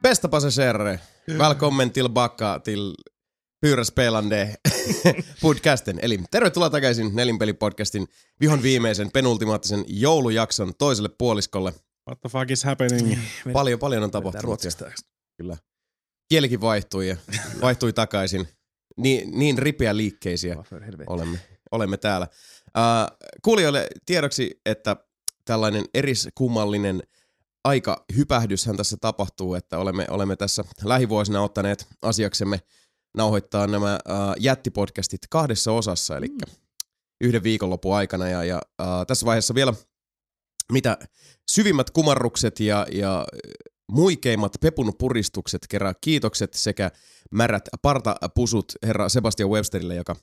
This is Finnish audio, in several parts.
Bästa passagerare, välkommen tillbaka till Pyöräspelande podcasten. Eli tervetuloa takaisin Nelinpeli-podcastin vihon viimeisen penultimaattisen joulujakson toiselle puoliskolle. What the fuck is happening? Paljon on tapahtunut. Kyllä. Kielikin vaihtui takaisin. Niin ripeä liikkeisiä olemme täällä. Kuulijoille tiedoksi, että tällainen eriskummallinen aikahypähdyshän tässä tapahtuu, että olemme tässä lähivuosina ottaneet asiaksemme nauhoittaa nämä jättipodcastit 2 osassa, eli 1 viikonlopun aikana. Ja tässä vaiheessa vielä mitä syvimmät kumarrukset ja muikeimmat pepunpuristukset kerää kiitokset sekä märät partapusut herra Sebastian Websterille, joka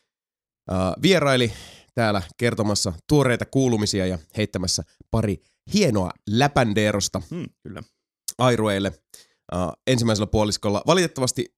vieraili täällä kertomassa tuoreita kuulumisia ja heittämässä pari hienoa läpändeerosta Kyllä. airueille ensimmäisellä puoliskolla. Valitettavasti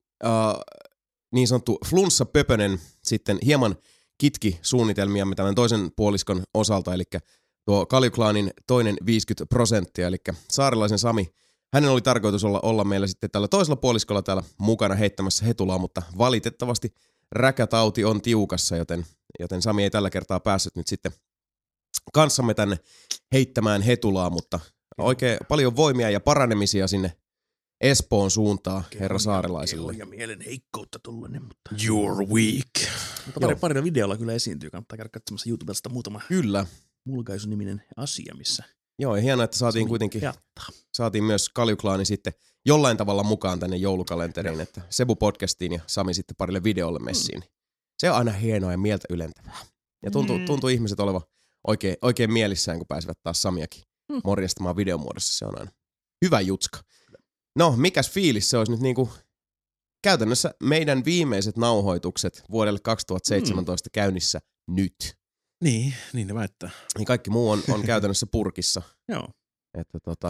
niin sanottu flunssa-pöpönen sitten hieman kitki suunnitelmiamme tämän toisen puoliskon osalta, eli tuo Kaljuklaanin toinen 50%, eli Saarelaisen Sami, hänen oli tarkoitus olla meillä sitten tällä toisella puoliskolla täällä mukana heittämässä hetulaa, mutta valitettavasti räkätauti on tiukassa, joten Sami ei tällä kertaa päässyt nyt sitten kanssamme tänne heittämään hetulaa, mutta oikein paljon voimia ja paranemisia sinne Espoon suuntaan herra Saarelaiselle. Ja mielen heikkoutta tullainen, mutta... You're weak. Mutta parilla videolla kyllä esiintyy, kannattaa käydä katsomassa YouTubesta muutama Kyllä. mulkaisuniminen asia, missä... Joo, ja hienoa, että saatiin myös Kaljuklaani sitten jollain tavalla mukaan tänne joulukalenteriin, että Sebu-podcastiin ja Sami sitten parille videolle messiin. Se on aina hienoa ja mieltä ylentävää. Ja tuntuu ihmiset olevan oikein mielissään, kun pääsevät taas Samiakin morjastamaan videomuodossa. Se on aina hyvä jutska. No, mikäs fiilis se olisi nyt niinku käytännössä meidän viimeiset nauhoitukset vuodelle 2017 käynnissä nyt. Niin ne väittää. Niin kaikki muu on käytännössä purkissa. Joo. Että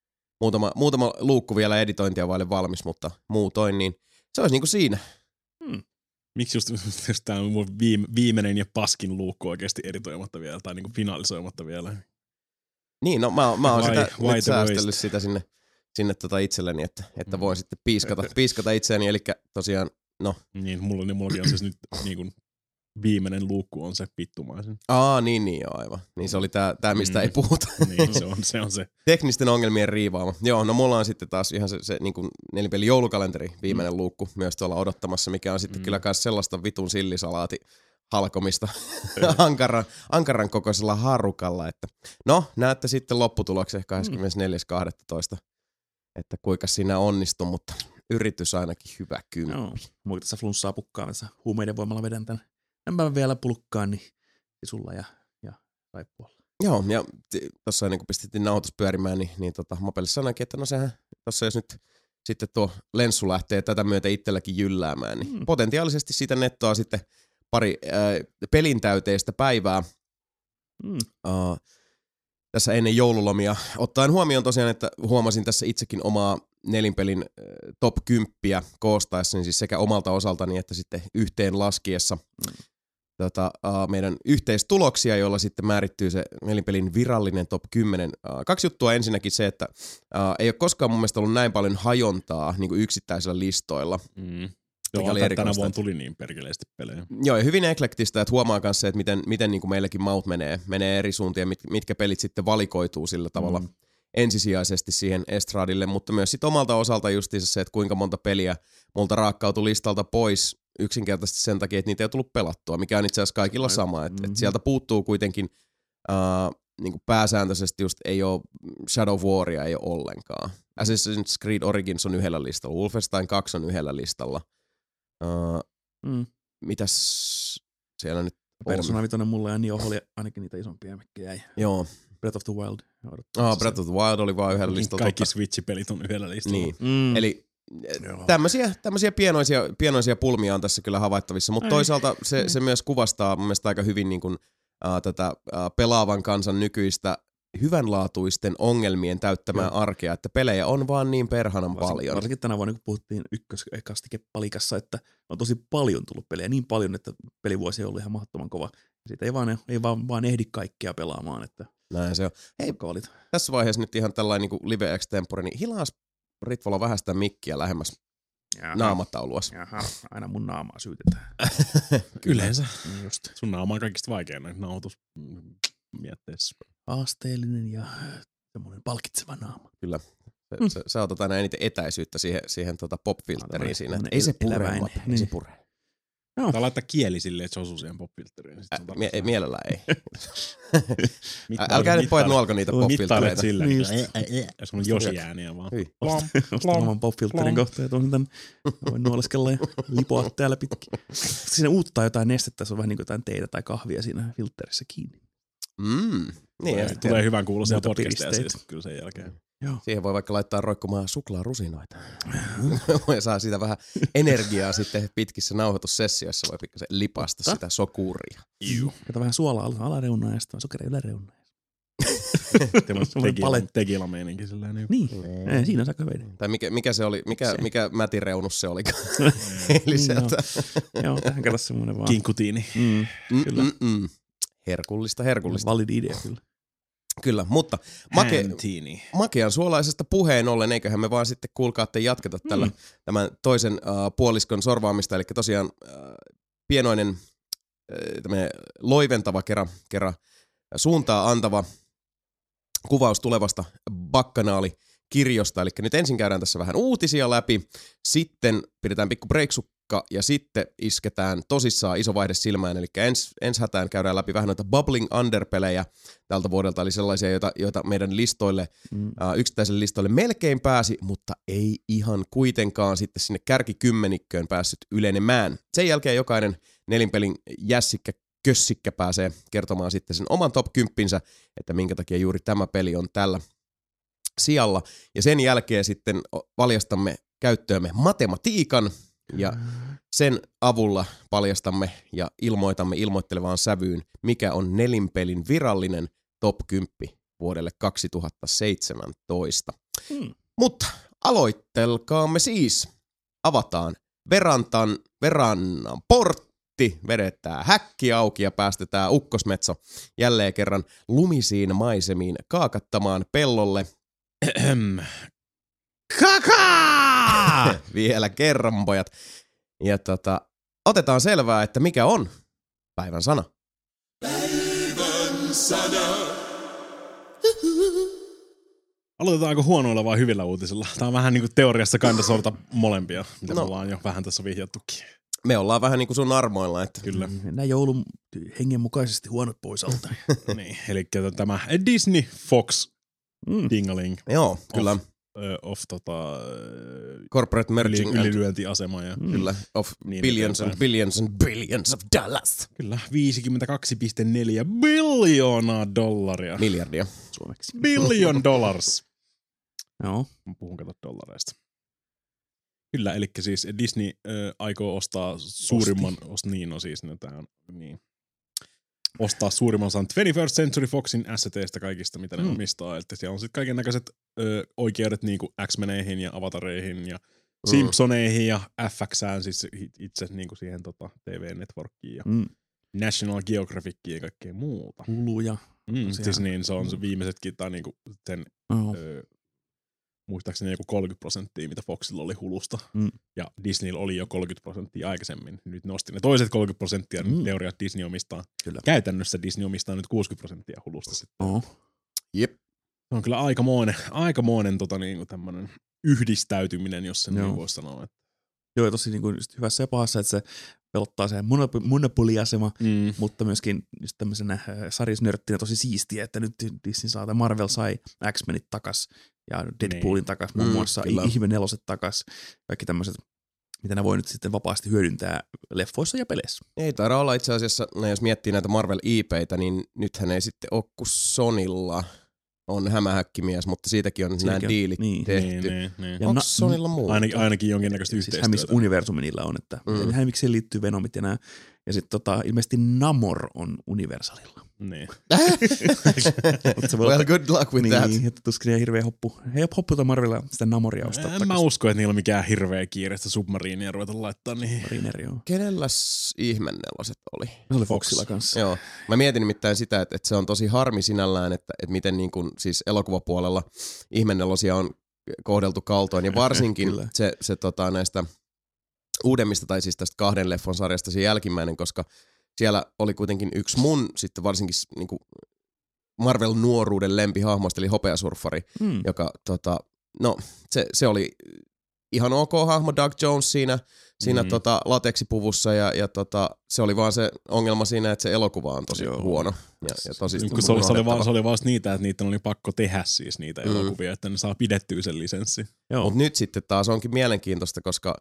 muutama luukku vielä editointia vaille valmis, mutta muutoin niin se olisi niinku siinä. Miksi just tämä on mun viimeinen ja paskin luukku oikeasti editoimatta vielä tai niinku finalisoimatta vielä? Niin, no mä oon sitä säästellyt sitä sinne itselleni, että voin sitten piiskata itseäni, eli tosiaan, no. Niin, mullakin on siis nyt niin kuin viimeinen luukku on se vittumaisen. Niin joo, aivan. Niin se oli tää mistä ei puhuta. Niin, se on se. Teknisten ongelmien riivaama. Joo, no mulla on sitten taas ihan se niin kuin Nelinpeli joulukalenteri, viimeinen luukku myös tuolla odottamassa, mikä on sitten kyllä myös sellaista vitun sillisalaati halkomista ankaran kokoisella harukalla, että no, näette sitten lopputuloksen 24.12. että kuinka siinä onnistuu, mutta yritys ainakin hyvä kymppi. Joo, mulla tässä flunssaa pukkaamassa huumeiden voimalla vedän tän mä vielä pulkkaan, niin sulla ja saippualla. Joo, ja tuossa ennen kuin pistettiin nauhoitus pyörimään, niin Mopelle sanoikin, että no sehän tuossa jos nyt sitten tuo lenssu lähtee tätä myötä itselläkin jylläämään, niin potentiaalisesti siitä nettoa sitten pari pelintäyteistä päivää tässä ennen joululomia. Ottaen huomioon tosiaan, että huomasin tässä itsekin omaa Nelinpelin top 10 koostaessa, siis sekä omalta osaltani että sitten yhteen laskiessa meidän yhteistuloksia, joilla sitten määrittyy se Nelinpelin virallinen top 10. 2 juttua ensinnäkin se, että ei ole koskaan mun mielestä ollut näin paljon hajontaa niin kuin yksittäisillä listoilla. Joo, tänä vuonna tuli niin perkeleesti pelejä. Joo, ja hyvin eklektistä, että huomaa myös se, että miten niin kuin meilläkin maut menee eri suuntiin, mitkä pelit sitten valikoituu sillä tavalla ensisijaisesti siihen estradille, mutta myös sitten omalta osalta justiinsa se, että kuinka monta peliä multa raakkautui listalta pois yksinkertaisesti sen takia, että niitä ei ole tullut pelattua, mikä on itse asiassa kaikilla sama, että sieltä puuttuu kuitenkin niin kuin pääsääntöisesti just ei ole Shadow of Waria ei ole ollenkaan. Assassin's Creed Origins on yhdellä listalla, Wolfenstein 2 on yhdellä listalla. Mitäs siellä nyt on? Persona 5 mulla ja Nioh oli ainakin niitä isompia, mikä jäi. Joo. Breath of the Wild. Breath of the Wild oli vaan yhdellä listalla. Kaikki Switch-pelit on yhdellä listalla. Niin. Eli tämmöisiä pienoisia pulmia on tässä kyllä havaittavissa, mutta toisaalta se myös kuvastaa mun mielestä aika hyvin niin kuin, tätä pelaavan kansan nykyistä hyvänlaatuisten ongelmien täyttämää arkea, että pelejä on vaan niin perhanan paljon. Varsinkin tänä vuonna, kun puhuttiin ykköskastikepalikassa, että on tosi paljon tullut pelejä, niin paljon, että pelivuosi on ollut ihan mahdottoman kova. Siitä ei vaan ehdi kaikkea pelaamaan. Että näin se on. Hei, tässä vaiheessa nyt ihan tällainen niin live extempore, niin hilaas Ritvola vähän sitä mikkiä lähemmäs naamatauluas. Jaha, aina mun naamaa syytetään. Yleensä. Just. Sun naama on kaikista vaikein nauhoitusmietteessä. Haasteellinen ja semmoinen palkitseva naama. Kyllä. Sä otat aina eniten etäisyyttä siihen pop-filtteriin siinä. Ei se pure, ei se pure. No. Tai laittaa kieli silleen, että se osuu siihen pop-filtteriin. Mielellään ei. Älkää nyt pojat nuolko niitä pop-filttereitä. Mittailet silleen, jos on josi-ääniä vaan. Ostan oman pop-filterin kohta ja tuon tän. Voin nuoleskella ja lipoa täällä pitkin. Siinä uuttaa jotain nestettä, se on vähän niin kuin jotain teitä tai kahvia siinä filterissä kiinni. Niin, tulee hyvän kuuloisia podcasteja siis kyllä sen jälkeen. Joo. Siihen voi vaikka laittaa roikkumaan suklaarusinoita. Ja saa siitä vähän energiaa sitten pitkissä nauhoitussessioissa. Voi pikkasen lipasta sitä sokuria. Kato vähän suolaa alareunaa ja sitten sokeria yläreunaa. Tequila-meininki silleen. Niin, siinä on aika hyvä. Tai mikä se oli, mikä mätireunus se oli? Eli sieltä. Joo, tähän kato semmoinen vaan. Kinkutiini. Kyllä. Herkullista. Validi idea kyllä. Kyllä, mutta makean suolaisesta puheen ollen, eiköhän me vaan sitten kuulkaatte jatketa tällä tämän toisen puoliskon sorvaamista, eli tosiaan pienoinen loiventava kerran suuntaa antava kuvaus tulevasta bakkanaalikirjosta, eli nyt ensin käydään tässä vähän uutisia läpi, sitten pidetään pikku breiksukka ja sitten isketään tosissaan iso vaihde silmään, eli ensi hätään käydään läpi vähän noita Bubbling Under-pelejä tältä vuodelta, eli sellaisia, joita meidän listoille, yksittäiselle listoille melkein pääsi, mutta ei ihan kuitenkaan sitten sinne kärkikymmenikköön päässyt ylenemään. Sen jälkeen jokainen nelinpelin kössikkä pääsee kertomaan sitten sen oman top 10, että minkä takia juuri tämä peli on tällä sijalla. Ja sen jälkeen sitten valjastamme käyttöömme matematiikan ja sen avulla paljastamme ja ilmoitamme ilmoittelevaan sävyyn, mikä on nelinpelin virallinen top 10 vuodelle 2017. Mutta aloittelkaamme siis. Avataan verannan portti, vedetään häkki auki ja päästetään ukkosmetso jälleen kerran lumisiin maisemiin kaakattamaan pellolle. Kakaa! Vielä kerran, pojat. Ja otetaan selvää, että mikä on päivän sana. Päivän sana. Aloitetaanko huonoilla vai hyvillä uutisilla? Tämä on vähän niin kuin teoriassa kanda sorta molempia, mitä me ollaan jo vähän tässä vihjattukin. Me ollaan vähän niin kuin sun armoilla. Että kyllä. Mennään joulun hengen mukaisesti huonot pois alta. Niin, eli tämä Disney Fox dingaling. Joo, kyllä. Corporate merging ylilyöntiasema ja kyllä of niin billions and billions and billions of dollars. Kyllä 52,4 biljoonaa dollaria. Miljardia suomeksi. Billion dollars. Joo. Mä puhun kato dollareista. Kyllä, eli siis Disney aikoo ostaa suurimman ostaa suurimman osan 21st Century Foxin asseteista kaikista, mitä ne omistaa. Eli siellä on sitten kaiken näköiset oikeudet niin kuin X-Meneihin ja Avatareihin ja Simpsoneihin ja FXään, siis itse niin kuin siihen TV-networkkiin ja National Geographickiin ja kaikkea muuta. Huluja. Siis niin, se on se viimeisetkin, tai niinku sen, muistaakseni joku 30%, mitä Foxilla oli Hulusta. Ja Disneyllä oli jo 30% aikaisemmin. Nyt nosti ne toiset 30%, niin teoria, että Disney omistaa. Kyllä. Käytännössä Disney omistaa nyt 60% Hulusta sitten. Jep. Se on kyllä aikamoinen niinku tämmönen yhdistäytyminen, jos sen niin voisi sanoa. Että. Joo, tosi niin kuin hyvässä ja pahassa, että se pelottaa se monopoliasema, mutta myöskin just tämmöisenä sarjasnörttinä tosi siistiä, että nyt Disney saa, tai Marvel sai X-Menit takas ja Deadpoolin takas muun muassa, Ihme-neloset takas, kaikki tämmöiset, mitä ne voi nyt sitten vapaasti hyödyntää leffoissa ja peleissä. Ei taida olla itse asiassa, jos miettii näitä Marvel IP:itä, niin nythän ei sitten ole kuin Sonylla on hämähäkkimies, mutta siitäkin on nämä diilit tehty. Niin. Onko Sonylla muu? Ainakin jonkinnäköistä yhteistyötä. Siis Universumi niillä on, että mikseen liittyy Venomit ja nää. Ja sitten ilmeisesti Namor on Universalilla. Niin. Well, good luck with that. Niin, että tuskin hirveä hopputa Marvelilla sitä Namoria ostaa takaisin. Mä usko, että niillä on mikään hirveä kiire sitä submariinia ruveta laittaa niihin. Kenelläs Ihme-neloset oli? Se oli Foxilla kanssa. Joo. Mä mietin nimittäin sitä, että se on tosi harmi sinällään, että miten niin kuin, siis elokuvapuolella Ihme-nelosia on kohdeltu kaltoin. Ja varsinkin se näistä uudemmista, tai siis tästä 2 leffon sarjasta se jälkimmäinen, koska siellä oli kuitenkin yksi mun sitten varsinkin niinku Marvel-nuoruuden lempihahmoista, eli hopeasurffari, joka se oli ihan ok hahmo, Doug Jones siinä lateksipuvussa ja se oli vaan se ongelma siinä, että se elokuva on tosi huono. Ja tosi se oli vaan niitä, että niitä oli pakko tehdä siis niitä elokuvia, että ne saa pidettyä sen lisenssi. Mutta nyt sitten taas onkin mielenkiintoista, koska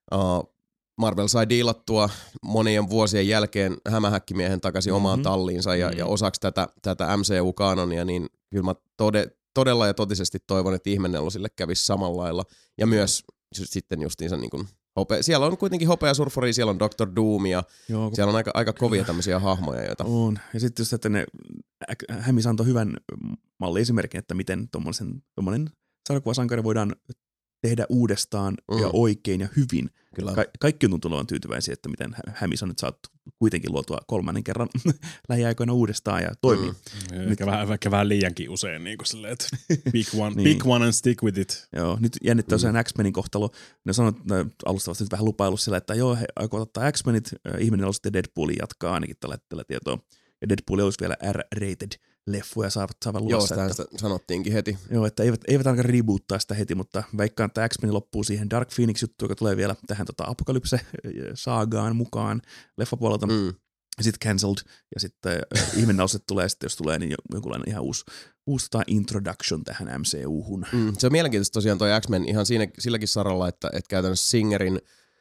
Marvel sai diilattua monien vuosien jälkeen hämähäkkimiehen takaisin omaan talliinsa ja osaksi tätä MCU-kaanonia, niin kyllä mä todella ja totisesti toivon, että Ihmenelosille kävisi samalla lailla. Ja myös sitten justiinsa niin kuin siellä on kuitenkin hopeasurfari, siellä on Dr. Doom ja siellä on aika kovia tämmöisiä hahmoja, joita... On. Ja sitten just, että ne Hämis antoi hyvän malliesimerkin, että miten tommonen sarjakuvasankari voidaan tehdä uudestaan ja oikein ja hyvin. Kaikki on tuntunut olevan tyytyväisiä, että miten Hämis on nyt saatu kuitenkin luotua 3. kerran lähiaikoina uudestaan ja toimii. Ehkä vähän liiankin usein, niin kuin silleen, että pick one and stick with it. Joo, nyt jännittää usein X-Menin kohtalo. Ne sanoo alustavasti nyt vähän lupailu sillä, että joo, he aikovat ottaa X-Menit, ihminen on sitten Deadpoolin jatkaa ainakin tällä tietoa. Ja Deadpool olisi vielä R-rated leffoja saavat luvassa. Joo, sitä sanottiinkin heti. Joo, että eivät ainakaan reboottaa sitä heti, mutta veikkaan, että X-Men loppuu siihen Dark Phoenix-juttuun, joka tulee vielä tähän Apokalypse-saagaan mukaan leffapuolelta. Sitten Cancelled, ja sitten Ihmenauset tulee, sitten jos tulee, niin jonkunlainen ihan uusi introduction tähän MCU-hun. Se on mielenkiintoista tosiaan toi X-Men ihan silläkin saralla, että käytännössä Singerin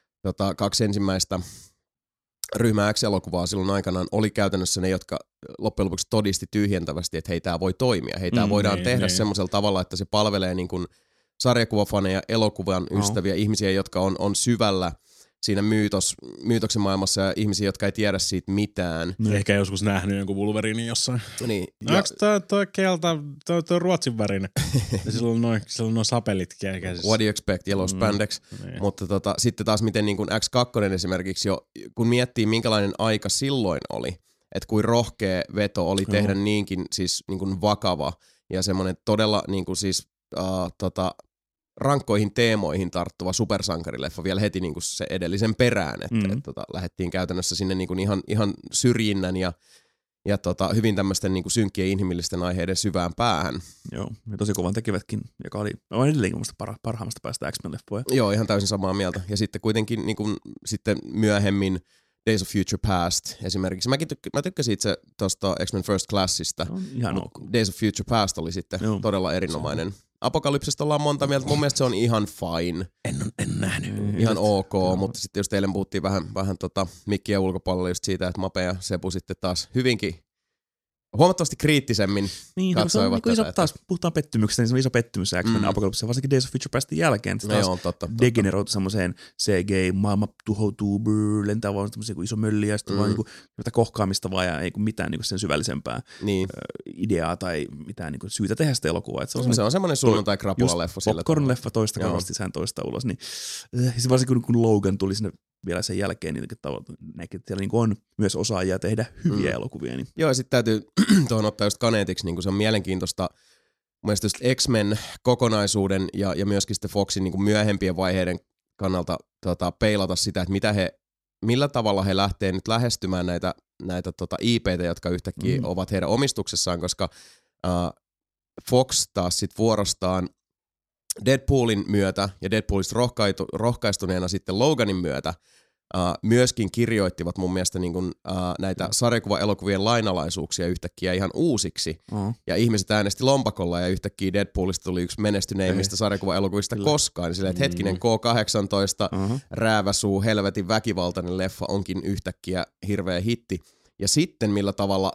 2 ensimmäistä Ryhmä X-elokuvaa silloin aikanaan oli käytännössä ne, jotka loppujen lopuksi todisti tyhjentävästi, että hei, tää voi toimia. Hei, tää voidaan tehdä semmoisella tavalla, että se palvelee niin kuin sarjakuvafaneja, elokuvan ystäviä, ihmisiä, jotka on syvällä siinä myytoksen maailmassa ja ihmisiä, jotka ei tiedä siitä mitään. Ehkä joskus nähnyt jonkun Wolverinin jossain. Niin. Onko toi kelta, toi ruotsin värinen? Ja silloin on noin sapelit käsissä. What do you expect, yellow spandex. Mutta sitten taas miten niin kuin X2 esimerkiksi jo, kun miettii minkälainen aika silloin oli, että kuin rohkea veto oli tehdä niinkin siis niin kuin vakava ja semmoinen todella niin kuin siis rankkoihin teemoihin tarttuva supersankarileffa vielä heti niin kuin se edellisen perään, että lähdettiin käytännössä sinne niin kuin ihan syrjinnän ja hyvin tämmöisten niin kuin synkkien inhimillisten aiheiden syvään päähän. Joo, ja tosi kovan tekivätkin, joka oli edelleenkin musta parhaimmasta päästä X-Men-leffoja. Joo, ihan täysin samaa mieltä. Ja sitten kuitenkin niin kuin, sitten myöhemmin Days of Future Past esimerkiksi. Mä tykkäsin itse tuosta X-Men First Classista. No, ihan ok. Days of Future Past oli sitten todella erinomainen. Apokalypsesta ollaan monta mieltä. Mun mielestä se on ihan fine. En nähnyt. Ihan ok, mutta sitten jos eilen puhuttiin vähän mikkien ulkopuolella just siitä, että Mape ja Sepu sitten taas hyvinkin huomattavasti kriittisemmin katsoivat tätä. Iso, taas puhutaan pettymyksestä, niin se on iso pettymys X-Men Apokalypse, varsinkin Days of Future Pastin jälkeen. Se taas degeneroitu semmoiseen CG, maailma tuhoutuu, lentää vaan semmoisia iso mölli ja sitten vaan kohkaamista vaan ja ei mitään sen syvällisempää ideaa tai mitään syytä tehdä sitä elokuvaa. Se on semmoinen sunnuntai-krapula-leffa. Popcorn-leffa toista karvasti, sehän toista ulos. Niin, varsinkin kun Logan tuli sinne vielä sen jälkeen, niin näkee, että siellä on myös osaajia tehdä hyviä elokuvia. Niin. Joo, ja sitten täytyy tuohon ottaa just kaneetiksi, niin se on mielenkiintoista mun mielestä just X-Men kokonaisuuden ja myöskin sitten Foxin niin myöhempien vaiheiden kannalta peilata sitä, että millä tavalla he lähtee nyt lähestymään näitä IP:tä, jotka yhtäkkiä ovat heidän omistuksessaan, koska Fox taas sit vuorostaan Deadpoolin myötä ja Deadpoolista rohkaistuneena sitten Loganin myötä myöskin kirjoittivat mun mielestä niin kuin, näitä sarjakuva-elokuvien lainalaisuuksia yhtäkkiä ihan uusiksi. Ja ihmiset äänesti lompakolla ja yhtäkkiä Deadpoolista tuli yksi menestyneimmistä sarjakuva-elokuvista koskaan. Niin silleen, että hetkinen K-18, rääväsuu, helvetin väkivaltainen leffa onkin yhtäkkiä hirveä hitti. Ja sitten millä tavalla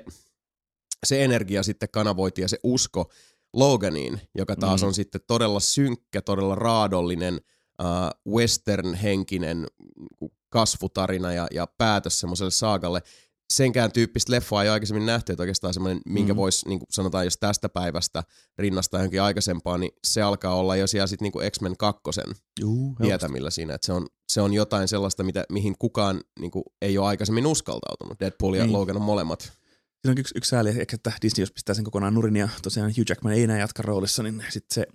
se energia sitten kanavoitiin ja se usko Loganiin, joka taas on sitten todella synkkä, todella raadollinen, western-henkinen kasvutarina ja päätös semmoiselle saagalle. Senkään tyyppistä leffaa ei aikaisemmin nähty, että oikeastaan semmoinen, minkä voisi, niin sanotaan, jos tästä päivästä rinnastaa johonkin aikaisempaan, niin se alkaa olla jo siellä sitten niin X-Men 2 tietämillä siinä, että se on jotain sellaista, mihin kukaan niin kuin, ei ole aikaisemmin uskaltautunut. Deadpool ja Logan on molemmat. Siinä on yksi sääli, että Disney jos pistää sen kokonaan nurin ja tosiaan Hugh Jackman ei enää jatka roolissa, niin sitten se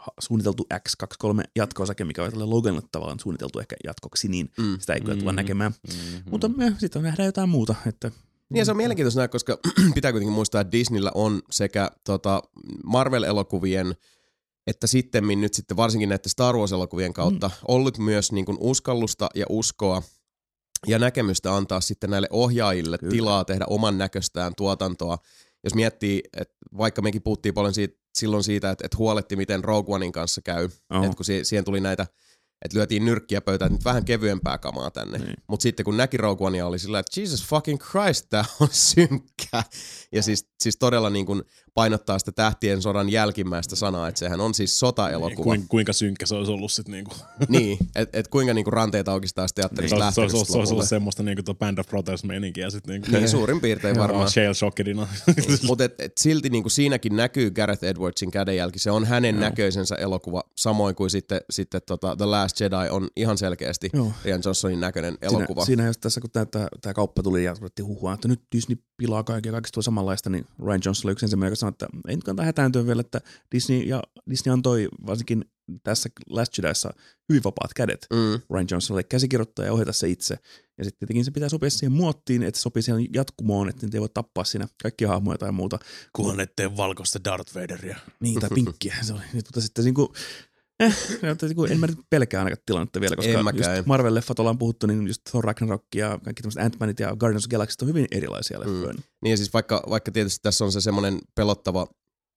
suunniteltu X23 jatko-osake, mikä on tälle Loganille tavallaan suunniteltu ehkä jatkoksi, niin sitä ei kyllä tulla näkemään. Mutta sitten nähdään jotain muuta. Että Niin se on mielenkiintoista nähdä, koska pitää kuitenkin muistaa, että Disneyllä on sekä Marvel-elokuvien että sittemmin nyt sitten varsinkin näiden Star Wars-elokuvien kautta ollut myös niin kuin uskallusta ja uskoa ja näkemystä antaa sitten näille ohjaajille tilaa tehdä oman näköistään tuotantoa. Jos miettii, että vaikka mekin puhuttiin paljon silloin siitä, että huoletti miten Rogue Onein kanssa käy, että kun siihen tuli näitä, että lyötiin nyrkkiä pöytään, että nyt vähän kevyempää kamaa tänne. Mutta sitten kun näki Rogue Onea, oli sillä, että Jesus fucking Christ, tää on synkkä. Ja siis todella niin kuin painottaa sitä Tähtien sodan jälkimmäistä sanaa, että sehän on siis sotaelokuva. Kuinka synkkä se olisi ollut sitten niinku. Niin, että kuinka niinku ranteita aukistaa sitten teatterista lähteeksi. Se olisi ollut semmoista niinku tuo Band of Brothers-meininkiä sitten niinku. Niin, suurin piirtein varmaan. Shale Shockedina. Mutta et silti niinku siinäkin näkyy Gareth Edwardsin kädenjälki. Se on hänen näköisensä elokuva, samoin kuin sitten The Last Jedi on ihan selkeästi Rian Johnsonin näköinen elokuva. Siinä just tässä, kun tämä kauppa tuli ja ruvettiin huhua, että nyt Disney pilaa kaikkea tuo samanlaista, niin Rian Johnson oli yksi ensimmäinen, joka sanoi, että ei nyt kannata hätääntyä vielä, että Disney antoi varsinkin tässä Last Jediissa hyvin vapaat kädet Rian Johnsonille käsikirjoittaa ja ohjata se itse. Ja sitten tietenkin se pitää sopia siihen muottiin, että se sopii siihen jatkumoon, että niitä ei voi tappaa siinä kaikkia hahmoja tai muuta. Kunhan ettei valkoista Darth Vaderia. Niin, tai pinkkiä. Se oli. Mutta sitten niinku, en mä nyt pelkää ainakaan tilannetta vielä, koska just Marvel-leffat ollaan puhuttu, niin just Thor Ragnarok ja kaikki tämmöiset Ant-Manit ja Guardians of the Galaxy on hyvin erilaisia leffoja. Niin ja siis vaikka tietysti tässä on se semmoinen pelottava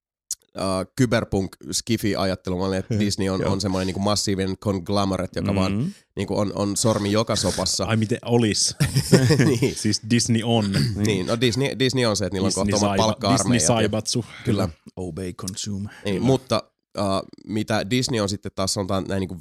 cyberpunk-skifi-ajattelu, että Disney on semmoinen niinku massiivinen conglomerate, joka vaan niinku on sormi joka sopassa. Ai miten olis? Niin. Siis Disney on. Niin, no Disney on se, että niillä on kohta oma palkka-armeija. Disney Saibatsu. Kyllä. Obey, consume. Niin, mutta mitä Disney on sitten taas sanotaan näin niin kuin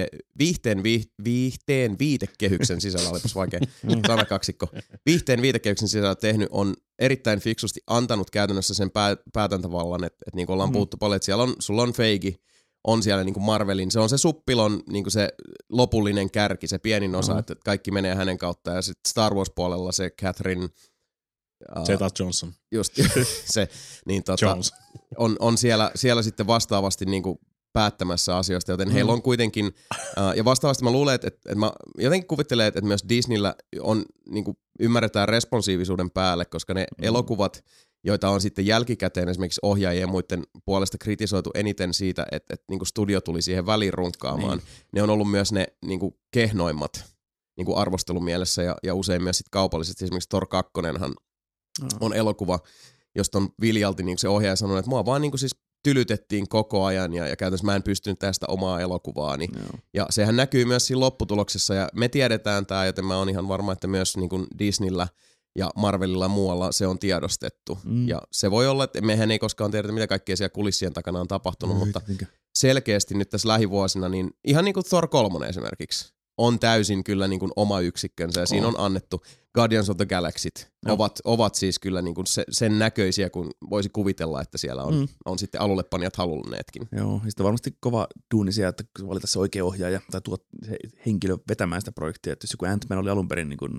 viihteen viitekehyksen sisällä, olipas vaikea sanakaksikko, viihteen viitekehyksen sisällä tehnyt, on erittäin fiksusti antanut käytännössä sen päätäntävallan, että niin kuin ollaan puhuttu paljon, että sulla on Feige, on siellä niin kuin Marvelin, se on se suppilon niin kuin se lopullinen kärki, se pienin osa, että kaikki menee hänen kautta, ja sitten Star Wars-puolella se Catherine Zeta Johnson. Just se, niin Jones. on siellä sitten vastaavasti niinku päättämässä asioista, joten heillä on kuitenkin, ja vastaavasti mä luulen, että mä jotenkin kuvittelen, että myös Disneyllä on, niinku, ymmärretään responsiivisuuden päälle, koska ne elokuvat, joita on sitten jälkikäteen esimerkiksi ohjaajien ja muiden puolesta kritisoitu eniten siitä, että niinku studio tuli siihen väliin runkkaamaan, ne on ollut myös ne niinku kehnoimmat niinku arvostelumielessä ja usein myös sit kaupallisesti. Esimerkiksi Thor 2:nhan on elokuva, josta on viljalti niin se ohjaaja sanonut, että mua vaan niin siis tylytettiin koko ajan ja käytännössä mä en pystynyt tästä omaa elokuvaani. Ja sehän näkyy myös siinä lopputuloksessa ja me tiedetään tämä, joten mä oon ihan varma, että myös niin kuin Disneyllä ja Marvelilla muualla se on tiedostettu. Ja se voi olla, että mehän ei koskaan tiedetä, mitä kaikkea siellä kulissien takana on tapahtunut, mutta selkeästi nyt tässä lähivuosina, niin ihan niin kuin Thor 3 esimerkiksi, on täysin kyllä niin kuin oma yksikkönsä ja siinä on annettu Guardians of the Galaxyt ovat siis kyllä niin kuin sen näköisiä, kun voisi kuvitella, että siellä on sitten alullepanijat halunneetkin. Joo, ja sitten varmasti kova duuni siellä, että valita se oikea ohjaaja tai se henkilö vetämään sitä projektia, että jos joku Ant-Man oli alun perin niin kuin,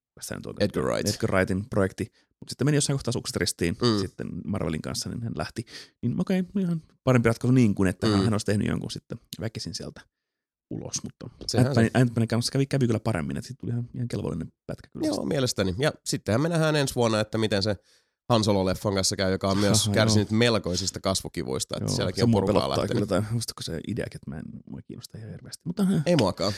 Edgar Wrightin projekti, mutta sitten meni jossain kohtaa sukset ristiin sitten Marvelin kanssa, niin hän lähti. Niin okei, ihan parempi ratkaisu niin kuin, että hän olisi tehnyt jonkun sitten väkisin sieltä ulos, mutta Ant-Manin kanssa kävi kyllä paremmin, että siitä tuli ihan kelvollinen pätkä kyllä. Joo, mielestäni. Ja sittenhän me nähdään ensi vuonna, että miten se Han Solo-leffan kanssa käy, joka on myös kärsinyt melkoisista kasvukivuista, että sielläkin on porukkaa lähtenyt. Kyllä, tai muistako se ideakin, että mä en kiinnosta ihan hirveästi. Mutta, ei muakaan.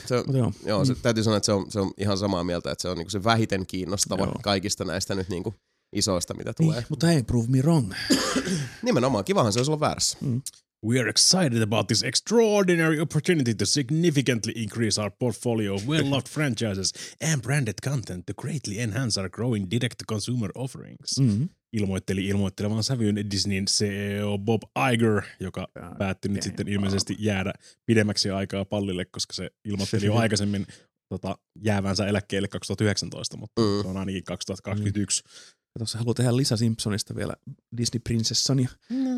Se täytyy sanoa, että se on ihan samaa mieltä, että se on niinku se vähiten kiinnostava kaikista näistä nyt niinku isoista, mitä tulee. Niin, mutta ei, prove me wrong. Nimenomaan, kivahan se olisi olla väärässä. We are excited about this extraordinary opportunity to significantly increase our portfolio of well-loved franchises and branded content to greatly enhance our growing direct-to-consumer offerings. Ilmoitteli ilmoittelevan sävyyn Disneyn CEO Bob Iger, joka päätti nyt sitten ilmeisesti jäädä pidemmäksi aikaa pallille, koska se ilmoitteli jo aikaisemmin jäävänsä eläkkeelle 2019, mutta se on ainakin 2021. Ja tuossa haluaa tehdä Lisa Simpsonista vielä Disney-prinsessan ja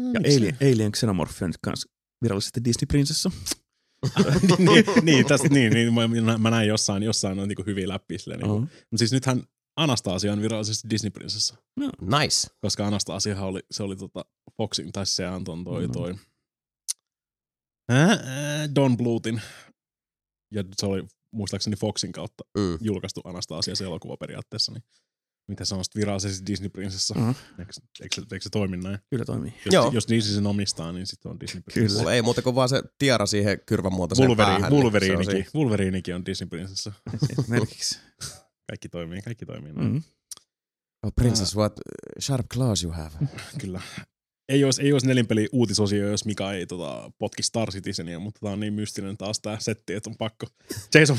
Alien Xenomorphia nyt kanssa virallisesti Disney-prinsessa. Mä näin jossain on niinku hyviä läpi. Mutta siis nythän Anastasia on virallisesti Disney-prinsessa. No. Nice. Koska Anastasiahan oli Foxin, tai se antoi toi Don Bluethin. Ja se oli muistaakseni Foxin kautta julkaistu Anastasia se elokuva periaatteessa. Niin mitä se on sitten virallisesti Disney-prinsessa? Eikö se toimi näin? Kyllä toimii. Jos Disney sen omistaa, niin sitten on Disney-prinsessa. Kyllä. Ei muuta kuin vaan se tiara siihen kyrvän muotoiseen päähän. Wolverinikin on Disney-prinsessa. Esimerkiksi. Kaikki toimii. Oh, princess, what sharp claws you have. Kyllä. Ei olisi nelinpeli uutisosio, jos Mika ei potki Star Citizenia, mutta tää on niin mystinen taas tää setti, että on pakko. Jason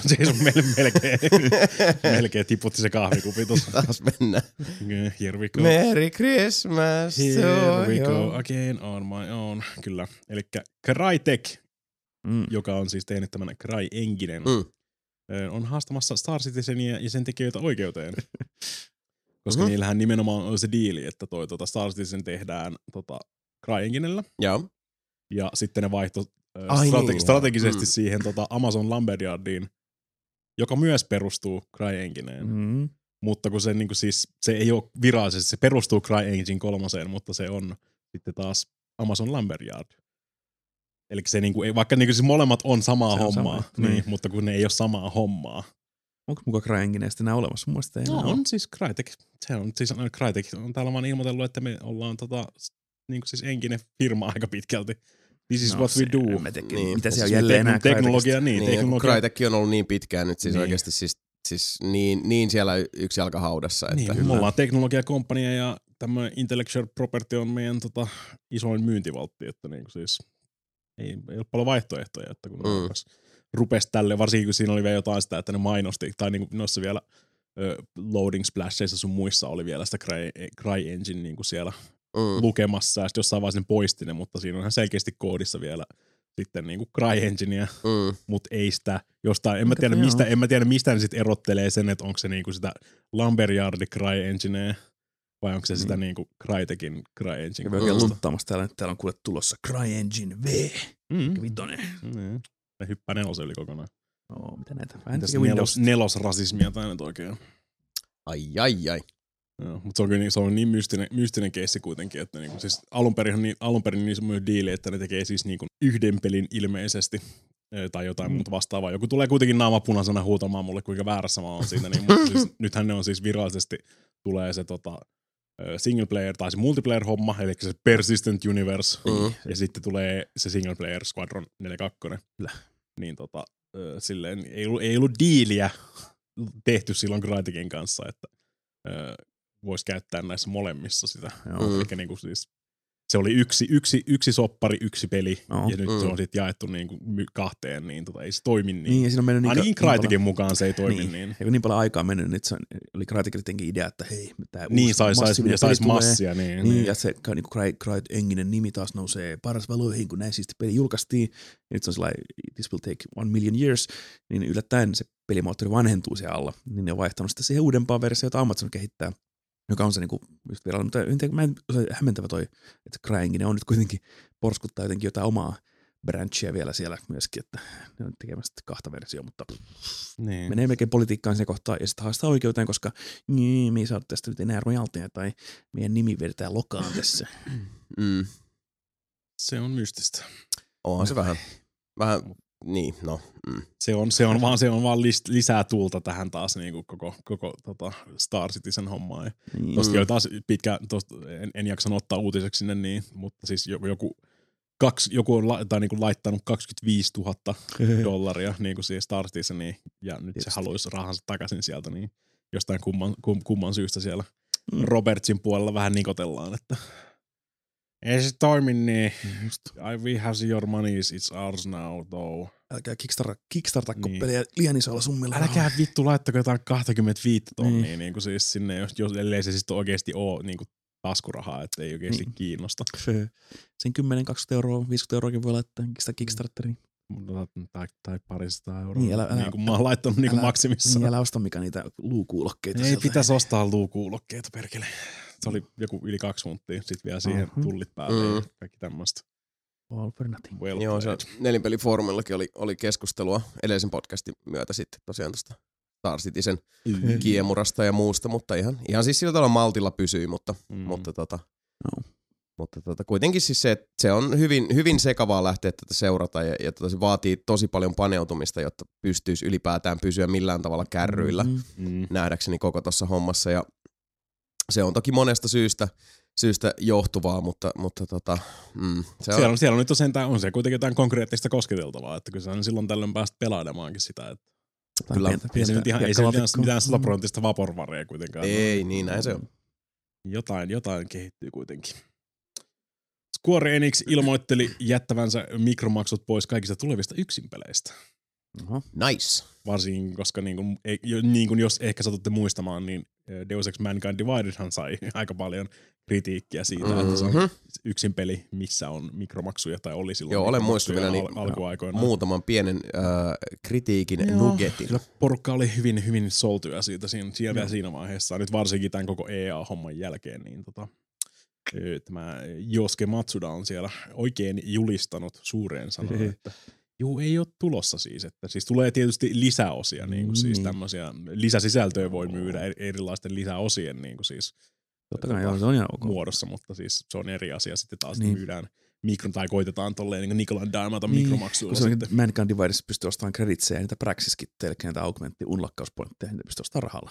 melkein tiputti se kahvikupi tuossa. Taas mennään. Here we go. Merry Christmas. Here we go again on my own. Kyllä. Elikkä Crytek, joka on siis tehnyt tämän CryEnginen, on haastamassa Star Citizenia ja sen tekijöitä oikeuteen. Koska niillähän nimenomaan on se diili, että Star Citizen tehdään CryEnginellä. Joo. Ja sitten ne vaihtoi strategisesti siihen Amazon Lumberyardiin, joka myös perustuu CryEngineen. Mutta kun se, niinku siis, se ei ole virallisesti, se perustuu CryEngine 3, mutta se on sitten taas Amazon Lumberyard. Eli se niinku, vaikka niinku siis molemmat on samaa hommaa, niin, mutta kun ne ei ole samaa hommaa. Onko mukaan CryEngine sitten enää olemassa? Mun mielestä ei enää on siis Crytek. Crytek on täällä vaan ilmoitellut, että me ollaan niinku siis Engine-firma aika pitkälti. This is what we do. Niin, mitä siellä on jälleen enää teknologia, Crytek on ollut niin pitkään nyt siis oikeasti siis niin siellä yksi jalka haudassa. Että niin, me ollaan teknologiakomppania ja tämmöinen intellectual property on meidän isoin myyntivaltti, että niinku siis ei ole paljon vaihtoehtoja, että kun rupesi tälle, varsinkin kun siinä oli vielä jotain sitä, että ne mainosti, tai niin noissa vielä loading splasheissa sun muissa oli vielä sitä CryEngine niin kuin siellä lukemassa, ja sitten jossain vaiheessa ne poisti ne, mutta siinä on ihan selkeästi koodissa vielä sitten niin kuin CryEnginea, mutta ei sitä jostain, en mä tiedä mistä ne sitten erottelee sen, että onko se niin kuin sitä Lumberyardi CryEnginea, vai onko se sitä niin kuin Crytekin CryEngine. Voi oikein lunttaamassa täällä, että täällä on kuule tulossa CryEngine V. Vitonen. Ne hyppää 4 yli kokonaan. Mitä näitä? Nelosrasismia tää nyt oikein. Ai. Joo, mutta se on niin mystinen keissi kuitenkin, että niinku, siis alun perin niin semmoinen diili, että ne tekee siis niinku yhden pelin ilmeisesti tai jotain muuta vastaavaa. Joku tulee kuitenkin naama punaisena huutamaan mulle, kuinka väärässä mä oon siinä. Niin, mutta siis, nythän ne on siis virallisesti tulee se single player tai se multiplayer homma, eli se Persistent Universe, ja sitten tulee se single player Squadron 42. Niin silleen ei ollut diiliä tehty silloin Crytekin kanssa, että voisi käyttää näissä molemmissa sitä. Eli niinku siis se oli yksi soppari, yksi peli, ja nyt se on sitten jaettu niinku 2, niin ei se toimi niin. Ja siinä on mennyt ainakin Crytekin mukaan se ei toimi niin. Ei niin paljon aikaa mennyt, niin se oli Crytekille jotenkin idea, että hei, tää niin, sais massia. Niin. Ja se niinku CryEnginen nimi taas nousee paras valoihin, kun näin siisti peli julkaistiin. Ja nyt se on sellainen, this will take 1 million years, niin yllättäen se pelimoottori vanhentuu siellä alla. Niin ne on vaihtanut sitä siihen uudempaan versioon, jota Amazon kehittää. Joka on se niinku just virallinen, mutta mä en hämmentävä toi, että CryEngine on nyt kuitenkin porskuttaa jotenkin jotain omaa branchia vielä siellä myöskin, että ne on tekemässä 2 versioa, mutta menee melkein politiikkaan se kohtaa ja sitten haastaa oikeuteen, koska me ei saada tästä nyt enää rojaltia tai meidän nimi vedetään lokaan tässä. Se on mystistä. Onhan se vähän niin, no. Se on vaan lisää tuulta tähän taas niinku koko Star Citizen hommaa. Tosta oli taas en jaksanut ottaa uutiseksi sinne niin, mutta siis joku on niinku laittanut $25,000 niinku siihen Star Citizeniin, ja nyt se haluaisi rahansa takaisin sieltä, niin jostain kumman syystä siellä Robertsin puolella vähän nikotellaan, että ei se toimi niin. We have your money, it's ours now, though. Älkää kickstartakko peliä liian isolla summilla. Älkää vittu laittako jotain 25 tonnia niin kuin siis sinne, jos ellei se siis oikeesti ole niin kuin taskurahaa, että ei oikeesti kiinnosta. Sen 10, 20 euroa, 50 euroakin voi laittaa Kickstarteriin. Tai parisataa euroa, niin kuin mä oon laittanut niin kuin maksimissa. Niin, älä osta mikä niitä luukuulokkeita. Ei pitäisi ostaa luukuulokkeita, perkele. Se oli joku yli 2 muntia, sit vielä siihen tullit päälle ja kaikki tämmöistä. All for nothing. Well joo, se nelinpelifoorumillakin oli keskustelua edellisen podcastin myötä sitten tosiaan tuosta Star Citizen kiemurasta ja muusta, mutta ihan siis sillä tavalla maltilla pysyi, mutta Mutta kuitenkin siis se on hyvin sekavaa lähteä tätä seurata ja se vaatii tosi paljon paneutumista, jotta pystyisi ylipäätään pysyä millään tavalla kärryillä nähdäkseni koko tuossa hommassa. Ja se on toki monesta syystä johtuvaa, mutta siellä on nyt sentään, on se kuitenkin jotain konkreettista kosketeltavaa, että kyllä silloin tällöin päästä pelailemaankin sitä. Että kyllä. Ei se nyt ihan mitään 100% vaporvaria kuitenkaan. Ei, niin näin se on. Jotain kehittyy kuitenkin. Square Enix ilmoitteli jättävänsä mikromaksut pois kaikista tulevista yksinpeleistä. Nice. Varsinkin, koska niin kuin jos ehkä satutte muistamaan, niin Deus Ex Mankind Dividedhan sai aika paljon kritiikkiä siitä, että se on yksin peli, missä on mikromaksuja tai oli silloin. Joo, olen muistavillani alkuaikoina. Muutaman pienen kritiikin nuggetin. Kyllä porukka oli hyvin soltuja siitä siinä vaiheessa. Nyt varsinkin tämän koko EA-homman jälkeen, niin tämä Yosuke Matsuda on siellä oikein julistanut suureen sanaan, että juu, ei ole tulossa siis. Että siis tulee tietysti lisäosia, niin kuin siis tämmöisiä lisäsisältöjä voi myydä erilaisten lisäosien niin kuin siis totta kai, joo, se on ihan ok. Muodossa, mutta siis se on eri asia. Sitten taas myydään tai koitetaan tolleen niin kuin Nikolan Daimata mikromaksuilla. Kun se Mankind Dividedissa pystyy ostamaan kreditsejä ja niitä Praxis-kittejä, näitä augmentti-unlakkauspointteja, niitä pystyy ostamaan rahalla.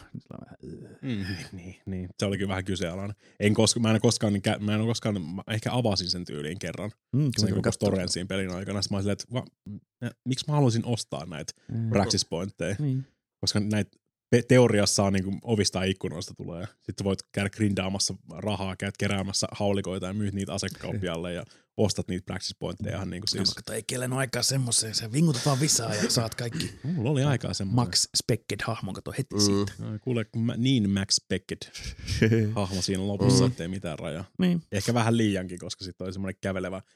Niin. Se olikin vähän kyseenalainen. Mä en ole koskaan, ehkä avasin sen tyyliin kerran. Sen koko Torrentsiin pelin aikana. Sitten mä olin silleen, että miksi mä haluaisin ostaa näitä Praxis-pointteja? Koska näitä teoriassa on niin ovista ja ikkunoista tulee. Sitten voit käydä grindaamassa rahaa, käyt keräämässä haulikoita ja myyt niitä asekauppialle ja ostat niitä practice pointteja ihan niinku siis. Mutta ei kellään aikaa semmoseen, sä vingutat vaan visaa ja saat kaikki. Mulla oli aikaa semmoinen. Max Specked hahmon, kato heti siitä. No, kuule, niin Max Specked hahmo siinä lopussa, ettei mitään rajaa. Niin. Ehkä vähän liiankin, koska sitten oli semmoinen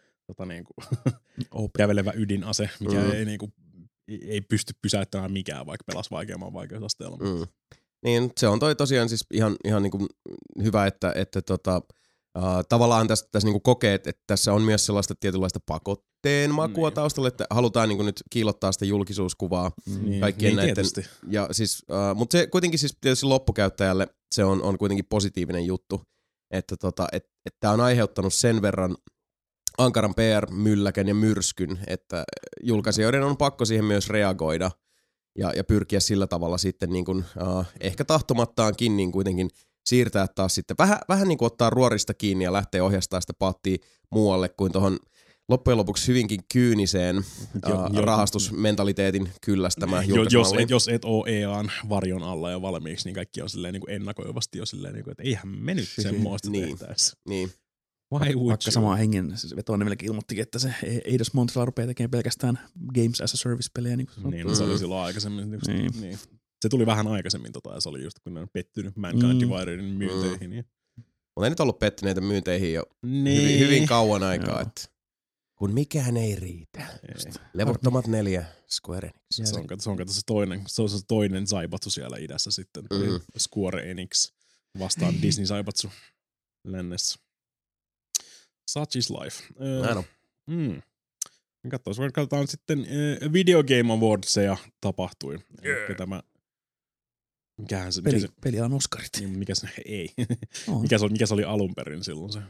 kävelevä ydinase, mikä ei pysty pysäyttämään mikään, vaikka pelasi vaikeamman vaikeusasteella. Niin, se on tosiaan siis ihan niin kuin hyvä, että tavallaan tässä niin kuin kokee, että tässä on myös sellaista tietynlaista pakotteen makua taustalla, että halutaan niin kuin nyt kiillottaa sitä julkisuuskuvaa kaikkien näiden. Tietysti. Ja siis, mutta se kuitenkin siis tietysti loppukäyttäjälle se on kuitenkin positiivinen juttu, että tämä on aiheuttanut sen verran ankaran PR-mylläkän ja myrskyn, että julkaisijoiden on pakko siihen myös reagoida ja pyrkiä sillä tavalla sitten niin kuin, ehkä tahtomattaankin niin kuitenkin siirtää taas sitten vähän niin kuin ottaa ruorista kiinni ja lähteä ohjastaa sitä pattia muualle kuin tuohon loppujen lopuksi hyvinkin kyyniseen rahastusmentaliteetin kyllästämään julkaisumalliin. Jos et ole EA:n varjon alla ja valmiiksi, niin kaikki on silleen niin kuin ennakoivasti jo silleen, niin kuin, että eihän me nyt semmoista tehtäisi. Niin. Vaikka samaa hengen vetoinen melkein ilmoittikin, että se Eidos Montreal rupeaa tekemään pelkästään Games as a Service-pelejä. Niin se oli silloin aikaisemmin. Niin. Se tuli vähän aikaisemmin ja se oli just kun ne on pettynyt Mankind Dividedin myynteihin. Mutta ei nyt ollut pettyneitä myynteihin jo hyvin kauan aikaa, että kun mikään ei riitä. Levottomat 4 Square Enix. Se on se toinen Zaibatsu siellä idässä sitten. Square Enix vastaan Disney Zaibatsu lännessä. Such is life. Näin on. Katsotaan sitten Video Game Awardseja tapahtui. Tämä mikähän se pelialan Oscarit. Mikä se ei. mikä se oli alun perin silloin se?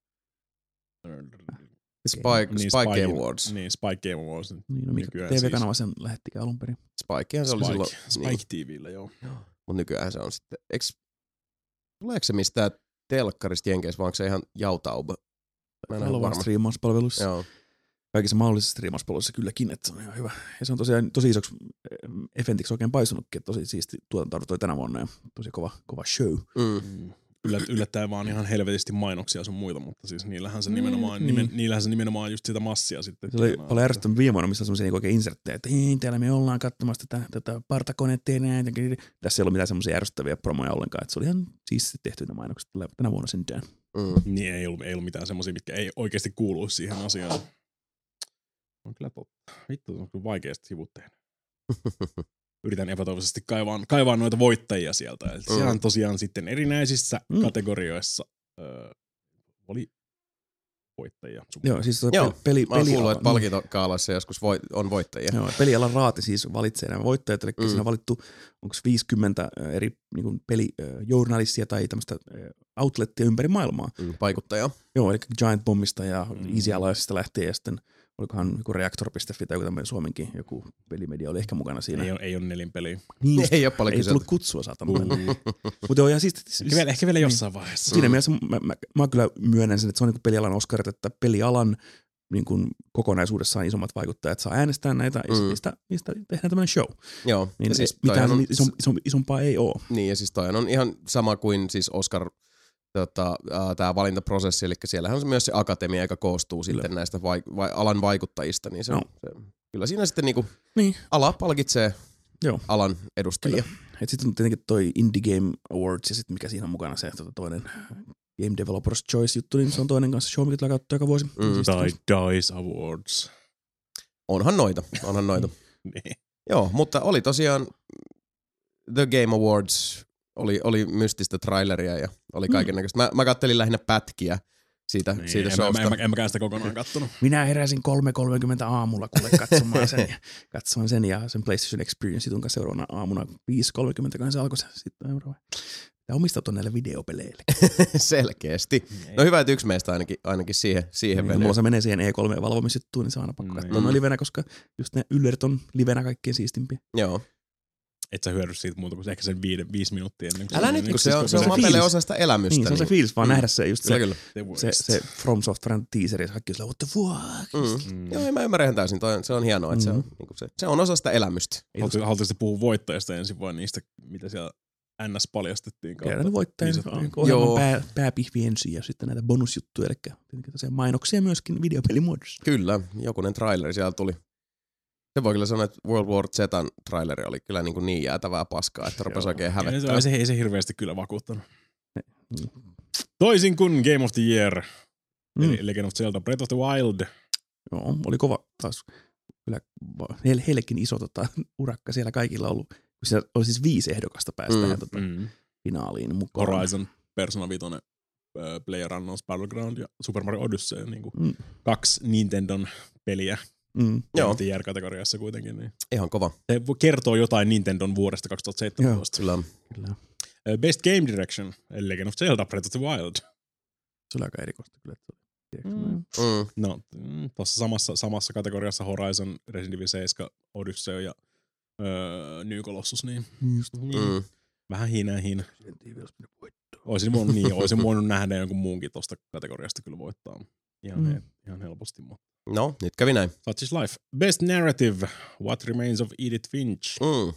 Spike Game Awards. Niin, Spike Game Awards. Niin, mikä TV-kanava sen lähettikään alun perin. Spikehan se oli silloin. Spike TV:llä, joo. Mutta nykyään se on sitten. Tuleeko se mistään telkkarista jenkeissä, vai onko se ihan jautauba? Mä striimauspalveluissa. Joo. Kaikissa mahdollisissa striimauspalveluissa kylläkin, että se on ihan hyvä. Ja se on tosiaan tosi isoksi eventiksi oikein paisunutkin, että tosi siisti tuotanto toi tänä vuonna ja tosi kova show. Yllättäen vaan ihan helvetisti mainoksia sun muita, mutta siis niillähän se nimenomaan just sitä massia sitten. Se oli paljon ärsyttävää viime vuonna, missä on semmoisia oikein inserttejä, että täällä me ollaan katsomassa tätä partakonetta ja näin. Tässä ei ollut mitään semmoisia ärsyttäviä promoja ollenkaan, että se oli ihan siisti tehty ne mainokset tänä vuonna sentään. Niin ei ollut mitään semmoisia, mitkä ei oikeasti kuulu siihen asiaan. On kyllä totta. Vittu, on kyllä vaikeasti sivut tehnyt. Yritän epätoivoisesti kaivaa noita voittajia sieltä. Siellä on tosiaan sitten erinäisissä kategorioissa oli voittajia. Joo, siis Joo, peli, mä oon kuullut, että palkintokaalassa joskus on voittajia. Joo, pelialan raati siis valitsee nämä voittajat, eli siinä on valittu, onko 50 eri niin pelijournalistia tai tämmöistä outlettia ympäri maailmaa. Vaikuttajaa. Joo, eli Giant Bombista ja Easy Alliesista lähtien ja sitten olikohan joku Reactor.fi tai joku tämmöinen Suomenkin joku pelimedia oli ehkä mukana siinä. Ei ole nelinpeliä. Niin, ei ole paljon ei tullut kutsua saatana. Mutta joo, ja siis ehkä vielä jossain vaiheessa. Siinä mielessä mä kyllä myönnän sen, että se on niin pelialan Oscarit, että pelialan niin kuin kokonaisuudessaan isommat vaikuttajat saa äänestää näitä ja niistä tehdään tämmöinen show. Joo. Niin siis mitään isompaa ei ole. Niin ja siis toi on ihan sama kuin siis Oscar tämä valintaprosessi, eli siellähän on myös se akatemia, joka koostuu sitten näistä alan vaikuttajista, niin se kyllä siinä sitten niinku ala palkitsee alan edustajia. Sitten on tietenkin toi Indie Game Awards ja sitten mikä siinä on mukana se toinen Game Developers Choice-juttu, niin se on toinen kanssa show, mikä tulee katsoa joka vuosi. DICE Awards. Onhan noita. Niin. Joo, mutta oli tosiaan The Game Awards, oli mystistä traileria ja oli kaikennäköistä. Mä kattelin lähinnä pätkiä siitä showsta. En mäkään sitä kokonaan kattonut. Minä heräsin 3.30 aamulla kuule katsomaan sen ja sen PlayStation Experience jutun kanssa seuraavana aamuna 5.30 kanssa alkoi se sitten ja omistautua näille videopeleille. Selkeästi. No hyvä, että yksi meistä ainakin siihen menee. Mulla se menee siihen E3-valvomisjuttuun, niin se on aina pakko katsoa noin livenä, koska just ne yllerit on livenä kaikkein siistimpiä. Joo. Et sä hyödy siitä muuta kuin ehkä sen 5 minuuttia ennen kuin älä nyt, kun se on Mapelle osa sitä elämystä. Niin, se on se fiilis, vaan nähdä se just kyllä. se From Softwaren teaseri, ja kaikki on sillä, what the fuck? Joo, mä ymmärrän ihan täysin. Se on hienoa, että se on osa sitä elämystä. Haluatko sitten puhua voittajasta ensin vai niistä, mitä siellä NS paljastettiin kautta? Käydään voittajan ohjelman pääpihvi ensin ja sitten näitä bonusjuttuja, eli tietenkin mainoksia myöskin videopelimuodossa. Kyllä, jokunen traileri siellä tuli. Se voi kyllä sanoa, että World War Z:n traileri oli kyllä niin jäätävää paskaa, että rupesi oikein hävettää. Ei se hirveästi kyllä vakuuttanut. Toisin kuin Game of the Year, eli Legend of Zelda Breath of the Wild. Joo, oli kova taas. Kyllä heillekin iso urakka siellä kaikilla ollut. Siellä oli siis 5 ehdokasta päästä tähän finaaliin mukaan. Horizon, Persona 5, PlayerUnknown's Battleground ja Super Mario Odyssey. Niin kuin 2 Nintendon peliä. Joo. Kategoriassa kuitenkin. Niin. Ihan kova. Se kertoo jotain Nintendon vuodesta 2017. Joo, kyllä. Best Game Direction, Legend of Zelda Breath of the Wild. Se oli aika erikoista kyllä. No, tuossa samassa kategoriassa Horizon, Resident Evil 7, Odyssey ja New Colossus, niin vähän hiinä. Olisin voinut nähdä jonkun muunkin tuosta kategoriasta kyllä voittaa. Ihan helposti. No, nyt kävi näin. Such is life. Best Narrative, What Remains of Edith Finch.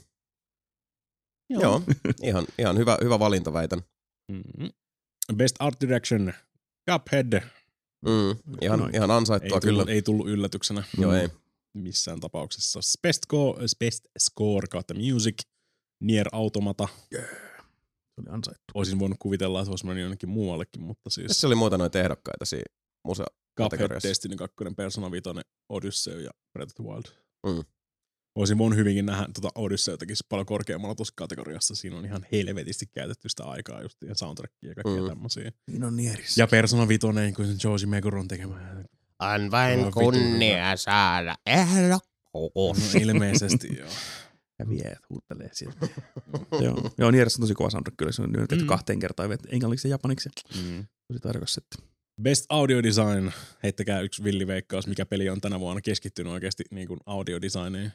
Joo, ihan hyvä valinta väitän. Best Art Direction, Cuphead. Ihan ansaittua kyllä. Ei tullut yllätyksenä. Joo, ei. Missään tapauksessa. Best Score kautta Music, Nier Automata. Se oli ansaittu. Olisin voinut kuvitella, että se olisi mennyt jonnekin muuallekin, mutta siis... Se oli muuta noita ehdokkaita siinä Cuphead, Destiny 2, Persona 5, Odyssey ja Breath of the Wild. Olisin voinut hyvinkin nähdä Odysseytakin paljon korkeammalla tuossa kategoriassa. Siinä on ihan helvetisti käytetty sitä aikaa just ja soundtrackia ja kaikkea tämmöisiä. Niin on Nierissä. Ja Persona 5, kun sen Joji Meguron tekemään. On vain kunnia saada ehdokkuus. No, ilmeisesti joo. Ja vie, huuttelee sieltä. Joo, Nierissä on tosi kova soundtrack kyllä. Se on nyt 2 kertaa englanniksi ja japaniksi. Tosi tarkas setty. Best Audio Design. Heittäkää yksi villiveikkaus, mikä peli on tänä vuonna keskittynyt oikeasti niin kuin audiodesigniin.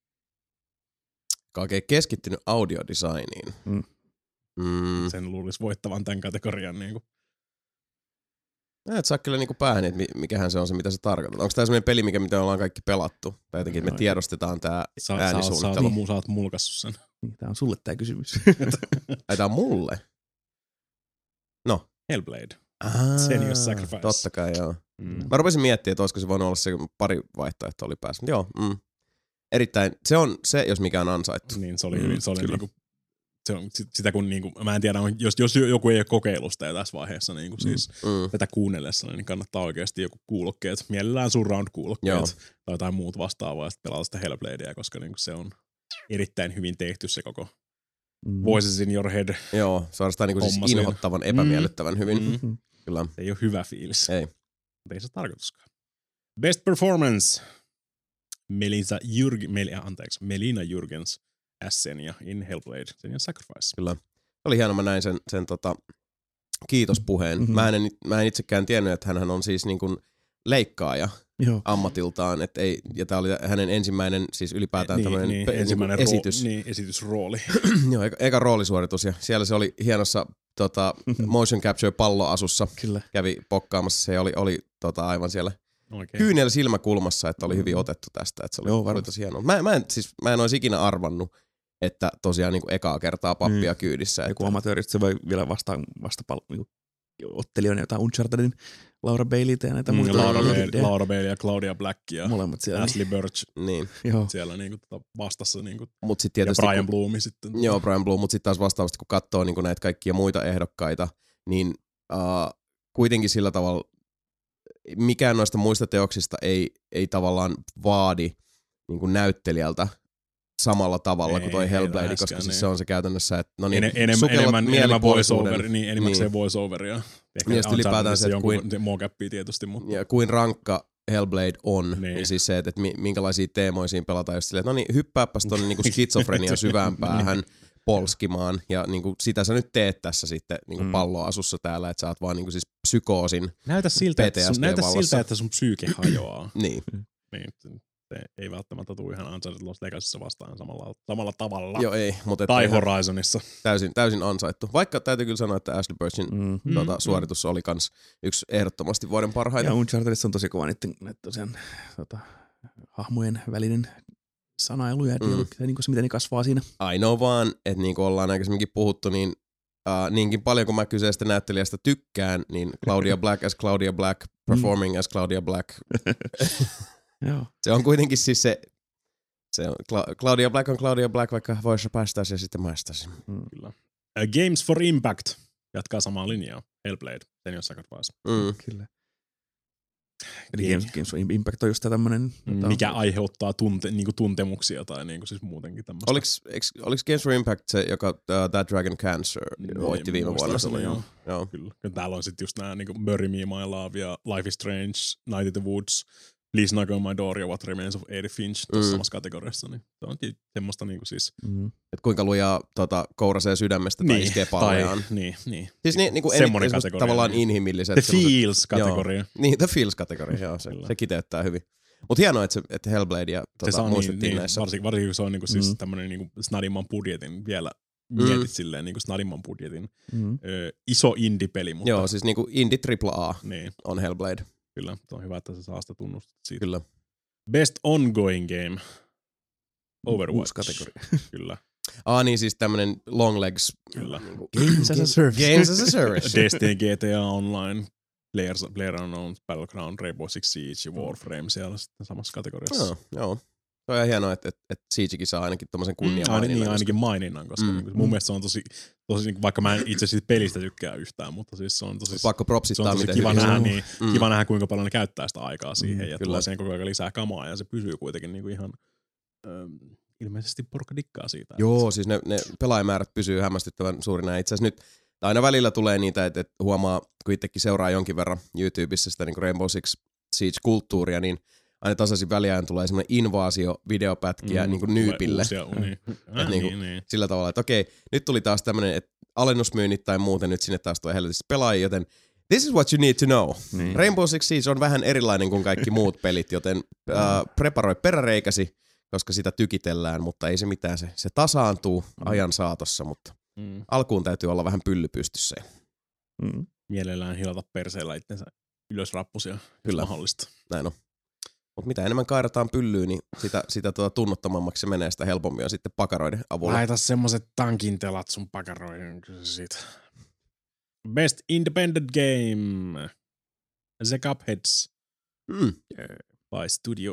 Oikein keskittynyt audiodesigniin. Sen luulisi voittavan tämän kategorian. Niin kuin. Et saa kyllä niinku päähän, että mikähän se on se, mitä se tarkoittaa. Onko tämä sellainen peli, mitä ollaan kaikki pelattu? Tai jotenkin, että me tiedostetaan tämä äänisuunnittelu. Sä oot mulkassut sen. Tämä on sulle tämä kysymys. Tämä on mulle? No. Hellblade. Senua's Sacrifice. Totta kai, joo. Mä rupesin miettimään, että olisiko se voinut olla se pari vaihtoehtoa oli päässä. Joo, erittäin. Se on se, jos mikä on ansaittu. Niin, se oli hyvin. Se oli niinku, se on sitä kun niinku, mä en tiedä, jos joku ei ole kokeilusta jo tässä vaiheessa niinku, siis tätä kuunnellessa, niin kannattaa oikeasti joku kuulokkeet, mielellään surround-kuulokkeet tai jotain muut vastaavaa ja sitten pelata sitä Hellbladea, koska niinku, se on erittäin hyvin tehty se koko Voices in your head. Joo, suorastaan niinku siis inhottavan, epämiellyttävän hyvin. Kyllä. Se ei ole hyvä fiilis. Ei. Mutta ei se tarkoituskaan. Best Performance. Melina Jurgens Senia in Hellblade, Senia's Sacrifice. Kyllä. Oli hieno, mä näin sen kiitospuheen. Mä en itsekään tiennyt, että hänhän on siis niin kuin leikkaaja ammatiltaan, ja tää oli hänen ensimmäinen, siis ylipäätään tämmöinen ensimmäinen esitys. Esitysrooli. Joo, eka roolisuoritus, ja siellä se oli hienossa motion capture palloasussa. Kyllä. Kävi pokkaamassa, se oli aivan siellä kyynel silmäkulmassa, että oli hyvin otettu tästä, että se oli tosi hienoa. Mä en olisi ikinä arvannut, että tosiaan niin kuin ekaa kertaa pappia kyydissä. Joku amatööristä se voi vielä niin ottelijoina jotain Unchartedin Laura Baileytä ja näitä muita. Laura Bailey ja Claudia Black ja molemmat siellä. Ashley Birch niin. Siellä niinku vastassa. Niinku, mut sit tietysti, ja Brian Bloom sitten. Joo, Brian Bloom, mutta sitten taas vastaavasti kun katsoo niinku näitä kaikkia muita ehdokkaita, niin kuitenkin sillä tavalla mikään noista muista teoksista ei tavallaan vaadi niinku näyttelijältä samalla tavalla kuin toi Hellblade, koska siis se on se käytännössä, että no niin, enemmän voice-over, enimmäkseen voice-overia. Ja sitten ylipäätään se, että kuin mocappia tietysti, mutta ja kuin rankka Hellblade on, niin siis se, että minkälaisia teemoja siinä pelataan, just silleen, että no niin, hyppääpäs tonne niinku skitsofrenia syvään päähän polskimaan, ja niinku sitä sä nyt teet tässä sitten niinku palloasussa täällä, että sä oot vaan niinku siis psykoosin näytä siltä, että sun psyyke hajoaa. Niin. Se ei välttämättä tule ihan Uncharted Lost Legacyssa vastaan samalla tavalla. Joo, ei. Mutta tai Horizonissa. Täysin ansaittu. Vaikka täytyy kyllä sanoa, että Ashley Birchin suoritus oli kans yksi ehdottomasti vuoden parhaita. Ja Unchartedissa on tosi kova niiden tosiaan hahmojen välinen sanailu ja dialogi, niin kuin se miten ne kasvaa siinä. Ainoa vaan, että niin kuin ollaan aikaisemminkin puhuttu, niin niinkin paljon kuin mä kyseistä näyttelijästä tykkään, niin Claudia Black as Claudia Black, performing as Claudia Black. Joo. Se on kuitenkin siis se on, Claudia Black on Claudia Black, vaikka voisi päästäisi ja sitten maistaisi. Kyllä. Games for Impact jatkaa samaa linjaa. Hellblade, Senia's Sacrifice. Kyllä. Eli Games for Impact on just tämmönen mikä aiheuttaa niinku tuntemuksia tai niinku siis muutenkin tämmöistä. Oliko Games for Impact se, joka That Dragon Cancer voitti viime vuonna? Joo. Kyllä. Täällä on sitten just nää niinku Bury Me, My Love ja Life is Strange, Night in the Woods, Please Knock on My Door ja What Remains of Edith Finch tässä samassa kategoriassa. Niin se on semmoista niinku siis että kuinka lujaa kourasee sydämestä tai iskee pallejaan. Niin. Siis niinku semmoinen kategoria. Tavallaan inhimilliset. The Feels-kategoria. Niin, The Feels-kategoria, joo. Se kiteyttää hyvin. Mutta hienoa, että Hellblade ja muistettiin näissä. Varsinkin kun se on niinku siis tämmönen niinku snadimman budjetin vielä mietit silleen niinku snadimman budjetin iso indie-peli. Mutta joo, siis niinku indie AAA niin on Hellblade. Kyllä, on hyvä, että se saa sitä tunnustusta siitä. Kyllä. Best Ongoing Game. Overwatch. Kategoria. Kyllä. Niin siis tämmönen long legs. Kyllä. Games as a Service. Games as a Service. Destiny, GTA Online, PlayerUnknown's Battleground, Rainbow Six Siege ja Warframe siellä samassa kategoriassa. Joo. Se on ihan hienoa, että Siegekin saa ainakin tommosen kunniamaininnan. Ainakin maininnan, koska mun mielestä se on tosi vaikka mä en itse siitä pelistä tykkää yhtään, mutta siis se on tosi pakko propsittaa, miten kiva nähdä, kuinka paljon ne käyttää sitä aikaa siihen ja tuo siihen koko ajan lisää kamaa ja se pysyy kuitenkin niinku ihan ilmeisesti porukka dikkaa siitä. Joo, siis ne pelaajamäärät pysyy hämmästyttävän suurina. Itse asiassa nyt aina välillä tulee niitä, että huomaa, kun itsekin seuraa jonkin verran YouTubessa sitä niin Rainbow Six Siege-kulttuuria, niin aina tasaisin väliajan tulee semmoinen invaasio-videopätkiä niin kuin nyypille. Niin. Sillä tavalla, että okei, nyt tuli taas tämmöinen, että alennusmyynnit tai muuten nyt sinne taas tulee helvetisti pelaajia, joten this is what you need to know. Niin. Rainbow Six Siege on vähän erilainen kuin kaikki muut pelit, joten preparoi peräreikäsi, koska sitä tykitellään, mutta ei se mitään, se tasaantuu ajan saatossa, mutta alkuun täytyy olla vähän pylly pystyssä. Mielellään hilata perseellä itsensä ylös rappusia, kyllä mahdollista. Näin on. Mutta mitä enemmän kairataan pyllyyn, niin sitä tunnottomammaksi se menee, sitä helpommin on sitten pakaroiden avulla. Laita semmoset tankintelat sun pakaroiden siitä. Best Independent Game. The Cupheads. By Studio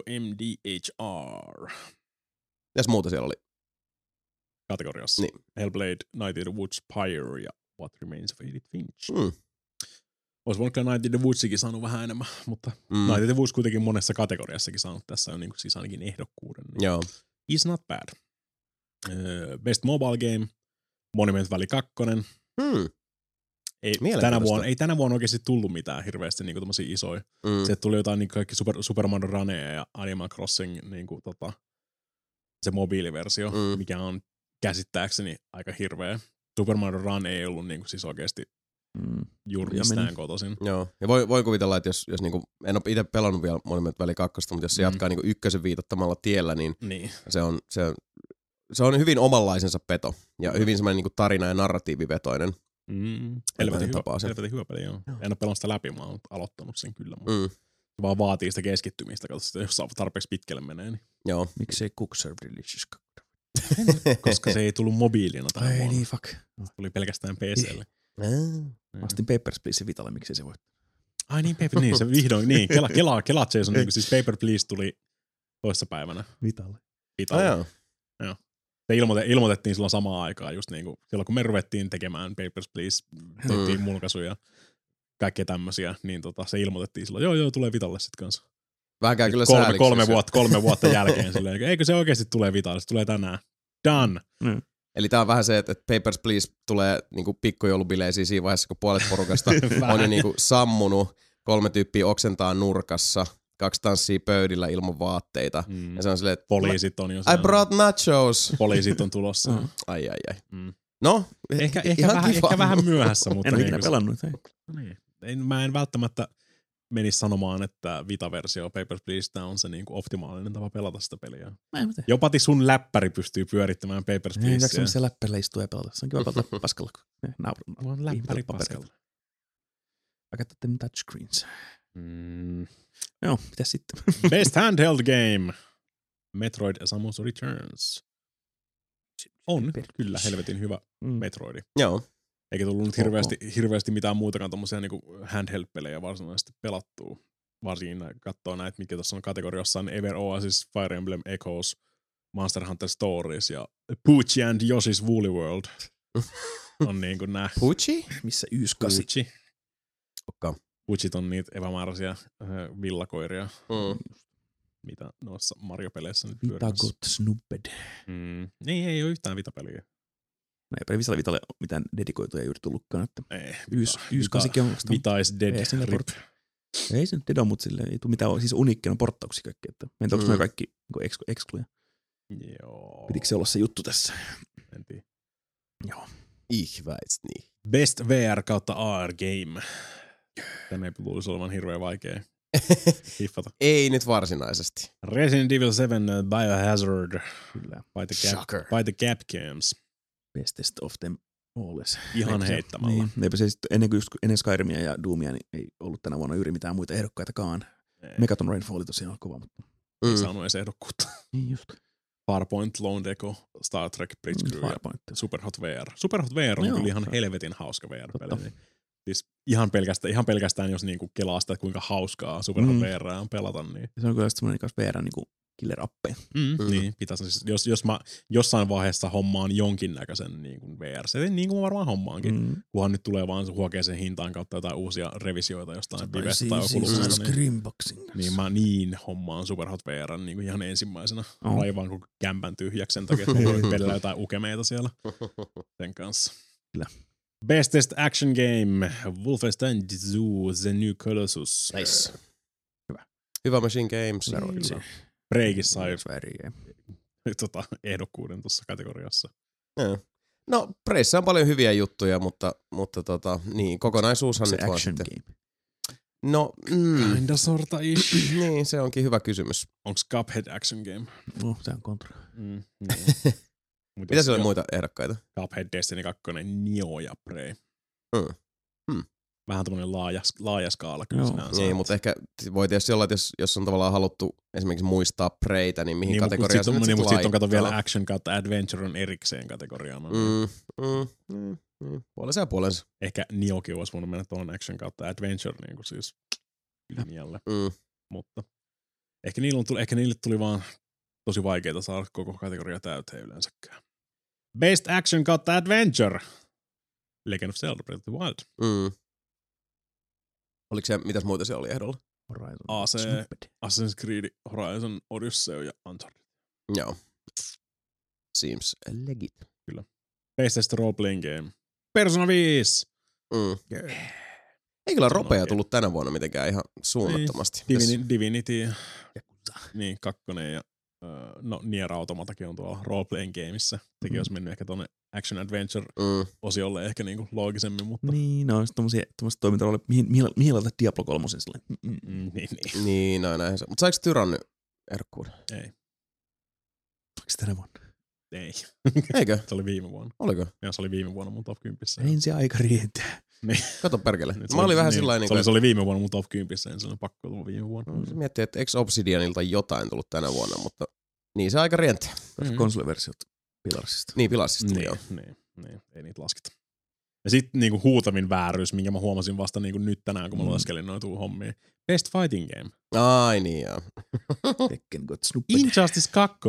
MDHR. Mitäs muuta siellä oli? Kategoriassa. Niin. Hellblade, Night in the Woods, Pyre ja What Remains of Edith Finch. Olisi voinut kyllä Night in the Woodsikin saanut vähän enemmän, mutta Night in the Woods kuitenkin monessa kategoriassakin saanut. Tässä on niinku siis ainakin ehdokkuuden. Joo. It's not bad. Best Mobile Game, Monument Valley 2. Ei tänä vuonna oikeasti tullut mitään hirveästi niinku tommosia isoja. Se tuli jotain niinku kaikki Super Mario Runeja ja Animal Crossing niinku se mobiiliversio, mikä on käsittääkseni aika hirveä. Super Mario Run ei ollut niinku siis oikeesti juuri mistään kotoisin. Joo, ja voi kuvitella, että jos niinku, en ole itse pelannut vielä Monument Valley 2, mutta jos se jatkaa niinku ykkösen viitottamalla tiellä, niin. Se on hyvin omanlaisensa peto ja hyvin semmoinen niinku tarina- ja narratiivivetoinen. Helvetin hyvä peli, joo. En ole pelannut sitä läpi, mä oon aloittanut sen kyllä, mutta se vaan vaatii sitä keskittymistä, jos saa tarpeeksi pitkälle menee. Niin. Joo. Miksei Cook Serve Delicious? Koska se ei tullut mobiilina tänä vuonna. Ei niin, fuck. Se tuli pelkästään PC:lle. Astin Papers, Please Vitalle, miksei se voi. Ai niin, niin se vihdoin, niin. Kela Jason, niin siis Paper Please tuli toissapäivänä. Vitalle. Joo. Se ilmoitettiin silloin samaan aikaan, just niin kuin silloin kun me ruvettiin tekemään Papers, Please, tehtiin mulkaisuja, kaikkea tämmösiä, niin se ilmoitettiin silloin, joo, tulee Vitalle sit kanssa. Vähänkään kyllä kolme vuotta jälkeen silleen, eikö se oikeasti tulee Vitalle, se tulee tänään. Done. Eli tää on vähän se, että Papers, Please tulee niinku pikkujoulubileisiin siinä vaiheessa, kun puolet porukasta on jo niinku sammunut, 3 tyyppiä oksentaa nurkassa, 2 tanssii pöydillä ilman vaatteita. Ja se on silleen, että poliisit on jo siellä. I brought nachos. Poliisit on tulossa. Ai. No, ehkä vähän myöhässä, mutta en ole ikinä pelannut. Mä en välttämättä menisi sanomaan, että Vita-versio Papers, Please on se niinku optimaalinen tapa pelata sitä peliä. Jopa sun läppäri pystyy pyörittämään Papers, Please. Ei jaksa missä läppärillä istua ja pelata. Se on kiva pelata paskalla. Mulla on läppäri paskalla. I got them touchscreens. Joo, mitäs sitten? Best handheld game. Metroid Samus Returns. On kyllä helvetin hyvä Metroidi. Joo. Eikä tullut hirveästi mitään muutakaan tommosia niinku handheld-pelejä varsinaisesti pelattua. Varsinkin katsoo näitä, mitkä tuossa on kategoriassa, on Ever Oasis, Fire Emblem Echoes, Monster Hunter Stories ja Poochie and Yoshi's Woolly World. On niinku nää. Poochie? Missä yyskasi? Poochie. Okay. Poochit on niitä epämääräisiä villakoiria. Mitä noissa Mario-peleissä nyt pyörimässä. Vita got snubbed. Niin, ei ole yhtään Vita-peliä. No ei Vitalle mitään dedikoituja juuri tullutkaan. Että ei. Yyskasikin on. Vita is dead. Ei se nyt dead on, mutta silleen ei tule mitään siis uniikkina porttauksia kaikki. Että meitä onko noin kaikki excluja? Joo. Pitikö se olla se juttu tässä? En tiedä. Joo. Ich weiß nicht. Best VR kautta AR game. Tämä ei luulisi olevan hirveän vaikea hiffata. Ei nyt varsinaisesti. Resident Evil 7 Biohazard. Kyllä. By the Capcoms. Bestest of them all. Ihan heittämällä. Niin. Eipä se ennen Skyrimia ja Doomia niin ei ollut tänä vuonna juuri mitään muita ehdokkaitakaan. Megaton Rainfall oli tosiaan kova, mutta ei saanut edes ehdokkuutta. Niin just. Farpoint, Lone Deco, Star Trek, Bridge Crew ja Superhot VR. Superhot VR on kyllä ihan helvetin hauska VR-peli. Siis ihan pelkästään jos niinku kelaa sitä, että kuinka hauskaa Superhot VR on pelata. Niin. Se on kyllä semmoinen VR niinku killer-appeja. Niin, pitäisi siis, jos mä jossain vaiheessa hommaan jonkinnäköisen niin VR-setin, niin kuin varmaan hommaankin, kunhan nyt tulee vaan huokeeseen hintaan kautta jotain uusia revisioita jostain Vivestä tai Oculusista, niin mä hommaan Superhot VR niin ihan ensimmäisenä. Raivaan koko kämpän tyhjäksi sen takia, että mä voin pelillä jotain ukemeita siellä sen kanssa. Kyllä. Bestest action game, Wolfenstein 2 The New Colossus. Nice. Hyvä Machine Games. Breakissa sai ehdokkuuden tuossa kategoriassa. No, Preissä on paljon hyviä juttuja, mutta niin, kokonaisuushan nyt vaan sitten. Game. No, kinda sorta ish. Niin, se onkin hyvä kysymys. Onks Cuphead action game? No, se on kontra. Niin. Mitä siellä on muita ehdokkaita? Cuphead, Destiny 2, Nioh ja Prey. Vähän tämmönen laaja skaala kyllä sinänsä. Niin, mutta ehkä voi tietysti olla, että jos on tavallaan haluttu esimerkiksi muistaa Preytä, niin mihin kategoriaan se nyt sitten laittaa. Sitten on kato vielä action kautta adventure on erikseen kategoriaan. Puolensa ja puolensa. Ehkä Niohkin olisi voinut mennä tuohon action kautta adventure niin kuin siis linjalle. Mutta ehkä niille tuli vaan tosi vaikeita saada koko kategoria täyteen yleensäkään. Best action kautta adventure. Legend of Zelda Breath of the Wild. Oliko se, mitäs muita siellä oli ehdolla? Assassin's Creed, Horizon, Odyssey ja Uncharted. Joo. Seems legit. Kyllä. Best role-playing game. Persona 5. Ei kyllä ropea tullut tänä vuonna mitenkään ihan suunnattomasti. Divinity ja niin, 2 ja Nier Automatakin on tuolla role-playing gameissa. Sekin olisi mennyt ehkä tuonne Action Adventure-osiolle ehkä niinku loogisemmin, mutta... Niin, no tommosia toimintaroille, mihin laitat Diablo 3 silleen. Niin, näinhän se. Mutta saiko Tyranny ehdokkuuden? Ei. Oliko se tänä vuonna? Ei. Eikö? Se oli viime vuonna. Oliko? Joo, se oli viime vuonna mun top 10. Ei se aika rientää. Niin. Kato perkele. Mä olin vähän sillain Se oli viime vuonna mun top 10, niin se oli pakko tulla viime vuonna. Miettii, että eikö Obsidianilta jotain tullut tänä vuonna, mutta niin se aika rientää. Konsoliversiot Pilarsista. Niin, Pilarsista tuli joo. Niin, ei niitä lasketa. Ja sitten niinku huutavin vääryys, minkä mä huomasin vasta niinku nyt tänään, kun mä lueskelin noita hommia. Best Fighting Game. Ai niin joo. Injustice 2.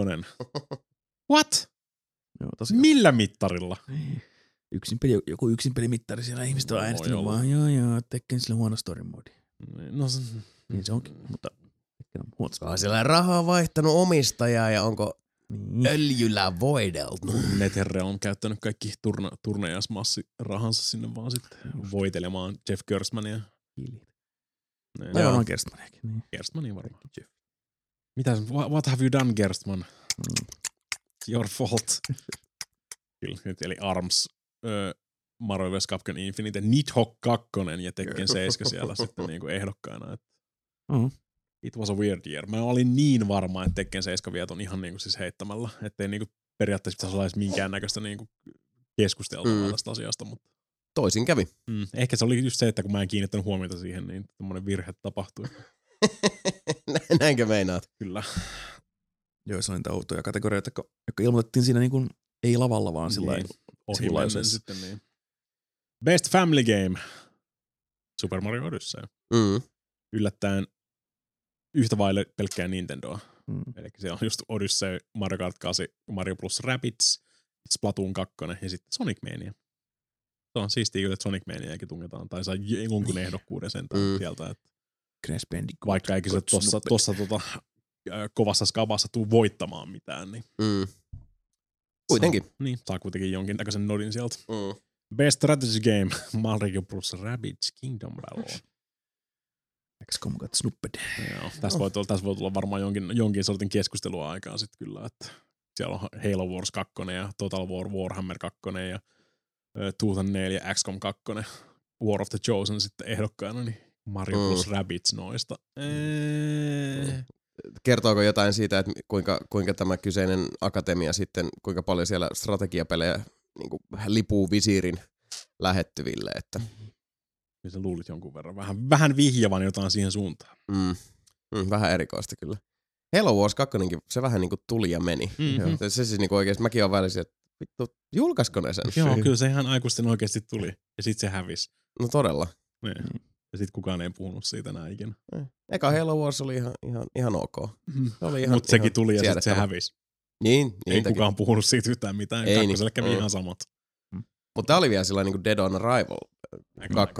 What? Joo, millä mittarilla? Joku yksinpelimittari siellä ihmiset on äänestänyt vaan, joo, Tekken sillä huono story mode. No, niin se onkin, mutta Tekken on huono. On siellä rahaa vaihtanut omistajaa ja onko öljyllä voideltu? NetherRealm on käyttänyt kaikki turnejaismassirahansa sinne vaan sitten voitelemaan Jeff Gerstmania. Tai varmaan Gerstmaniakin. Niin. Gerstmania varmaan. What have you done, Gerstman? Your fault. Kyllä, eli ARMS, Mario vs. Capcom Infinite, Nidhogg 2 ja Tekken 7 siellä sitten niinku ehdokkaina. It was a weird year. Mä olin niin varma, että Tekken 7 viet on ihan niinku siis heittämällä, ettei niinku periaatteessa pitäisi olla edes minkäännäköistä niinku keskusteltavaa tästä asiasta. Mutta... Toisin kävi. Ehkä se oli just se, että kun mä en kiinnittänyt huomiota siihen, niin tommonen virhe tapahtui. Näinkö meinaat? Kyllä. Joo, se oli niitä outoja kategorioita, jotka ilmoitettiin siinä niin kuin, ei lavalla, vaan niin. Sillä niin. Best Family Game. Super Mario Odyssey. Yllättäen yhtä vaille pelkkää Nintendoa. Eli se on just Odyssey, Mario Kart 8, Mario plus Rabbids, Splatoon 2 ja sitten Sonic Mania. Se on siistiä kyllä, että Sonic Maniakin tungetaan, tai sai jonkun ehdokkuuden sentään sieltä. Että vaikka eikä se tossa kovassa skabassa tuu voittamaan mitään, niin... Kuitenkin. Niin, saa kuitenkin jonkinnäköisen nodin sieltä. Best Strategy Game, Mario plus Rabbids Kingdom Battle. XCOM got snupped. Joo, tässä voi tulla varmaan jonkin sortin keskustelua aikaan sitten kyllä, että siellä on Halo Wars 2 ja Total War Warhammer 2 ja 2004 ja XCOM 2, War of the Chosen sitten ehdokkaana, niin Mario plus Rabbids noista. Kertooko jotain siitä, että kuinka tämä kyseinen akatemia sitten, kuinka paljon siellä strategiapelejä niin kuin lipuu visiirin lähettyville? Että... Kyllä sä luulit jonkun verran. Vähän vihjavan jotain siihen suuntaan. Vähän erikoista kyllä. Halo Wars 2, se vähän niin kuin tuli ja meni. Se siis niin kuin oikeasti, mäkin olen välisin, että vittu, julkaisiko ne sen? Joo, kyllä se ihan aikuisten oikeasti tuli. Ja sit se hävisi. No todella. Ja sit kukaan ei puhunut siitä enää ikinä. Eka Halo Wars oli ihan ok. Mutta sekin tuli ja sit se hävisi. Niin, ei kukaan puhunut siitä yhtään mitään. Kakkoselle kävi ihan samat. Mutta tää oli vielä sellainen niin kuin Dead on Arrival 2.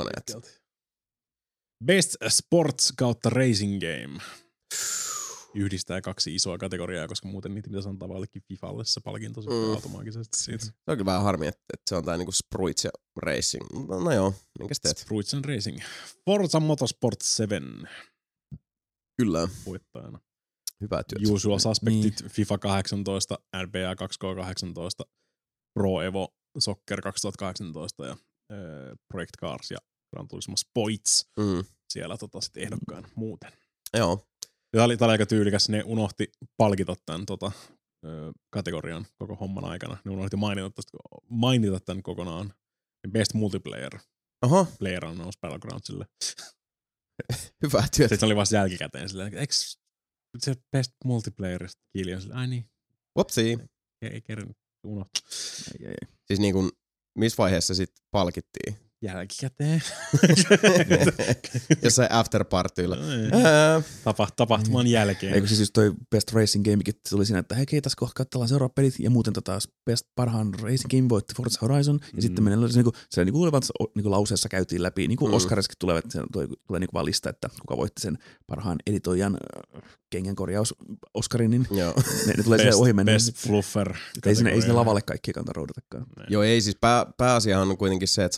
Best Sports kautta Racing Game. Yhdistää 2 isoa kategoriaa, koska muuten niitä pitäisi antaa vallekin FIFAlle se palkinto sitten automaagisesti siitä. Se on kyllä vähän harmi, että se on tää niinku Spruits ja Racing. No joo, minkäs teet? Spruits and Racing. Forza Motorsport 7. Kyllä. Voittajana. Hyvää työtä. Usual Suspectit, FIFA 18, NBA 2K18, Pro Evo Soccer 2018 ja Project Cars ja Gran Turismo Sports siellä sitten ehdokkaan muuten. Joo. Tämä oli aika tyylikäs. Ne unohti palkita tämän kategorian koko homman aikana. Ne unohti mainita tämän kokonaan. Best Multiplayer. Player Unknown's Battlegroundsille. Hyvää työtä. Sitten oli vasta jälkikäteen silleen, eikö se Best Multiplayerista Killian silleen, ai niin. Whoopsie. Ei kerran unohtaa. Siis niin kuin, missä vaiheessa sitten palkittiin? Jälkikäteen. Jossain afterpartyilla. Tapahtuman jälkeen. Eikö siis just toi Best Racing Gamekin tuli siinä, että hei, keitäs kohta katsellaan seuraavat pelit, ja muuten parhaan Racing Game voitti Forza Horizon, ja sitten meillä se niinku lauseessa käytiin läpi, niin kuin Oscarissakin tulee niinku vaan lista, että kuka voitti sen parhaan editoijan kengänkorjaus Oscarin, niin ne tulee siellä ohi mennä. Best Fluffer. Ei sinne lavalle kaikkia kannata roudatakaan. Joo, ei siis pääasiahan on kuitenkin se, että saatiin sitä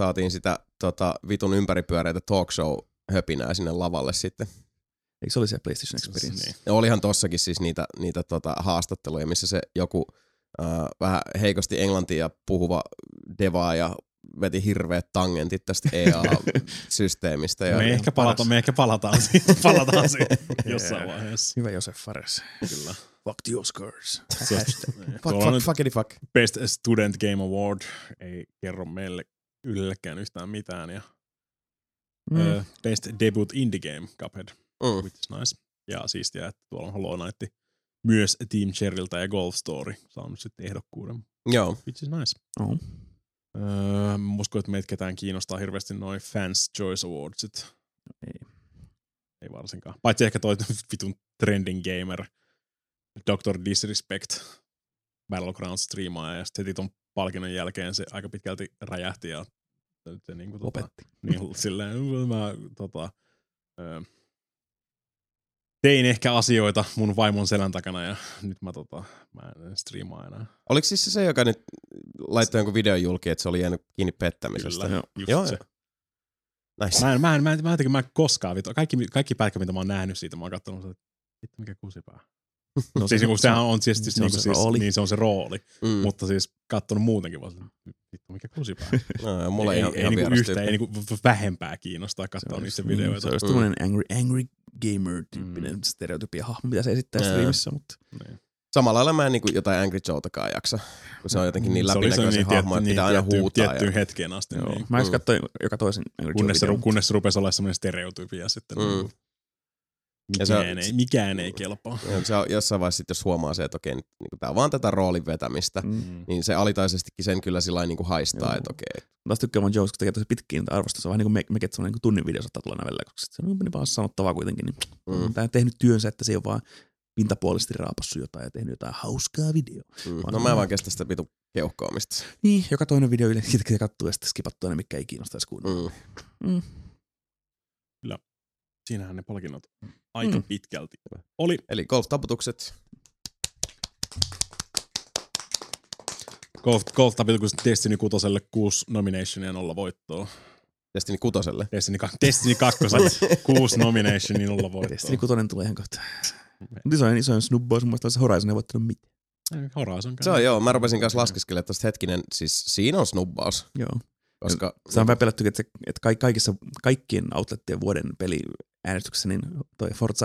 sitä vitun ympäripyöreitä talk show höpinää sinne lavalle sitten. Eikö se oli se PlayStation Experience? Niin. Ja olihan tossakin siis niitä haastatteluja, missä se joku vähän heikosti englantia puhuva devaa ja veti hirveät tangentit tästä EA-systeemistä. Ja me ehkä palataan siihen jossain vaiheessa. Hyvä Josef Fares. Kyllä. Fuck the Oscars. Fuck. Best Student Game Award ei kerro meille yllekään yhtään mitään. Ja Best Debut Indie Game, Cuphead, which is nice. Ja siistiä, että tuolla on Hollow Knight myös Team Cherryltä ja Golf Story saanut sitten ehdokkuuden. Joo. Which is nice. Uskon, että meitä ketään kiinnostaa hirveästi noi Fans Choice Awardsit. Ei varsinkaan. Paitsi ehkä toi vitun trending gamer, Dr. Disrespect, Battlegrounds striimaa ja sitten heti ton palkinnon jälkeen se aika pitkälti räjähti ja se niinku lopetti. Niin silleen mä tein ehkä asioita mun vaimon selän takana ja nyt mä en striimaa enää. Oliko siis se, joka nyt laittoi jonkun videon julki, että se oli jäänyt kiinni pettämisestä? Kyllä, joo. Se. Nice. Mä en koskaan, kaikki pätkät, mitä mä oon nähnyt siitä, mä oon katsonut, että vittu mikä kusipää. No, siis sehän on se on se rooli, mutta siis katsonut muutenkin vaan, vittu mikä kusipää. No, mulla ei vähempää kiinnostaa katsoa niistä videoita. Se olisi tämmöinen angry gamer-tyyppinen stereotypia hahmo, mitä se esittää streamissä, mutta... Samalla lailla mä en jotain Angry Joetakaan jaksa, kun se on jotenkin niin läpinäköisen hahmo, että pitää aina huutaa. Tiettyyn hetkeen asti. Niin. Mä edes katsoin joka toisen Angry Joe-videon. Kunnes se rupesi olemaan semmoinen stereotypia sitten. Mikään ei kelpaa. Se on jossain vaiheessa, jos huomaa se, että okei, niin tää on vaan tätä roolin vetämistä, niin se alitaisestikin sen kyllä sillä niin haistaa, että okei. Taas tykkään vaan Joes, kun tekee tosi pitkiä arvostusta. Se on vähän niin kuin mekin, semmoinen tunnin video saattaa tulla välillä, koska se on niin paljon sanottavaa kuitenkin. Niin tää on tehnyt työnsä, että se ei ole vaan pintapuolisesti raapassut jotain ja tehnyt jotain hauskaa videoa. No mä en vaan kestä sitä vitun keuhkoamista. Niin, joka toinen video yleensä katsoo ja sitten skipattuu aina, mikä ei kiinnostaisi kuunnella. Kyllä. Siinähän ne palkinnot aika pitkälti oli. Eli golf-taputukset. Golf-taputukset Destiny 6 6 nominationia ja 0 voittoa. Destiny 6. Destiny 2 6 nominationia 0 voittoa. Destiny 6 tulee ihan kohta. Isoin snubbaus, mun mielestä Horizon ei voittanut mitään. Horizon. Se on joo, mä rupesin kanssa laskeskelemaan tosta hetkinen, siis siinä on snubbaus. Joo. Koska se on vähän pelätty, että kaikkien outlettien vuoden peliäänestyksessä, niin toi Forza,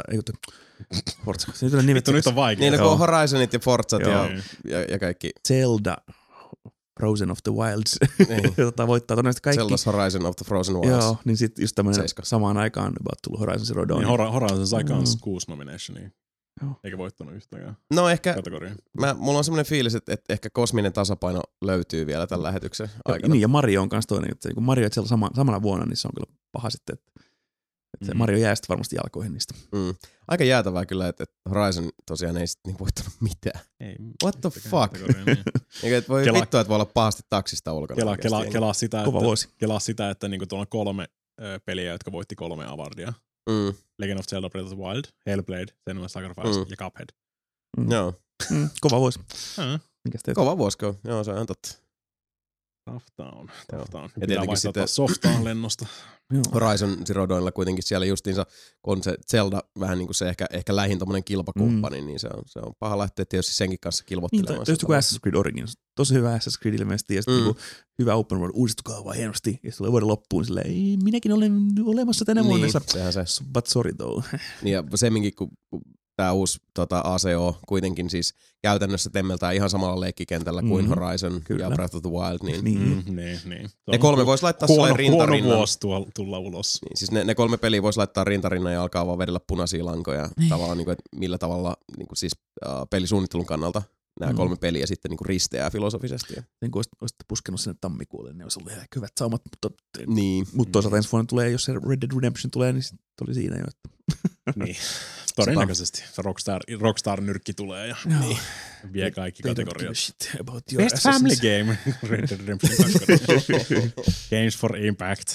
se nyt on vaikea. Niin kuin Horizonit ja Forzat ja kaikki. Zelda, Frozen of the Wilds, voittaa todennäköisesti kaikki. Zelda's Horizon of the Frozen Wilds. Joo, niin sit just tämmönen samaan aikaan about tullut Horizon Zero Dawn. Niin Horizon sai kans 6 nominationia. Eikä voittanut yhtäkään. No ehkä, mulla on semmoinen fiilis, että ehkä kosminen tasapaino löytyy vielä tämän lähetyksen aikana. Niin, ja Mario on kans toinen, että kun Mario on samana vuonna, niin se on kyllä paha sitten, että Mario jää sitten varmasti jalkoihin niistä. Aika jäätävää kyllä, että Horizon tosiaan ei sitten voittanut mitään. Ei, what the fuck? Niin. Voi vittua, että voi olla pahasti taksista ulkona. Kelaa sitä, että niinku tuolla on 3 peliä, jotka voitti 3 awardia. Legend of Zelda Breath of the Wild, Hellblade, Senua's Sacrifice ja Cuphead. Joo. Kova vuosi. Kova vuosi, joo, se on ihan totta. Tough down. Ja tietenkin sitten softaa lennosta. Horizon Zero Dawnilla kuitenkin siellä justiinsa, kun se Zelda vähän niin kuin se ehkä lähin tommonen kilpakumppani, niin se on paha lähteä tietysti senkin kanssa kilvoittelemaan. Niin, tietysti kuin Assassin's Creed Origins. Tosi hyvä Assassin's Creed ilmeisesti ja sitten niinku hyvä open world, uudistukaa vaan hienosti. Ja sitten tulee vuoden loppuun silleen, ei, minäkin olen olemassa tänä vuonna. Sehän se. But sorry though. Niin ja semminkin, kun tämä uusi ACO kuitenkin siis käytännössä temmeltään ihan samalla leikkikentällä kuin Horizon ja Breath of the Wild. Niin. Ne 3 vois laittaa rintarinnan. Huono vuosi tulla ulos. Niin, siis ne 3 peliä vois laittaa rintarinnan ja alkaa vaan vedellä punaisia lankoja. Tavallaan, niin kuin, että millä tavalla niin kuin, siis, pelisuunnittelun kannalta nämä 3 peliä sitten niin kuin risteää filosofisesti. Niin kuin olisitte puskenut sinne tammikuulle, niin olisi ollut ihan hyvät saumat. Mutta toisaalta ensi vuonna tulee, jos se Red Dead Redemption tulee, niin oli siinä jo. Niin. Todennäköisesti. Rockstar-nyrkki tulee ja vie kaikki kategoriat. Best Family Game. Red Dead Redemption 2. Games for Impact.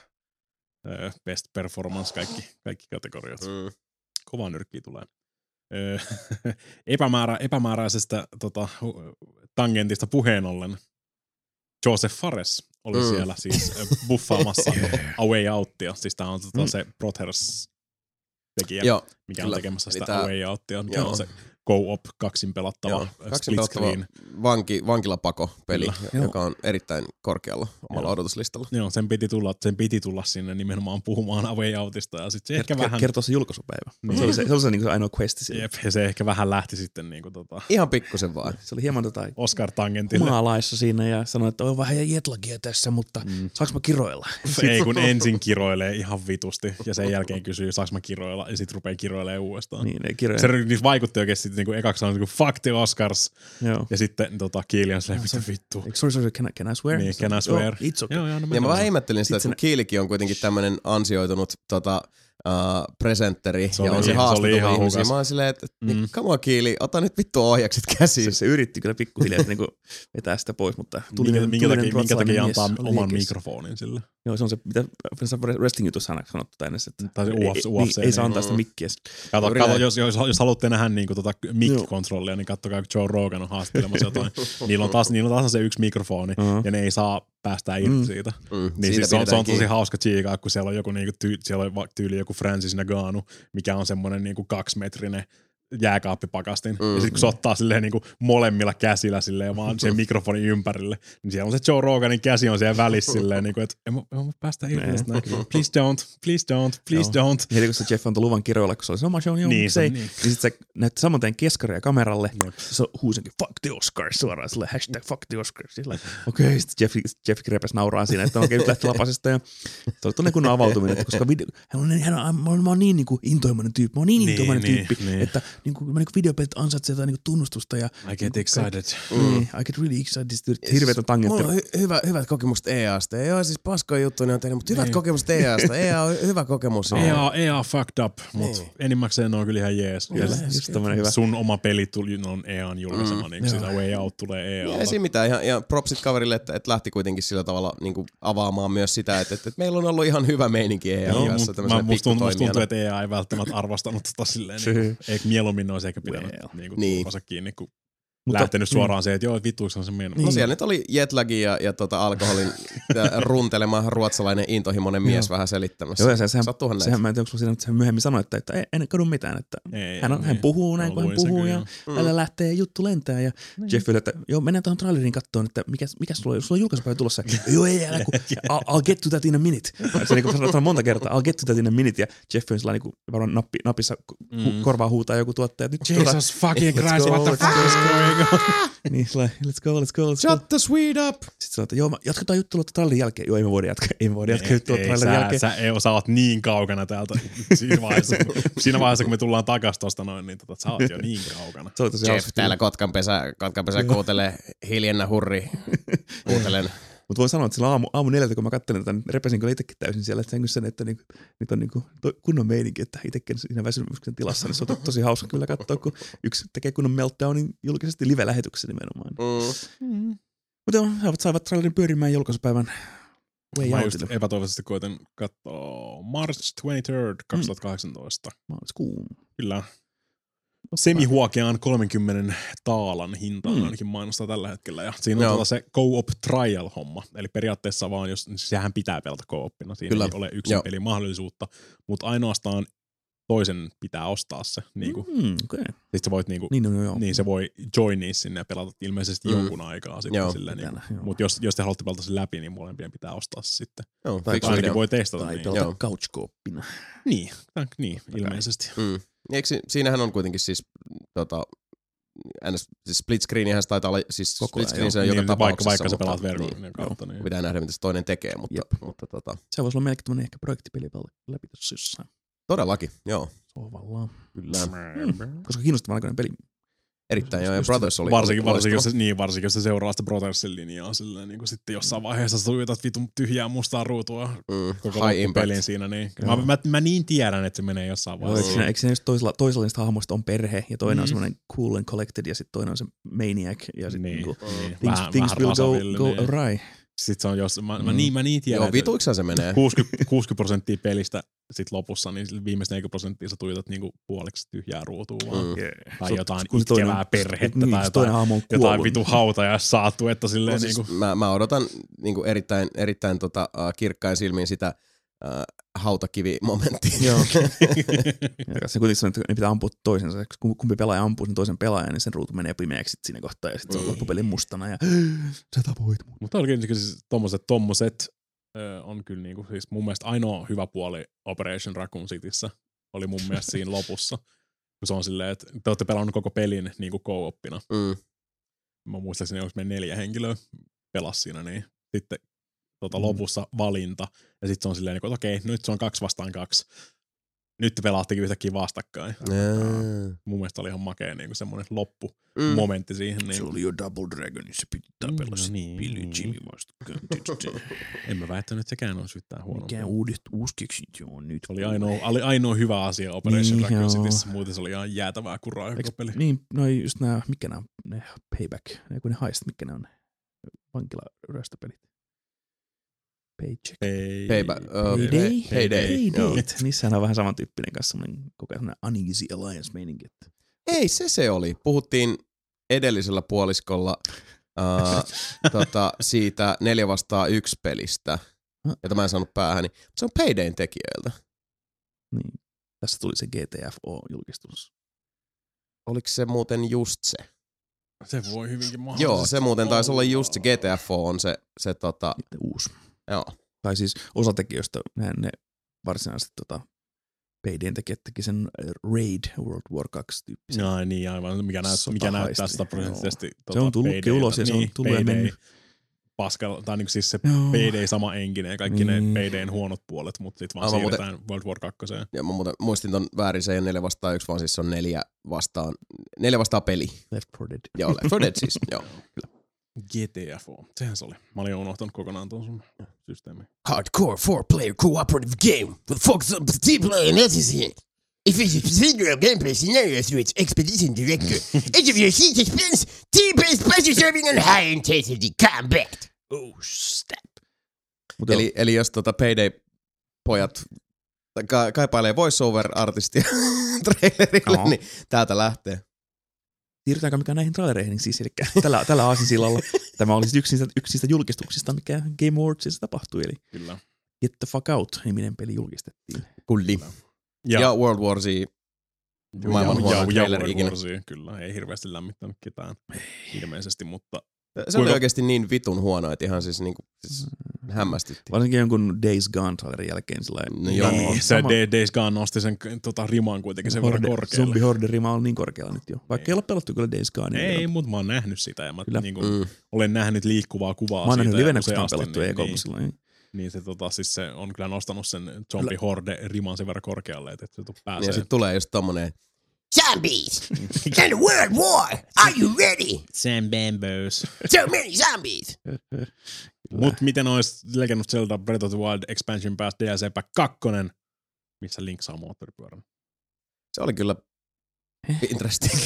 Best Performance. Kaikki kategoriat. Kova nyrkki tulee. Epämääräisestä tangentista puheen ollen. Josef Fares oli siellä siis buffaamassa A Way Outia. Siis tää on se Brothers tekijä, mikä on tekemässä sitä A Way Outia. Mikä on se co-op kaksin pelattava split screen. Vankilapako-peli, joka on erittäin korkealla omalla odotuslistalla. Joo, sen piti tulla sinne nimenomaan puhumaan A Way Outista. Ja sit se ehkä vähän kertoo se julkaisupäivä. Niin. Se oli se niin ainoa questi siellä. Jep, ja se ehkä vähän lähti sitten ihan pikkusen vaan. Se oli hieman Oscar-tangentille. Maalaissa siinä ja sanoi, että on vähän jetlagia tässä, mutta saanko mä kiroilla? Ei kun ensin kiroilee ihan vitusti ja sen jälkeen kysyy, saanko mä kiroilla ja sit rupee kiroilemaan uudestaan. Niin, ei kiroilla. Se vaikutti oikeesti niinku ekaksi sanoi niinku fuck the Oscars. Joo. Ja sitten Keely on silleen, mitä vittu. Sorry, can I swear? Niin, can I swear? It's okay. Ja mä vähän ihmettelin sitä, että kun Keelykin on kuitenkin tämmönen ansioitunut presenteri ja on se haastateltu ihmisiä. Mä oon silleen, että come on Keely, ota nyt vittu ohjakset käsiin. Se yritti kyllä pikkuhiljaa niinku vetää sitä pois, mutta minkä takia antaa oman mikrofonin sille? Joo, se on se, mitä wrestling-jutussa on sanottu tänne, että tai UFC, ei saa antaa sitä mikkiä. Kato, jos haluatte nähdä niinku mic-kontrollia, niin kattokaa, kun Joe Rogan on haastattelemassa jotain. Niillä on taas se yksi mikrofoni, ja ne ei saa päästää irti siitä. Niin siis se on tosi hauska chiikaa, kun siellä on joku siellä on tyyli joku Francis Ngannou, mikä on semmoinen niinku 2-metrinen jääkaappipakastin. Ja sitten kun se ottaa silleen niinku molemmilla käsillä silleen vaan sen mikrofonin ympärille, niin siellä on se Joe Roganin käsi on siellä välissä silleen niinku, että en mä päästä irti tästä näin. Please don't. Heti kun se Jeff antoi luvan kiroilla, kun se oli se oma show, niin sit se näytti saman tein keskaria kameralle, se huusinkin fuck the Oscars suoraan silleen hashtag fuck the Oscars. Okei, sitten Jeff repes nauraa siinä, että okei, nyt lähti lapasesta ja se oli tuonne kunnon avautuminen, koska mä oon niin niinku intoimainen tyyppi, että niinku videopelit ansaitsee jotain niinku tunnustusta ja I get excited. I get really excited. Hirveätä tangentti. Mulla on hyvät kokemukset EA:sta. Joo, siis paskoja juttuja ne on tehnyt, mutta hyvät kokemukset EA:sta. EA on hyvä kokemus. EA fucked up, mutta enimmäkseen ne on kyllä ihan jees. Sun oma peli on EA:n julkaisema, niin siis A Way Out tulee EA:lla. Ei siinä mitään. Ja propsit kaverille, että lähti kuitenkin sillä tavalla niinku avaamaan myös sitä, että meillä on ollut ihan hyvä meininki EA:n kanssa. Musta tuntuu, että EA ei välttämättä arvostanut sitä silleen. Mieluummin ne olisi ehkä pitänyt turvansa kiinni, kun lähtenyt suoraan se, että joo, vittuiksi on se mennyt. No siellä nyt oli jetlagi ja alkoholin runtelema ruotsalainen intohimoinen mies vähän selittämässä. Joo, ja sehän mä en tiedä, onko siinä, että hän myöhemmin sanoi, että en kadu mitään, että hän puhuu näin, kun hän puhuu ja hänellä lähtee juttu lentää ja Jeff yli, että joo, mennään tuohon traileriin kattoon, että mikä sulla on julkaisupäivä tulossa. Joo, ei, älä kun I'll get to that in a minute. Se niin sanotaan monta kertaa, I'll get to that in a minute ja Jeff on sellainen varmaan napissa korvaa huutaa joku tuottaja. Jesus fucking Christ, what the fuck is going? Niin, let's go. Shut the Swede up! Sitten sanotaan, että joo, jatketaan juttelua trallin jälkeen. Joo, ei me voida jatkaa juttelua trallin jälkeen. Sä oot niin kaukana täältä siinä vaiheessa, kun me tullaan takas tosta noin, niin sä oot jo niin kaukana. Jeff täällä Kotkanpesä kuuntelee hiljennä hurri. Kuuntelen. Mutta voi sanoa, että silloin aamu 4, kun mä katselin tätä, repesin kyllä itsekin täysin siellä, että sen, että nyt on kunnon meininki, että itsekin siinä väsymyksen tilassa, niin se on tosi hauska kyllä katsoa, kun yksi tekee kunnon meltdownin julkisesti live-lähetyksessä nimenomaan. Mutta joo, he saivat trailerin pyörimään julkaisupäivän Way Outille. Epätoivoisesti koitan katsoa March 23rd 2018. Maaliskuun. Kyllä. Semihuokeaan 30 taalan hintaan ainakin mainostaa tällä hetkellä. Ja siinä on se co-op trial-homma. Eli periaatteessa vaan, jos sehän pitää pelata co-opina. Siinä ei ole yksin pelin mahdollisuutta, mutta ainoastaan toisen pitää ostaa se. Niinku. Okay. Sitten sä voit niin se voi joinia sinne ja pelata ilmeisesti jonkun aikaa sitten silleen. Mutta jos te haluatte pelata sen läpi, niin molempien pitää ostaa se sitten. Tai ainakin voi testata. Tai pelata couch-co-opina. Niin, ilmeisesti. Eikö siinähän on kuitenkin siis split screenihän se taitaa olla, siis split screen se on joka tapauksessa. Vaikka sä pelaat verkon kautta. Niin. Pitää nähdä, mitä se toinen tekee, mutta se voisi olla melkein tämmöinen ehkä projektipeli läpi tuossa jossain. Todellakin, joo. Sovallaan. Kyllä. Koska kiinnostava aikainen peli. Erittäin joo, ja Brothers oli varsinkin jos se seuraa sitä Brothersin linjaa silleen, niin kuin sitten jossain vaiheessa sä tuijotat vitun tyhjää mustaa ruutua koko pelin siinä. Niin. Mä niin tiedän, että se menee jossain vaiheessa. Eikö se just toisella niistä hahmoista on perhe, ja toinen on semmoinen cool and collected, ja sitten toinen on se maniac, ja sitten things will go awry. Sitten se on, jos mä niin tiedän. Joo, vituiksa se menee. 60% pelistä sit lopussa, niin viimeistä 40% sä tuijotat niinku puoliksi tyhjää ruutua vaan. Tai jotain itkevää perhettä tai jotain vitu hautajaa saatu, että silleen siis niinku. Mä odotan niinku erittäin kirkkain silmiin sitä hautakivi-momenttia. Joo. Se kuitenkin ne pitää ampua toisensa. Kumpi pelaaja ampuu sen toisen pelaajan, niin sen ruutu menee pimeäksi siinä kohtaa ja sitten se on loppupelin mustana ja sä tapoit mut. Mutta oikein siis tommoset on kyllä niinku, siis mun mielestä ainoa hyvä puoli Operation Raccoon Cityssä oli mun mielestä siinä lopussa. Kun se on silleen, että te olette pelannut koko pelin niinku co-oppina. Mä muistaakseni, onko me 4 henkilöä pelas siinä, niin sitten lopussa valinta. Ja sitten se on silleen, että okei, nyt se on 2 vastaan 2. Nyt te pelaattekin yhtäkkiä vastakkain. Mun mielestä oli ihan makea niin semmoinen loppumomentti siihen. Niin. Se oli jo Double Dragon, niin se pitää pelasi Billy Jimmy vastakkain. En mä väittänyt, että sekään olisi yhtään huono. Mikä uusi keksintö on nyt? Oli ainoa hyvä asia Operation Raccoon Cityssä. Muuten se oli ihan jäätävää kuraa joku peli. Niin, no just nää, mikä nää on, ne Payback, kun ne haist, mikä ne on ne vankilaryöstöpelit. Payday. Niissähän on vähän samantyyppinen kanssa semmoinen koko ajan Uneasy Alliance-meininki. Ei, se oli. Puhuttiin edellisellä puoliskolla siitä 4 vastaan 1 pelistä, jota mä en saanut päähäni. Se on Paydayn tekijöiltä. Niin. Tässä tuli se GTFO-julkistus. Oliko se muuten just se? Se voi hyvinkin mahdollisesti. Joo, se muuten taisi olla just se GTFO on se uusi. Joo. Tai siis osatekijöistä ne varsinaisesti Paydayn tekijät teki sen Raid World War 2 tyyppisen. No niin, aivan. Mikä näyttää 100%. Se on tullutkin ulos ja se on tullut ja mennyt. Pascal, tai niinku siis se Payday sama enkinen ja kaikki ne Paydayn huonot puolet, mutta sit vaan siirretään World War 2. Ja mä muistin ton väärin, se ei ole 4 vastaan 1, vaan siis se on 4 vastaan peli. Left 4 Dead. Joo, Left 4 Dead siis, joo. Kyllä. GTFO, sehän se oli. Mä olin unohtanut kokonaan tuon sun systeemiin. Hardcore 4-player cooperative game with focus on multiplayer and multiplayer. It features procedural gameplay scenarios through its expedition director. Each of your seats experience team-based pleasure serving and high intensity combat. Oh, snap. Eli jos Payday-pojat kaipailee voice-over-artistia trailerille, niin täältä lähtee. Siirrytäänkö mikä näihin trailereihin? Niin siis, eli tällä aasinsillalla tämä oli yksi niistä julkistuksista, mikä Game Awardsissa tapahtui. Eli Kyllä. Get the Fuck Out-niminen peli julkistettiin. Kulli. Ja World War Z. Maailman huono traileri ikinä. Kyllä, ei hirveästi lämmittänyt ketään ilmeisesti, mutta se oli oikeasti niin vitun huono, että ihan siis hämmästytti. Varsinkin jonkun Days Gone-trailerin jälkeen sellainen. Joo, se Days Gone nosti sen riman kuitenkin sen verran korkealle. Zombie Horde rima on niin korkealla nyt jo. Vaikka ei ole pelattu kyllä Days Gone. Ei, mutta mä oon nähnyt sitä ja mä olen nähnyt liikkuvaa kuvaa siitä. Mä oon nähnyt livenä, koska on pelattu E3. Niin se, siis se on kyllä nostanut sen Zombie Horde riman sen verran korkealle, että se pääsee. Ja sit tulee just tommonen Zombies! And World War! Are you ready? Sam Bambos. So many zombies! Mut miten ois Legend of Zelda Breath of the Wild Expansion Pass DLC Pack 2, missä Link saa moottoripyörän? Se oli kyllä interesting.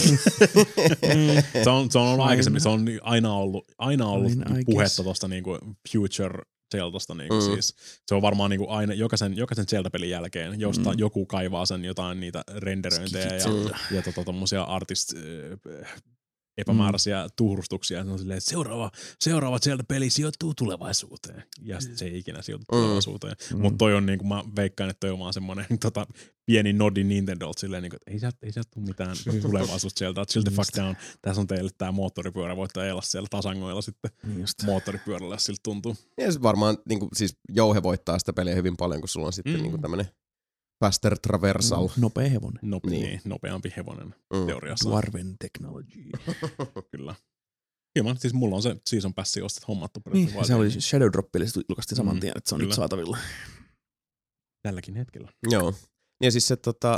se on ollut aikaisemmin, se on aina ollut puhetta tosta niinku Future Zeldasta niinku siis. Se on varmaan niinku aina jokaisen Zelda-pelin jälkeen, josta joku kaivaa sen jotain niitä renderöintejä ja tommosia artist epämääräisiä tuhrustuksia. Se on silleen, että seuraava Zelda-peli sijoittuu tulevaisuuteen. Ja sit se ei ikinä sijoitu tulevaisuuteen. Mutta toi on niinku, mä veikkaan, että toi on vaan semmonen pieni nodi Nintendolta silleen, niinku, että ei sieltä tule mitään tulevaisuutta sieltä. Chill the fuck down. Tässä on teille tää moottoripyörä. Voitte elää siellä tasangoilla sitten moottoripyörällä, jos siltä tuntuu. Ja se varmaan niinku, siis jouhe voittaa sitä peliä hyvin paljon, kun sulla on sitten niinku tämmönen faster traversal. Nopea hevonen. Nopeampi hevonen teoriassa. Dwarven technology. Kyllä. Kyllä, siis mulla on se Season Passi ostet hommattu. Niin, se oli Shadow Drop, eli se julkaistiin saman tien, että se on nyt saatavilla. Tälläkin hetkellä. Joo. Ja siis se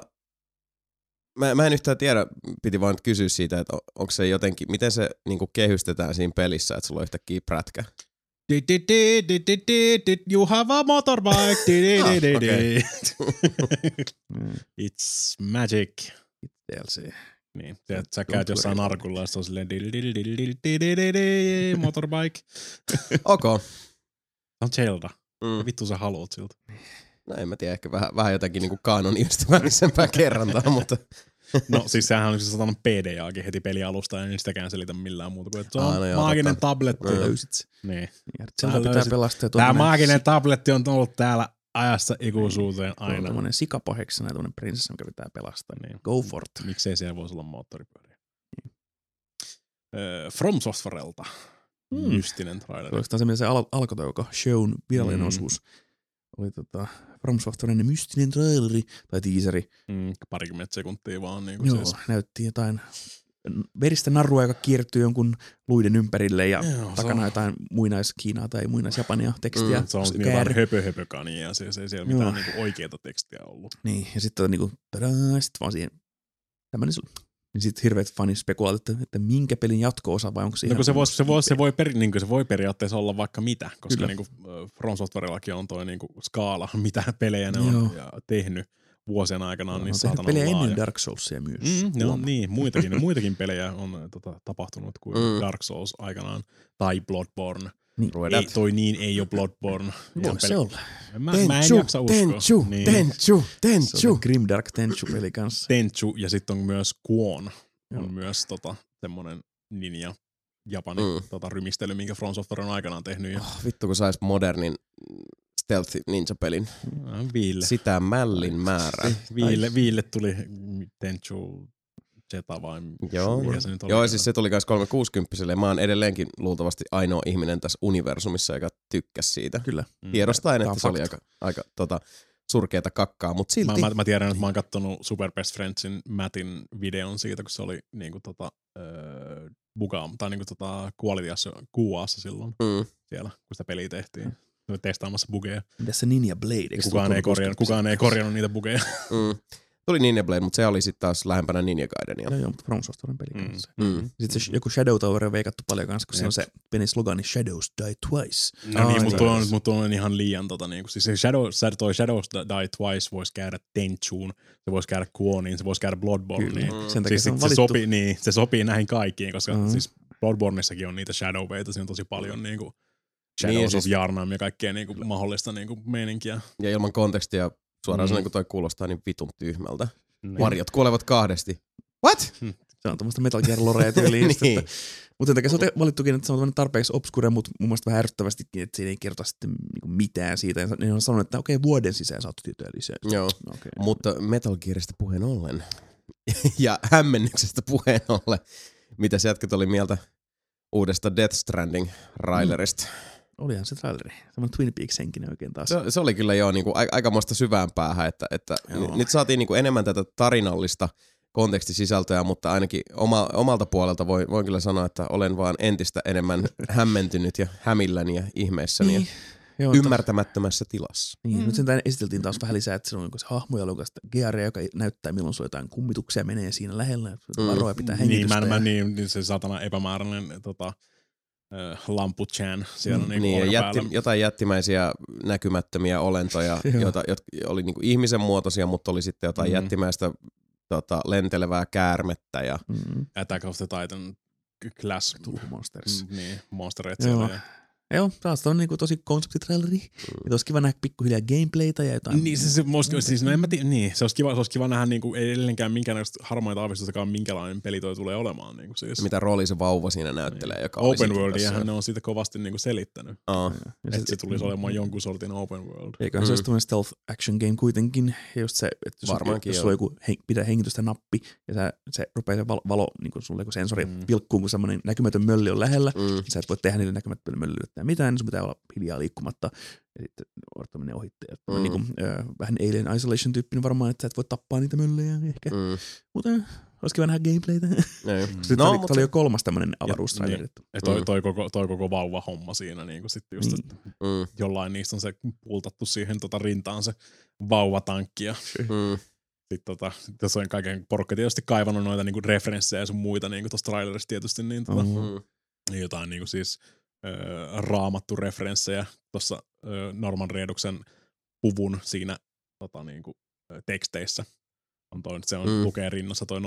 mä en yhtään tiedä, piti vaan kysyä siitä, että onko se jotenkin, miten se niinku kehystetään siinä pelissä, että sulla on yhtäkkiä prätkä. You have a motorbike. It's magic. DLC. Niin, sä käyt jossain narkulla, ja se on silleen motorbike. Okay. on Zelda. Vittu sä haluat siltä. No en mä tiedä, ehkä vähän jotakin niinku kaanon ystävällisempää kerrantaa, mutta... No siis sehän on siis satanut PDAkin heti pelialusta, ja en sitäkään selitä millään muuta kuin, että se on maaginen tabletti. Löysit se. Niin. Zelda pitää pelastaa. Tää maaginen tabletti on ollut täällä ajassa ikuisuuteen aina. Tuommoinen sikapaheksana ja tuommoinen prinsessa, mikä pitää pelastaa. Niin. Go for it. Miksei siellä voisi olla moottoripyöriä. From Softwarelta. Mystinen traileri. Oliko tämä se alkoi joka shown virallinen osuus? Oli From Softwaren mystinen traileri tai teaseri. Parikymmentä sekuntia vaan. Niin joo, siis. näytti jotain veristä narrua, joka kiertyy jonkun luiden ympärille ja takana jotain muinaiskiinaa tai muinaisjapania tekstiä. Se on niin vaan höpö-höpökania ja se ei siellä mitään niinku oikeata tekstiä ollut. Niin, ja sitten on niinku, sit vaan siihen tämmönen niin sitten hirveät fanit spekuloivat, että minkä pelin jatko-osa vai onko se ihan... Se voi periaatteessa olla vaikka mitä, koska niinku From Softwarellakin on toi niinku skaala, mitä pelejä ne on tehnyt vuosien aikana. On niin tehnyt pelejä ennen Dark Soulsia myös. Niin, muitakin pelejä on tapahtunut kuin Dark Souls aikanaan, tai Bloodborne. Niin. Ei ole Bloodborne. Voi se olla. Mä en jaksa uskoa. Tenchu. Se on Grimdark Tenchu-peli kanssa. Tenchu, ja sitten on myös Kwon. On myös semmonen ninja Japanin rymistely, minkä From Software on aikanaan tehnyt. Vittu, kun sais modernin stealth ninja-pelin. Viille. Sitä mällin määrää. Viille tuli Tenchu Zeta vai mikä se nyt oli? Joo, siis se tuli kans 360-selle. Mä oon edelleenkin luultavasti ainoa ihminen tässä universumissa, joka tykkäsi siitä. Kyllä. Tiedostaen, että se oli aika surkeata kakkaa, mutta silti. Mä tiedän, että mä oon kattonut Super Best Friendsin Mattin videon siitä, kun se oli niinku Qualityassa QA:ssa silloin siellä, kun sitä peliä tehtiin. Testaamassa bugeja. Mitäs se Ninja Blade? Kukaan ei korjannut niitä bugeja. Tuli Ninja Blade, mutta se oli sitten taas lähempänä Ninja Gaidenia. Joo, mutta From Softwaren peli kanssa. Sitten se joku Shadow Tower on veikattu paljon kanssa, kun se on se pelin slogani Shadows Die Twice. No niin, mutta on ihan liian niinku. Siis se Shadows Die Twice voisi käydä Tenchuun, se voisi käydä Kwoniin, se voisi käydä Bloodborneen. Sen takia siis se sopii näihin kaikkiin, koska siis Bloodborneissakin on niitä Shadowveita, siinä on tosi paljon niinku Shadows of Yarnam ja kaikkea niinku mahdollista niinku meininkiä. Ja ilman kontekstia suoraan sanoen, kun toi kuulostaa niin vitun tyhmältä. Varjot kuolevat kahdesti. What? Se on tommoista Metal Gear Lorea tyyliin. Niin. Mutta sen takia se on valittukin, että se on tarpeeksi obscure, mutta mun mielestä vähän ärsyttävästikin, että siinä ei kerrota sitten niinku mitään siitä. Ja ne on sanonut, että okei, vuoden sisään saat tietoja lisää. Joo, mutta Metal Gearista puheen ollen ja hämmennyksestä puheen ollen, mitä sä jätkät oli mieltä uudesta Death Stranding-railerista? Olihan se traileri. Semmoinen Twin Peaks-henkinen oikein taas. Se oli kyllä jo niinku aikamoista syvään päähän, että nyt saatiin niinku enemmän tätä tarinallista kontekstisisältöä, mutta ainakin omalta puolelta voin kyllä sanoa, että olen vaan entistä enemmän hämmentynyt ja hämilläni ja ihmeessäni ja ymmärtämättömässä tilassa. Niin, nyt sen esiteltiin taas vähän lisää, että se on se hahmo ja lukasta Gearia, joka näyttää, milloin sulla jotain kummituksia menee siinä lähellä, varoja pitää hengitystä. Niin, se saatana epämääräinen Lampu-chan siellä niin ja jotain jättimäisiä näkymättömiä olentoja, joita oli niinku ihmisen muotoisia, mutta oli sitten jotain jättimäistä lentelevää käärmettä. Ja Attack of the Titan Class Monsters. Niin, monstereita siellä. Joo, taas on niinku tosi konseptitraileri. Ja olisi kiva nähdä pikkuhiljaa gameplaytä ja jotain. Niin, se olisi kiva nähdä niinku, ei edelleenkään minkäänlaista harmaita aavistustakaan, minkälainen peli toi tulee olemaan. Niinku, siis. Mitä rooli se vauva siinä näyttelee. Niin. Joka open worldiahan ne on siitä kovasti niinku selittänyt. Että se tulisi olemaan jonkun sortin open world. Eiköhän se olisi tämmöinen stealth action game kuitenkin. Ja just se, että jos sulla joku pitää hengitystä nappi ja se rupeaa se valo, niin kuin sulla joku sensori pilkkuun, kun semmoinen näkymätön mölli on lähellä, niin sä et voi tehdä niille näkymättömille möllille mitään, niin sun pitää olla hiljaa liikkumatta ja sitten odottaminen ohittaja. Niin kuin, vähän Alien Isolation-tyyppinen varmaan, että sä et voi tappaa niitä möllejä ehkä. Mutta olisi kiva nähdä gameplaytä. Sitten oli jo 3. tämmöinen avaruustraileri. Niin. Toi koko vauva-homma siinä, niin kuin sitten just, että jollain niistä on se pultattu siihen rintaan se vauvatankki. Ja sitten tässä on kaiken porukka tietysti kaivannut noita niinku referenssejä ja sun muita niinku tosta trailerista tietysti. Niin jotain niinku siis raamattu referenssejä tuossa Norman Reeduksen puvun siinä niinku, teksteissä. Se on lukee rinnassa toi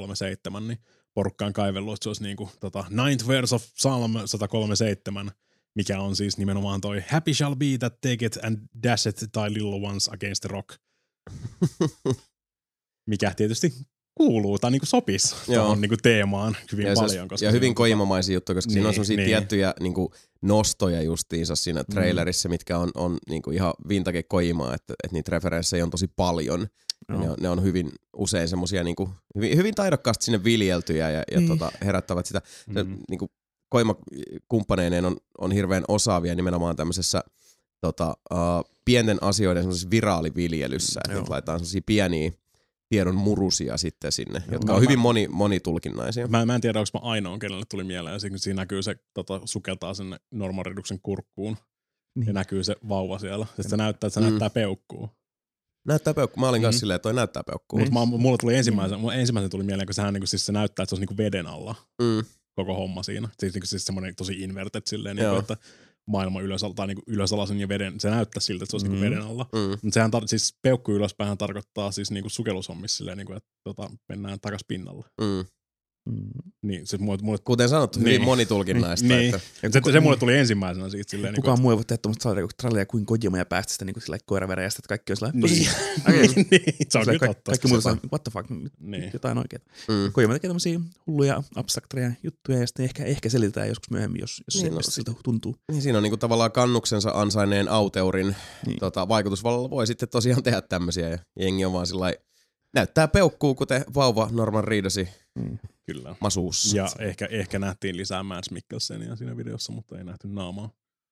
0914-137, niin porukka on kaivellut, että se olisi niinku, Ninth Verse of Psalm 137, mikä on siis nimenomaan toi Happy shall be that take it and dash it thy little ones against the rock. Mikä tietysti kuuluu tai niinku sopisi tuohon niinku teemaan hyvin ja paljon. Koska ja hyvin Kojimamaisia juttuja, koska siinä on sellaisia tiettyjä niinku nostoja justiinsa siinä trailerissa, mitkä on niinku ihan vintage Kojimaa, että niitä referenssejä on tosi paljon. Ne on hyvin usein semmosia niinku, hyvin taidokkaasti sinne viljeltyjä ja herättävät sitä. Niinku Kojima-kumppaneineen on hirveän osaavia nimenomaan tämmöisessä pienten asioiden semmoisessa viraaliviljelyssä, että laitetaan semmosia pieniä tiedon murusia sitten sinne, jotka on hyvin monitulkinnaisia. Mä en tiedä, onko mä ainoa, kenelle tuli mieleen. Siinä näkyy se, sukeltaa sinne Norman Reeduksen kurkkuun. Ja näkyy se vauva siellä. Sitten se näyttää, että se näyttää peukkuu. Näyttää peukkuu. Mä olin kanssa silleen, että toi näyttää peukkuu. Mutta mulle tuli ensimmäisen tuli mieleen, kun sehän siis se näyttää, että se olisi niinku veden alla. Koko homma siinä. Siis semmoinen tosi inverted silleen, niinku, että maailma ylösalaisen ja veden, se näyttää siltä, että se olisi niinku veden alla. Mutta sehän siis peukku ylöspäin tarkoittaa siis niinku sukellushommissa silleen, niinku, että mennään takas pinnalle. Niin, se mulle, kuten sanottu, hyvin monitulkinnaista. Niin. Se mulle tuli ensimmäisenä siitä silleen. Kukaan muu ei voi tehdä tuommoista traileria kuin Kojima ja päästä sitä niinku koiraveräjästä, että kaikki on sellainen. Niin, se on kyllä totta. Kaikki muut on, what the fuck, jotain oikeeta. Kojima tekee tämmöisiä hulluja abstrakteja juttuja ja sitten ehkä selitetään joskus myöhemmin, jos se siltä tuntuu. Niin, siinä on niinku tavallaan kannuksensa ansainneen auteurin vaikutusvallalla voi sitten tosiaan tehdä tämmöisiä ja jengi on vaan sillai näyttää peukkuu, kuten vauva Norman Reedusi kyllä masuussa. Ja ehkä nähtiin lisää Mads Mikkelsenia siinä videossa, mutta ei nähty naamaa.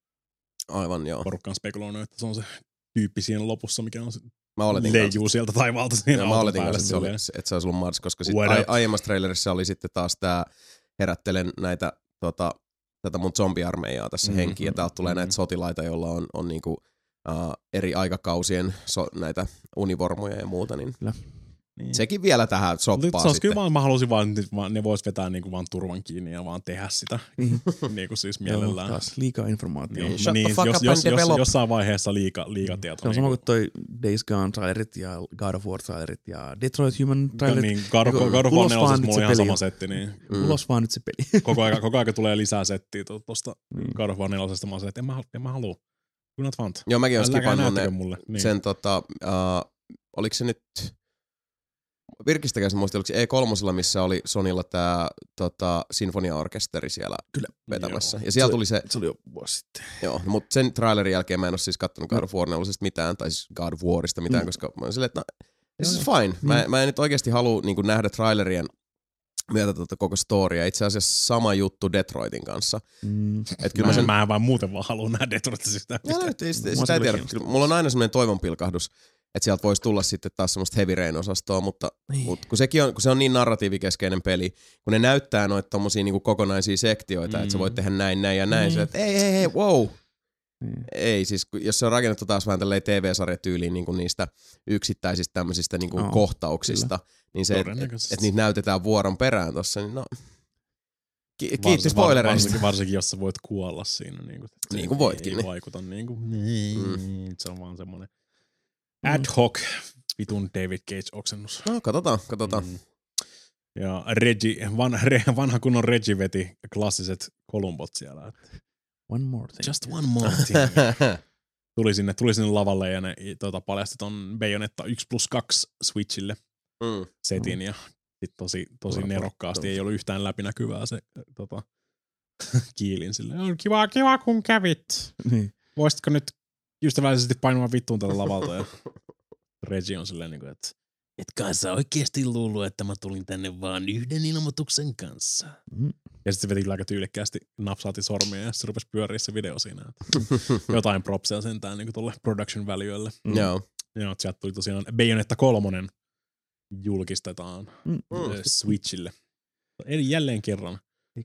Aivan, joo. Porukka on spekuloinut, että se on se tyyppi siinä lopussa, mikä on se leijuu sieltä taivaalta siinä mä oletin kanssa, että se olisi ollut Mads, koska aiemmassa trailerissa oli sitten taas tää herättelen näitä tätä mun zombiarmeijaa tässä henkiä, ja täältä tulee näitä sotilaita, joilla on niinku eri aikakausien näitä univormuja ja muuta, niin sekin vielä tähän soppaa se sitten. Kyllä mä halusin vaan, ne vois vetää niinku vaan turvan kiinni ja vaan tehdä sitä. Niinku siis mielellään. Joo, taas liikaa informaatiota. Jossain vaiheessa liikaa tietoa. Se on sama kuin toi Days Gone trailerit ja God of War trailerit ja Detroit Human trailerit. Niin, God of War 4 mulla on ihan sama setti. Niin. Ulos vaan nyt se peli. Koko aika tulee lisää settiä tosta God of War 4. Mä oon se, että en mä halua. Do not want. Joo, mäkin oon skipannut sen oliko se nyt virkistäkään se muista, oliko se E3, missä oli Sonylla tää sinfoniaorkesteri siellä vetämässä. Joo. Ja siellä tuli se oli jo vuosi sitten. Joo, mutta sen trailerin jälkeen mä en oo siis kattonut God of War 4 mitään, tai siis God of Warista mitään, koska mä oon silleen, että this is fine. Mä en nyt oikeesti halua niin nähdä trailerien myötä koko storya. Itse asiassa sama juttu Detroitin kanssa. Et kyllä mä en vaan muuten vaan halua nähdä Detroitista sitä. Sitä ei tiedä. Mulla on aina semmoinen toivonpilkahdus, että sieltä voisi tulla sitten taas semmoista Heavy Rain-osastoa, mutta kun se on niin narratiivikeskeinen peli, kun ne näyttää noita tommosia niinku kokonaisia sektioita, että sä voit tehdä näin ja näin, se, että ei, wow. Ei, siis jos se on rakennettu taas vähän tälleen TV-sarjatyyliin niin niistä yksittäisistä tämmöisistä niin kohtauksista, niin se, että niitä näytetään vuoron perään tossa, niin no, kiitti spoilereista. Varsinkin, jos sä voit kuolla siinä. Niin kuin voitkin. Ei vaikuta se on vaan semmoinen ad hoc vitun David Cage-oksennus. No, katsotaan. Ja vanha kunnon Reggie veti klassiset Columbot siellä. One more thing. Just one more thing. tuli sinne lavalle ja ne paljasti ton Bayonetta 1+2 Switchille setin ja sit tosi nerokkaasti ei ollut yhtään läpinäkyvää se kiilin sille. On kiva kun kävit. Voisitko nyt ystävällisesti painua vittuun tällä lavalta ja Reggie on silleen niinku, että et kai sä oikeesti luullut, että mä tulin tänne vaan yhden ilmoituksen kanssa. Ja sitten se veti aika tyylikkäästi, napsaati sormia ja sitten rupesi pyöriä se video siinä. Jotain propsia sentään niin tuolle production valuelle. Joo. Ja sieltä tuli tosiaan Bayonetta 3 julkistetaan Switchille. Eli jälleen kerran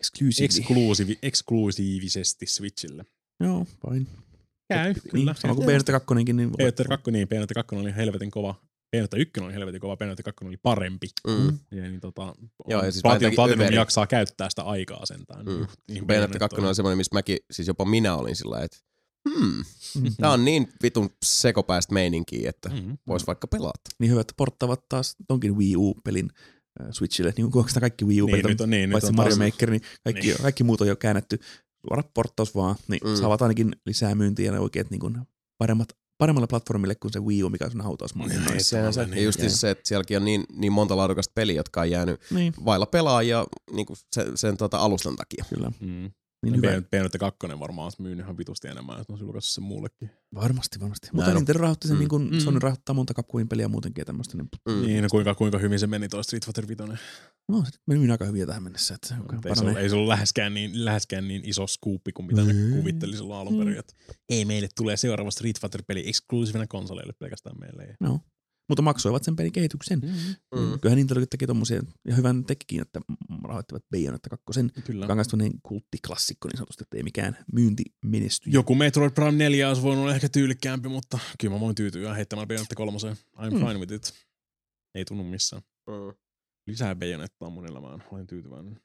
eksklusiivisesti Switchille. Joo, fine. Käy, kyllä. Sama kuin Bayonetta 2. Bayonetta 2 oli helvetin kova. Bayonetta 1 oli helvetin kova, Bayonetta 2 oli parempi. Ja niin joo, ja siis Platinum jaksaa käyttää sitä aikaa sentään. Bayonetta 2 on semmoinen, missä siis jopa minä olin sillä, että tää on niin vitun sekopäistä meininkiä, että vois vaikka pelata. Niin hyvä, että porttaavat taas tonkin Wii U-pelin Switchille, niin kuin kaikki Wii U-pelit paitsi Mario Maker, niin kaikki muut on jo käännetty suora porttaus vaan, niin saavat ainakin lisää myyntiä ja oikeat niin kuin paremmalle platformille kuin se Wii U, mikä on hautausmainen. Ja just se, että sielläkin on niin monta laadukasta peliä, jotka on jäänyt vailla pelaajia niin kuin sen alustan takia. Kyllä. Niin Bayonetta 2 varmaan olisi myynyt ihan vitusti enemmän, että on julkaissut sen muullekin. Varmasti. Mutta Nintendo rahoitti sen, niin kuin Sony rahoittaa monta Capcomin peliä muutenkin ja tämmöistä. Niin, kuinka hyvin se meni toi Street Fighter 5. No, se meni aika hyvin tähän mennessä. Että ei se ollut läheskään niin iso skuuppi kuin mitä ne kuvitteli silloin alun perin. Ei meille tulee seuraava Street Fighter-peli eksklusiivina konsoleille pelkästään meille. No. Mutta maksoivat sen pelin kehityksen. Kyllähän Nintendo teki tommosia, ja hyvän tekikin, että rahoittivat Bayonetta 2. Kangastuneen kulttiklassikko niin sanotusti, että ei mikään myynti menesty. Joku Metroid Prime 4 olisi voinut olla ehkä tyylikkäämpi, mutta kyllä mä voin tyytyä heittämällä Bayonetta 3. I'm fine with it. Ei tunnu missään. Lisää Bayonettaa mun elämään. Olen tyytyväinen.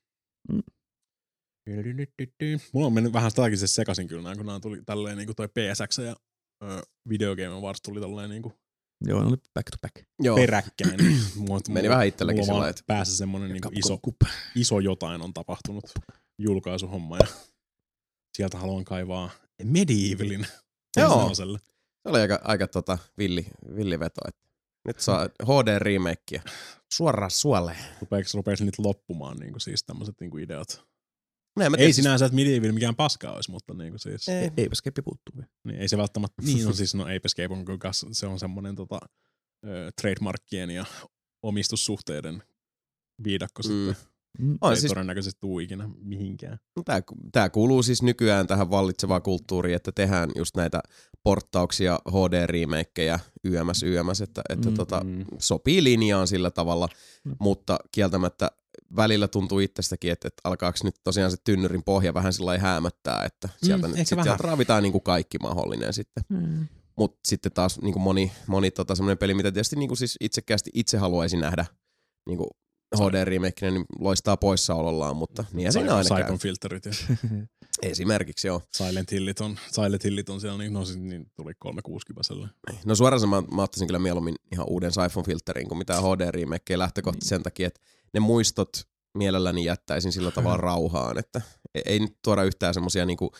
Mulla on mennyt vähän sitäkin se sekaisin kyllä, kun nämä tuli tälleen niin kuin toi PSX ja Video Game Wars tuli tälleen niin kuin joo, ne oli back to back. Peräkkäin. Meni vähän itselläkin sillä lailla. Päässä semmonen niin iso jotain on tapahtunut julkaisuhomma ja sieltä haluan kaivaa Medievalin. Joo, se oli aika villi veto. Nyt saa HD-remakeä suoraan suoleen. Rupeeko nyt loppumaan niinku siis tämmöiset niinku ideat? Ei sinänsä, että Medieval mikään paska olisi, mutta niinku siis Ape Escape puuttuu. Niin, ei se välttämättä, niin on siis, Ape Escape on se on semmoinen trademarkkien ja omistussuhteiden viidakko sitten. Ei siis todennäköisesti tuu ikinä mihinkään. Tää kuuluu siis nykyään tähän vallitsevaan kulttuuriin, että tehdään just näitä porttauksia, HD-remakeja, YMS, että sopii linjaan sillä tavalla, mutta kieltämättä välillä tuntuu itsestäkin, että alkaako nyt tosiaan se tynnyrin pohja vähän sillä lailla häämättää, että sieltä ravitaan niin kuin kaikki mahdollinen sitten. Mutta sitten taas niin kuin moni semmoinen peli, mitä tietysti niin kuin siis itse haluaisi nähdä niin kuin HD-remakeinen, niin loistaa poissaolollaan, mutta niin siinä aina käy. Saipon filterit. Esimerkiksi joo. Silent Hillit on siellä, niin tuli 360. No suoraan mä ottaisin kyllä mieluummin ihan uuden Siphon filterin kuin mitään HD-remakeja lähtökohtaisesti sen takia, että ne muistot mielelläni jättäisin sillä tavalla rauhaan, että ei nyt tuoda yhtään semmosia niinku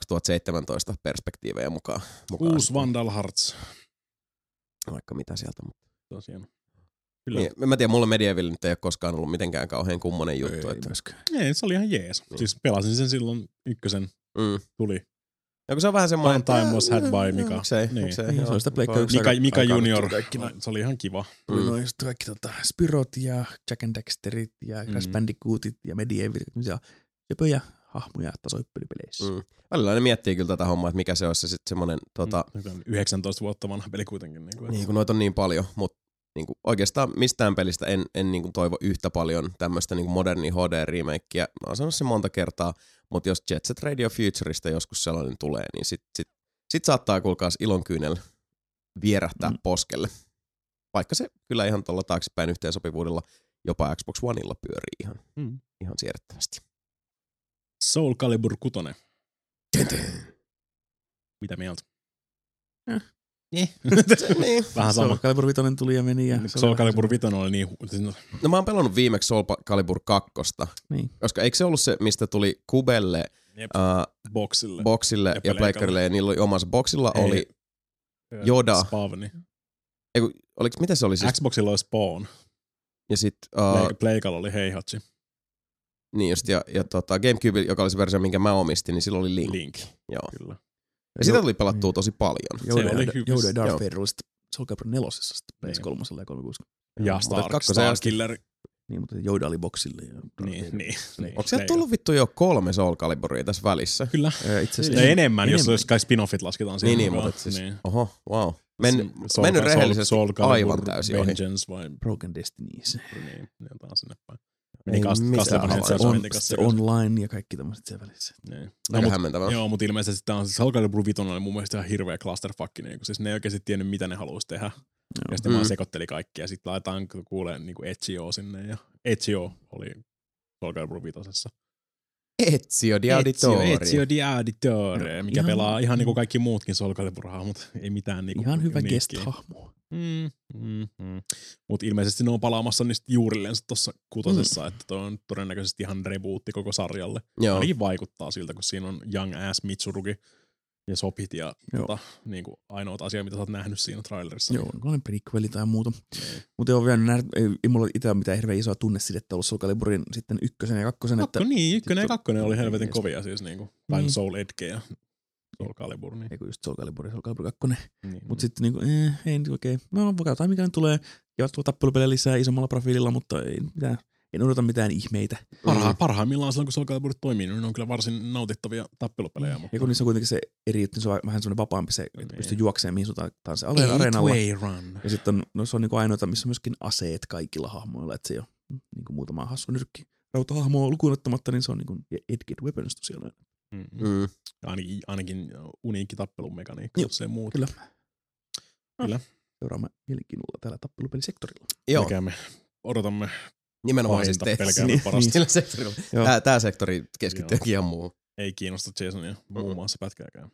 2017 perspektiivejä mukaan. Uusi Vandal Hearts. Vaikka mitä sieltä, mutta tosiaan. Niin, mä tiedän, mulle Medieval nyt ei ole koskaan ollut mitenkään kauhean kummonen juttu. Ei, se oli ihan jees. Siis pelasin sen silloin ykkösen, tuli. Ja kun se on vähän semmoinen Time was had by Mika. Niin. Se oli sitä Pleikka 1. Mika Junior. Se oli ihan kiva. Tuli noin kaikki Spyrot ja Jack and Dexterit ja Crash Bandicootit ja Medieval. Söpöjä hahmoja tasoippelypeleissä. Välillä ne miettii kyllä tätä hommaa, että mikä se olisi sitten semmoinen 19 vuotta vanha peli kuitenkin. Niin kun noita on niin paljon, mutta niin oikeastaan mistään pelistä en niin toivo yhtä paljon tämmöistä niin modernia HD-remakeä. Mä oon sanonut se monta kertaa, mutta jos Jet Set Radio Futurista joskus sellainen tulee, niin sit saattaa kuulkaas ilonkyynel vierähtää poskelle. Vaikka se kyllä ihan tuolla taaksepäin yhteensopivuudella jopa Xbox Oneilla pyörii ihan siedettävästi. Soul Calibur 6. Mitä mieltä? Niin. Vähän sama. Soul Calibur 5 tuli ja meni. Ja Soul Calibur 5 oli niin... No mä oon pelannut viimeksi Soul Calibur 2. Niin. Koska eikö se ollut se, mistä tuli Kubelle, Boxille ja Pleikkarille, ja niillä oli omassa Boxilla oli Yoda. Spavni. Mitä se oli siis? Xboxilla oli Spawn. Ja sit Pleikalla oli Heihachi. Niin just, ja Gamecube, joka oli se versio, minkä mä omistin, niin sillä oli Link. Joo. Kyllä. Ja sitä tuli pelattua tosi paljon. Yoda ja Darth Vader oli sitten Soul Calibur 4. sitten PS3 ja 360. Ja Starkiller. Niin, mutta Yoda oli Boxille. Niin. Onko sieltä tullut vittu jo 3 Soul Caliburia tässä välissä? Kyllä. Ja enemmän, jos kai spin-offit lasketaan siihen. Niin, mutta siis, oho, wow. Mennyt rehellisesti aivan täysin ohi. Broken Destinies. Niin, ne on taas sinne päin. Se online ja kaikki tämmöiset siellä välissä. Aika hämmentävää. Joo, mutta ilmeisesti tämä on Soul Calibur 5 oli mun mielestä ihan hirveä clusterfuck. Niin, siis ne ei oikeasti tiennyt, mitä ne haluaisi tehdä. Ja sitten vaan sekoitteli kaikkia. Ja sitten laitetaan kuulee niin Ezio sinne. Ja Ezio oli Soul Calibur 5. Ezio di Auditore. Ezio di Auditore, mikä pelaa ihan niin kuin kaikki muutkin Soul Calibur-hahmot. Ei mitään niin kuin ihan hyvä guest-hahmo. Mutta ilmeisesti ne on palaamassa niistä juurillensa tuossa 6, että toi on todennäköisesti ihan rebootti koko sarjalle. Joo. Ainakin vaikuttaa siltä, kun siinä on Young Ass Mitsurugi ja Sopit ja niinku ainoat asiat, mitä sä oot nähnyt siinä trailerissa. Joo, onkoinen prequeli tai muuta. Mutta joo, vielä ei mulla itse ole mitään hirveän isoa tunnesidettä ollut Soul Caliburin sitten 1 ja 2. Niin, 1 ja 2 oli helvetin kovia siis niinku. Päin Soul Edge ja Soul Calibur. Niin. Eikö just Soul Calibur 2. Niin, Mutta sitten niinku, ei nyt oikein. No, katsotaan mikä nyt tulee. Kiva tulla tappelupelejä lisää isommalla profiililla, mutta ei mitään. En odota mitään ihmeitä. Parhaimmillaan silloin, kun Soul Calibur toimii, niin ne on kyllä varsin nautittavia tappelupelejä. Mutta... Ja kun niissä on kuitenkin se eri juttu, niin se on vähän semmoinen vapaampi se, että pystyy juoksemaan mihin suuntaan se areenalla. Ja sitten se on niinku ainoita, missä on myöskin aseet kaikilla hahmoilla, että se ei ole niinku muutama hassu nyrkki rautahahmoa lukuun ottamatta, niin se on niinku edged weapons siellä. Ainakin uniikki tappelun mekaniikka, jos ei muuta. Kyllä. Seuraamme mielenkiinnolla täällä tappelupelisektorilla. Joo. Mikä me odotamme nimenomaan siis pelkäämme parasta. Sillä sektorilla. Tää sektori keskittyy ihan muuhun. Ei kiinnosta Jasonia muun muassa pätkääkään.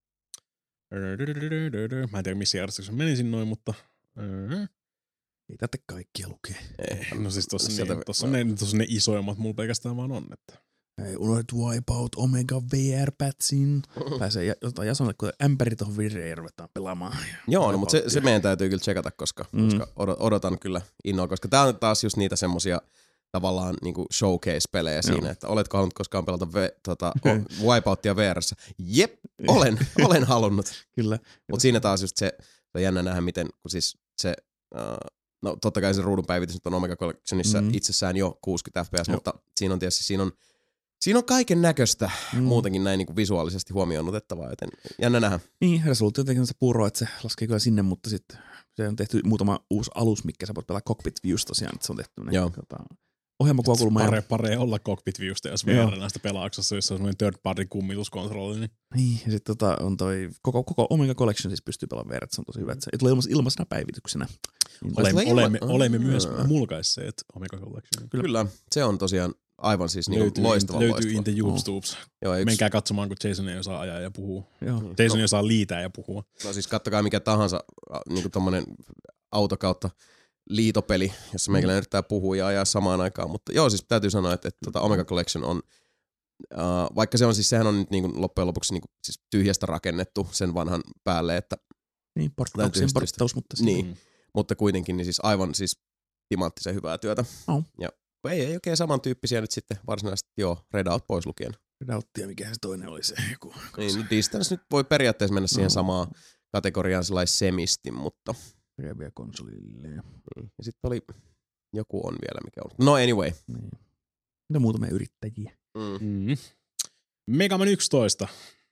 Mä en tiedä missä järjestyksessä menisin noin, mutta... Ei tätä kaikkia lukee. No siis tossa ne isoimmat mulla pelkästään vaan on, että... Ei unohdit Wipeout Omega VR-pätsin. Pääsee jotain Jasonille, kun ämpäri tuohon vireen ruvetaan pelaamaan. Joo, no, mutta se meidän täytyy kyllä tsekata, koska odotan kyllä innolla, koska tää on taas just niitä semmosia tavallaan niinku showcase-pelejä siinä, että oletko halunnut koskaan pelata Wipeoutia VR:ssä? Jep, olen halunnut. Kyllä. Mutta siinä taas just se on jännä nähdä, miten, kun siis se, no totta kai se ruudun päivitys nyt on Omega Collectionissa itsessään jo 60 fps, mutta siinä on tietysti, siinä on kaiken näköistä muutenkin näin niin kuin visuaalisesti huomioon otettavaa, joten jännä nähdä. Niin, Resolute on tehnyt se puuroa, että se laskee kyllä sinne, mutta sitten se on tehty muutama uusi alus, mikä sä voit pelaa Cockpit Views tosiaan, että se on tehty ohjelmakuvakulma. Paree olla Cockpit Viewsta, jos VR näistä pelauksessa, jos on semmoinen third party kummituskontrolli. Niin, ja sitten on toi koko Omega Collection siis pystyy pelaamaan VR, että se on tosi hyvä, että se tulee ilmaisena päivityksenä. Olemme myös mulkaisseet Omega Collection. Kyllä, se on tosiaan aivan siis niinku loistava. Löytyy in the YouTubes. Menkää katsomaan, kun Jason ei osaa ajaa ja puhua. Jason ei osaa liitää ja puhua. No siis kattokaa mikä tahansa niinku tommonen auto kautta liitopeli, jossa meikäläinen yrittää puhua ja ajaa samaan aikaan. Mutta joo, siis täytyy sanoa, että Omega Collection on, vaikka se on siis, sehän on nyt niinku loppujen lopuksi niinku siis tyhjästä rakennettu sen vanhan päälle, että niin, porttaus, mutta niin, mutta kuitenkin niin siis aivan siis timanttisen hyvää työtä. Ja ei oikein samantyyppisiä nyt sitten varsinaisesti Red Out pois lukien. Red Outtia, mikä se toinen oli se joku. Niin, Distance nyt voi periaatteessa mennä siihen samaan kategoriaan sellainen semisti, mutta... Vielä konsolille. Niin. Ja sitten joku on vielä mikä on. No anyway. Niin. Mitä muutamia yrittäjiä? Mega Man 11.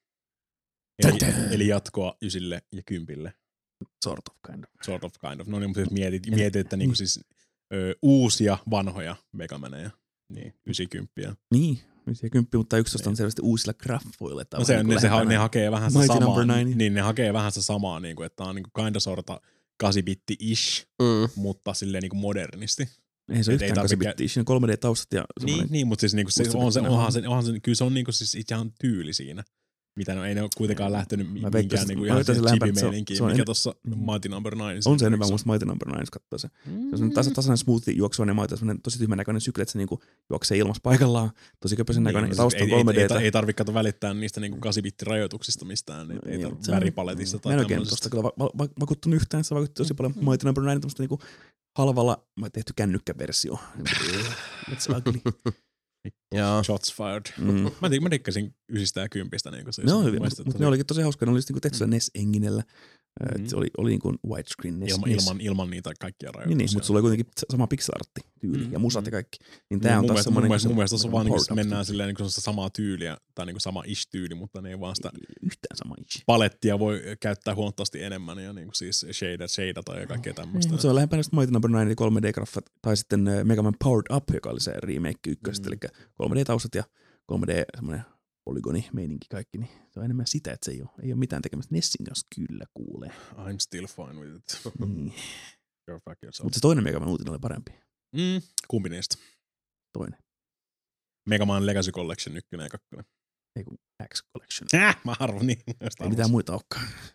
Eli jatkoa 9 ja 10. Sort of kind of. No niin, mutta jos mietit että niinku siis uusia vanhoja Mega Maneja. Niin, 90. Niin, 90, mutta 11 on selvästi uusilla graffoilla. No ne hakee vähän sitä samaa. Niin, ne hakee vähän sitä samaa, niinku, että on niinku kinda sorta 8-bitti-ish, mutta silleen niinku modernisti. Ei se yhtään 8-bitti-ish, ne 3D-taustat ja semmoinen. Niin, mutta siis niinku kyllä se on niinku siis ihan tyyli siinä. Mitä ei ne ole kuitenkaan lähtenyt minkään niinku ihan chipimeininkiin, mikä tossa Mighty Number 9. On se enemmän muista Mighty Number 9 kattoo se. Se on tasainen smoothie juoksua, niin Mighty on tosi tyhmän näköinen sykli, että se niinku juoksee ilmassa paikallaan. Tosi köpöisen näköinen. Ja tausta on 3D:tä. Ei tarvitse kato välittää niistä niinku 8-bitti-rajoituksista mistään. Ei tarvitse väripaletista tai tämmöisestä. Mä en oikein tosta kyllä vakuuttunut yhtään. Se vaikutti tosi paljon Mighty Number 9 tämmöistä niinku halvalla tehty kännykkäversio. It's ugly. Shots fired. Mä tikkasin 9 ja 10. Niin ne on hyviä, mutta ne olikin tosi hauskaa. Ne oli niin Tetsuya NES-enginellä. Se oli niin kuin widescreen NES. Ilman niitä kaikkia rajoituksia. Niin, mutta sulla oli kuitenkin sama pixel-artti-tyyli ja musat ja kaikki. Niin tää on taas semmoinen... Mun mielestä tuossa vaan mennään silleen niin samaa tyyliä, tai niin sama ish-tyyli, mutta ne ei vaan sitä yhtään sama ish. Palettia voi käyttää huomattavasti enemmän ja niin kuin siis shadata ja kaikkea tämmöistä. Se on lähempänä sitten Mighty Number 9 3D-graffat, tai sitten Mega Man Powered Up, joka oli se remake ykköstä, eli 3D-taustat ja 3D semmoinen polygoni-meininki kaikki, niin se on enemmän sitä, että se ei ole mitään tekemistä Nessin kanssa kyllä kuulee. I'm still fine with it. Mutta se toinen Mega Man uutinen oli parempi. Kumpi niistä? Toinen. Mega Man Legacy Collection 1 ja 2. Ei kun X Collection. Mä arvon niin. Ei mitään muita olekaan.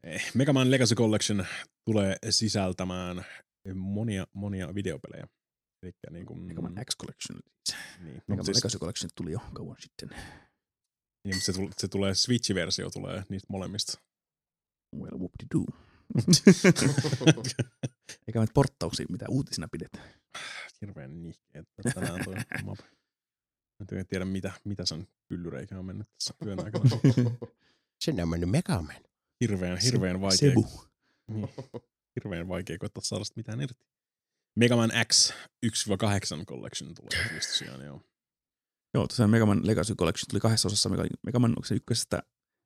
Mega Man Legacy Collection tulee sisältämään monia videopelejä. Elikkä niin kuin... Mega Man X Collection. Niin, Mega Man Legacy Collection tuli jo kauan sitten. Niin, se tulee, Switch-versio tulee niistä molemmista. Well, whoop-de-doo. Eikä meitä porttauksia, mitä uutisina pidetään. Hirveän nihkeet tänään toi map. En tiedä, mitä sen pyllyreikä on mennyt tässä työn aikana. Sen on mennyt Mega Man. Hirveän vaikea. Sebu. Niin, hirveän vaikea koittaa saada sitä mitään irti. Mega Man X 1-8 Collection tulee tosiaan, joo. Joo, tosiaan Mega Man Legacy Collection tuli 2 osassa. Mega Man onko se 1:6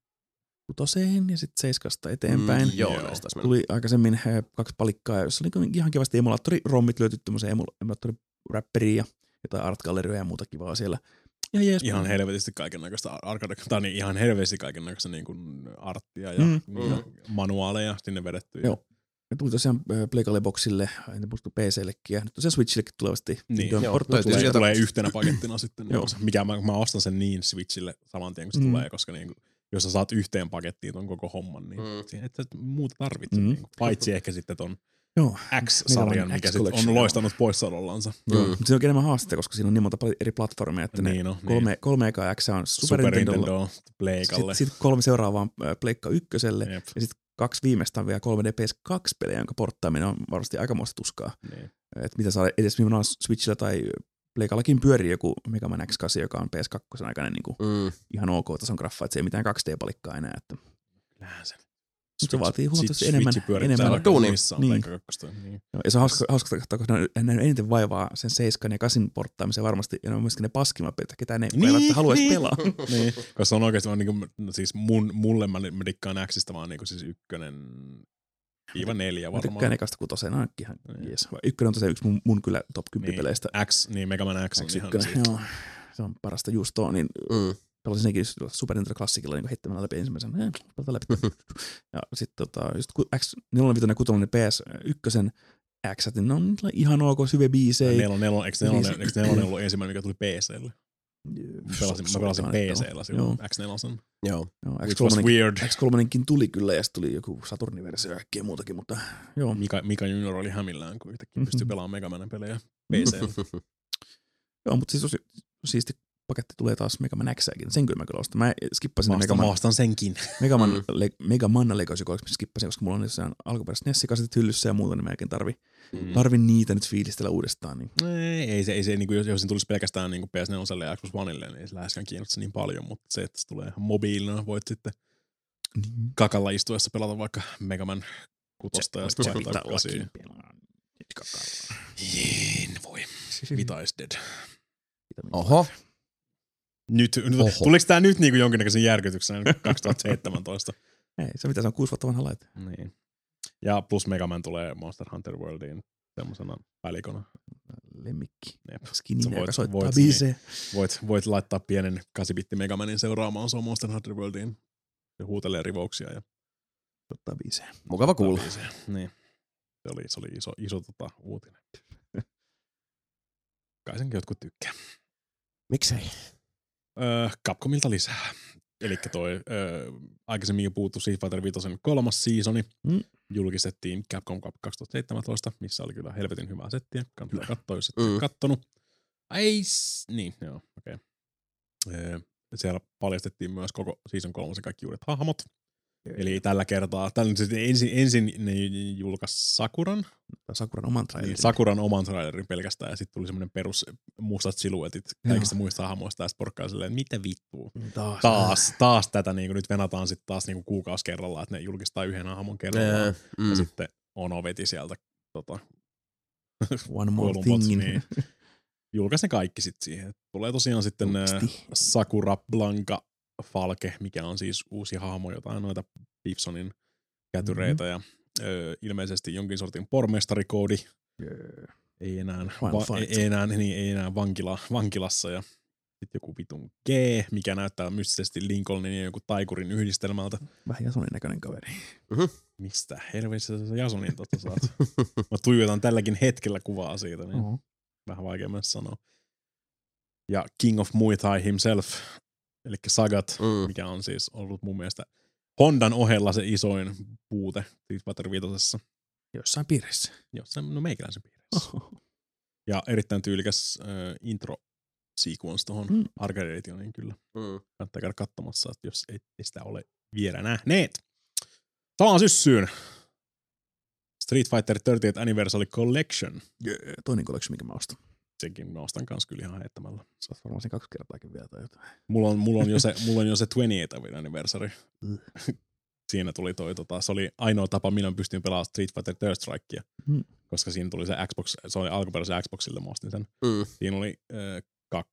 ja sitten 7 eteenpäin. Joo. Tuli aikaisemmin 2 palikkaa, jossa oli ihan kivasti emulaattori-rommit löyty tämmöiseen emulaattori-räpperiin ja jotain art-gallerioja ja muuta kivaa siellä. Ihan helvetisti kaikennäköistä ihan helvetisti kaikennäköistä niin kuin arttia ja manuaaleja sinne vedetty. Joo. Ja tuli tosiaan Playcale-boxille, en muista PC:llekin, ja nyt tosiaan Switchillekin tulevasti. Niin, tulee yhtenä pakettina sitten. Mikä mä ostan sen niin Switchille saman tien, kun se tulee, koska niin, jos sä saat yhteen pakettiin ton koko homman, niin et sä muuta tarvitse. Niin, paitsi ehkä sitten ton X-sarjan, mikä sitten on loistanut poissaolollansa. Mutta se on enemmän haaste, koska siinä on niin monta eri platformia, että niin ne 3 ekaa X on Super Nintendo, Pleikalle. Sitten 3 seuraavaa on Pleikka 1:lle, ja sitten 2 viimeistä on vielä 3D PS2-pelejä, jonka porttaaminen on varmasti aikamoista tuskaa. Niin. Että mitä saa edes nimenomaan Switchillä tai Pleikallakin pyörii joku Mega Man X8, joka on PS2 aikainen niin ihan ok-tason graffa, että se ei mitään 2D-palikkaa enää. Nähdään sen. Mutta se vaatii huomattavasti enemmän. Niin. Ja se on hauska, koska ne on eniten vaivaa sen 7 ja 8 porttaamiseen varmasti, ja ne on myöskin ne paskimmat pelit, ketä ne ei haluaisi pelaa. Niin, koska se on oikeasti vaan niinku, siis mulle mä dikkaan Xistä vaan niinku siis 1-4 varmaan. Mä tykkään ekasta 6, on ihan jees. 1 on tosiaan yksi mun kyllä top 10 peleistä. Niin Mega Man X on ihan joo, se on parasta just tuo, niin pelasin senkin Super Nintendo Classicilla niin heittämällä läpi ensimmäisen. Läpi. Ja sitten just X4, 5, 6, PS1 X, niin ne on ihan ok, syve biisejä. Eikö 4 ollut ensimmäinen, mikä tuli PC:lle? Mä pelasin PC:llä silloin X4. Joo. Which was weird. X3:kin tuli kyllä ja sitten tuli joku Saturni-versio ja äkkiä muutakin, mutta joo. Mika Junior oli hämillään, kun yhtäkkiä pystyi pelaamaan Mega Manin pelejä PC:llä. Joo, mutta siis siisti paketti tulee taas Mega Man X:ääkin. Sen kyllä mä kyllä ostan. Mä skippasin Mä ostan senkin. Mega Man Legacy Collection skippasin, koska mulla on jossain alkuperäiset NES-kasetit hyllyssä ja muuta, niin mä en tarvin niitä nyt fiilistellä uudestaan. Niin. Ei se niinku, jos se tulisi pelkästään niinku PS4 ja Xbox Onelle, niin ei se läheskään kiinnosta niin paljon, mutta se, että se tulee mobiilina, voit sitten kakalla istuessa pelata vaikka Mega Man 6 ja sitten vaihtaa 8. En voi. Vita is dead. Oho. Tuliko tää nyt niinku jonkinnäköisen järkytyksen 2017? Ei, se mitä se on 6 vuotta vanha laite. Niin. Ja plus Mega Man tulee Monster Hunter Worldiin semmosena välikona. Lemmikki. Skinny, joka soittaa biisejä. Voit laittaa pienen 8-bitti Mega Manin seuraamaan se on Monster Hunter Worldiin. Se huutelee rivouksia ja soittaa biisejä. Mukava kuulla. Niin. Se oli iso uutinen. Kai senkin jotkut tykkää. Miksei? Capcomilta lisää. Elikkä toi aikaisemmin jo puhuttu Street Fighter 5 3. seasoni julkistettiin Capcom Cup 2017, missä oli kyllä helvetin hyvää settiä. Kannattaa katsoa, jos et kattonut. Niin, joo, okei. Siellä paljastettiin myös koko season 3 kaikki uudet hahmot. Eli tällä kertaa, ensin ne julkaisi Sakuran oman trailerin. Niin, Sakuran oman trailerin pelkästään, ja sitten tuli semmoinen perus mustat siluetit kaikista muista hahmoista, ja sitten porkkaa silleen, mitä vittua. Taas tätä niin nyt venataan sitten taas niin kuukausi kerrallaan, että ne julkistaa yhden hahmon kerrallaan, ja sitten Ono veti sieltä One more thing. Niin. Julkaisi ne kaikki sitten siihen. Tulee tosiaan sitten Sakura Blanca Falke, mikä on siis uusi hahmo, jotain noita Gibsonin kätyreitä ja ilmeisesti jonkin sortin pormestarikoodi. Ei enää vankilassa ja sitten joku vitun G, mikä näyttää mystisesti Lincolnin ja joku taikurin yhdistelmältä. Vähän Jasonin näköinen kaveri. Mistä helvetissä sä Jasonin totta saat? Mä tuijotan tälläkin hetkellä kuvaa siitä, niin vähän vaikea myös sanoa. Ja King of Muay Thai himself, eli Sagat, mikä on siis ollut mun mielestä Hondan ohella se isoin puute Street Fighter 5. Jossain piirissä. Jossain, no meikäläisen piirissä. Ja erittäin tyylikäs intro sequence tuohon Arcade Editioniin kyllä. Kannattaa käydä katsomassa, että jos ei sitä ole vielä nähneet. Samaan syssyyn Street Fighter 30th Anniversary Collection. Toinen collection, mikä mä ostan. Senkin mä ostan kans kyllä ihan heittämällä. Sä oot varmaan sen 2 kertaakin vielä tai jotain. Mulla on jo se 28th Anniversary. Siinä tuli se oli ainoa tapa, milloin pystyin pelaamaan Street Fighter Third Strikea. Koska siinä tuli se Xbox, se oli alkuperäisen Xboxille, mä ostin sen. Siinä oli 2,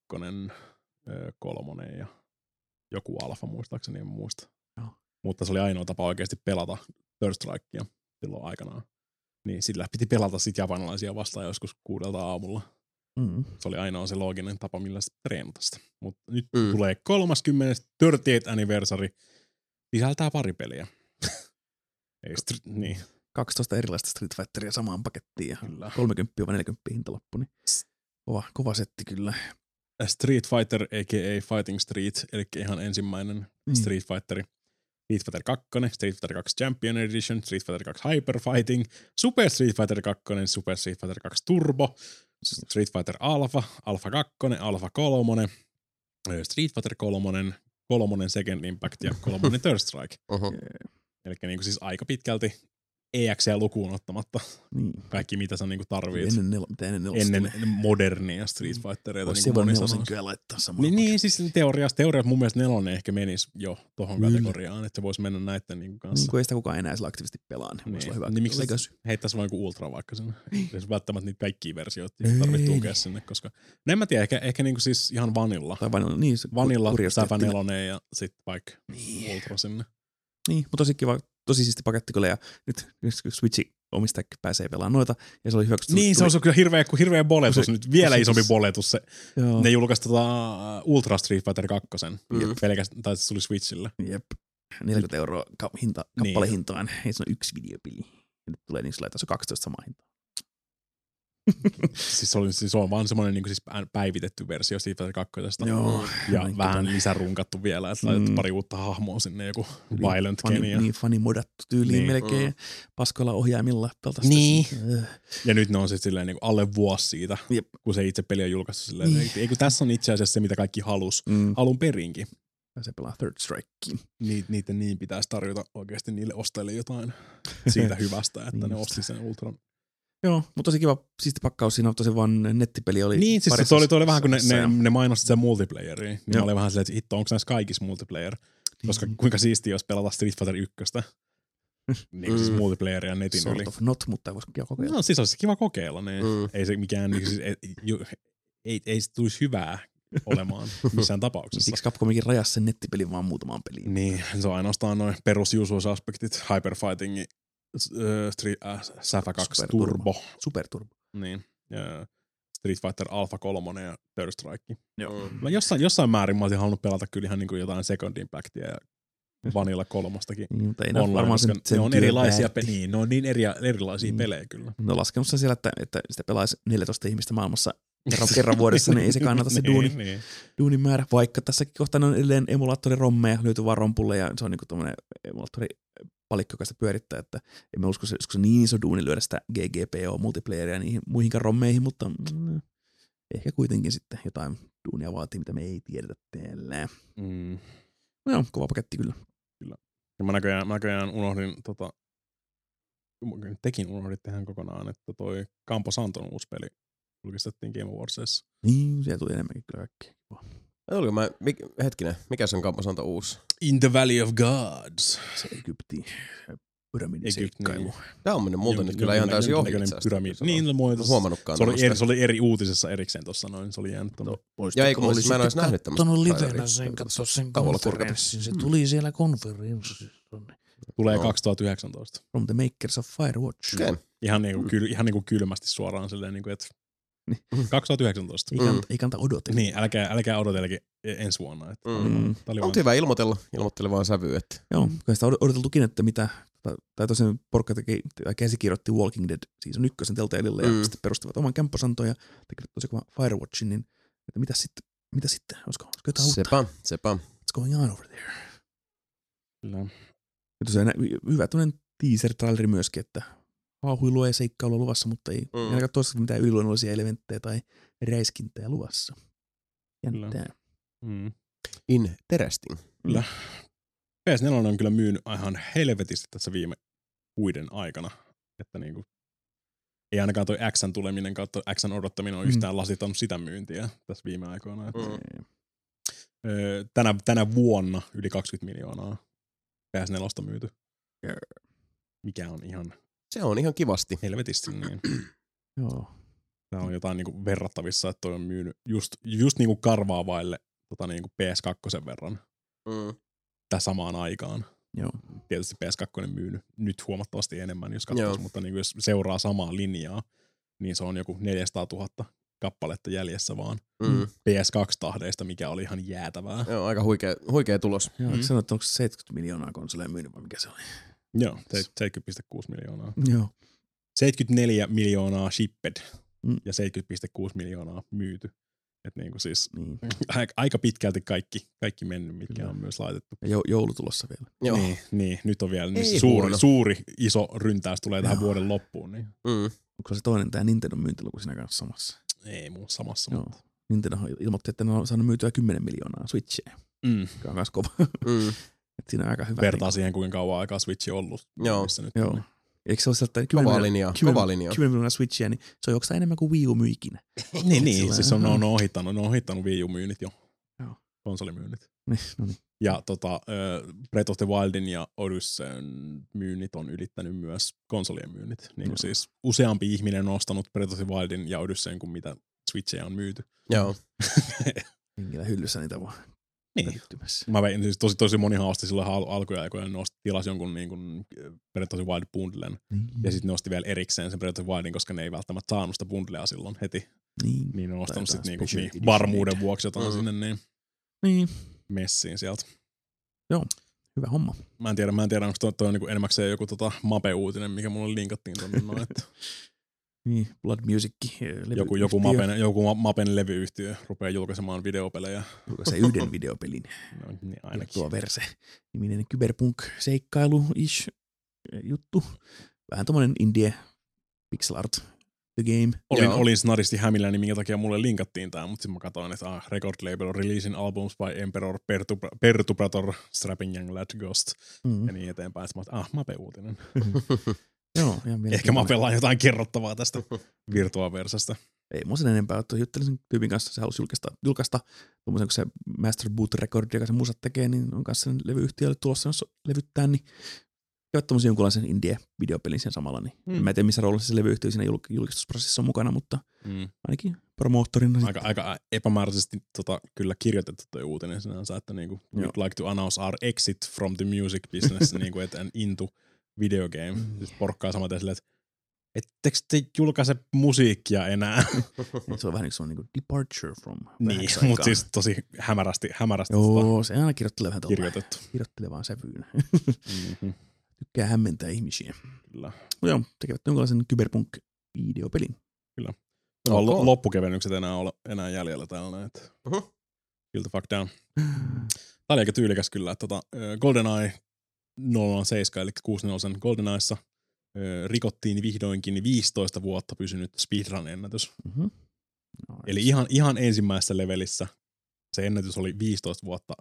3 ja joku alfa muistaakseni, en muista. Mutta se oli ainoa tapa oikeasti pelata Third Strikea silloin aikanaan. Niin sillä piti pelata sit japanilaisia vastaan joskus 6 aamulla. Se oli ainoa se looginen tapa, millä sitä treenata sitä. Mutta nyt tulee 30. 30th Anniversary. Sisältää pari peliä. Niin. 12 erilaista Street Fighteria samaan pakettiin ja 30 vai 40 hintalappu. Niin kova setti kyllä. Street Fighter a.k.a. Fighting Street, eli ihan ensimmäinen Street Fighter. Street Fighter 2, Street Fighter 2 Champion Edition, Street Fighter 2 Hyper Fighting, Super Street Fighter 2, Super Street Fighter 2 Turbo, Street Fighter Alpha, Alpha 2, Alpha 3, Street Fighter 3, 3 Second Impact ja 3 Third Strike. Eli niinku siis aika pitkälti EX:ää lukuun ottamatta kaikki, mitä sä niinku tarvit ennen modernia Street Fightereita. Voisi niin nelosen kyllä laittaa samaan. Niin, siis teoriassa mun mielestä 4 ehkä menisi jo tohon kategoriaan, että se voisi mennä näitten niinku kanssa. Niin kuin ei sitä kukaan enää sillä aktiivisesti pelaa, niin voisi olla hyvä. Niin miksi heittäisi vaan joku Ultra vaikka sinne? Ei välttämättä niitä kaikkia versioita tarvitse tukea sinne, koska en mä tiedä, ehkä niinku siis ihan Vanilla. Tai Vanilla, Säpä 4 ja sit vaikka Ultra sinne. Niin, mutta tosi siisti paketti kyllä, ja nyt Switchin omistajakin pääsee pelaamaan noita, ja se oli hyvä, kun niin, se on kyllä hirveä boletus, nyt vielä isompi boletus se. Ne julkaisi Ultra Street Fighter 2, pelkästään, tai se tuli Switchille. Jep, 40 € kappalehintaan, ei se ole 1 videopeli. Nyt tulee niin sillä, että se on 12 samaa hintaa. siis on vaan semmoinen niin siis päivitetty versio siitä 2. Ja vähän lisärunkattu vielä, että laitettu pari uutta hahmoa sinne, joku Violent Kenny. Niin funimodattu tyyliin melkein, paskoilla ohjaimilla. Niin. Ja nyt ne on sitten silleen niin alle vuosi siitä, kun se itse peli on julkaistu silleen. Niin. Eikö tässä on itse asiassa se, mitä kaikki halus alun perinkin. Se pelaa Third Strikeen. Niiden niin pitäisi tarjota oikeasti niille ostajille jotain siitä hyvästä, että ne osti sen Ultran. Joo, mutta tosi kiva siisti pakkaus. Siinä on tosi vaan nettipeli oli. Niin, siis se oli vähän kun ne mainosti sen multiplayeria. Niin mä olin vähän silleen, että hitto, onko näissä kaikissa multiplayer? Koska kuinka siistiä olisi pelata Street Fighter 1. Niin siis multiplayeria netin yli. Sort of not, mutta voisi kiva kokeilla. No siis olisi kiva kokeilla. Niin. Ei se mikään, niin siis, ei se tulisi hyvää olemaan missään tapauksessa. Siksi Capcomikin rajasi sen nettipelin vaan muutamaan peliin. Niin, se on ainoastaan noin perususuusaspektit, Hyperfighting, Safa 2 Turbo. Super Turbo. Niin. Street Fighter Alpha 3 ja Third Strike. Joo. Mä jossain määrin mä olisin halunnut pelata kyllä ihan niinku jotain Second Impactia ja Vanilla 3:stakin. Niin, mutta ei varmaan sen ne on erilaisia ne on niin erilaisia pelejä kyllä. Ne on laskenut sen siellä, että sitä pelaisi 14 ihmistä maailmassa kerran vuodessa, niin ei se kannata se duunin määrä. Vaikka tässäkin kohtaa on edelleen emulaattorirommeja, löytyy vaan rompulle ja se on niinku tommonen emulaattoripalikko, joka sitä pyörittää, että emme usko se niin iso duuni lyödä sitä GGPO-multiplayeria niihin muihinkaan rommeihin, mutta ehkä kuitenkin sitten jotain duunia vaatii, mitä me ei tiedetä täällä. No joo, kova paketti kyllä. Ja mä näköjään unohdin, tekin unohditte ihan kokonaan, että toi Campo Santon uusi peli julkistettiin Game Awardsissa. Niin, siellä tuli enemmänkin kyllä kaikkea. Hetkinen, mikä se on Campo Santo uusi? In the Valley of Gods. Se Egypti. Pyramidiseikkailu. Niin. Tämä on mennyt multa nyt kyllä ihan täysin ohi. Niin, huomannutkaan. Se oli eri uutisessa erikseen tuossa noin, se oli jäänyt tuonne. Ja ei kun mä en olisi nähnyt tämmöistä. Kattonut livenä sen, katso sen konferenssin. Se tuli siellä konferenssissa. Tulee 2019. From the Makers of Firewatch. Okay. Ihan niinku kylmästi suoraan silleen, niinku, että 2019. Ei kannata odotella. Niin, älkää odotellekin ensi vuonna. On hyvä ilmoittele vaan sävyä. Että. Joo, kun sitä odoteltukin, että mitä, tai tosiaan porukka käsikirjoitti Walking Dead season 1 Telltaleille ja sitten perustivat oman Camposanton ja tekivät tosi kova Firewatchin, niin että mitä sitten? Olisiko jotain uutta? Sepä. What's going on over there? Kyllä. Ja tosiaan hyvä tuollainen teaser-traileri myöskin, että haahuilua ja seikkailua luvassa, mutta ei ainakaan toisaalta mitään yliluonnollisia elementtejä tai räiskintää luvassa. Jännittää. Interesting. Kyllä. PS4 on kyllä myynyt ihan helvetisti tässä viime kuiden aikana. Että niinku, ei ainakaan toi Xn tuleminen kautta Xn odottaminen on yhtään lasittanut sitä myyntiä tässä viime aikoina. Että tänä vuonna yli 20 miljoonaa PS4 myyty. Mikä on ihan... Se on ihan kivasti. Helvetisti niin. Joo. Tämä on jotain niinku verrattavissa, että toi on myynyt just niinku karvaa vaille niinku PS2 verran. Tää samaan aikaan. Joo. Tietysti PS2 on myynyt nyt huomattavasti enemmän, jos katsoisi, mutta niinku jos seuraa samaa linjaa, niin se on joku 400 000 kappaletta jäljessä vaan PS2-tahdeista, mikä oli ihan jäätävää. Joo, aika huikea tulos. Joo, eikö sanoa, että onko 70 miljoonaa konsoleja myynyt vai mikä se oli? Joo, 70,6 miljoonaa. Joo. 74 miljoonaa shipped ja 70,6 miljoonaa myyty. Että niinku siis aika pitkälti kaikki mennyt, mitkä on myös laitettu. Ja joulutulossa vielä. Joo. Niin, nyt on vielä niin suuri iso ryntäys tulee tähän vuoden loppuun. Niin. Onko se toinen tämä Nintendo myyntiluku siinä kanssa samassa? Ei mun samassa. Joo. Nintendo ilmoitti, että ne on saanut myytyä 10 miljoonaa Switchia. Mikä on myös kova. Että siinä on aika hyvä. Vertaa siihen, kuinka kauan aikaa Switch on ollut. Joo. Nyt joo. on. Eikö se ole sieltä 10 miljoonaa Switchia, niin se on joksaan enemmän kuin Wii U myy ikinä. niin. Siis ne on ohittanut Wii U-myynnit jo. Joo. Konsolimyynnit. No niin. Ja Breath of the Wildin ja Odysseyn myynnit on ylittänyt myös konsolien myynnit. Niin siis useampi ihminen on ostanut Breath of the Wildin ja Odysseyn kuin mitä Switcheja on myyty. Joo. Hengillä hyllyssä niitä vaan. Niin. Mä vein, siis tosi moni hausti silloin alkuaikoina, ne tilasi jonkun niin kuin Breath of the Wild bundlen. Ja sitten ne osti vielä erikseen sen Breath of the Wildin, koska ne ei välttämättä saanut sitä bundlea silloin heti. Niin ne on ostanut sitten niinku varmuuden vuoksi jotain sinne niin messiin sieltä. Joo, hyvä homma. Mä en tiedä onko toi on niinku enemmäkseen joku Mape-uutinen, mikä mulle linkattiin tonne. Niin, Blood Music. Joku Mapen levyyhtiö rupeaa julkaisemaan videopelejä. Julkaisee yhden videopelin. No, niin ainakin. Tuo Verse-niminen cyberpunk-seikkailu-ish juttu. Vähän tommonen indie pixel art the game. Olin snaristi hämilläni, minkä takia mulle linkattiin tää, mutta sitten mä katsoin, että record label on releasing albums by Emperor, Perturbator, Strapping Young Lad Ghost ja niin eteenpäin. Sitten mä Mape-uutinen. Joo, ehkä Mapella on jotain kerrottavaa tästä Virtua-versasta. Ei mun sen enempää, että juttelin sen tyypin kanssa, se halusi julkaista tuommoisen, kun se Master Boot Record, joka se musat tekee, niin on kanssa sen levyyhtiölle tulossa, jos levyttää, niin käyttää tommosen jonkunlaisen indie-videopelin sen samalla. Niin mä en tiedä, missä roolissa se levyyhtiö siinä julkistusprosessissa on mukana, mutta ainakin promoottorina. Aika epämääräisesti kyllä kirjoitettu toi uutinen sinänsä, että niinku, we'd like to announce our exit from the music business niinku, and into video game. Siis porkkaa samaten silleen, että ettekö te julkaise musiikkia enää? Se on vähän niin kuin departure from. Niin, mutta siis tosi hämärästi. Joo, se aina kirjoittelee vähän kirjoitettu. Kirjoittelee vaan sävyyn. Tykkää hämmentää ihmisiä. Kyllä. No joo, tekevät jonkinlaisen cyberpunk-videopelin. Kyllä. Okay. Loppukevennykset enää jäljellä täällä. Kill the fuck down. Tää oli aika tyylikäs kyllä. GoldenEye 007, eli 64 GoldenEyessa rikottiin vihdoinkin 15 vuotta pysynyt speedrun-ennätys. Eli ihan ensimmäisessä levelissä se ennätys oli 15 vuotta,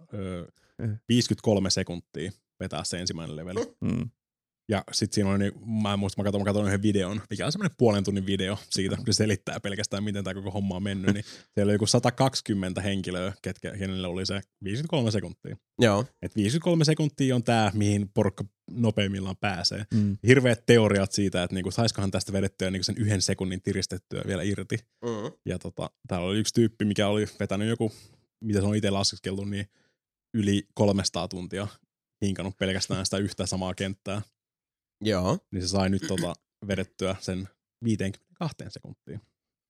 53 sekuntia vetää se ensimmäinen leveli. Ja sit siinä oli, mä katsoin yhden videon, mikä on semmoinen 0,5 tunnin video siitä, kun se selittää pelkästään, miten tää koko homma on mennyt, niin siellä oli joku 120 henkilöä, kenelle oli se 53 sekuntia. Joo. Et 53 sekuntia on tää, mihin porukka nopeimmillaan pääsee. Hirveät teoriat siitä, että niinku, saisikohan tästä vedettyä niinku sen 1 sekunnin tiristettyä vielä irti. Ja täällä oli yksi tyyppi, mikä oli vetänyt joku, mitä se on itse laskeskeltu, niin yli 300 tuntia hinkannut pelkästään sitä yhtä samaa kenttää. Joo. Niin se sai nyt vedettyä sen 52 sekuntiin.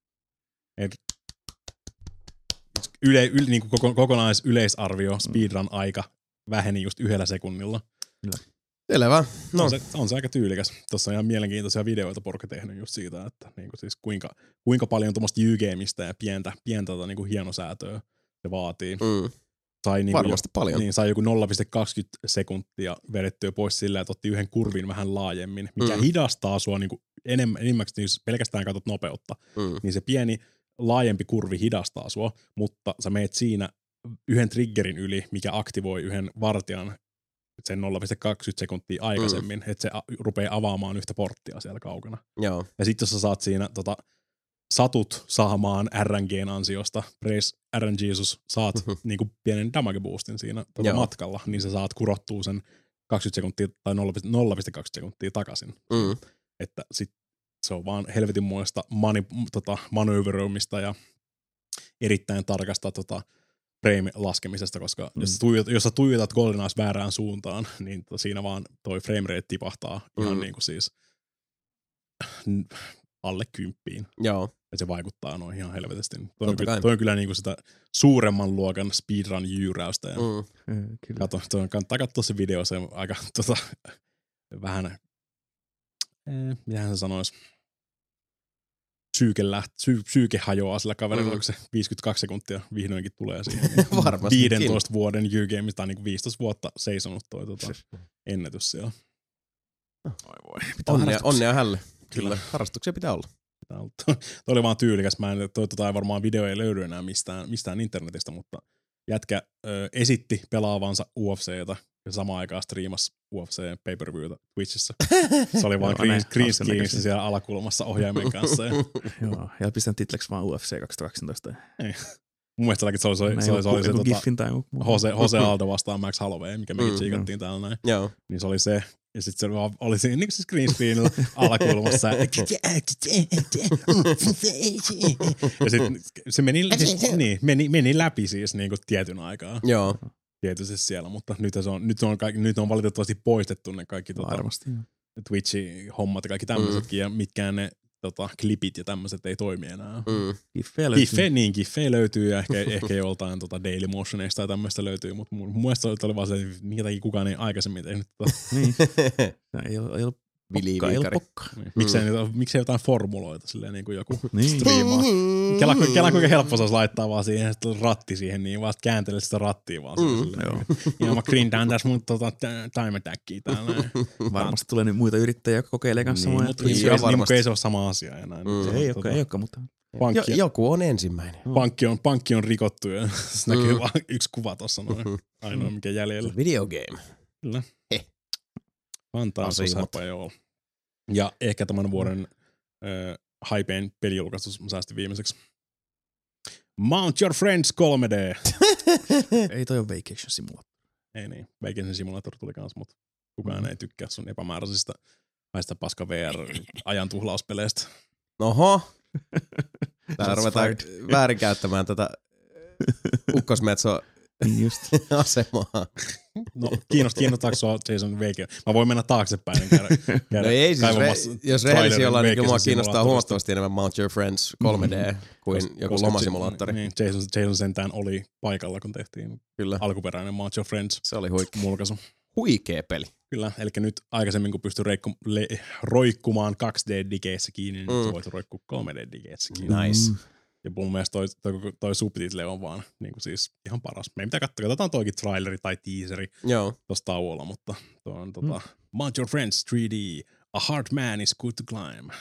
Niin kuin kokonaisyleisarvio speedrun aika väheni just 1 sekunnilla. Selvä. No. On se aika tyylikäs. Tuossa on ihan mielenkiintoisia videoita porukka tehnyt just siitä, että niin kuin siis kuinka paljon tuommoista U-gameista ja pientä niin kuin hienosäätöä se vaatii. sai niinku Varmasti paljon. Niin, sai joku 0,20 sekuntia vedettyä pois sillä, että otti yhden kurvin vähän laajemmin, mikä hidastaa sua niinku enimmäksi, jos pelkästään katsot nopeutta, niin se pieni laajempi kurvi hidastaa sua, mutta sä meet siinä yhden triggerin yli, mikä aktivoi yhden vartijan sen 0,20 sekuntia aikaisemmin, että se rupeaa avaamaan yhtä porttia siellä kaukana. Joo. Ja sitten jos sä saat siinä satut saamaan RNGn ansiosta, praise RNG, Jesus, saat niinku pienen damage boostin siinä matkalla, niin sä saat kurottua sen 20 sekuntia tai 0,20 sekuntia takaisin. Että sit se on vaan helvetinmoista manööveröimistä ja erittäin tarkasta frame-laskemisesta, koska jos sä tuijotat GoldenEyes väärään suuntaan, niin siinä vaan toi frame rate tipahtaa ihan niinku siis alle 10. Joo. Ja se vaikuttaa noin ihan helvetisti. Toi on kyllä niinku sitä suuremman luokan speedrun-jyyräystä. Kannattaa katsoa se video, se on aika vähän, mitähän se sanois, psyyke hajoaa sillä kaverilla, kun se 52 sekuntia vihdoinkin tulee siihen. Varmasti. 15 vuoden U-Games, tai niinku 15 vuotta seisonut toi ennätys siellä. Onnea hälle. Kyllä. Harrastuksia pitää olla. Toi oli vaan tyylikäs. Varmaan video ei löydy enää mistään internetistä, mutta jätkä esitti pelaavansa UFC:tä ja samaan aikaan striimasi UFC pay-per-viewta Twitchissä. Se oli vaan green screenissa siellä alakulmassa ohjaimen kanssa. Joo, ja pistän titleksi vaan UFC 2012. Ei. Mun mielestä se oli se Jose Aldo vastaan Max Holloway, mikä mekin tsiikattiin täällä näin. Joo. Niin se oli se. Ja sit se oli siinä niin se screen screenilla alakulmassa. Ja sit se meni läpi siis niinku tietyn aikaa. Joo. Tietysti siellä, mutta nyt on valitettavasti poistettu ne kaikki Twitchin hommat ja kaikki tämmöisetkin, ja mitkään ne klipit ja tämmöiset ei toimi enää. Giffejä löytyy ja ehkä joltain Dailymotioneista tai tämmöistä löytyy, mutta mun mielestä oli vaan se, minkä takia kukaan ei aikaisemmin tehnyt Niin. Ei ole pokkaa. Miksei jotain formuloita silleen niin kuin joku striimaa. Kela kuinka helppo se olisi laittaa vaan siihen ratti siihen, niin vaan kääntelee sitä rattia vaan silleen. Ja mä grindaan tässä mun time attackia täällä. Varmasti tulee nyt muita yrittäjiä, jotka kokeilee kanssa samaa. Mutta ei se ole sama asia enää. Ei olekaan, mutta joku on ensimmäinen. Pankki on rikottu ja se näkyy vaan yksi kuva tossa noin. Ainoa mikä jäljellä. Video game. Kyllä. Fantastisharpa joo. Ja ehkä tämän vuoden hypeen pelijulkaistus mä säästin viimeiseksi. Mount Your Friends 3D. Ei toi ole Vacation Simulator. Ei niin. Vacation Simulator tuli kans, mutta kukaan ei tykkää sun epämääräisistä väistä paska VR-ajan tuhlauspeleistä. Oho. Täällä ruvetaan väärinkäyttämään tätä ukkosmetsoa. Niin just. Asemaa. No, kiinnostaako sua Jason Wake? Mä voin mennä taaksepäin. No ei siis, jos rehellisiä ollaan, niin mua kiinnostaa huomattavasti enemmän Mount Your Friends 3D kuin joku lomasimulaattori. Niin, Jason sentään oli paikalla, kun tehtiin alkuperäinen Mount Your Friends. Se oli mulkaisu. Huikea peli. Kyllä, eli nyt aikaisemmin kun pystyi roikkumaan 2D-digeissä kiinni, niin nyt voit roikkua 3D-digeissä kiinni. Nice. Ja mun mielestä toi subtitle on vaan niin kuin siis ihan paras. Me ei mitään katsotaan toikin traileri tai teaseri tossa tauolla, mutta toi on Mount Your Friends 3D, a hard man is good to climb.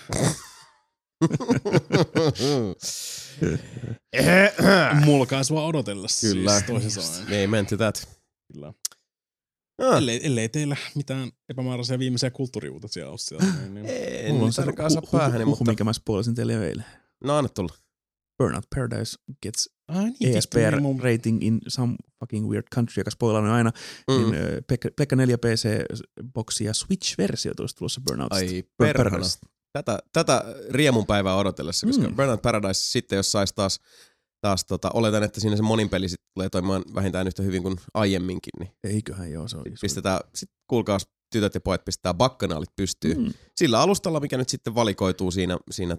Mulkaisua odotellessa. Kyllä. Siis toisin sanoen. Ei menty that. Kyllä. Ellei teillä mitään epämääräisiä viimeisiä kulttuuriuutisia ole siellä. Niin. Ei, mulla on se saa päähäni, mutta minkä mä spoilasin teille eilen. No anna tulla. Burnout Paradise gets ESPR rating in some fucking weird country, joka spoilaa aina. Niin Pleikka 4 PC-boksi ja Switch-versio tulisi tulossa Burnoutista. Ai perhana. Tätä riemun päivää odotellessa, koska Burnout Paradise sitten, jos saisi taas oletan, että siinä se monin peli sit tulee toimimaan vähintään yhtä hyvin kuin aiemminkin. Niin eiköhän joo, se on pistetään, sit kuulkaas tytöt ja pojat pistetään bakkanaalit pystyyn. Sillä alustalla, mikä nyt sitten valikoituu siinä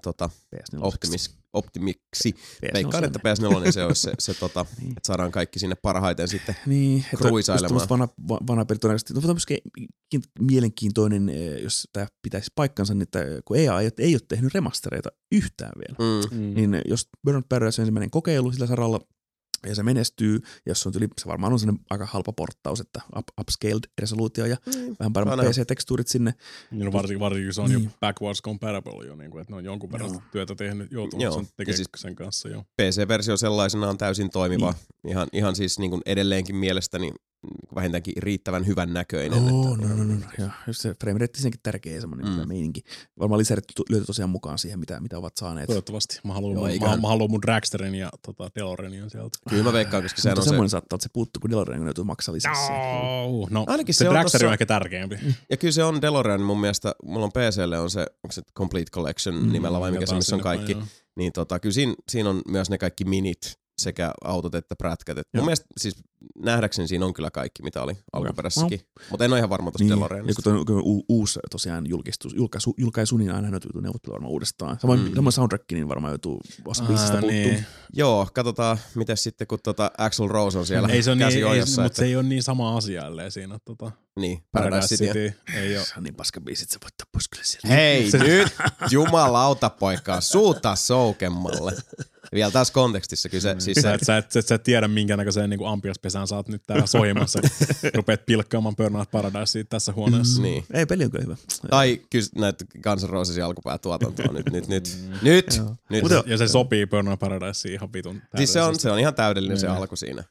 Optimiksi. Veikkaan, että PS4 se olisi se että saadaan kaikki sinne parhaiten sitten kruisailemaan. Vanha peli todennäköisesti. Tämä on myöskin mielenkiintoinen, jos tämä pitäisi paikkansa, niin että kun EA ei ole tehnyt remastereita yhtään vielä, niin jos Burnout Paradise on ensimmäinen kokeilu sillä saralla, ja se menestyy, jos on se varmaan on sellainen aika halpa porttaus, että upscaled resoluutio ja vähän paremmat PC-tekstuurit sinne. Niin varsinkin se on jo backwards comparable jo, niin kuin, että ne on jonkun verran työtä tehnyt, joutunut sen tekemään siis sen kanssa jo. PC-versio sellaisena on täysin toimiva, ihan siis niin kuin edelleenkin mielestäni vähintäänkin riittävän hyvän näköinen. No. Ja just se frame rate senkin tärkeä semmoinen meininki. Varmaan lisärit löytyy tosiaan mukaan siihen, mitä ovat saaneet. Toivottavasti. Mä haluan mun Dragsterin ja DeLoreanin sieltä. Kyllä mä veikkaan, koska sehän on semmoinen saattaa, että se puuttuu, kun DeLorean joutuu maksaa lisäksi. No, ainakin se Dragster on ehkä tärkeämpi. Ja kyllä se on DeLorean mun mielestä, mulla on PC:lle on se, onko se Complete Collection nimellä vai mikä se, missä on kaikki. Niin kyllä siinä on myös ne kaikki minit, sekä autot että prätkät. Mun mielestä siis nähdäkseni siinä on kyllä kaikki, mitä oli alkuperäisessäkin. Mutta en ole ihan varma tuosta DeLoreanista. Ja kun uusi tosiaan julkaisu, niin aina joutuu neuvottelemaan varmaan uudestaan. Samoin soundtrack, niin varmaan joutuu osa biisistä puuttuu. Niin. Joo, katsotaan, miten sitten, kun Axl Rose on siellä käsiojossa. Mutta se ei ole niin sama asia siinä. Niin, Paradise City. Ei ole. Se on niin paska biisi, että sä voit pois kyllä siellä. Hei, nyt jumalauta poikaa, suuta soukemmalle. Vielä taas kontekstissa. Kyllä sä et tiedä, minkä näköiseen niin ampiaspesään sä oot nyt täällä soimassa. Rupeat pilkkaamaan Burnout Paradisea tässä huoneessa. Niin. Ei, peli on kyllä hyvä. Tai kyllä näitä Guns N' Rosesin alkupäätuotantoa nyt. Ja se sopii Burnout Paradiseen ihan vitun. Siis se on ihan täydellinen se alku siinä.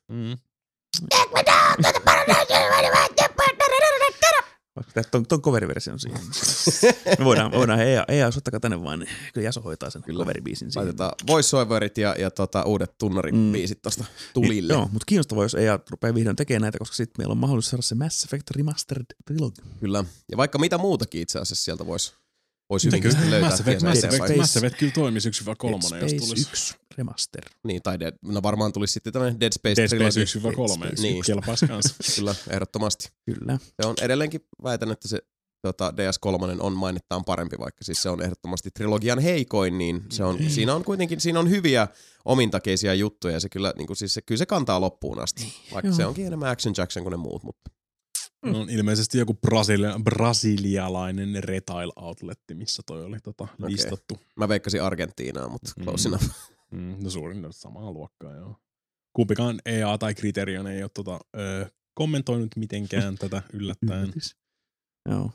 Tuon coveriversion siihen. Me voidaan EA soittakaa tänne vaan, niin kyllä Jaso hoitaa sen coveribiisin siihen. Laitetaan voice-overit ja uudet tunnaribiisit tosta tulille. Joo, mutta kiinnostavaa, jos EA rupeaa vihdoin tekemään näitä, koska sitten meillä on mahdollisuus saada se Mass Effect Remastered Trilogy. Kyllä, ja vaikka mitä muutakin itse asiassa sieltä voisi hyvinkin löytää. Mass Effect kyllä toimisi 1-3, jos tulisi. 1 Remaster. Niin, tai varmaan tulisi sitten tämmöinen Dead Space 1-3, niin. Kelpaisi kanssa. Kyllä, ehdottomasti. Kyllä. Se on edelleenkin väitän, että se DS3 on mainittaan parempi, vaikka siis se on ehdottomasti trilogian heikoin, niin siinä on hyviä omintakeisia juttuja, ja se kyllä, niin kuin, siis kyllä se kantaa loppuun asti, vaikka se onkin enemmän Action Jackson kuin ne muut, mutta on ilmeisesti joku brasilialainen retail outletti, missä toi oli listattu. Mä veikkasin Argentiinaa, mutta close enough. No suurin samaa luokkaa, joo. Kumpikaan EA tai Criterion ei ole kommentoinut mitenkään tätä yllättäen. Joo.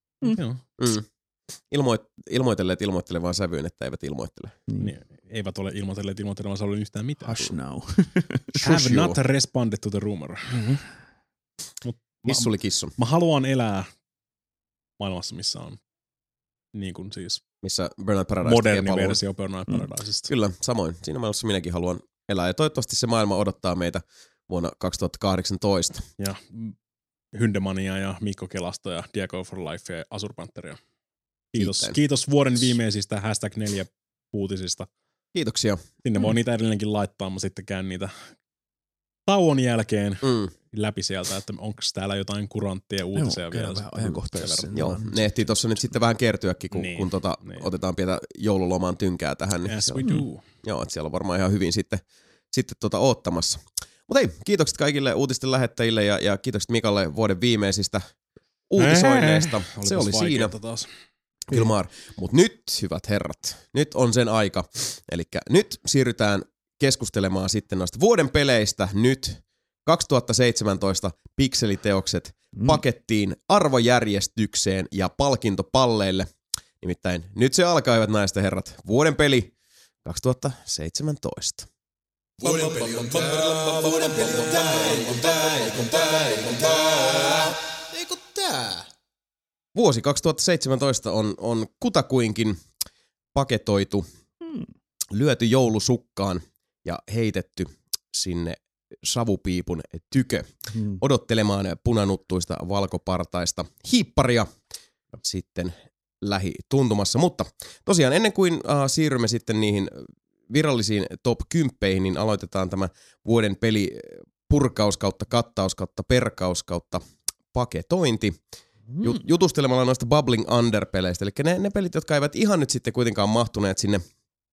Ilmoittelee vaan sävyyn, että eivät ilmoittele. Niin, eivät ole ilmoitelleet, vaan se oli yhtään mitään. Hush now. Have not responded to the rumor. Kissuli kissun. Mä haluan elää maailmassa, missä on niin kuin siis missä Burnout Paradise moderni versio Burnout Paradisesta. Kyllä, samoin. Siinä maailmassa minäkin haluan elää. Ja toivottavasti se maailma odottaa meitä vuonna 2018. Ja Hyndemania ja Mikko Kelasto ja Diego for Life ja Azure Pantheria. Kiitos vuoden viimeisistä #4 uutisista. Kiitoksia. Sinne voi niitä edelleenkin laittaa, mä sitten käyn niitä tauon jälkeen läpi sieltä, että onko täällä jotain kuranttia uutisia vielä. Vähän ajankohtaisesti. Joo, ne ehtii tossa nyt sitten vähän kertyäkin, kun otetaan pientä joululomaan tynkää tähän. Niin yes, we do. Joo, että siellä on varmaan ihan hyvin sitten oottamassa. Mutta hei, kiitokset kaikille uutisten lähettäjille ja kiitokset Mikalle vuoden viimeisistä uutisoinneista. Se oli siinä. Taas. Ilmar. Mutta nyt, hyvät herrat, nyt on sen aika. Elikkä nyt siirrytään keskustelemaan sitten noista vuoden peleistä nyt 2017 pikseliteokset pakettiin, arvojärjestykseen ja palkintopalleille. Nimittäin nyt se alkaa, hyvät naiset ja herrat, vuoden peli 2017. Vuoden peli on tää. Eikö tää? Vuosi 2017 on kutakuinkin paketoitu, lyöty joulusukkaan ja heitetty sinne savupiipun tykö odottelemaan punanuttuista valkopartaista hiipparia sitten lähituntumassa. Mutta tosiaan ennen kuin siirrymme sitten niihin virallisiin top 10, niin aloitetaan tämä vuoden peli purkaus kautta kattaus kautta perkaus kautta paketointi. Jutustelemalla noista Bubbling Under-peleistä, eli ne pelit, jotka eivät ihan nyt sitten kuitenkaan mahtuneet sinne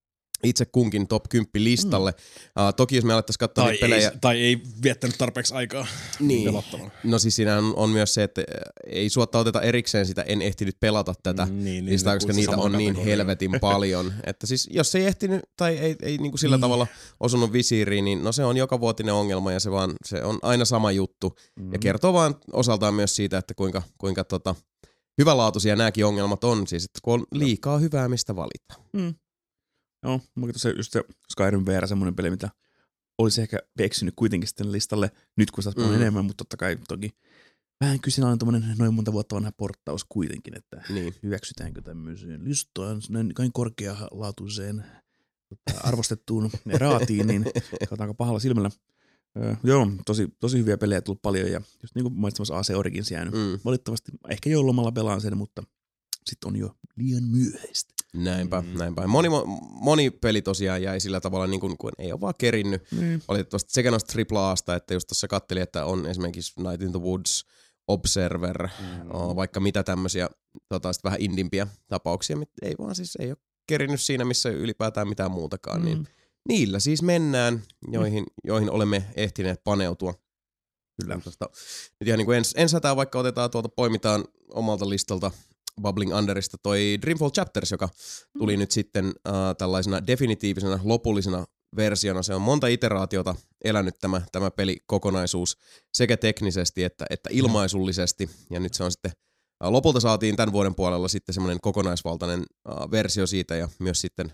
itse kunkin top 10 listalle. Toki jos me alettaisiin katsoa niitä pelejä... Tai ei viettänyt tarpeeksi aikaa pelattavana. No siis siinä on myös se, että ei suotta oteta erikseen sitä en ehtinyt pelata tätä listaa, koska niitä on niin helvetin paljon. Että siis jos ei ehtinyt tai ei niin kuin sillä tavalla osunut visiiriin, niin no se on jokavuotinen ongelma ja se on aina sama juttu. Ja kertoo vaan osaltaan myös siitä, että kuinka hyvälaatuisia nämäkin ongelmat on. Siis että kun on liikaa hyvää, mistä valita. Joo, mutta se just se Skyrim VR semmoinen peli, mitä olisi ehkä eksynyt kuitenkin sitten listalle nyt, kun sitä on enemmän, mutta totta kai toki vähän kyseenalainen tommonen noin monta vuotta vanha porttaus kuitenkin, että hyväksytäänkö tämmöiseen listaan, näin korkealaatuiseen arvostettuun raatiin, niin katsotaanko pahalla silmällä. Joo, tosi hyviä pelejä tullut paljon ja just niin kuin mainitsemassa AC Origins jäänyt. Valitettavasti ehkä joululomalla pelaan sen, mutta sitten on jo liian myöhäistä. Näinpä. Moni peli tosiaan jäi sillä tavalla, niin kun ei ole vaan kerinnyt. Valitettavasti sekä noista AAAsta, että just tuossa kattelin, että on esimerkiksi Night in the Woods, Observer, vaikka mitä tämmöisiä vähän indimpiä tapauksia, mitä ei vaan siis ei ole kerinnyt siinä, missä ylipäätään mitään muutakaan. Niin niillä siis mennään, joihin olemme ehtineet paneutua. Kyllä. Nyt ihan niin kuin ensi hätää vaikka otetaan poimitaan omalta listalta Bubbling Underista toi Dreamfall Chapters, joka tuli nyt sitten tällaisena definitiivisena lopullisena versiona. Se on monta iteraatiota elänyt tämä pelikokonaisuus sekä teknisesti että ilmaisullisesti. Ja nyt se on sitten, lopulta saatiin tämän vuoden puolella sitten semmoinen kokonaisvaltainen versio siitä ja myös sitten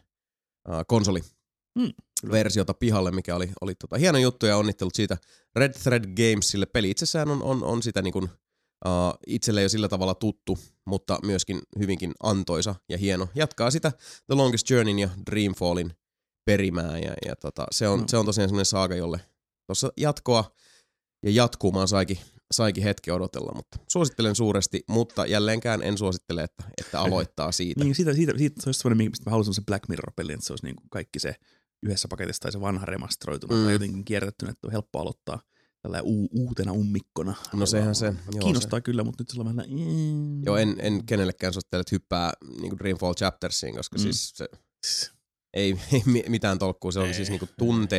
konsoliversiota pihalle, mikä oli hieno juttu ja onnittelut siitä Red Thread Gamesille. Peli itsessään on sitä niin kuin itselle jo sillä tavalla tuttu, mutta myöskin hyvinkin antoisa ja hieno. Jatkaa sitä The Longest Journeyn ja Dreamfallin perimää ja se on tosiaan semmoinen saaga, jolle tuossa jatkoa ja jatkumaan saikin hetki odotella, mutta suosittelen suuresti, mutta jälleenkään en suosittele, että aloittaa siitä. Niin, siitä se olisi semmoinen, mistä mä haluaisin semmoisen Black Mirror-pelin, että se olisi niin kuin kaikki se yhdessä paketissa tai se vanha remasteroituna tai jotenkin kierrätettynä, että on helppo aloittaa tällä uutena ummikkona. No sehän se. Kiinnostaa kyllä, mutta nyt se on vähän... Joo, en kenellekään suosittele, että hyppää niin kuin Dreamfall Chaptersiin, koska siis se ei mitään tolkkua. Se oli siis niin kuin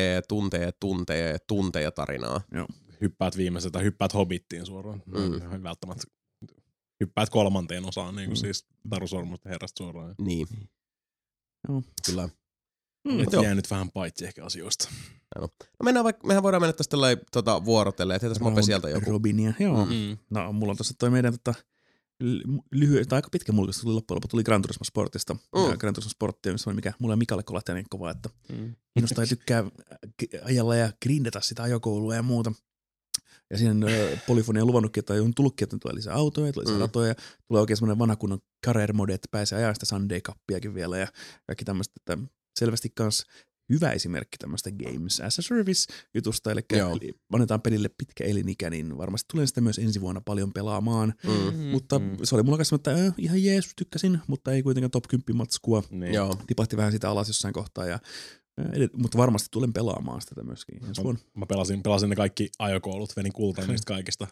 tunteja tarinaa. Joo. Hyppäät viimeiseltä, hyppäät Hobbittiin suoraan. Välttämättä hyppäät 3. osaan, niin kuin siis Taru Sormusten herrasta suoraan. Niin. Joo. Kyllä. Et jää nyt vähän paitsi ehkä asioista. No mehän voidaan mennä tästä vuorotelle, että heitäs mope sieltä joku. Robinia, joo. No mulla on tuossa toi meidän lyhyen, tai aika pitkä mulkasta tuli Gran Turismo Sportista. Gran Turismo Sportti on semmoinen, mikä mulle ja Mikalle kolahti niin kovaa, että kiinnostaa ja tykkää ajalla ja grindata sitä ajokoulua ja muuta. Ja siinä Polyphony on luvannutkin, että on tullutkin, että tulee lisää autoja, tulee lisää ratoja, ja tulee oikein semmoinen vanha kunnon career mode, että pääsee ajaa sitä Sunday Cupiakin vielä ja kaikki tämmöistä, että selvästi kans hyvä esimerkki tämmöistä Games as a Service-jutusta, eli annetaan pelille pitkä elinikä, niin varmasti tulee sitä myös ensi vuonna paljon pelaamaan, mutta se oli mulla kanssa, että ihan jees, tykkäsin, mutta ei kuitenkaan top 10 matskua, tipahti vähän sitä alas jossain kohtaa, mutta varmasti tulen pelaamaan sitä myöskin. Mä pelasin ne kaikki ajokoulut, venin kultaan niistä kaikista.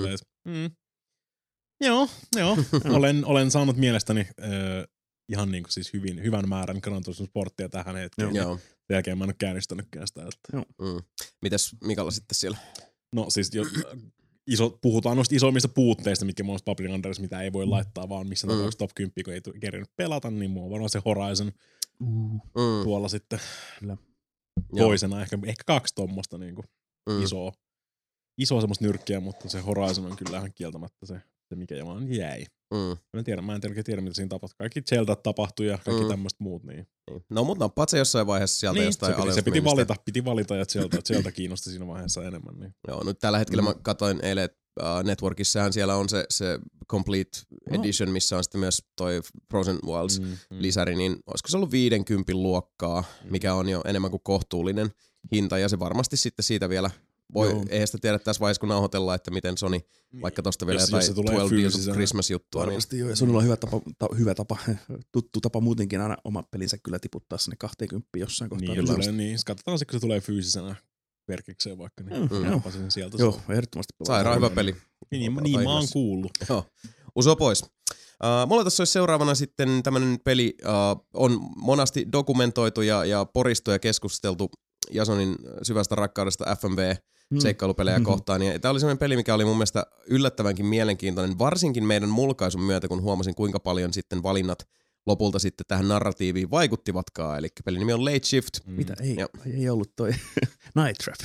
Joo. olen saanut mielestäni ihan niin kuin siis hyvän määrän Gran Turismo Sporttia tähän hetkeen. Sen jälkeen mä en ole käynnistänytkään sitä. Mitäs Mikalla sitten siellä? No siis puhutaan noista isoimmista puutteista, mitkä mulla on Bubbling Unders, mitä ei voi laittaa, vaan missä tapauksessa top 10, kun ei kerinyt pelata, niin mulla on varmaan se Horizon tuolla sitten toisena. Ehkä 2 tommoista niin kuin isoa semmoista nyrkkiä, mutta se Horizon on kyllä ihan kieltämättä se mikä vaan jäi. Mä en tiedä, mitä siinä tapahtui. Kaikki Zelda tapahtui ja kaikki tämmöistä muut. Niin. No mutta nappaat se jossain vaiheessa sieltä jostain se piti valita ja Zelda kiinnosti siinä vaiheessa enemmän. Niin. Joo, nyt tällä hetkellä mä katsoin eilen, että Networkissahan siellä on se Complete Edition, missä on sitten myös toi Frozen Wilds lisäri, niin olisiko se ollut 50 luokkaa, mikä on jo enemmän kuin kohtuullinen hinta, ja se varmasti sitten siitä vielä eihän sitä tiedä tässä vaiheessa, kun nauhoitellaan, että miten Sony, vaikka tosta vielä jotain 12 Days of Christmas-juttua. Varmasti joo, ja Sonylla on hyvä tapa, tuttu tapa muutenkin aina oma pelinsä kyllä tiputtaa sinne 20 jossain kohtaa. Niin, katsotaan se, kun se tulee fyysisenä verkikseen vaikka, niin sen sieltä. Joo, ehdottomasti. Sairaan hyvä peli. Niin mä oon kuullut. Joo, uso pois. Mulla tässä olisi seuraavana sitten tämmönen peli, on monasti dokumentoitu ja poristu ja keskusteltu Jasonin syvästä rakkaudesta FMV-seikkailupelejä kohtaan. Ja tämä oli semmoinen peli, mikä oli mun mielestä yllättävänkin mielenkiintoinen, varsinkin meidän mulkaisun myötä, kun huomasin kuinka paljon sitten valinnat lopulta sitten tähän narratiiviin vaikuttivatkaan. Eli pelin nimi on Late Shift. Mitä? Ei ollut toi Night Trap.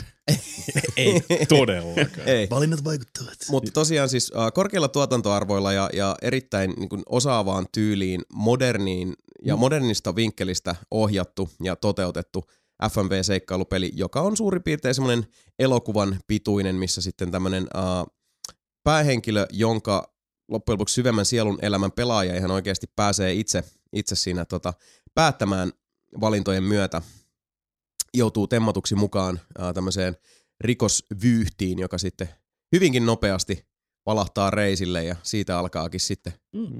Ei todellakaan. Ei. Valinnat vaikuttavat. Mutta tosiaan siis korkeilla tuotantoarvoilla ja erittäin niin kuin osaavaan tyyliin, moderniin ja modernista vinkkelistä ohjattu ja toteutettu FMV-seikkailupeli, joka on suurin piirtein semmoinen elokuvan pituinen, missä sitten tämmöinen päähenkilö, jonka loppujen lopuksi syvemmän sielun elämän pelaaja ihan oikeasti pääsee itse siinä päättämään valintojen myötä, joutuu temmatuksi mukaan tämmöiseen rikosvyyhtiin, joka sitten hyvinkin nopeasti valahtaa reisille ja siitä alkaakin sitten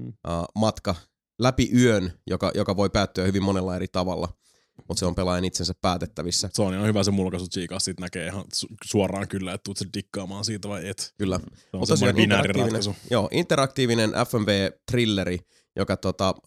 matka läpi yön, joka voi päättyä hyvin monella eri tavalla. Mutta se on pelaajan itsensä päätettävissä. Se on hyvä se mulkaisu tsiikaa, sit näkee ihan suoraan kyllä, että tuut sä dikkaamaan siitä vai et. Kyllä. Se on semmoinen binääriratkaisu. Interaktiivinen FMV-thrilleri, joka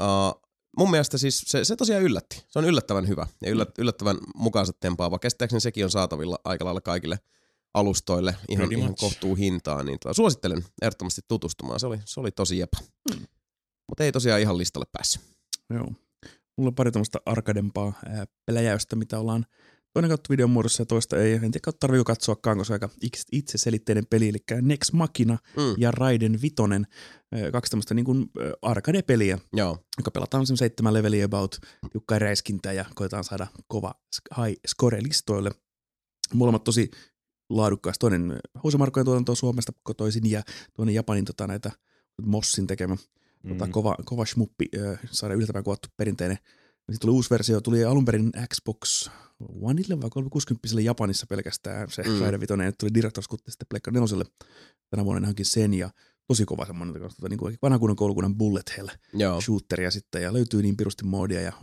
mun mielestä siis se tosiaan yllätti. Se on yllättävän hyvä ja yllättävän mukaansa tempaava. Käsittääkseni sekin on saatavilla aika lailla kaikille alustoille ihan kohtuu hintaan. Niin suosittelen ehdottomasti tutustumaan. Se oli tosi jäpä. Mutta ei tosiaan ihan listalle päässyt. Joo. Mulla on pari tämmöistä arkadempaa peläjäystä, mitä ollaan toinen kautta videon muodossa ja toista ei. En tiedä, tarviiko katsoakaan, koska aika itseselitteinen peli, eli Nex Machina ja Raiden Vitonen. Kaksi tämmöistä niin kuin arcade-peliä, joka pelataan semmoinen 7 leveliä about, tiukkaa räiskintää ja koetaan saada kova high score listoille. Molemmat tosi laadukkaasti. Toinen Housemarkojen tuotantoa Suomesta kotoisin ja toinen Japanin näitä Mossin tekemä. Kova shmuppi, saada yllättävän kuvattu perinteinen. Sitten tuli uusi versio, tuli alun perin Xbox Oneille vai 360 Japanissa pelkästään se Raiden Vitoinen, ja tuli Director's Cut sitten Pleikka 4. Tänä vuonna hankin sen, ja tosi kova semmoinen niin kuin vanhan kunnon koulukunnan bullet hell shooteria sitten, ja löytyy niin pirusti moodia ja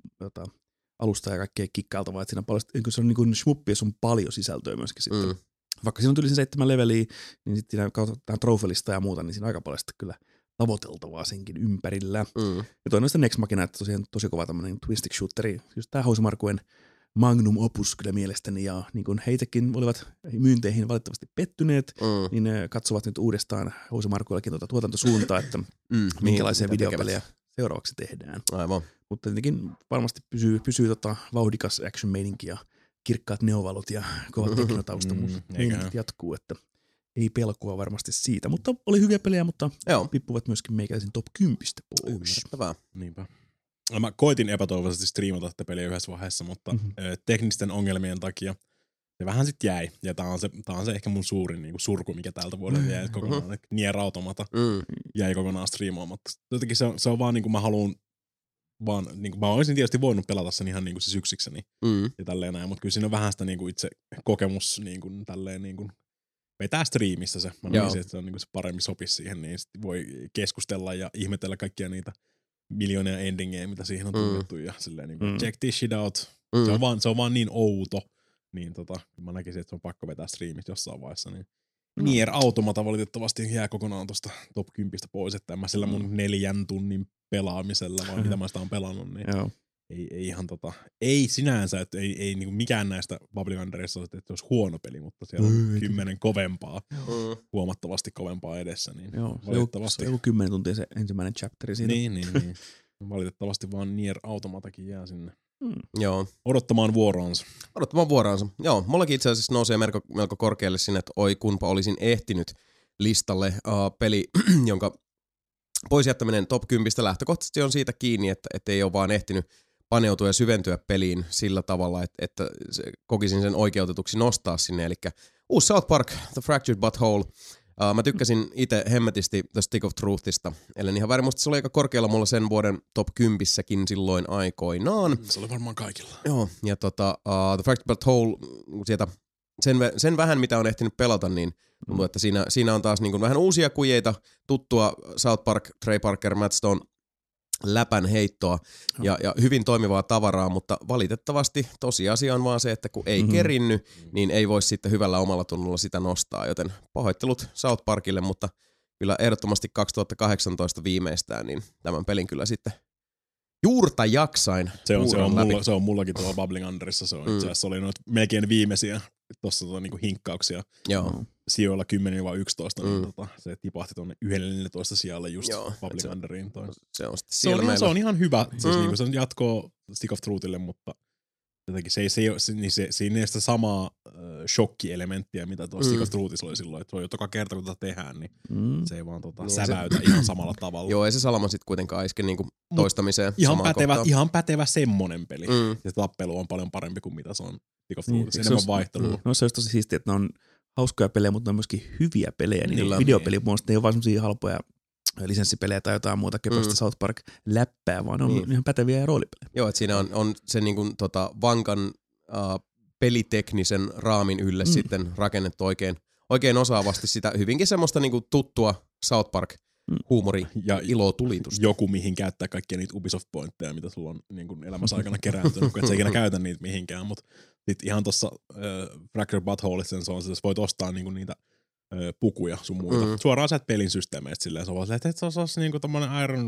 alusta ja kaikkea kikkailtavaa, että siinä on paljon, kun se on niin kuin shmuppi, on paljon sisältöä myöskin sitten. Vaikka siinä on tyyliin 7 leveliä, niin sitten siinä katsotaan trofelista ja muuta, niin siinä on aika paljon sitten kyllä tavoiteltavaa senkin ympärillä. Ja toinen on sitten Nex Machina, että tosiaan tosi kova tämmöinen twistic shooteri. Just tää Housemarkuen magnum opus kyllä mielestäni, ja niin kun heitäkin olivat myynteihin valitettavasti pettyneet, niin ne katsovat nyt uudestaan Housemarkuellakin tuotantosuuntaa, että minkälaisia videopelejä seuraavaksi tehdään. Aivan. Mutta tietenkin varmasti pysyy vauhdikas action-meininki ja kirkkaat neovalot ja kovat teknotausta jatkuu, että ei pelkoa varmasti siitä, mutta oli hyviä pelejä, mutta tippuvat myöskin meikäläisen top 10 pois. Ymmärrettävää. Niinpä. Mä koitin epätoivoisesti striimata tätä peliä yhdessä vaiheessa, mutta teknisten ongelmien takia se vähän sitten jäi. Ja tää on se ehkä mun suurin niinku surku, mikä tältä vuodelta jäi kokonaan. Nier Automata jäi kokonaan striimaamatta. Jotenkin se on vaan niinku mä haluun vaan, niinku, mä olisin tietysti voinut pelata sen ihan niinku siis yksikseni ja tälleen näin, mutta kyllä siinä on vähän sitä niinku itse kokemus niinku tälleen niinku vetää striimissä se. Mä näisin, että se on niinku se paremmin sopisi siihen, niin sit voi keskustella ja ihmetellä kaikkia niitä miljoonia endingeja, mitä siihen on tunnettu ja silleen niinku check this shit out. Se on vaan niin outo, niin mä näkisin, että se on pakko vetää striimistä jossain vaiheessa, niin Nier Automata valitettavasti jää kokonaan tosta top 10 pois, että mä sillä mun 4 tunnin pelaamisella, vai mitä mä sitä on pelannut, niin ei ihan ei sinänsä, että ei niinku mikään näistä Bubble Underissa ole, että se olisi huono peli, mutta siellä on 10 kovempaa, huomattavasti kovempaa edessä, niin valitettavasti. Se on 10 tuntia se ensimmäinen chapteri siitä. Niin. Valitettavasti vaan Nier Automatakin jää sinne. Joo. Odottamaan vuoroansa. Joo, mullakin itse asiassa nousee melko korkealle sinne, että oi kunpa olisin ehtinyt listalle peli, jonka pois jättäminen top 10 lähtökohtaisesti on siitä kiinni, että ei ole vaan ehtinyt paneutua ja syventyä peliin sillä tavalla, että kokisin sen oikeutetuksi nostaa sinne. Eli uusi South Park, The Fractured But Whole. Mä tykkäsin itse hemmetisti The Stick of Truthista. Eli ihan väärin, musta se oli aika korkealla mulla sen vuoden top 10-säkin silloin aikoinaan. Se oli varmaan kaikilla. Joo, ja The Fractured But Whole, sieltä sen vähän mitä on ehtinyt pelata, niin tuntuu, että siinä on taas niin kuin vähän uusia kujeita, tuttua South Park, Trey Parker, Matt Stone läpän heittoa ja hyvin toimivaa tavaraa, mutta valitettavasti tosiasia on vaan se, että kun ei kerinny, niin ei voi sitten hyvällä omalla tunnolla sitä nostaa, joten pahoittelut South Parkille, mutta kyllä ehdottomasti 2018 viimeistään, niin tämän pelin kyllä sitten juurta jaksain. Se on mullakin tuolla Bubbling Underissa. Se on itse asiassa oli noita melkein viimeisiä tuossa niinku hinkkauksia. Joo. Sijoilla 10-11, niin se tipahti tuonne 11 sijalle just Bubbling Underiin. Se on sitten siellä meillä. Se on ihan hyvä. Siis niinku se jatkoo Stick of Truthille, mutta jotenkin se ei ole sitä samaa shokkielementtiä, mitä tuossa Stick of Truthissa oli silloin. Että se on jo toka kerta, kun tätä tehdään, niin se ei vaan säväytä ihan samalla tavalla. Joo, ei se salama sitten kuitenkaan iske niinku toistamiseen Ihan pätevä semmonen peli. Ja tappelu on paljon parempi kuin mitä se on Stick of Truthissa. Enemmän vaihtelua. No se olisi tosi siistiä, että ne on hauskoja pelejä, mutta ne on myöskin hyviä pelejä. Niin videopelimuodosta ne ei ole vaan semmosia halpoja lisenssipelejä tai jotain muuta köpöstä South Park-läppää, vaan ne on ihan päteviä roolipelejä. Joo, että siinä on se niinku vankan peliteknisen raamin ylle sitten rakennettu oikein osaavasti sitä hyvinkin semmoista niinku tuttua South Park huumori ja ilotulitusta. Joku, mihin käyttää kaikkia niitä Ubisoft-pointteja, mitä sulla on niin kuin elämässä aikana kerääntynyt, kun et sä ikinä käytä niitä mihinkään, mutta sitten ihan tuossa Fractured Buttholeissa se on, että voit ostaa niinku niitä pukuja sun muita. Suoraan sieltä pelin systeemeistä silleen. Se on vaan, että se olisi niinku tommonen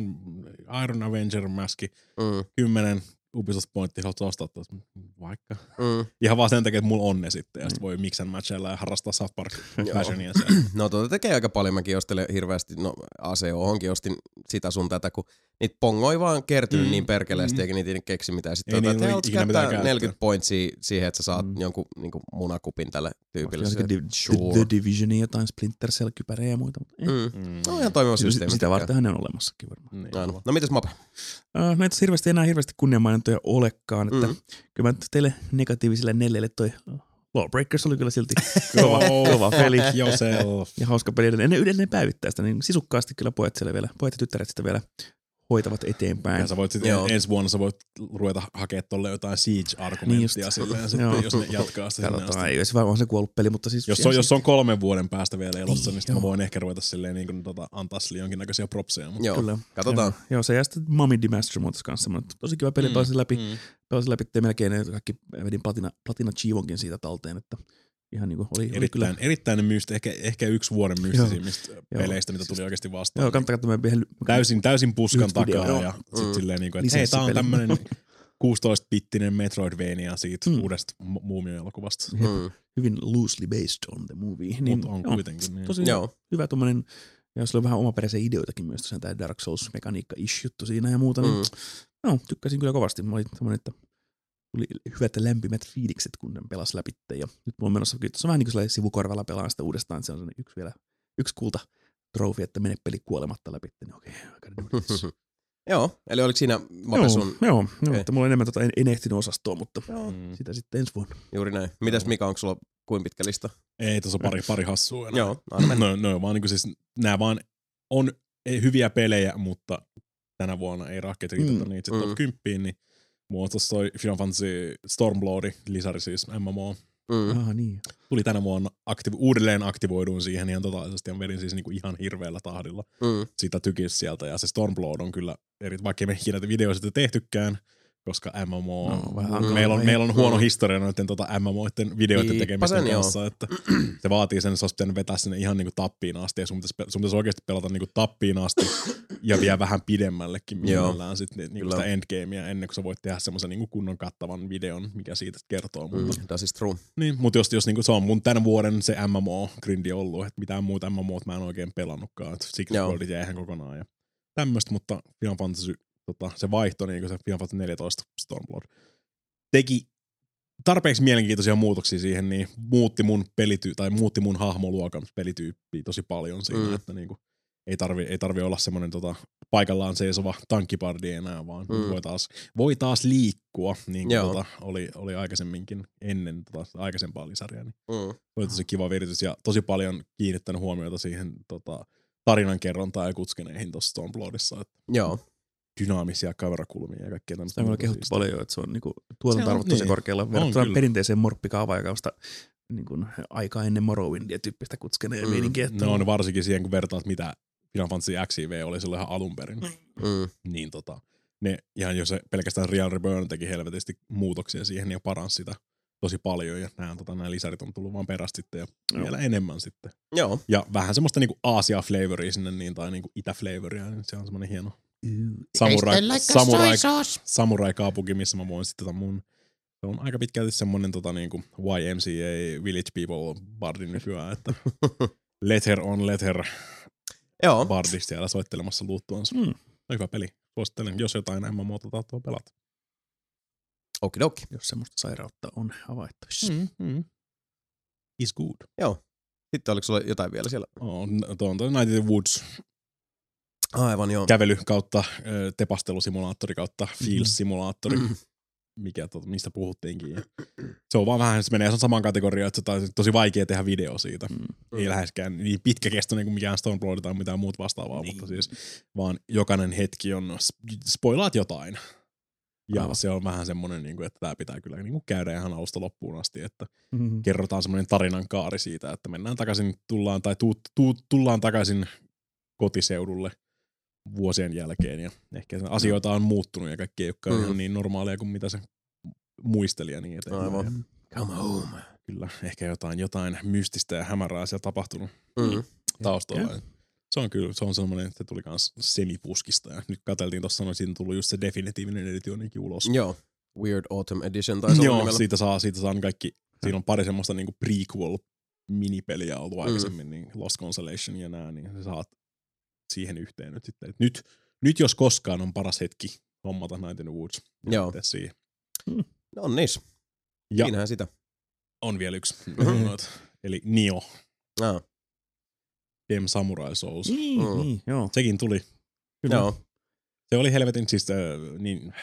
Iron Avenger-mäski, 10 Ubisoft Pointtia, haluat ostaa tuossa vaikka. Ihan vaan sen takia, että mulla on ne sitten, ja sit voi mix and matchella ja harrastaa South Park fashionia siellä. No tekee aika paljon, mäkin ostelen hirveästi, ACO-honkin ostin sitä sun tätä, kun niitä pongoi vaan kertynyt niin perkeleesti, eikä niitä keksi mitään. Sitten että haluatko käyttää 40 pointsia siihen, että sä saat jonkun niinku munakupin tälle tyypille. The Divisionin jotain Splinter Cell-kypärejä ja muita. No ihan toimiva systeemi. Sitä vartenhan ne on olemassakin varmaan. No mitäs Mape? No ei tässä enää hirveästi kunnianmainintoja olekaan, että kyllä mä teille negatiiviselle 4 toi Lawbreakers oli kyllä silti kova peli ja hauska peli. Edelleen päivittää sitä, niin sisukkaasti kyllä pojat ja tyttäret sitä vielä hoitavat eteenpäin. Ja sä voit sitten ensi vuonna sä voit ruveta hakemaan tolle jotain Siege-argumenttia silleen, sitten, jos ne jatkaa sitä. Katsotaan, ei se varmaan se kuollut peli, mutta siis... Jos on 3 vuoden päästä vielä elossa, niin sitten mä voin ehkä ruveta silleen niin kuin antaa sille jonkinnäköisiä propseja. Mutta joo, kyllä. Katsotaan. Joo, se jää sitten Mummy Demaster muutos kanssa. Tosi kiva peli, pelasin läpi melkein kaikki vedin Platina Chivonkin siitä talteen, että ihan niinku oli erittäin myystä, ehkä yksi vuoden mystisimmistä peleistä, mitä tuli oikeasti vastaan. Joo, kannattaa täysin puskan takaa ja sit silleen niinku, että hei, tää on tämmönen 16-bittinen Metroidvania siitä uudesta Muumio-elokuvasta. Hyvin loosely based on the movie. Niin, on kuitenkin. Niin. Tosi hyvä tommonen, ja sillä on vähän omaperäisiä ideoitakin myös, tosiaan tää Dark Souls-mekaniikka-ish-juttu siinä ja muuta. Niin, tykkäsin kyllä kovasti. Mä olin semmonen, että tuli hyvät ja lämpimät fiilikset, kun pelas läpi. Ja nyt mulla on menossa, tuossa vähän niin kuin sivukorvalla pelaan sitä uudestaan, että se on yksi kulta trofi, että mene peli kuolematta läpi. Niin okei, Joo, eli oliko siinä Mape sun... Joo, mutta mulla on enemmän en ehtinyt osastoa, mutta sitä sitten ensi vuonna. Juuri näin. Mitäs Mika, onko sulla kuin pitkä lista? Ei, tuossa on pari hassua enää. Joo, anna mennä. No vaan niinku siis, nää vaan on hyviä pelejä, mutta tänä vuonna ei rahkeet riitä niitä sitten top 10, niin mulla on tossa toi Final Fantasy Stormbloodi, lisäri siis MMO. Niin. Tuli tänä vuonna uudelleen aktivoiduin siihen ihan totaalisesti ja vedin siis niinku ihan hirveällä tahdilla sitä tykis sieltä. Ja se Stormblood on kyllä, vaikka me näitä videoita tehtykään, koska MMO, meillä on huono historia noiden MMOiden videoiden tekemisten kanssa, että se vaatii sen, että se olisi pitänyt vetää sinne ihan niinku tappiin asti, ja sun pitäisi oikeasti pelata niinku tappiin asti, ja vielä vähän pidemmällekin mielellään sitten niinku sitä endgamea, ennen kuin sä voit tehdä semmoisen niinku kunnon kattavan videon, mikä siitä kertoo. That is true. Niin, mutta jos niinku se on mun tämän vuoden se MMO-grindi ollut, että mitään muuta MMOt mä en oikein pelannutkaan, että Six Worldit jäi ihan kokonaan ja tämmöistä, mutta Final Fantasy se vaihto, niin kuin se Final Fantasy 14 Stormblood, teki tarpeeksi mielenkiintoisia muutoksia siihen, niin muutti mun hahmoluokan pelityyppiä tosi paljon siinä, että niin kuin ei tarvi olla semmoinen paikallaan seisova tankkipardi enää, vaan voi taas liikkua, niin kuin oli aikaisemminkin ennen aikaisempaa lisäriä. Niin oli tosi kiva viritys ja tosi paljon kiinnittänyt huomiota siihen tarinankerrontaan ja kutskeneihin tuossa Stormbloodissa. Joo. Dynaamisia kamerakulmia ja kaikkea tämmöistä. Sitä on kehuttu paljon, että se on niinku tuotantoarvot tosi korkealla verrattuna perinteiseen morppikaavaan, joka on sitä niinku aikaa ennen Morrowindia tyyppistä kutskeneen meininkiä. No on varsinkin siihen, kun vertaat mitä Final Fantasy XIV oli silloin ihan alun perin. Niin ne ihan jo se pelkästään Real Reborn teki helvetisti muutoksia siihen ja paransi sitä tosi paljon ja nämä lisärit on tullut vaan perästä sitten ja vielä enemmän sitten. Joo. Ja vähän semmoista niinku Aasia-flavoria sinne niin, tai niinku Itä-flavoria, niin se on semmoinen hieno samurai-kaupunki, missä mä voin sitten se on aika pitkälti semmoinen niinku YMCA Village People bardi nykyään, että Letter on Letter bardista siellä soittelemassa luuttuansa. Hyvä peli. Suosittelen, jos jotain MMOta tahtoo pelata. Okidoki. Jos semmoista sairautta on havaittavissa. Is good. Joo. Sitten oliko sulla jotain vielä siellä? Tuo on Night in the Woods. Aivan joo. Kävely kautta tepastelusimulaattori kautta Feels-simulaattori. Mistä puhuttiinkin. Ja se on vaan vähän, se menee samaan kategoriaan, että se on tosi vaikea tehdä video siitä. Ei läheskään niin pitkäkestoinen kuin mikään Stormblood tai mitään muut vastaavaa, mutta siis vaan jokainen hetki on, spoilaat jotain. Ja se on vähän semmoinen, että tämä pitää kyllä käydä ihan alusta loppuun asti, että kerrotaan semmoinen tarinan kaari siitä, että mennään takaisin, tullaan takaisin kotiseudulle vuosien jälkeen ja ehkä asioita on muuttunut ja kaikki ei olekaan ihan niin normaaleja kuin mitä se muisteli ja niin eteenpäin. Aivan. Come home. Kyllä, ehkä jotain mystistä ja hämärää siellä tapahtunut taustalla. Se on semmoinen, että se tuli kans semipuskista ja nyt katseltiin tuossa sanoin, siitä on tullut just se definitiivinen editioninkin ulos. Joo, Weird Autumn Edition tai se joo, siitä saa kaikki, siinä on pari semmoista niinku prequel-minipeliä ollut aikaisemmin, niin Lost Consolation ja nää, niin sä saat siihen yhteen nyt sitten. Nyt jos koskaan on paras hetki hommata Night in the Woods. Joo. Siihen. No niis. Ja siinähän sitä. On vielä yksi. Eli Nioh. Dem Samurai Souls. Niin, joo. Sekin tuli. Kyllä. Joo. Se oli helvetin siis niin...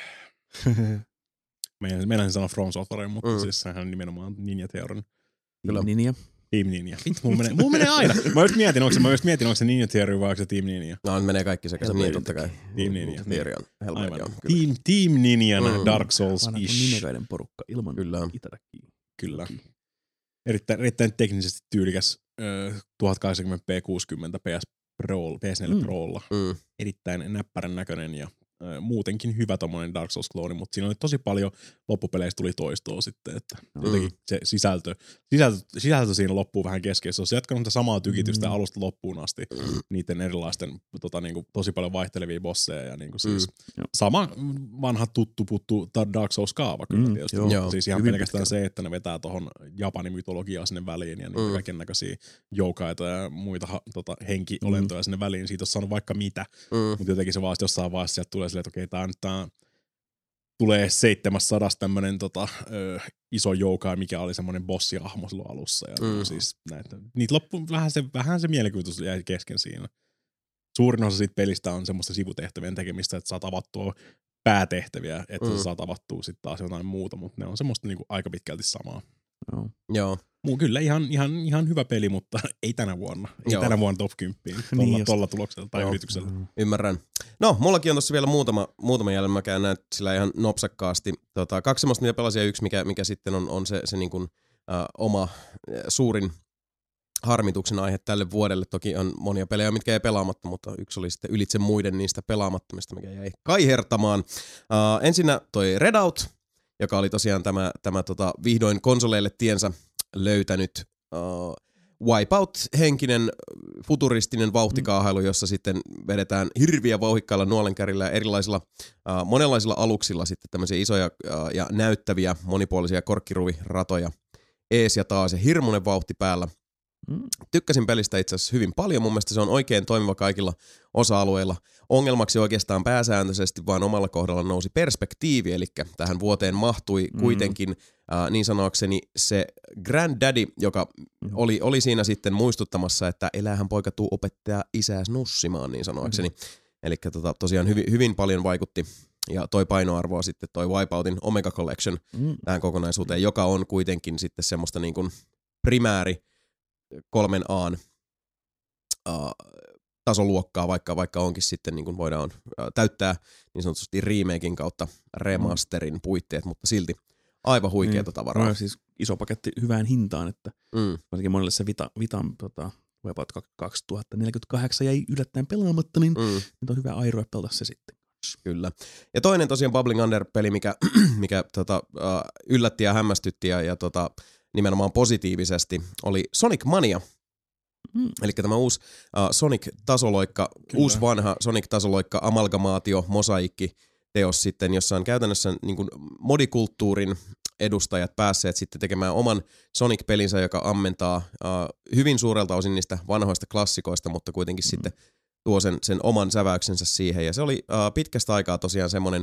Meinasin sanoa From Software, mutta siis sehän on nimenomaan Ninja Theorin. Kyllä. Ninja. Team Ninja. Vittu, mulla menee aina. Mä just mietin, onko se Ninja Theory vai onko se Team Ninja. No, menee kaikki sekä niin totta kai. Team Ninja. Theory on helvetin, joo. Team Ninjan Dark Souls-ish. Vanha nimekäinen porukka ilman itäräkkiä. Kyllä. Erittäin teknisesti tyylikäs 1080p 60 PS4 Prolla. Erittäin näppärän näköinen ja muutenkin hyvä tommonen Dark Souls-klooni, mutta siinä oli tosi paljon loppupeleissä tuli toistoa sitten, että jotenkin se sisältö siinä loppuu vähän kesken. Se on jatkanut sitä samaa tykitystä alusta loppuun asti niiden erilaisten niinku, tosi paljon vaihtelevia bosseja ja niinku siis sama vanha tuttu puttu Dark Souls-kaava kyllä tietysti. Siis ihan pelkästään se, että ne vetää tohon Japanin mytologiaa sinne väliin ja niitä kaiken näköisiä joukaita ja muita henkiolentoja sinne väliin. Siitä olisi saanut vaikka mitä, mutta jotenkin se vaan jossain vaiheessa sieltä tulee silleen, että okei, tää tulee 700 tämmönen iso joukaa, mikä oli semmoinen bossihahmo silloin alussa. Ja siis niitä loppu vähän se mielikuvitus jäi kesken siinä. Suurin osa siitä pelistä on semmoista sivutehtävien tekemistä, että saat avattua päätehtäviä, että sä saat avattua sitten taas jotain muuta, mutta ne on semmoista niinku aika pitkälti samaa. Joo. Kyllä ihan hyvä peli, mutta ei tänä vuonna. Ei tänä vuonna top 10 tolla tuloksella tai yrityksellä. Ymmärrän. No, mullakin on tossa vielä muutama jäljellä. Mä käyn näet sillä ihan nopsakkaasti. 2 semmoista, mitä pelasin ja yksi, mikä sitten on se niin kuin, oma suurin harmituksen aihe tälle vuodelle. Toki on monia pelejä, mitkä ei pelaamatta, mutta yksi oli sitten ylitse muiden niistä pelaamattomista, mikä jäi kaihertamaan. Ensinnä toi Redout, joka oli tosiaan tämä vihdoin konsoleille tiensä löytänyt Wipeout-henkinen futuristinen vauhtikaahailu, jossa sitten vedetään hirviä vauhikkailla nuolenkärillä ja erilaisilla monenlaisilla aluksilla sitten tämmöisiä isoja ja näyttäviä monipuolisia korkkiruviratoja ees ja taas ja hirmuinen vauhti päällä. Tykkäsin pelistä itse asiassa hyvin paljon. Mun mielestä se on oikein toimiva kaikilla osa-alueilla. Ongelmaksi oikeastaan pääsääntöisesti vaan omalla kohdalla nousi perspektiivi, eli tähän vuoteen mahtui kuitenkin niin sanoakseni se granddaddy, joka oli siinä sitten muistuttamassa, että eläähän poika tuu opettaa isääs nussimaan niin sanoakseni. Eli tosiaan hyvin paljon vaikutti. Ja toi painoarvoa sitten toi Wipeoutin Omega Collection tähän kokonaisuuteen, joka on kuitenkin sitten semmoista niin kuin primääri 3A:n tasoluokkaa, vaikka onkin sitten niin kuin voidaan täyttää niin sanotusti remaken kautta remasterin puitteet, mutta silti aivan huikeata tavaraa. No, siis iso paketti hyvään hintaan, että varsinkin monelle se Vitan Wipeout 2048 jäi yllättäen pelaamatta, niin nyt on hyvä airoa pelata se sitten. Kyllä. Ja toinen tosiaan Bubbling Under-peli, mikä yllätti ja hämmästytti ja nimenomaan positiivisesti, oli Sonic Mania. Eli tämä uusi Sonic-tasoloikka, uusi vanha Sonic-tasoloikka, amalgamaatio, mosaikki, teos sitten, jossa on käytännössä niin kuin modikulttuurin edustajat päässeet sitten tekemään oman Sonic-pelinsä, joka ammentaa hyvin suurelta osin niistä vanhoista klassikoista, mutta kuitenkin sitten tuo sen oman säväyksensä siihen. Ja se oli pitkästä aikaa tosiaan semmoinen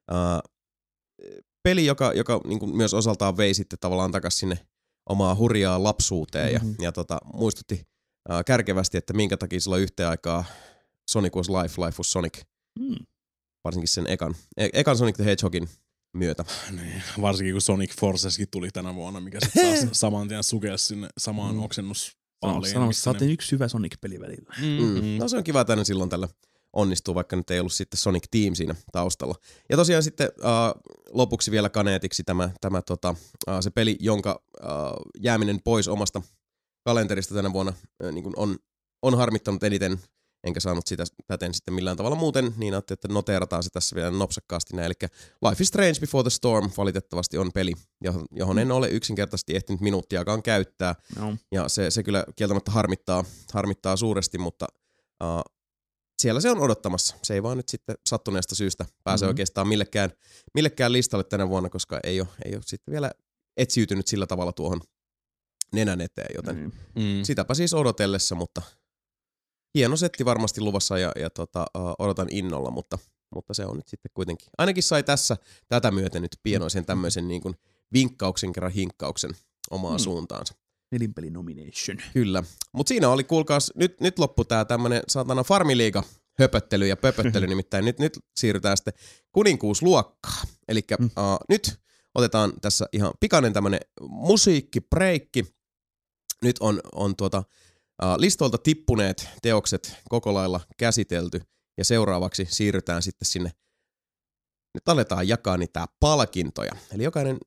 peli, joka niin kuin myös osaltaan vei sitten tavallaan takaisin sinne omaa hurjaa lapsuuteen ja muistutti kärkevästi, että minkä takia sillä yhteen aikaa Sonic was Life was Sonic. Varsinkin sen ekan Sonic the Hedgehogin myötä. Niin, varsinkin kun Sonic Forceskin tuli tänä vuonna, mikä sitten taas saman tien sukelsi sinne samaan oksennuspaaliin. Sanomassa saatiin yksi hyvä Sonic-peli välillä. No se on kiva, että aina silloin tällä onnistuu, vaikka nyt ei ollut sitten Sonic Team siinä taustalla. Ja tosiaan sitten lopuksi vielä kaneetiksi se peli, jonka jääminen pois omasta kalenterista tänä vuonna niin kuin on harmittanut eniten, enkä saanut sitä täten sitten millään tavalla muuten, niin ajattelin, että noteerataan se tässä vielä nopsakkaasti näin. Eli Life is Strange Before the Storm valitettavasti on peli, johon en ole yksinkertaisesti ehtinyt minuuttiakaan käyttää. No. Ja se kyllä kieltämättä harmittaa suuresti, mutta siellä se on odottamassa. Se ei vaan nyt sitten sattuneesta syystä pääse oikeastaan millekään listalle tänä vuonna, koska ei ole sitten vielä etsiytynyt sillä tavalla tuohon nenän eteen, joten sitäpä siis odotellessa, mutta hieno setti varmasti luvassa ja odotan innolla, mutta se on nyt sitten kuitenkin. Ainakin sai tätä myöten nyt pienoisen tämmöisen niin kuin vinkkauksen kerran hinkkauksen omaan suuntaansa. Nelinpeli nomination. Kyllä, mutta siinä oli, kuulkaas, nyt loppu tää tämmönen saatana Farmiliiga höpöttely ja pöpöttely, nimittäin nyt siirrytään sitten kuninkuusluokkaan. Elikkä nyt otetaan tässä ihan pikainen tämmönen musiikkibreikki. Nyt on listoilta tippuneet teokset koko lailla käsitelty ja seuraavaksi siirrytään sitten sinne, nyt aletaan jakaa niitä palkintoja. Eli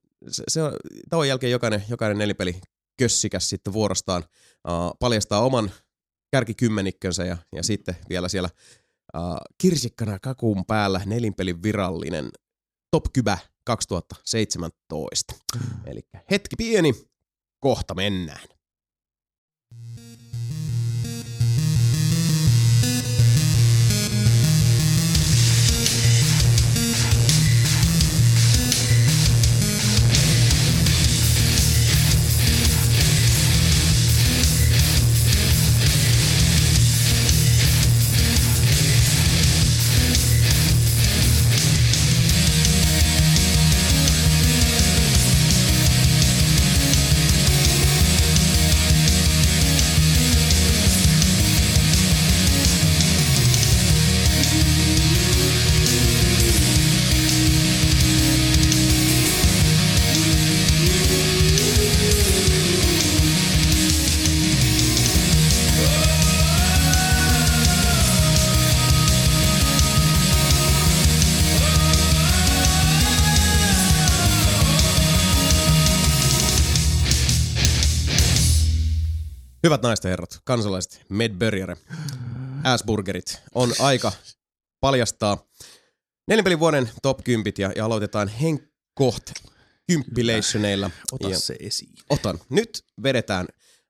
tauon jälkeen jokainen nelipeli kössikäs sitten vuorostaan paljastaa oman kärkikymmenikkönsä ja sitten vielä siellä kirsikkana kakun päällä nelinpelin virallinen Top Kybä 2017. Eli hetki pieni, kohta mennään. Hyvät naiset ja herrat, kansalaiset, Medbörjare, Assburgerit, on aika paljastaa nelinpelin vuoden top 10 ja aloitetaan henkkoht kymppilationeilla. Ota se esiin. Otan. Nyt vedetään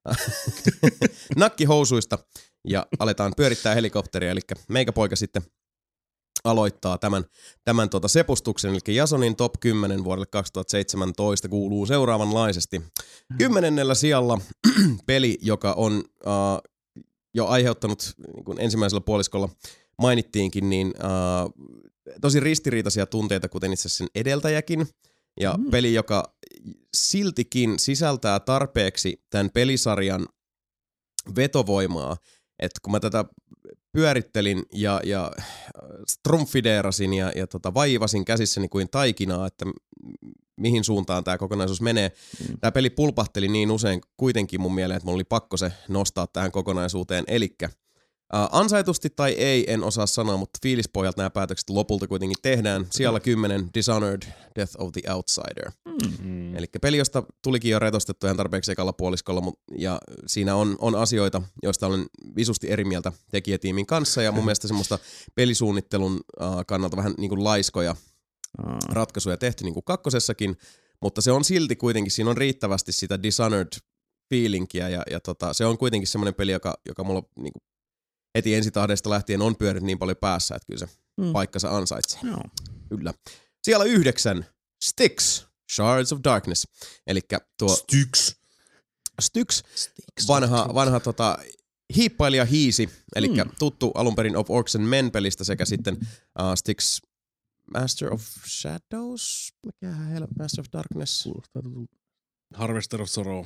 nakkihousuista ja aletaan pyörittää helikopteria, eli meikäpoika sitten aloittaa tämän sepustuksen, eli Jasonin top 10 vuodelle 2017 kuuluu seuraavanlaisesti. 10. sijalla peli, joka on jo aiheuttanut, niin kuin ensimmäisellä puoliskolla mainittiinkin, niin tosi ristiriitaisia tunteita, kuten itse asiassa sen edeltäjäkin. Ja peli, joka siltikin sisältää tarpeeksi tämän pelisarjan vetovoimaa, että kun mä tätä pyörittelin ja strumfideerasin ja vaivasin käsissäni kuin taikinaa, että mihin suuntaan tämä kokonaisuus menee. Tämä peli pulpahteli niin usein kuitenkin mun mieleen, että mulla oli pakko se nostaa tähän kokonaisuuteen. Elikkä Ansaitusti tai ei, en osaa sanoa, mutta fiilispohjalta nämä päätökset lopulta kuitenkin tehdään. Siellä 10 Dishonored, Death of the Outsider. Eli peli, josta tulikin jo retostettu ihan tarpeeksi ekalla puoliskolla, ja siinä on asioita, joista olen visusti eri mieltä tekijätiimin kanssa, ja mun mielestä semmoista pelisuunnittelun kannalta vähän niin kuin laiskoja ratkaisuja tehty niin kuin kakkosessakin, mutta se on silti kuitenkin, siinä on riittävästi sitä Dishonored-feelinkiä, ja se on kuitenkin semmoinen peli, joka mulla niin kuin heti ensitahdesta lähtien on pyörinyt niin paljon päässä, että kyllä se paikkansa ansaitsee. Joo. Kyllä. Siellä 9, Styx, Shards of Darkness. Elikkä tuo Styx, vanha hiippailija hiisi, elikkä tuttu alunperin of Orcs and Men -pelistä sekä sitten Styx Master of Shadows, Master of Darkness. Harvester of Sorrow.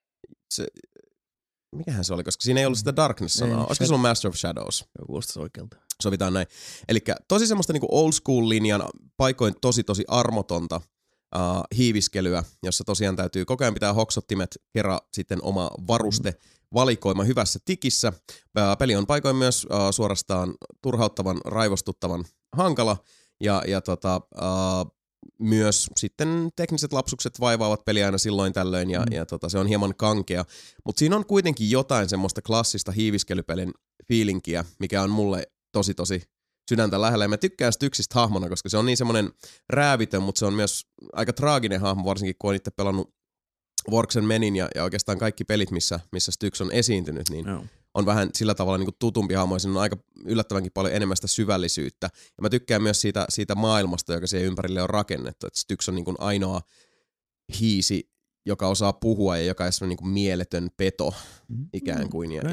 Mikähän se oli, koska siinä ei ollut sitä Darkness-sanaa. Olisiko se on Master of Shadows? Kuulostaa oikealta. Sovitaan näin. Elikkä tosi semmoista niinku old school linjan paikoin tosi armotonta hiiviskelyä, jossa tosiaan täytyy koko ajan pitää hoksottimet kerran sitten oma varuste valikoima hyvässä tikissä. Peli on paikoin myös suorastaan turhauttavan, raivostuttavan hankala ja myös sitten tekniset lapsukset vaivaavat peliä aina silloin tällöin ja se on hieman kankea. Mutta siinä on kuitenkin jotain semmoista klassista hiiviskelypelin fiilinkiä, mikä on mulle tosi sydäntä lähellä. Ja mä tykkään Styxistä hahmona, koska se on niin semmoinen räävitön, mutta se on myös aika traaginen hahmo, varsinkin kun on itse pelannut Orcs and Menin ja oikeastaan kaikki pelit, missä Styx on esiintynyt, niin on vähän sillä tavalla niin kuin tutumpi hahmo, ja siinä on aika yllättävänkin paljon enemmän sitä syvällisyyttä. Ja mä tykkään myös siitä maailmasta, joka siihen ympärille on rakennettu, että Styx on niin kuin ainoa hiisi, joka osaa puhua ja joka on semmoinen niin kuin mieletön peto ikään kuin, ja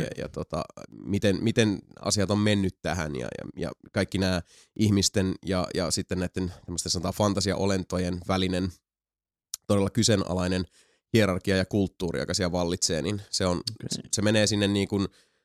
miten asiat on mennyt tähän, ja kaikki nämä ihmisten ja sitten näiden sanotaan fantasiaolentojen välinen todella kyseenalainen hierarkia ja kulttuuri, joka siellä vallitsee, niin se menee sinne niin kuin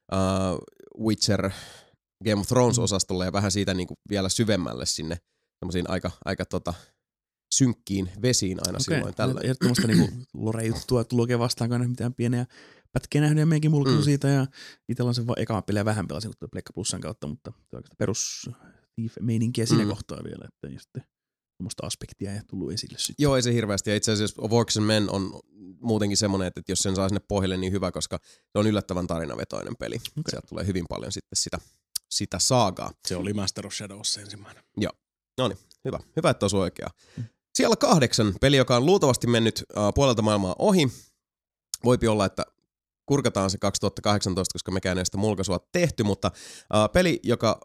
Witcher Game of Thrones-osastolle ja vähän siitä niin kuin vielä syvemmälle sinne semmoisiin aika synkkiin vesiin aina silloin tällöin. Ehdottomasti niinku lore-juttua tullut oikein vastaan, kun en mitään pieniä pätkiä nähnyt ja meidänkin mulkaisu siitä, ja itsellä on se ekaa peliä vähän pelasin kuin Pleikka Plussan kautta, mutta perus meininkiä siinä kohtaa vielä, että ei sitten semmoista aspektia ei tullut esille sitten. Joo, ei se hirveästi, ja itse asiassa Orcs and Men on muutenkin semmoinen, että jos sen saa sinne pohjalle, niin hyvä, koska se on yllättävän tarinavetoinen peli. Okay. Sieltä tulee hyvin paljon sitten sitä saagaa. Se oli Master of Shadows ensimmäinen. Joo, no niin, hyvä. Hyvä, että osui oikeaa. Siellä 8, peli, joka on luultavasti mennyt puolelta maailmaa ohi. Voipi olla, että kurkataan se 2018, koska mekään ei sitä mulkaisua tehty, mutta peli, joka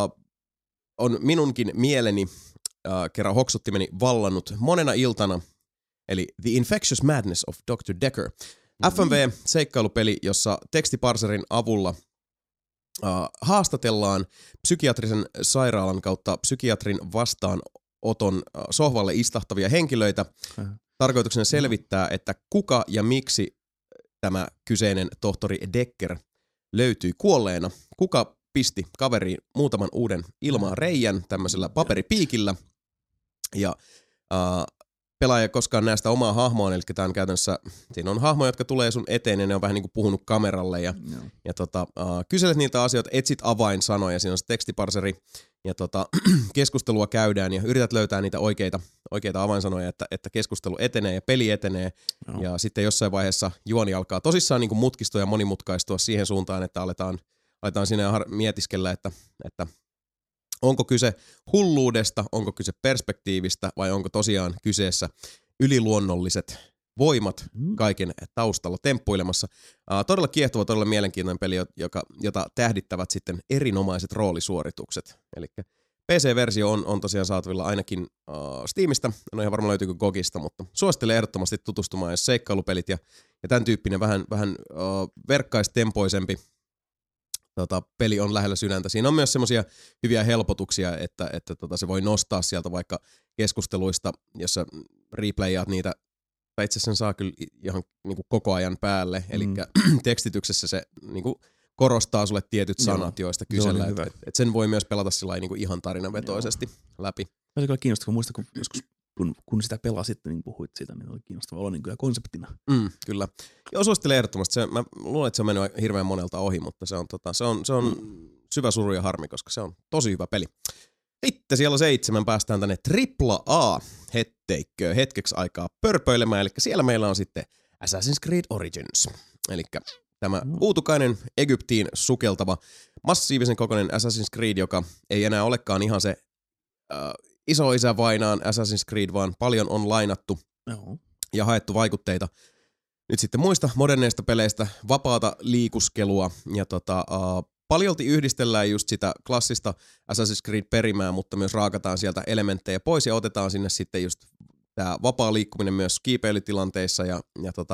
on minunkin mieleni kerran hoksuttimeni vallannut monena iltana, eli The Infectious Madness of Dr. Decker. FMV-seikkailupeli, jossa tekstiparserin avulla haastatellaan psykiatrisen sairaalan kautta psykiatrin vastaanoton sohvalle istahtavia henkilöitä. Tarkoituksena selvittää, että kuka ja miksi tämä kyseinen tohtori Decker löytyi kuolleena. Kuka pisti kaveriin muutaman uuden ilmaan reijän tämmöisellä paperipiikillä. Ja pelaaja koskaan näe sitä omaa hahmoaan, eli tämä on käytännössä, siinä on hahmoja, jotka tulee sun eteen ja ne on vähän niin kuin puhunut kameralle ja kyselet niiltä asioita, etsit avainsanoja, siinä on se tekstiparseri ja keskustelua käydään ja yrität löytää niitä oikeita avainsanoja, että keskustelu etenee ja peli etenee ja sitten jossain vaiheessa juoni alkaa tosissaan niin kuin mutkistua ja monimutkaistua siihen suuntaan, että aletaan siinä mietiskellä, että onko kyse hulluudesta, onko kyse perspektiivistä vai onko tosiaan kyseessä yliluonnolliset voimat kaiken taustalla temppuilemassa. Todella kiehtova, todella mielenkiintoinen peli, jota tähdittävät sitten erinomaiset roolisuoritukset. Eli PC-versio on tosiaan saatavilla ainakin Steamista, en ole ihan varma löytyykö GOGista, mutta suosittelen ehdottomasti tutustumaan, jos seikkailupelit ja tämän tyyppinen vähän verkkaistempoisempi peli on lähellä sydäntä. Siinä on myös semmoisia hyviä helpotuksia, että se voi nostaa sieltä vaikka keskusteluista, jossa replayaat niitä, tai itse asiassa sen saa kyllä ihan niin kuin koko ajan päälle, eli tekstityksessä se niin kuin korostaa sulle tietyt sanat, joista kysellään, että sen voi myös pelata sillä niin kuin ihan tarinavetoisesti läpi. Se oli kyllä kiinnostavaa, muista kun joskus kun sitä pelasit, niin puhuit siitä, niin oli kiinnostava olla niin kyllä konseptina. Kyllä. Joo, suosittelen ehdottomasti. Mä luulen, että se on mennyt hirveän monelta ohi, mutta se on syvä suru ja harmi, koska se on tosi hyvä peli. Sitten siellä 7 päästään tänne AAA-hetteikköön hetkeksi aikaa pörpöilemään, eli siellä meillä on sitten Assassin's Creed Origins. Eli tämä uutukainen Egyptiin sukeltava massiivisen kokoinen Assassin's Creed, joka ei enää olekaan ihan se isoisä vainaan Assassin's Creed, vaan paljon on lainattu ja haettu vaikutteita nyt sitten muista moderneista peleistä, vapaata liikuskelua ja paljolti yhdistellään just sitä klassista Assassin's Creed-perimää, mutta myös raakataan sieltä elementtejä pois ja otetaan sinne sitten just tämä vapaa liikkuminen myös kiipeilytilanteissa ja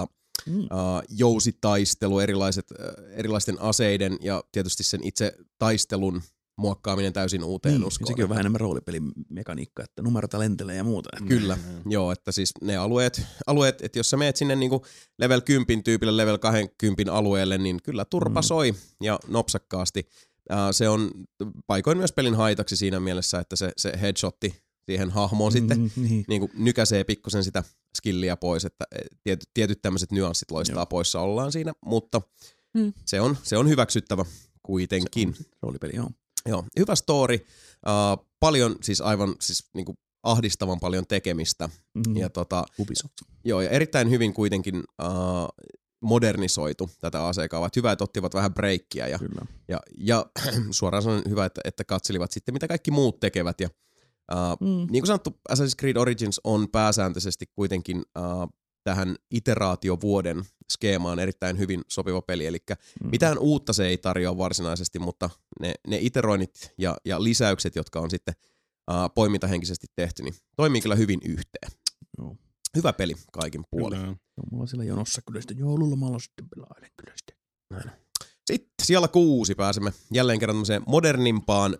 jousitaistelu, erilaisten aseiden ja tietysti sen itse taistelun muokkaaminen täysin uuteen uskoon. Sekin on vähän enemmän roolipelimekaniikka, että numerota lentelee ja muuta. Kyllä, joo, että siis ne alueet, että jos sä meet sinne niinku level 10 tyypille level 20 alueelle, niin kyllä turpa soi ja nopsakkaasti. Se on paikoin myös pelin haitaksi siinä mielessä, että se headshotti siihen hahmoon sitten niinku nykäsee pikkusen sitä skilliä pois, että tietyt tämmöiset nyanssit loistaa poissa ollaan siinä, mutta se on hyväksyttävä kuitenkin. Se on roolipeli, joo. Joo, hyvä story, paljon siis aivan siis niinku ahdistavan paljon tekemistä ja Ubisoft. Joo, ja erittäin hyvin kuitenkin modernisoitu tätä aseikaavaa. Hyvä, että ottivat vähän breikkiä ja suoraan sanon hyvä, että katselivat sitten mitä kaikki muut tekevät ja niin kuin sanottu, Assassin's Creed Origins on pääsääntöisesti kuitenkin tähän iteraatiovuoden skeemaan erittäin hyvin sopiva peli, eli mitään uutta se ei tarjoa varsinaisesti, mutta ne iteroinnit ja lisäykset, jotka on sitten poimintahenkisesti tehty, niin toimii kyllä hyvin yhteen. Joo. Hyvä peli kaikin puolin. Joo, mulla on siellä jonossa kyllä sitten joululomalla sitten pelailen kyllä sitten. Näin. Sitten siellä 6 pääsemme jälleen kerran tämmöiseen modernimpaan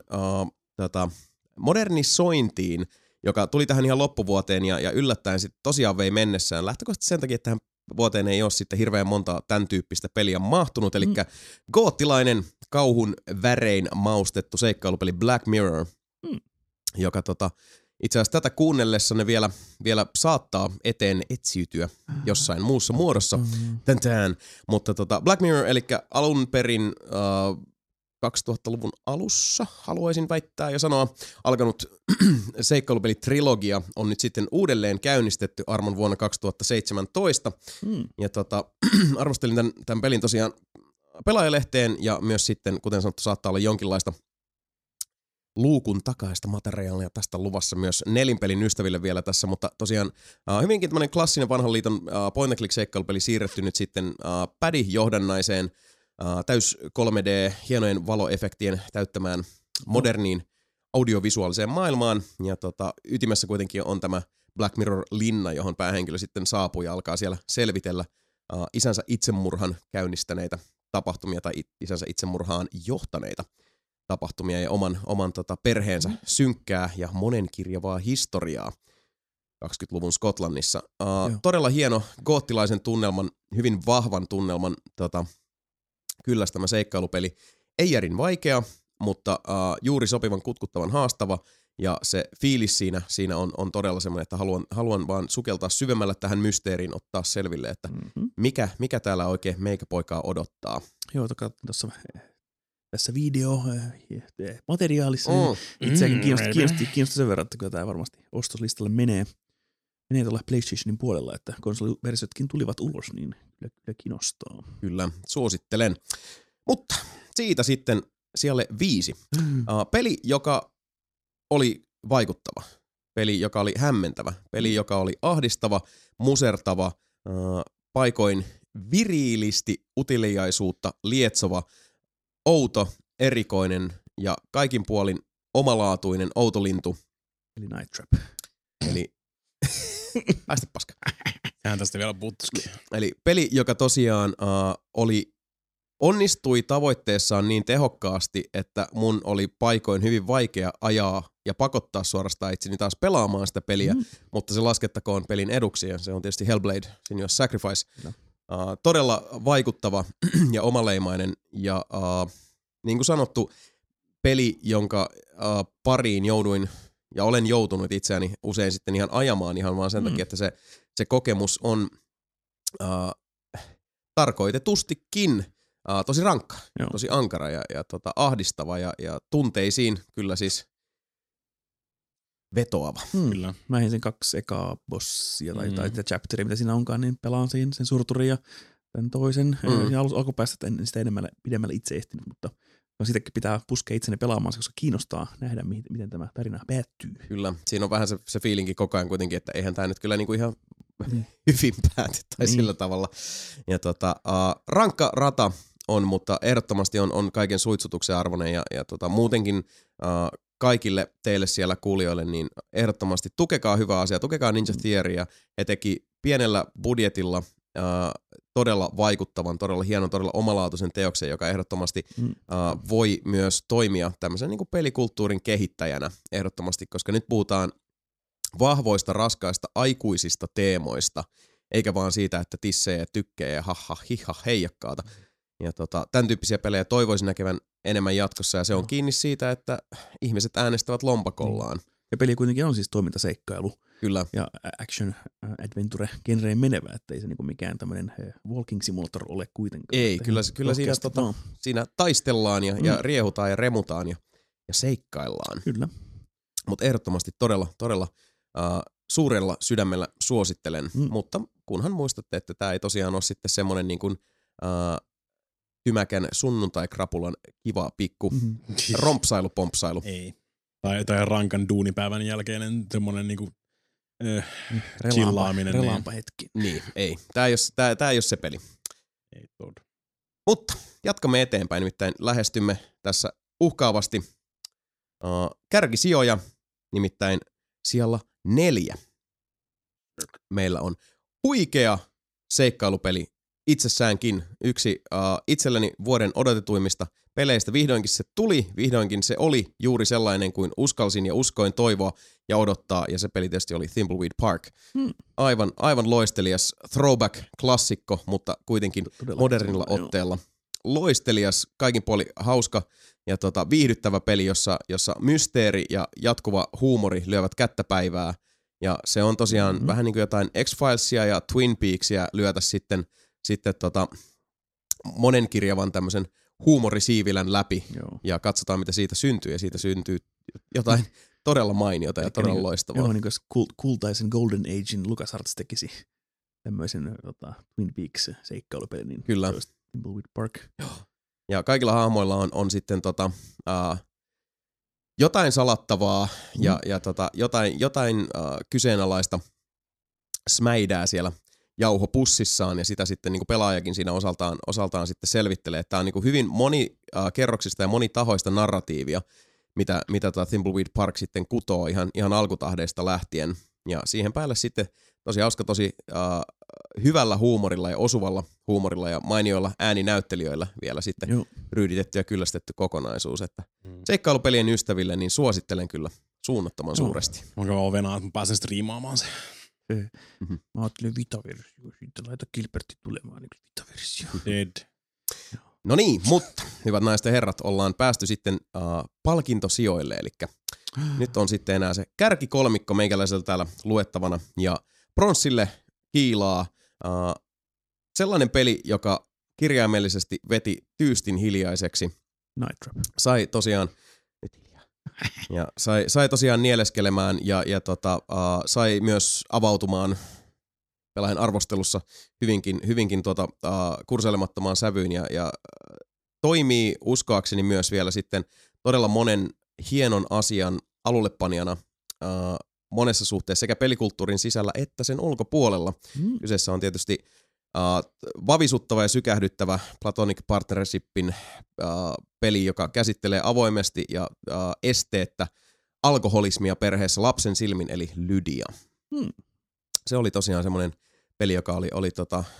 modernisointiin, joka tuli tähän ihan loppuvuoteen ja yllättäen sitten tosiaan vei mennessään. Lähtökohtaisesti sen takia, että tähän vuoteen ei ole sitten hirveän monta tämän tyyppistä peliä mahtunut, eli goottilainen kauhun värein maustettu seikkailupeli Black Mirror, joka itse asiassa tätä kuunnellessa ne vielä saattaa eteen etsiytyä jossain muussa muodossa. Mutta Black Mirror, eli alun perin 2000-luvun alussa, haluaisin väittää ja sanoa, alkanut seikkailupeli-trilogia on nyt sitten uudelleen käynnistetty armon vuonna 2017. Ja arvostelin tämän pelin tosiaan pelaajalehteen ja myös sitten, kuten sanottu, saattaa olla jonkinlaista luukun takaista materiaalia tästä luvassa myös nelinpelin ystäville vielä tässä, mutta tosiaan hyvinkin tämmöinen klassinen vanhan liiton point and click seikkailupeli siirretty nyt sitten pädi-johdannaiseen täys 3D, hienojen valoefektien täyttämään moderniin audiovisuaaliseen maailmaan. Ja ytimessä kuitenkin on tämä Black Mirror-linna, johon päähenkilö sitten saapuu ja alkaa siellä selvitellä isänsä itsemurhan käynnistäneitä tapahtumia tai isänsä itsemurhaan johtaneita tapahtumia ja oman perheensä synkkää ja monenkirjavaa historiaa 20-luvun Skotlannissa. Todella hieno goottilaisen tunnelman, hyvin vahvan tunnelman kyllästämä seikkailupeli. Ei järin vaikea, mutta juuri sopivan kutkuttavan haastava ja se fiilis siinä on todella semmoinen, että haluan vaan sukeltaa syvemmälle tähän mysteeriin, ottaa selville, että mikä täällä oikein meikäpoikaa odottaa. Joo, tässä videomateriaalissa itseäkin kiinnosti sen verran, että kyllä tämä varmasti ostoslistalle menee tuolla PlayStationin puolella, että konsoliversiotkin tulivat ulos, niin kyllä kiinnostaa. Kyllä, suosittelen. Mutta siitä sitten siellä 5. Peli, joka oli vaikuttava. Peli, joka oli hämmentävä. Peli, joka oli ahdistava, musertava, paikoin viriilisti uteliaisuutta lietsova, outo, erikoinen ja kaikin puolin omalaatuinen outolintu. Eli Night Trap. Eli haista paska. Sehän tästä vielä puuttuisikin. Eli peli, joka tosiaan onnistui tavoitteessaan niin tehokkaasti, että mun oli paikoin hyvin vaikea ajaa ja pakottaa suorastaan itseni taas pelaamaan sitä peliä, mutta se laskettakoon pelin eduksi ja se on tietysti Hellblade, Senua's Sacrifice. Todella vaikuttava ja omaleimainen ja niin kuin sanottu, peli, jonka pariin jouduin ja olen joutunut itseäni usein sitten ihan ajamaan ihan vaan sen takia, että se kokemus on tarkoitetustikin tosi rankka, Joo. tosi ankara ja ahdistava ja tunteisiin kyllä siis vetoava. Kyllä. Mä ehdin sen 2 ekaa bossia tai chapteria, mitä siinä onkaan, niin pelaan siinä sen surturin ja tämän toisen. Siinä alkupäästä en sitä pidemmälle itse ehtinyt, mutta siitäkin pitää puskea itseni pelaamaan, koska kiinnostaa nähdä, miten tämä tarina päättyy. Kyllä, siinä on vähän se fiilinki koko ajan kuitenkin, että eihän tämä nyt kyllä niinku ihan hyvin pääty tai sillä tavalla. Ja rankka rata on, mutta ehdottomasti on kaiken suitsutuksen arvoinen ja muutenkin kaikille teille siellä kuulijoille, niin ehdottomasti tukekaa hyvää asiaa, tukekaa Ninja Theoryä. He teki pienellä budjetilla todella vaikuttavan, todella hienon, todella omalaatuisen teoksen, joka ehdottomasti voi myös toimia tämmöisen niin kuin pelikulttuurin kehittäjänä ehdottomasti, koska nyt puhutaan vahvoista, raskaista, aikuisista teemoista, eikä vaan siitä, että tissejä tykkää ja hiha heijakkaata. Ja tämän tyyppisiä pelejä toivoisin näkevän enemmän jatkossa, ja se on kiinni siitä, että ihmiset äänestävät lompakollaan. Ja peli kuitenkin on siis toimintaseikkailu. Kyllä. Ja action adventure genreen menevä, ettei se niinku mikään tämmöinen walking simulator ole kuitenkaan. Ei, kyllä siinä taistellaan ja riehutaan ja remutaan ja seikkaillaan. Kyllä. Mutta ehdottomasti todella suurella sydämellä suosittelen, mutta kunhan muistatte, että tämä ei tosiaan ole sitten semmoinen niin kuin tymäkän sunnuntai-krapulan kiva pikku rompsailu-pompsailu. Ei. Tai rankan duunipäivän jälkeinen semmoinen niinku chillaaminen. Relaampa hetki. Niin, ei. Tää ei ole se peli. Ei tod. Mutta jatkamme eteenpäin, nimittäin lähestymme tässä uhkaavasti kärkisijoja, nimittäin sijalla 4. Meillä on huikea seikkailupeli itsessäänkin, yksi itselleni vuoden odotetuimmista peleistä. Vihdoinkin se tuli, vihdoinkin se oli juuri sellainen kuin uskalsin ja uskoin toivoa ja odottaa, ja se peli tietysti oli Thimbleweed Park. Aivan loistelias throwback-klassikko, mutta kuitenkin modernilla otteella. Loistelias, kaikin puolin hauska ja viihdyttävä peli, jossa mysteeri ja jatkuva huumori lyövät kättäpäivää. Ja se on tosiaan vähän niin kuin jotain X-Filesia ja Twin Peaksia lyötä sitten monenkirjavan tämmöisen huumorisiivilän läpi. Joo. Ja katsotaan, mitä siitä syntyy. Ja siitä syntyy jotain todella mainiota ja todella loistavaa. Joo, niin kuin kultaisen Golden Agein LucasArts tekisi tämmöisen Twin Peaks-seikkailupeli, niin kyllä. Thimbleweed Park. Joo. Ja kaikilla hahmoilla on sitten jotain salattavaa ja jotain kyseenalaista smäidää siellä jauhopussissaan, ja sitä sitten niin kuin pelaajakin siinä osaltaan sitten selvittelee. Tämä on niin kuin hyvin monikerroksista ja monitahoista narratiivia, mitä Thimbleweed Park sitten kutoo ihan alkutahdeista lähtien. Ja siihen päälle sitten tosi hauska, tosi hyvällä huumorilla ja osuvalla huumorilla ja mainioilla ääninäyttelijöillä vielä sitten ryyditetty ja kyllästetty kokonaisuus. Että seikkailupelien ystäville niin suosittelen kyllä suunnattoman suuresti. Onko mä venaa, että mä pääsen striimaamaan se? Mä ajattelin Vita-versio, sitten laita Gilbertti tulemaan niin Vita-versio. Dead. No niin, mutta hyvät naiset ja herrat, ollaan päästy sitten palkintosijoille, eli nyt on sitten enää se kärkikolmikko meikäläisellä täällä luettavana, ja pronssille kiilaa sellainen peli, joka kirjaimellisesti veti tyystin hiljaiseksi. Night Trap. Sai tosiaan ja sai tosiaan nieleskelemään ja sai myös avautumaan pelaajan arvostelussa hyvinkin kursailemattomaan sävyyn ja toimii uskoakseni myös vielä sitten todella monen hienon asian alullepanijana monessa suhteessa sekä pelikulttuurin sisällä että sen ulkopuolella. Kyseessä on tietysti vavisuttava ja sykähdyttävä Platonic Partnershipin peli, joka käsittelee avoimesti ja esteettä alkoholismia perheessä lapsen silmin, eli Lydia. Se oli tosiaan semmoinen peli, joka oli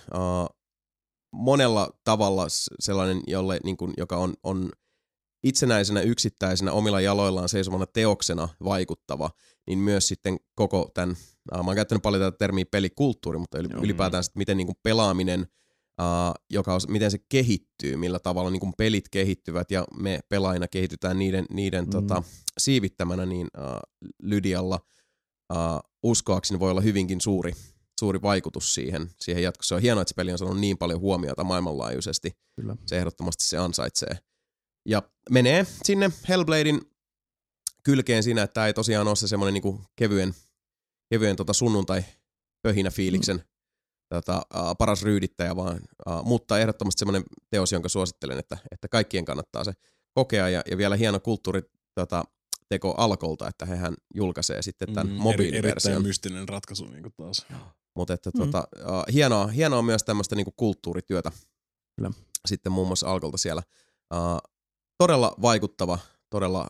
monella tavalla sellainen, joka on itsenäisenä, yksittäisenä, omilla jaloillaan seisovana teoksena vaikuttava, niin myös sitten koko tämän, mä oon käyttänyt paljon tätä termiä pelikulttuuri, mutta ylipäätään sitten miten niin kuin pelaaminen, miten se kehittyy, millä tavalla niin kuin pelit kehittyvät ja me pelaajina kehitytään niiden siivittämänä, niin Lydialla uskoakseni voi olla hyvinkin suuri vaikutus siihen jatkossa. Se on hienoa, että se peli on saanut niin paljon huomiota maailmanlaajuisesti. Kyllä. Se ehdottomasti se ansaitsee. Ja menee sinne Hellbladein kylkeen siinä, että tämä ei tosiaan ole se semmoinen niinku kevyen sunnuntai-pöhinä fiiliksen paras ryydittäjä, vaan, mutta ehdottomasti semmoinen teos, jonka suosittelen, että kaikkien kannattaa se kokea. Ja vielä hieno kulttuuriteko Alkolta, että hehän julkaisee sitten tämän mobiiliversion. Erittäin mystinen ratkaisu niin kuin taas. Mutta että hienoa myös tämmöistä niinku kulttuurityötä. Kyllä. Sitten muun muassa Alkolta siellä. Todella vaikuttava, todella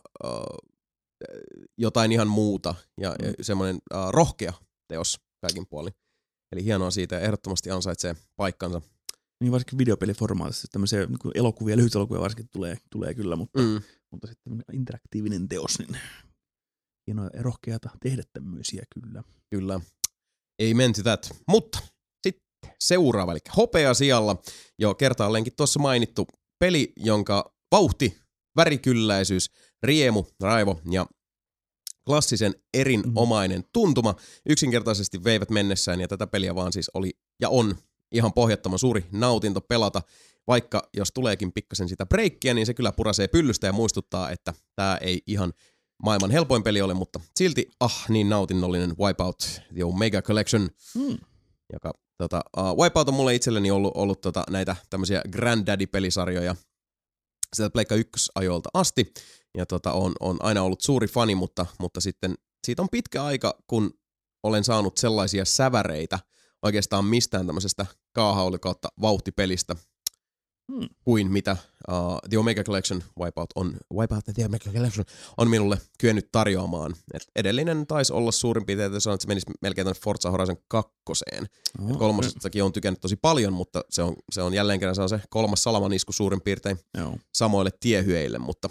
jotain ihan muuta ja semmoinen rohkea teos kaikin puolin. Eli hienoa siitä ja ehdottomasti ansaitsee paikkansa. Niin varsinkin videopeliformaatissa tämmöisiä niin elokuvia, lyhytelokuvia varsinkin tulee kyllä, mutta sitten interaktiivinen teos, niin hienoa ja rohkeata tehdettömyysiä kyllä. Kyllä. Ei menty that. Mutta sitten seuraava, eli hopeasijalla jo kertaalleenkin tuossa mainittu peli, jonka vauhti, värikylläisyys, riemu, raivo ja klassisen erinomainen tuntuma yksinkertaisesti veivät mennessään ja tätä peliä vaan siis oli ja on ihan pohjattoman suuri nautinto pelata. Vaikka jos tuleekin pikkasen sitä breikkiä, niin se kyllä purasee pyllystä ja muistuttaa, että tämä ei ihan maailman helpoin peli ole, mutta silti niin nautinnollinen Wipeout The Omega Collection, joka Wipeout on mulle itselleni ollut näitä tämmöisiä Granddaddy-pelisarjoja sieltä Pleikka 1-ajoilta asti, ja on aina ollut suuri fani, mutta sitten siitä on pitkä aika, kun olen saanut sellaisia säväreitä oikeastaan mistään tämmöisestä kaahauли kautta vauhtipelistä, kuin mitä The Omega Collection Wipeout The Omega Collection on minulle kyennyt tarjoamaan. Et edellinen taisi olla suurin piirtein, että se menisi melkein tänne Forza Horizon 2. Kolmosestakin on tykännyt tosi paljon, mutta se on jälleen kerran se kolmas salamanisku suurin piirtein samoille tiehyöille, mutta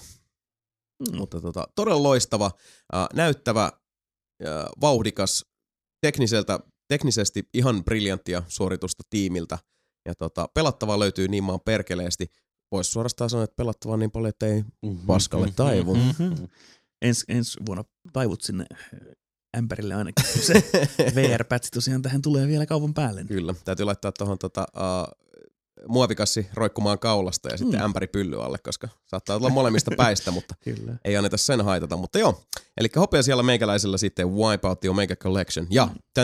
todella loistava, näyttävä, vauhdikas, teknisesti ihan briljanttia suoritusta tiimiltä. Ja pelattavaa löytyy niin maan perkeleesti. Voisi suorastaan sanoa, että pelattavaa niin paljon, että ei paskalle taivu. Ensi vuonna taivut sinne ämpärille ainakin. Se VR-pätsi tosiaan tähän tulee vielä kaupan päälle. Kyllä, täytyy laittaa tuohon muovikassi roikkumaan kaulasta ja sitten ämpäri pylly alle, koska saattaa olla molemmista päistä, mutta ei anneta sen haitata. Mutta joo, eli hopea siellä meikäläisellä sitten Wipeout The Omega Collection. Ja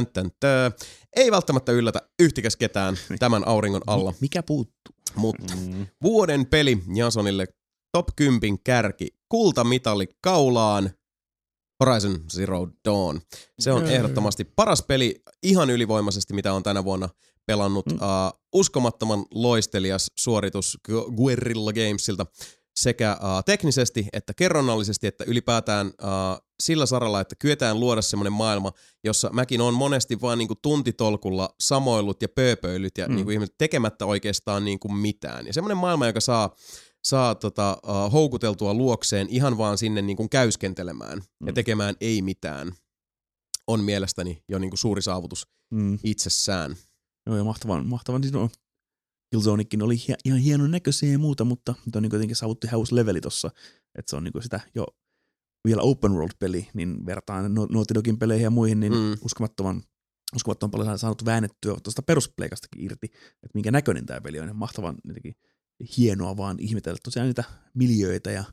ei välttämättä yllätä yhtikäs ketään tämän auringon alla. Mikä puuttuu? Mutta vuoden peli Jasonille top 10 kärki, kultamitali kaulaan, Horizon Zero Dawn. Se on ehdottomasti paras peli ihan ylivoimaisesti, mitä on tänä vuonna pelannut. Uskomattoman loistelias suoritus Guerrilla Gamesilta sekä teknisesti että kerronnallisesti, että ylipäätään sillä saralla, että kyetään luoda semmoinen maailma, jossa mäkin on monesti vaan niinku tuntitolkulla samoillut ja pööpöilyt ja niinku ihmiset tekemättä oikeastaan niinku mitään. Ja semmoinen maailma, joka saa houkuteltua luokseen ihan vaan sinne niinku käyskentelemään ja tekemään ei mitään, on mielestäni jo niinku suuri saavutus itsessään. Joo, ja mahtavan siis Killzonekin oli ihan hienon näköisiä ja muuta, mutta on niin kuitenkin saavutti hausleveli tossa, että se on niin sitä jo vielä open world-peli, niin vertaan Naughty Dogin peleihin ja muihin, niin uskomattoman paljon saanut väännettyä tuosta peruspleikastakin irti, että minkä näköinen tämä peli on, ja mahtavan jotenkin hienoa vaan ihmetellä tosiaan niitä miljöitä ja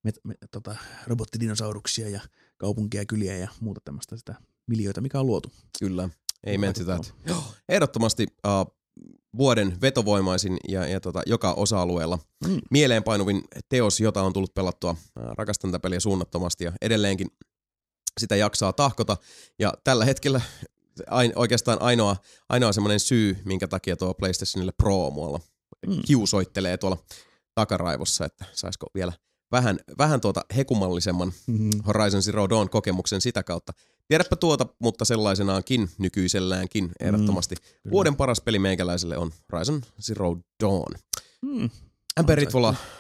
robottidinosauruksia ja kaupunkia, kyliä ja muuta tämmöistä sitä miljöitä, mikä on luotu. Kyllä, ei menty that. Ehdottomasti vuoden vetovoimaisin ja joka osa-alueella mieleenpainuvin teos, jota on tullut pelattua. Rakastan tätä peliä suunnattomasti ja edelleenkin sitä jaksaa tahkota. Ja tällä hetkellä oikeastaan ainoa semmoinen syy, minkä takia tuo PlayStationille Pro muualla kiusoittelee tuolla takaraivossa, että saisiko vielä vähän hekumallisemman Horizon Zero Dawn kokemuksen sitä kautta. Tiedäpä mutta sellaisenaankin nykyiselläänkin ehdottomasti. Vuoden paras peli meikäläiselle on Horizon Zero Dawn. MP Ritvola,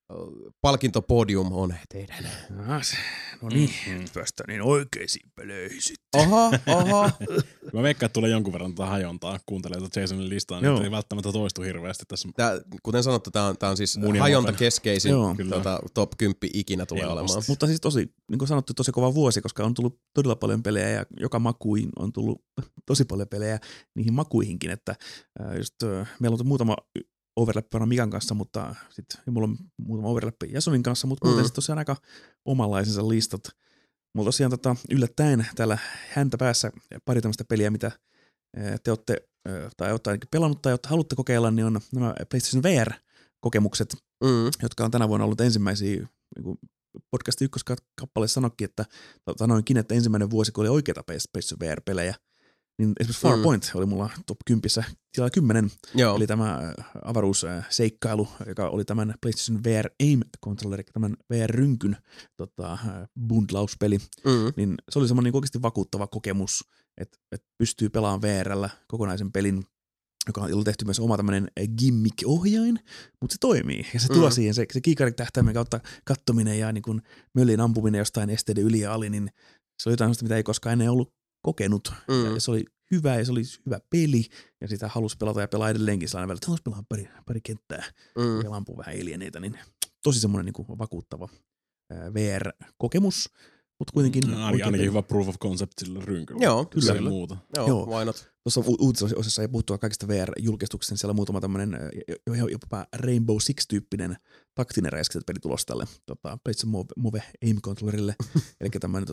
palkintopodium on teidän. No niin, päästään niin oikeisiin peleihin sitten. Aha. Mä veikkaan, että tulee jonkun verran tätä hajontaa, kuuntelee tuota Jasonin listaa, niin ei välttämättä toistu hirveästi tässä. Kuten sanottu, tää on siis Munia hajontakeskeisin Joo. top 10 ikinä tulee olemaan. Mutta siis tosi, niin kuin sanottu, tosi kova vuosi, koska on tullut todella paljon pelejä ja joka makuihin on tullut tosi paljon pelejä niihin makuihinkin, että meillä on muutama overlap on Mikan kanssa, mutta sitten mulla on muutama overlap Jasonin kanssa, mutta muuten sitten tosiaan aika omanlaisensa listat. Mulla tosiaan yllättäen täällä häntä päässä pari tämmöistä peliä, mitä te olette ainakin pelannut tai haluatte kokeilla, niin on nämä PlayStation VR-kokemukset, jotka on tänä vuonna ollut ensimmäisiä, niin podcastin ykköskappaleessa sanoinkin, että ensimmäinen vuosi, kun oli oikeita PlayStation VR-pelejä, niin esimerkiksi Farpoint oli mulla top 10, siellä 10, Joo. eli tämä avaruusseikkailu, joka oli tämän PlayStation VR Aim-controller, eli tämän VR-rynkyn bundlauspeli, niin se oli semmoinen oikeasti vakuuttava kokemus, että pystyy pelaamaan VR:llä kokonaisen pelin, joka on tehty myös oma tämmöinen gimmick-ohjain, mutta se toimii. Ja se tuo siihen, se kiikaritähtäimen kautta kattominen ja niin kuin möllin ampuminen jostain esteiden yli ja ali, niin se oli jotain sellaista, mitä ei koskaan ennen ollut kokenut. Ja se oli hyvä ja se oli hyvä peli. Ja sitä halusi pelata ja pelaa edelleenkin sellainen välillä, että halusi pelaa pari kenttää ja ampua vähän alieneita. Niin tosi semmoinen niin kuin vakuuttava VR-kokemus. Mutta kuitenkin ainakin hyvä proof of concept sillä rynkyllä. Joo, kyllä. Muuta. Joo, why not? Tuossa uutisosassa ei puhuttua kaikista VR-julkistuksista, niin siellä on muutama tämmöinen jopa Rainbow Six-tyyppinen taktinen räiskintäpeli tulossa tälle PlayStation Move Aim-controllerille. Eli tämmöinen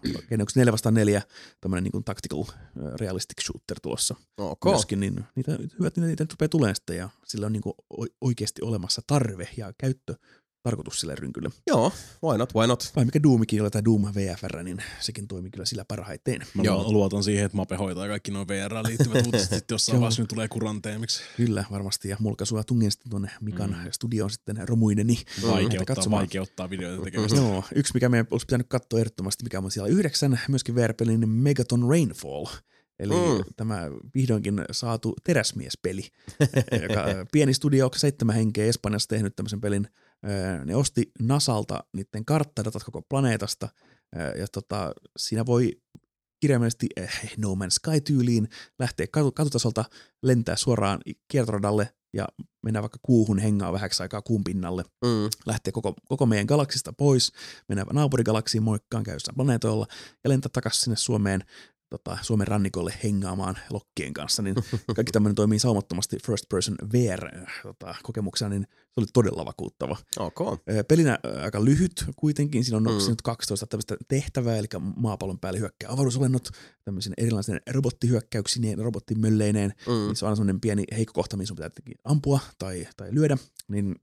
4-4 tämmöinen niin kuin tactical realistic shooter tulossa. Okay. Myöskin, niin niitä rupeaa tulemaan sitten, ja sillä on niin kuin oikeasti olemassa tarve ja tarkoitus sille rynkylle. Joo, why not? Vai mikä Doomikin oli, tai Doom VFR, niin sekin toimii kyllä sillä parhaiten. Mä luotan siihen, että Mape hoitaa kaikki noin VR:ään liittyvät uutiset, että jossain vaiheessa nyt tulee kuranteemiksi. Kyllä, varmasti, ja mulkaisua tungen sitten tuonne Mikan studioon sitten romuideni. Vaikeuttaa videoita tekemistä. Joo, yksi mikä meidän olisi pitänyt katsoa ehdottomasti, mikä on siellä 9, myöskin VR-pelin Megaton Rainfall. Eli tämä vihdoinkin saatu teräsmiespeli, joka pieni studio, 7 henkeä Espanjassa tehnyt tämmöisen pelin. Ne osti NASAlta niiden karttadatat koko planeetasta, ja siinä voi kirjaimellisesti No Man's Sky-tyyliin lähteä katutasolta, lentää suoraan kiertoradalle ja mennä vaikka kuuhun hengaa vähäksi aikaa kuun pinnalle, lähtee koko meidän galaksista pois, mennään naapurigalaksiin moikkaan, käy jossain planeetoilla ja lentää takaisin sinne Suomen rannikolle hengaamaan lokkien kanssa, niin kaikki tämmöinen toimii saumattomasti first person VR-kokemuksena, niin se oli todella vakuuttava. Okay. Pelinä aika lyhyt kuitenkin, siinä on noksinut 12 tämmöistä tehtävää, eli maapallon päälle hyökkää avaruusolennot, tämmöisen erilaisen robottihyökkäyksineen, robottimölleineen, niin se on aina semmoinen pieni heikko kohta, missä sun pitää ampua tai lyödä, niin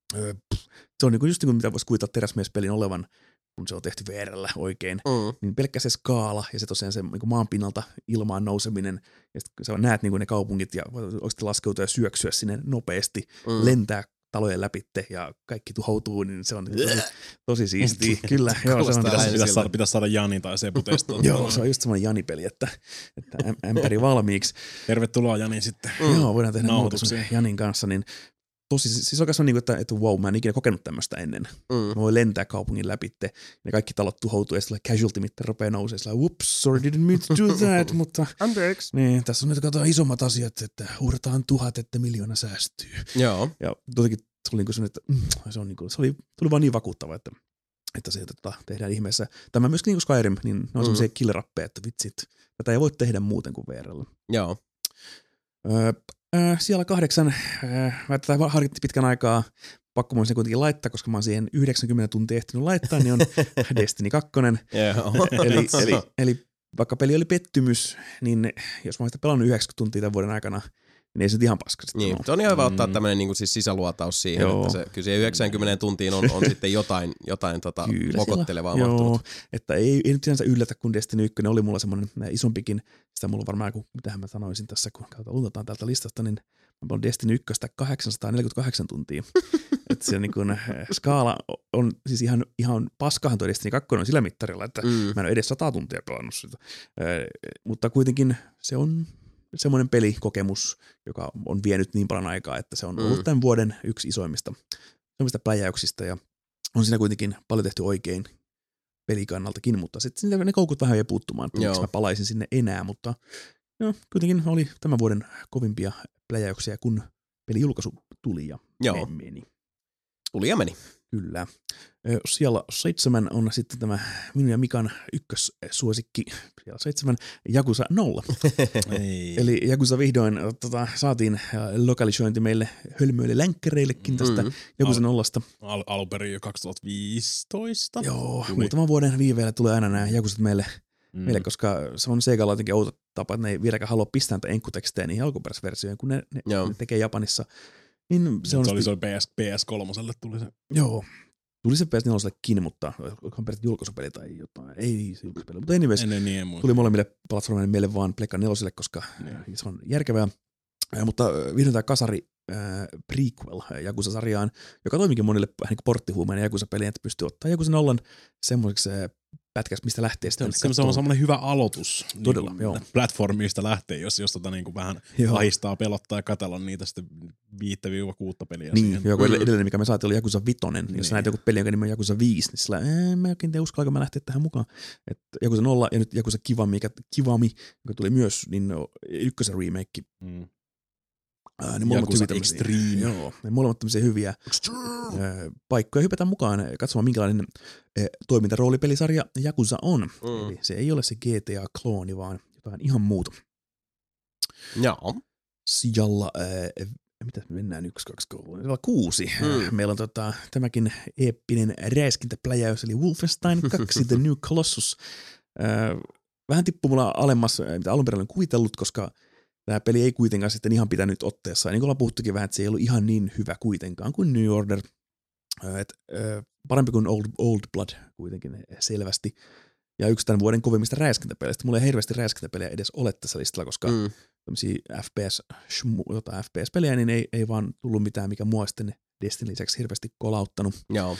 se on just niin kuin mitä voisi kuvitella teräsmiespelin olevan, kun se on tehty VR:llä oikein, niin pelkkä se skaala ja se tosiaan se niin maan pinnalta ilmaan nouseminen, ja sitten sä näet niin ne kaupungit ja oikeasti laskeutua ja syöksyä sinne nopeasti, lentää talojen läpitte ja kaikki tuhoutuu, niin se on tosi siistiä. Kyllä, joo, se on pitäisi saada Jani tai Sepu testaa. Joo, se on just semmoinen Jani-peli, että ämpäri valmiiksi. Tervetuloa Jani sitten. Joo, voidaan tehdä nauhoituksia Janin kanssa, niin tosi, siis oikeastaan niin kuin, että wow, mä en ikinä kokenut tämmöistä ennen. Mä voin lentää kaupungin läpitte, ja kaikki talot tuhoutuu, ja sitten casualty-mitta rupeaa nousee, ja whoops, sorry, didn't mean to do that, mutta niin, tässä on nyt isommat asiat, että uhrataan 1000, että 1,000,000 säästyy. Joo. Ja totikin se oli niin kuin että tuli vaan niin vakuuttava, että se tehdään ihmeessä. Tämä myöskin niin kuin Skyrim, niin ne on semmoisia killer-appeja, että vitsit, tätä ei voi tehdä muuten kuin VR:llä. Joo. Siellä 8, mä tätä harkittiin pitkän aikaa, pakko mun sen kuitenkin laittaa, koska mä oon siihen 90 tuntia ehtinyt laittaa, niin on Destiny 2. eli vaikka peli oli pettymys, niin jos mä oon sitä pelannut 90 tuntia tämän vuoden aikana, niin ei se ihan paska sitten niin, se on ihan hyvä ottaa tämmöinen niin siis sisäluotaus siihen, että se, kyllä siihen 90 tuntiin on sitten jotain vokottelevaa mahtunut. Että ei nyt sinänsä yllätä, kun Destiny 1 oli mulla semmoinen isompikin, sitä mulla varmaan, mitähän mä sanoisin tässä, kun luutetaan täältä listasta, niin mä olen Destiny 1 848 tuntia. Että se niin kuin, skaala on siis ihan paskahan tuo Destiny 2 on sillä mittarilla, että mä en ole edes 100 tuntia pelannut sitä. Mutta kuitenkin se on semmoinen pelikokemus, joka on vienyt niin paljon aikaa, että se on ollut tämän vuoden yksi isoimmista semmoista pläjäyksistä ja on siinä kuitenkin paljon tehty oikein pelikannaltakin, mutta sitten ne koukut vähän jäi puuttumaan, että miksi mä palaisin sinne enää, mutta kuitenkin oli tämän vuoden kovimpia pläjäyksiä, kun pelijulkaisu tuli ja meni. Tuli ja meni. Kyllä. Siellä 7 on sitten tämä minun ja Mikan ykkössuosikki. Siellä 7 Yakuza 0. Eli Yakuza vihdoin saatiin lokalisointi meille hölmöille länkkäreillekin tästä Yakuza 0:sta. Alunperin jo 2015. Joo, muutaman vuoden viiveellä tulee aina nämä Yakuzat meille, koska se on Segalla jotenkin outo tapa, että ne ei vieläkään halua pistää näitä enkkutekstejä niihin alkuperäisversioihin, kun ne tekee Japanissa. Niin se oli PS3 tuli se. Joo. Tuli se PS4:llekin, mutta onkohan peräti julkaisupeli tai jotain. Ei se julkaisupeli, mutta anyways. Tuli molemmille platformille meille vaan Pleikka 4:lle, koska se on järkevää. Mutta vihdoin tämä kasari prequel Yakuza-sarjaan, joka toimikin monille niin porttihuumeen Yakuza-peliin, että pystyy ottaa Yakuza 0 semmoiseksi pätkäksi, mistä lähtee sitten. Se on semmoinen hyvä aloitus. Todella, niin joo. Platformista lähtee, jos niin kuin vähän ahistaa, pelottaa ja katsella niitä sitten 5-6 peliä. Niin, joku edellinen, mikä me saatiin, oli Yakuza 5. Niin. Jos näet joku peli, jonka nimi on Yakuza 5, niin sillä mä en oikein tiedä, uskallanko mä lähteä tähän mukaan. Et Yakuza 0 ja nyt Yakuza Kiwami, joka tuli myös, niin ykkösen remake. Ne molemmat Extreme. Joo, ne molemmat tämmöisiä hyviä paikkoja hypätään mukaan katsomaan, minkälainen toimintaroolipelisarja Yakuza on. Eli se ei ole se GTA-klooni, vaan jotain ihan muuta. Joo. Sijalla, mitä me mennään 1, 2, 3, 6. Meillä on tämäkin eeppinen räiskintäpläjäys, eli Wolfenstein 2, The New Colossus. Vähän tippuu mulla alemmas, mitä alun perin olen kuvitellut, koska tämä peli ei kuitenkaan sitten ihan pitänyt otteessa. Niin kuin ollaan puhuttukin vähän, että se ei ollut ihan niin hyvä kuitenkaan kuin New Order. Parempi kuin Old Blood kuitenkin selvästi. Ja yksi tämän vuoden kovimmista räiskintäpeleistä. Mulla ei hirveästi räiskintäpelejä edes ole tässä listalla, koska tämmöisiä FPS-pelejä, niin ei vaan tullut mitään, mikä mua sitten Destiny lisäksi hirveästi kolauttanut. Joo.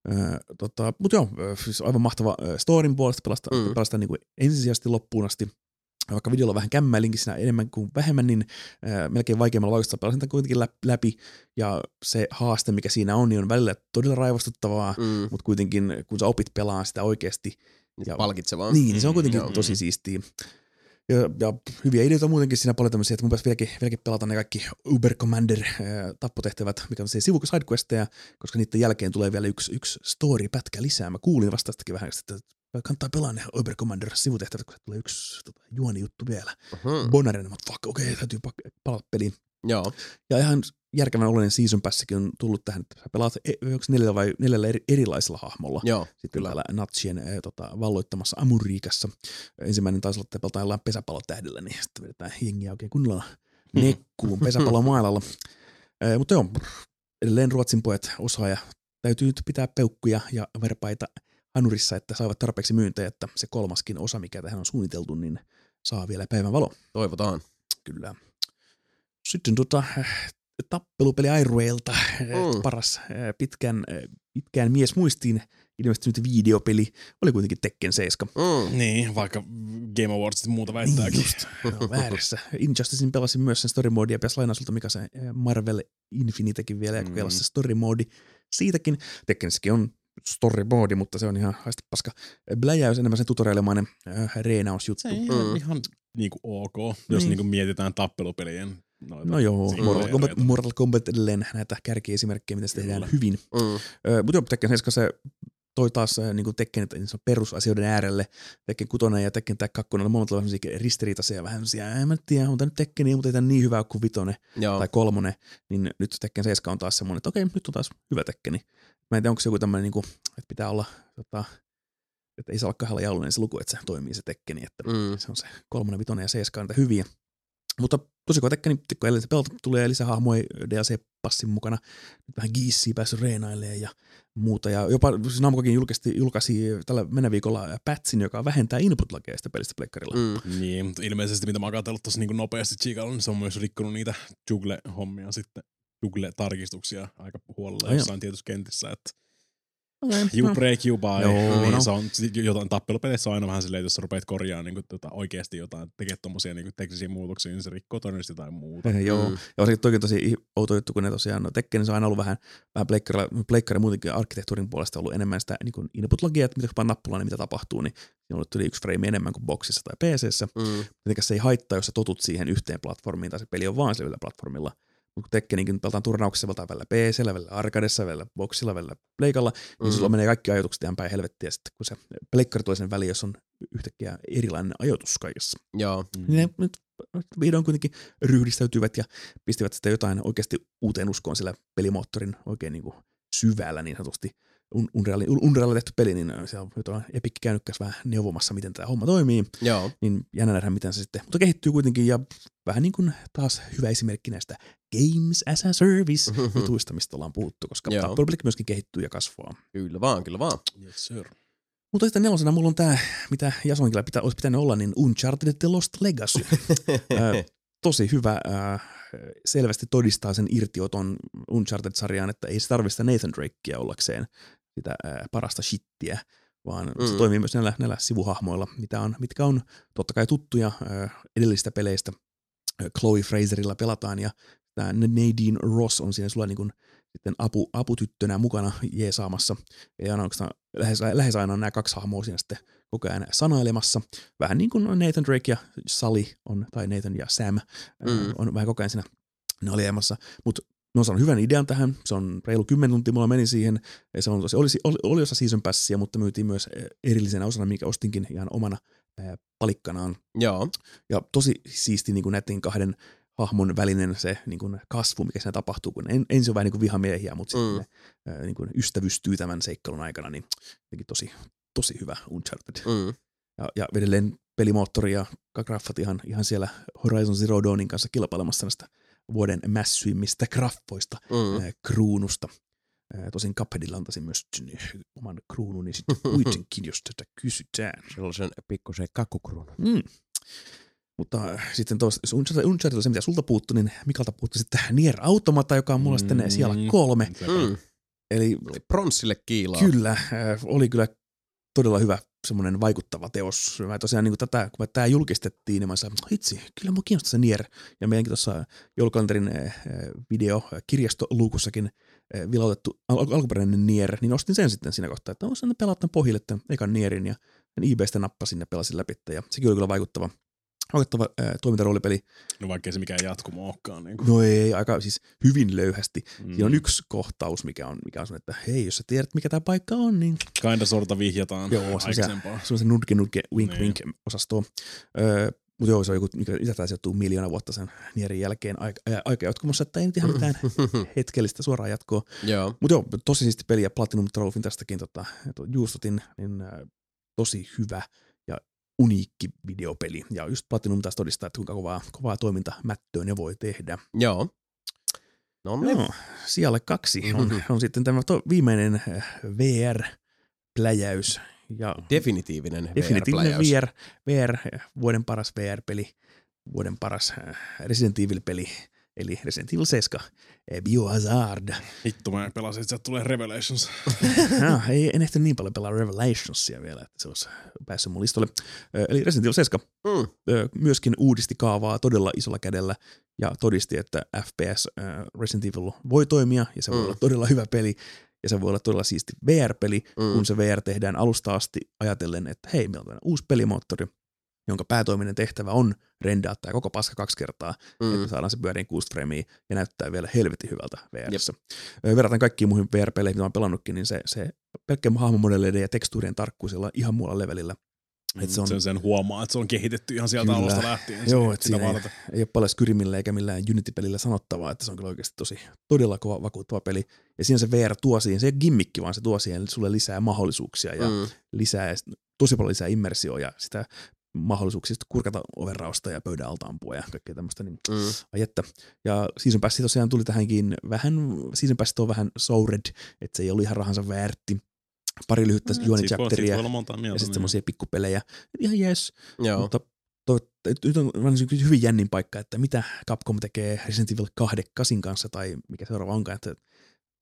Mutta joo, siis aivan mahtava storin puolesta pelastaa niin kuin ensisijaisesti loppuun asti. Vaikka videolla on vähän kämmäilinkin siinä enemmän kuin vähemmän, niin melkein vaikeimmalla vaikutusta pelasin tämän kuitenkin läpi. Ja se haaste, mikä siinä on, niin on välillä todella raivostuttavaa, mutta kuitenkin kun sä opit pelaamaan sitä oikeasti. Ja palkitsevaa. Niin, se on kuitenkin tosi siistiä. Ja hyviä ideoita muutenkin siinä paljon tämmöisiä, että mun pitäisi vieläkin pelata ne kaikki Uber Commander-tappotehtävät, mikä on se sivuko-sidequesteja, koska niiden jälkeen tulee vielä yksi story-pätkä lisää. Mä kuulin vastaastakin vähän, että kannattaa pelaa ne Uber Commander-sivutehtävät, kun tulee yksi juonijuttu vielä. Bonarinen, mutta okei, täytyy palata peliin. Joo. Ja ihan järkevän oleellinen season passikin on tullut tähän, että sä pelaat 4 erilaisilla hahmolla. Joo, sitten täällä Natsien valloittamassa Amuriikassa. Ensimmäinen taisi olla, että pelataan jollain pesäpallotähdellä, niin sitten vedetään jengiä oikein kunnolla nekkuun pesäpallomailalla. Mutta joo, edelleen Ruotsin pojat osaa ja täytyy nyt pitää peukkuja ja verpaita hanurissa, että saavat tarpeeksi myyntejä, että se 3. osa, mikä tähän on suunniteltu, niin saa vielä päivän valo. Toivotaan. Kyllä. Sitten tappelupeli Iroelta, paras pitkään mies muistiin ilmestynyt videopeli, oli kuitenkin Tekken 7. Niin, vaikka Game Awards muuta väittääkin. Just, väärässä. Injusticein pelasin myös sen story mode ja pitäisi lainaa sulta, mikä se Marvel Infinitekin vielä, ja kokeilla se story mode siitäkin. Tekkenissäkin on story mode, mutta se on ihan haista paska. Bläjäys enemmän sen tutorialimainen reenausjuttu. Se on ihan niinku ok, jos niinku mietitään tappelupelien. No joo, Mortal Kombat edelleen näitä kärkiesimerkkejä, mitä se tehdään hyvin. Mutta joo, Tekken 7 se toi taas niin kuin Tekken, niin se on perusasioiden äärelle. Tekken 6 ja Tekken 2 on molemmat sellaisia ristiriitaisia, vähän sellaisia, en mä tiedä, on tämä nyt Tekkeniä, mutta ei tämä niin hyvä kuin 5 tai 3, niin nyt Tekken 7 on taas semmoinen, että okei, nyt on taas hyvä Tekkeni. Mä en tiedä, onko se joku tämmöinen, niin kuin, että pitää olla, että ei saa olla 2 jaluinen se luku, että se toimii se Tekkeni, että se on se 3, 5 ja 7 niitä hyviä. Mutta tosi kun Tekkeni, kun edelleen se pelata, tulee lisää hahmoja DLC-passin mukana. Nyt vähän giissiä päässyt reenailemaan ja muuta. Ja jopa Namcokin julkaisi tällä mennä viikolla patchin, joka vähentää input-lageja sitä pelistä pleikkarilla. Niin, mutta ilmeisesti mitä mä oon katsellut tossa niin nopeasti Chicagolla, niin se on myös rikkonut niitä Juggle-hommia sitten. Juggle-tarkistuksia aika huolella jossain tietyssä kentissä. Että You break, you buy. Joo, Niin no. se on, jotain tappelupeleissä on aina vähän silleen, että jos sä rupeat korjaamaan niin oikeasti jotain, tekee tommosia niin teknisiä muutoksia, niin se rikkoo todennäköisesti jotain muuta. Joo, ja se toki tosi outo juttu, kun ne tosiaan, no Tekken se on aina ollut vähän pleikkari muutenkin arkkitehtuurin puolesta ollut enemmän sitä niin input-lagia, että mitä kun nappulaan, niin mitä tapahtuu, niin siinä on ollut yli 1 frame enemmän kuin boksissa tai PC:ssä. Mitenkä se ei haittaa, jos sä totut siihen yhteen platformiin, tai se peli on vaan sillä platformilla. Mutta kun Tekkeninkin pelataan turnauksessa, pelataan välillä PC:llä, välillä arcadessa, välillä boksilla, välillä pleikalla, niin sulla menee kaikki ajoitukset ihan päin helvettiä sitten, kun se pleikkari tulee sen väliin, jos on yhtäkkiä erilainen ajoitus kaikessa. Joo. Niin ne nyt vihdoin kuitenkin ryhdistäytyivät ja pistivät sitä jotain oikeasti uuteen uskoon sillä pelimoottorin oikein niin kuin syvällä niin sanotusti. Unrealilla tehty peli, niin siellä on jotain Epic käynytkäs vähän neuvomassa, miten tämä homma toimii. Joo. Niin jännä nähdä, miten se sitten, mutta kehittyy kuitenkin ja vähän niin kuin taas hyvä esimerkki näistä Games as a Service-jutuista, mistä ollaan puhuttu, koska Tappelupelit myöskin kehittyy ja kasvaa. Kyllä vaan. Yes, sir. Mutta sitten 4. mulla on tää, mitä Jasonkilla olisi pitänyt olla, niin Uncharted The Lost Legacy. Tosi hyvä, selvästi todistaa sen irtioton Uncharted-sarjaan, että ei se tarvitse Nathan Drakea ollakseen sitä parasta shittiä, vaan se toimii myös näillä sivuhahmoilla, mitkä on totta kai tuttuja edellisistä peleistä. Chloe Fraserilla pelataan ja tämä Nadine Ross on siinä sulla niin kuin sitten aputyttönä mukana jeesaamassa. Ja aina lähes aina on nämä 2 hahmoa siinä sitten koko ajan sanailemassa. Vähän niin kuin Nathan Drake ja Sully on, tai Nathan ja Sam on vähän koko ajan siinä naljemassa. Mutta ne on saanut hyvän idean tähän. Se on reilu 10 tuntia, mulla meni siihen. Se oli osa season passia, mutta myytiin myös erillisenä osana, mikä ostinkin ihan omana palikkanaan. Joo. Ja tosi siisti niin kuin näiden 2 hahmon välinen se niin kuin kasvu, mikä siinä tapahtuu, kun ensin on vähän niin kuin vihamiehiä, mutta sitten ne niin kuin ystävystyy tämän seikkailun aikana, niin tosi hyvä Uncharted. Ja edelleen pelimoottori ja graffat ihan siellä Horizon Zero Dawnin kanssa kilpailemassa näistä vuoden mässyimmistä graffoista kruunusta. Tosin Cupheadilla antaisin myös oman kruununi sitten kuitenkin, jos tätä kysytään. Sellaisen pikkusen kakkukruunun. Mutta sitten jos Uncharted on se, mitä sulta puuttu, niin Mikalta puuttu sitten Nier Automata, joka on mulla sitten siellä 3. Eli pronssille kiilaa. Kyllä, oli kyllä todella hyvä semmoinen vaikuttava teos. Mä tosiaan niin tätä, kun tämä julkistettiin, niin mä sanoin, hitsi, kyllä mua kiinnostaa se Nier. Ja meidänkin tuossa joulukalenterin videokirjastoluukussakin vilautettu alkuperäinen Nier, niin ostin sen sitten siinä kohtaa, että on pelattanut pohjille tämän ekan Nierin ja eBaystä nappasin ja pelasin läpi. Ja sekin oli kyllä vaikuttava toimintaroolipeli. No vaikkei se mikään jatkumo olekaan. Niin no ei, aika siis hyvin löyhästi. Siinä on yksi kohtaus, mikä on sellainen, että hei, jos sä tiedät, mikä tämä paikka on, niin... Kinda sorta vihjataan aikaisempaa. Se on se nudge wink wink osastoa. Mutta joo, se on joku, mikä lisätään sijoittuu 1 miljoona vuotta sen Nierin jälkeen aika jatkumossa, että ei nyt ihan mitään hetkellistä suoraan jatkoa. Mutta joo, tosi siisti peli ja Platinum Trophyn tästäkin juustotin, niin tosi hyvä ja uniikki videopeli. Ja just Platinum taas todistaa, että kuinka kovaa toimintamättöä ne voi tehdä. Joo. No, sijalle 2 on sitten tämä viimeinen VR-pläjäys. Ja Definitiivinen VR, vuoden paras VR-peli, vuoden paras Resident Evil-peli, eli Resident Evil 7, Biohazard. Hitto, mä pelasin, että sieltä tulee Revelations. En ehtinyt niin paljon pelaa Revelationsia vielä, että se olisi päässyt mun listalle. Eli Resident Evil 7 myöskin uudisti kaavaa todella isolla kädellä ja todisti, että FPS Resident Evil voi toimia ja se voi olla todella hyvä peli. Ja se voi olla todella siisti VR-peli, kun se VR tehdään alusta asti ajatellen, että hei, meillä on uusi pelimoottori, jonka päätoiminen tehtävä on rendaa tämä koko paska 2 kertaa, että me saadaan se pyöriin 6 framea ja näyttää vielä helvetin hyvältä VR:ssä. Verrataan kaikkiin muihin VR-peleihin, mitä mä oon pelannutkin, niin se pelkkä hahmomodelleiden ja tekstuurien tarkkuusella ihan muulla levelillä. Sen huomaa, että se on kehitetty ihan sieltä alusta lähtien. Joo, että siinä ei ole paljon Skyrimillä eikä millään Unity-pelillä sanottavaa, että se on kyllä oikeasti todella kova vakuuttava peli. Ja siinä se VR tuo siihen, se ei ole gimmikki, vaan se tuo siihen sulle lisää mahdollisuuksia ja tosi paljon lisää immersioa ja sitä mahdollisuuksista kurkata overrausta ja pöydän alta ampua ja kaikkea tämmöistä. Niin ajetta. Ja Season Pass tosiaan tuli tähänkin Season Pass on vähän soured, että se ei ollut ihan rahansa väärti. Pari lyhyttä juonichapteria ja sitten semmoisia pikkupelejä. Ihan jees, mutta nyt on hyvin jännin paikka, että mitä Capcom tekee Resident Evil 8 kanssa tai mikä seuraava onkaan. Että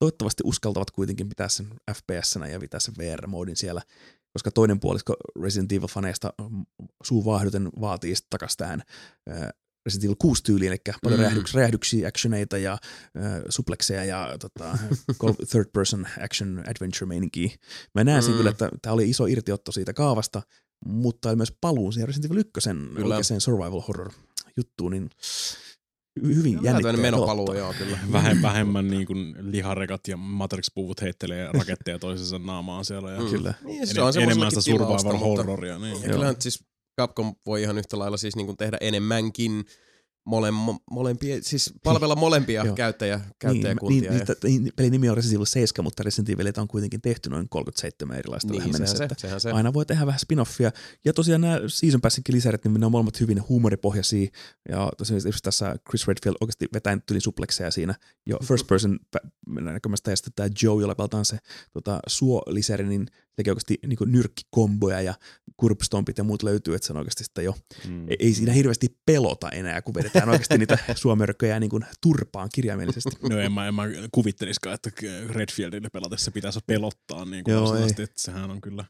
toivottavasti uskaltavat kuitenkin pitää sen FPS-nä ja pitää sen VR-moodin siellä, koska toinen puolisko Resident Evil-faneista suu vaahduten vaatii sitten takaisin tähän Resident Evil 6 tyyliin, eli paljon räjähdyksiä, actioneita ja suplexeja ja third person action adventure meininkiä. Mä näen sen kyllä, että tämä oli iso irtiotto siitä kaavasta, mutta myös paluu siihen Resident Evil 1 oikeaseen survival horror juttuun, niin hyvin jännittää menopaluu, joo, kyllä. Vähemmän niin kuin liharekat ja Matrix-puvut heittelee raketteja toisensa naamaan siellä. Ja kyllä. Niin, se on enemmän sitä survival horroria. Niin. Kyllähän siis Capcom voi ihan yhtä lailla siis niin kuin tehdä enemmänkin molempia, siis palvella molempia käyttäjäkuntia. Niin, pelin nimi on Resident Evil 7, mutta Resident Evilit on kuitenkin tehty noin 37 erilaista niin, vähän mennessä. Se. Aina voi tehdä vähän spin-offia. Ja tosiaan nämä Season Passinkin lisärit, niin ne on molemmat hyvin huumoripohjaisia. Ja tosiaan tässä Chris Redfield oikeasti vetää tyli suplexeja siinä jo first person näkömästä. Ja sitten tämä Joe, jolla pelataan se suolisäri, niin tekee oikeasti niin nyrkkikomboja ja kurpstompit ja muut löytyy, että se on oikeasti sitten jo, ei siinä hirveästi pelota enää, kun vedetään oikeasti niitä suomörkköjä niin kuin turpaan kirjaimellisesti. No en mä kuvitteliskaan, että Redfieldille pelatessa pitäisi pelottaa niin kuin varsinaisesti, että sehän on kyllä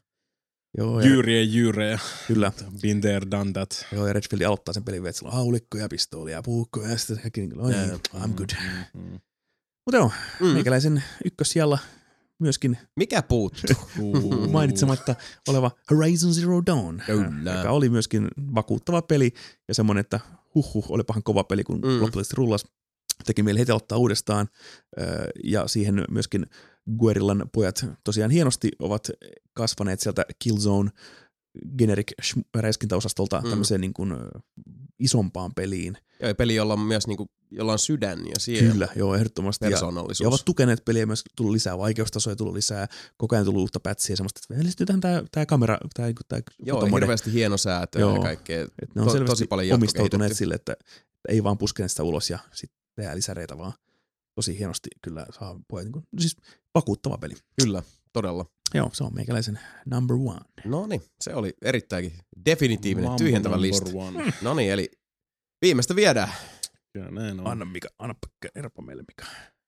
jyyrejä. Kyllä. Been there, done that. Joo, ja Redfield aloittaa sen pelin, että sillä on haulikkoja, pistoolia, puukkoja ja sitten I'm good. Mutta joo, meikäläisen ykkössijalla myöskin mikä puuttuu? Mainitsematta oleva Horizon Zero Dawn, joka oli myöskin vakuuttava peli ja semmoinen, että olipahan kova peli, kun lopullisesti rullas. Teki mieli heti aloittaa uudestaan ja siihen myöskin Guerrillan pojat tosiaan hienosti ovat kasvaneet sieltä Killzone generic räiskintäosastolta tämmöiseen niin kuin isompaan peliin. Ja peli, jolla on myös niin kuin, jolla on sydän ja siellä. Kyllä, joo, ehdottomasti. Ja ovat tukeneet peliä, myös tullut lisää vaikeustasoja, tullut lisää, koko ajan tullut uutta pätsiä, semmoista, että listytään tämä kamera, tämä joo, hirveästi hieno säätöä ja kaikkea. Ne on tosi paljon omistautuneet sille, että ei vaan puskene sitä ulos ja sitten tehdään lisäreitä, vaan tosi hienosti kyllä saa pojat, niin kuin, siis vakuuttava peli. Kyllä, todella. Joo, se on meikäläisen number one. No niin, se oli erittäinkin definitiivinen, tyhjentävä lista. No niin, eli viimeistä viedään. Kyllä näin on. Anna Mika, erpa meille Mika.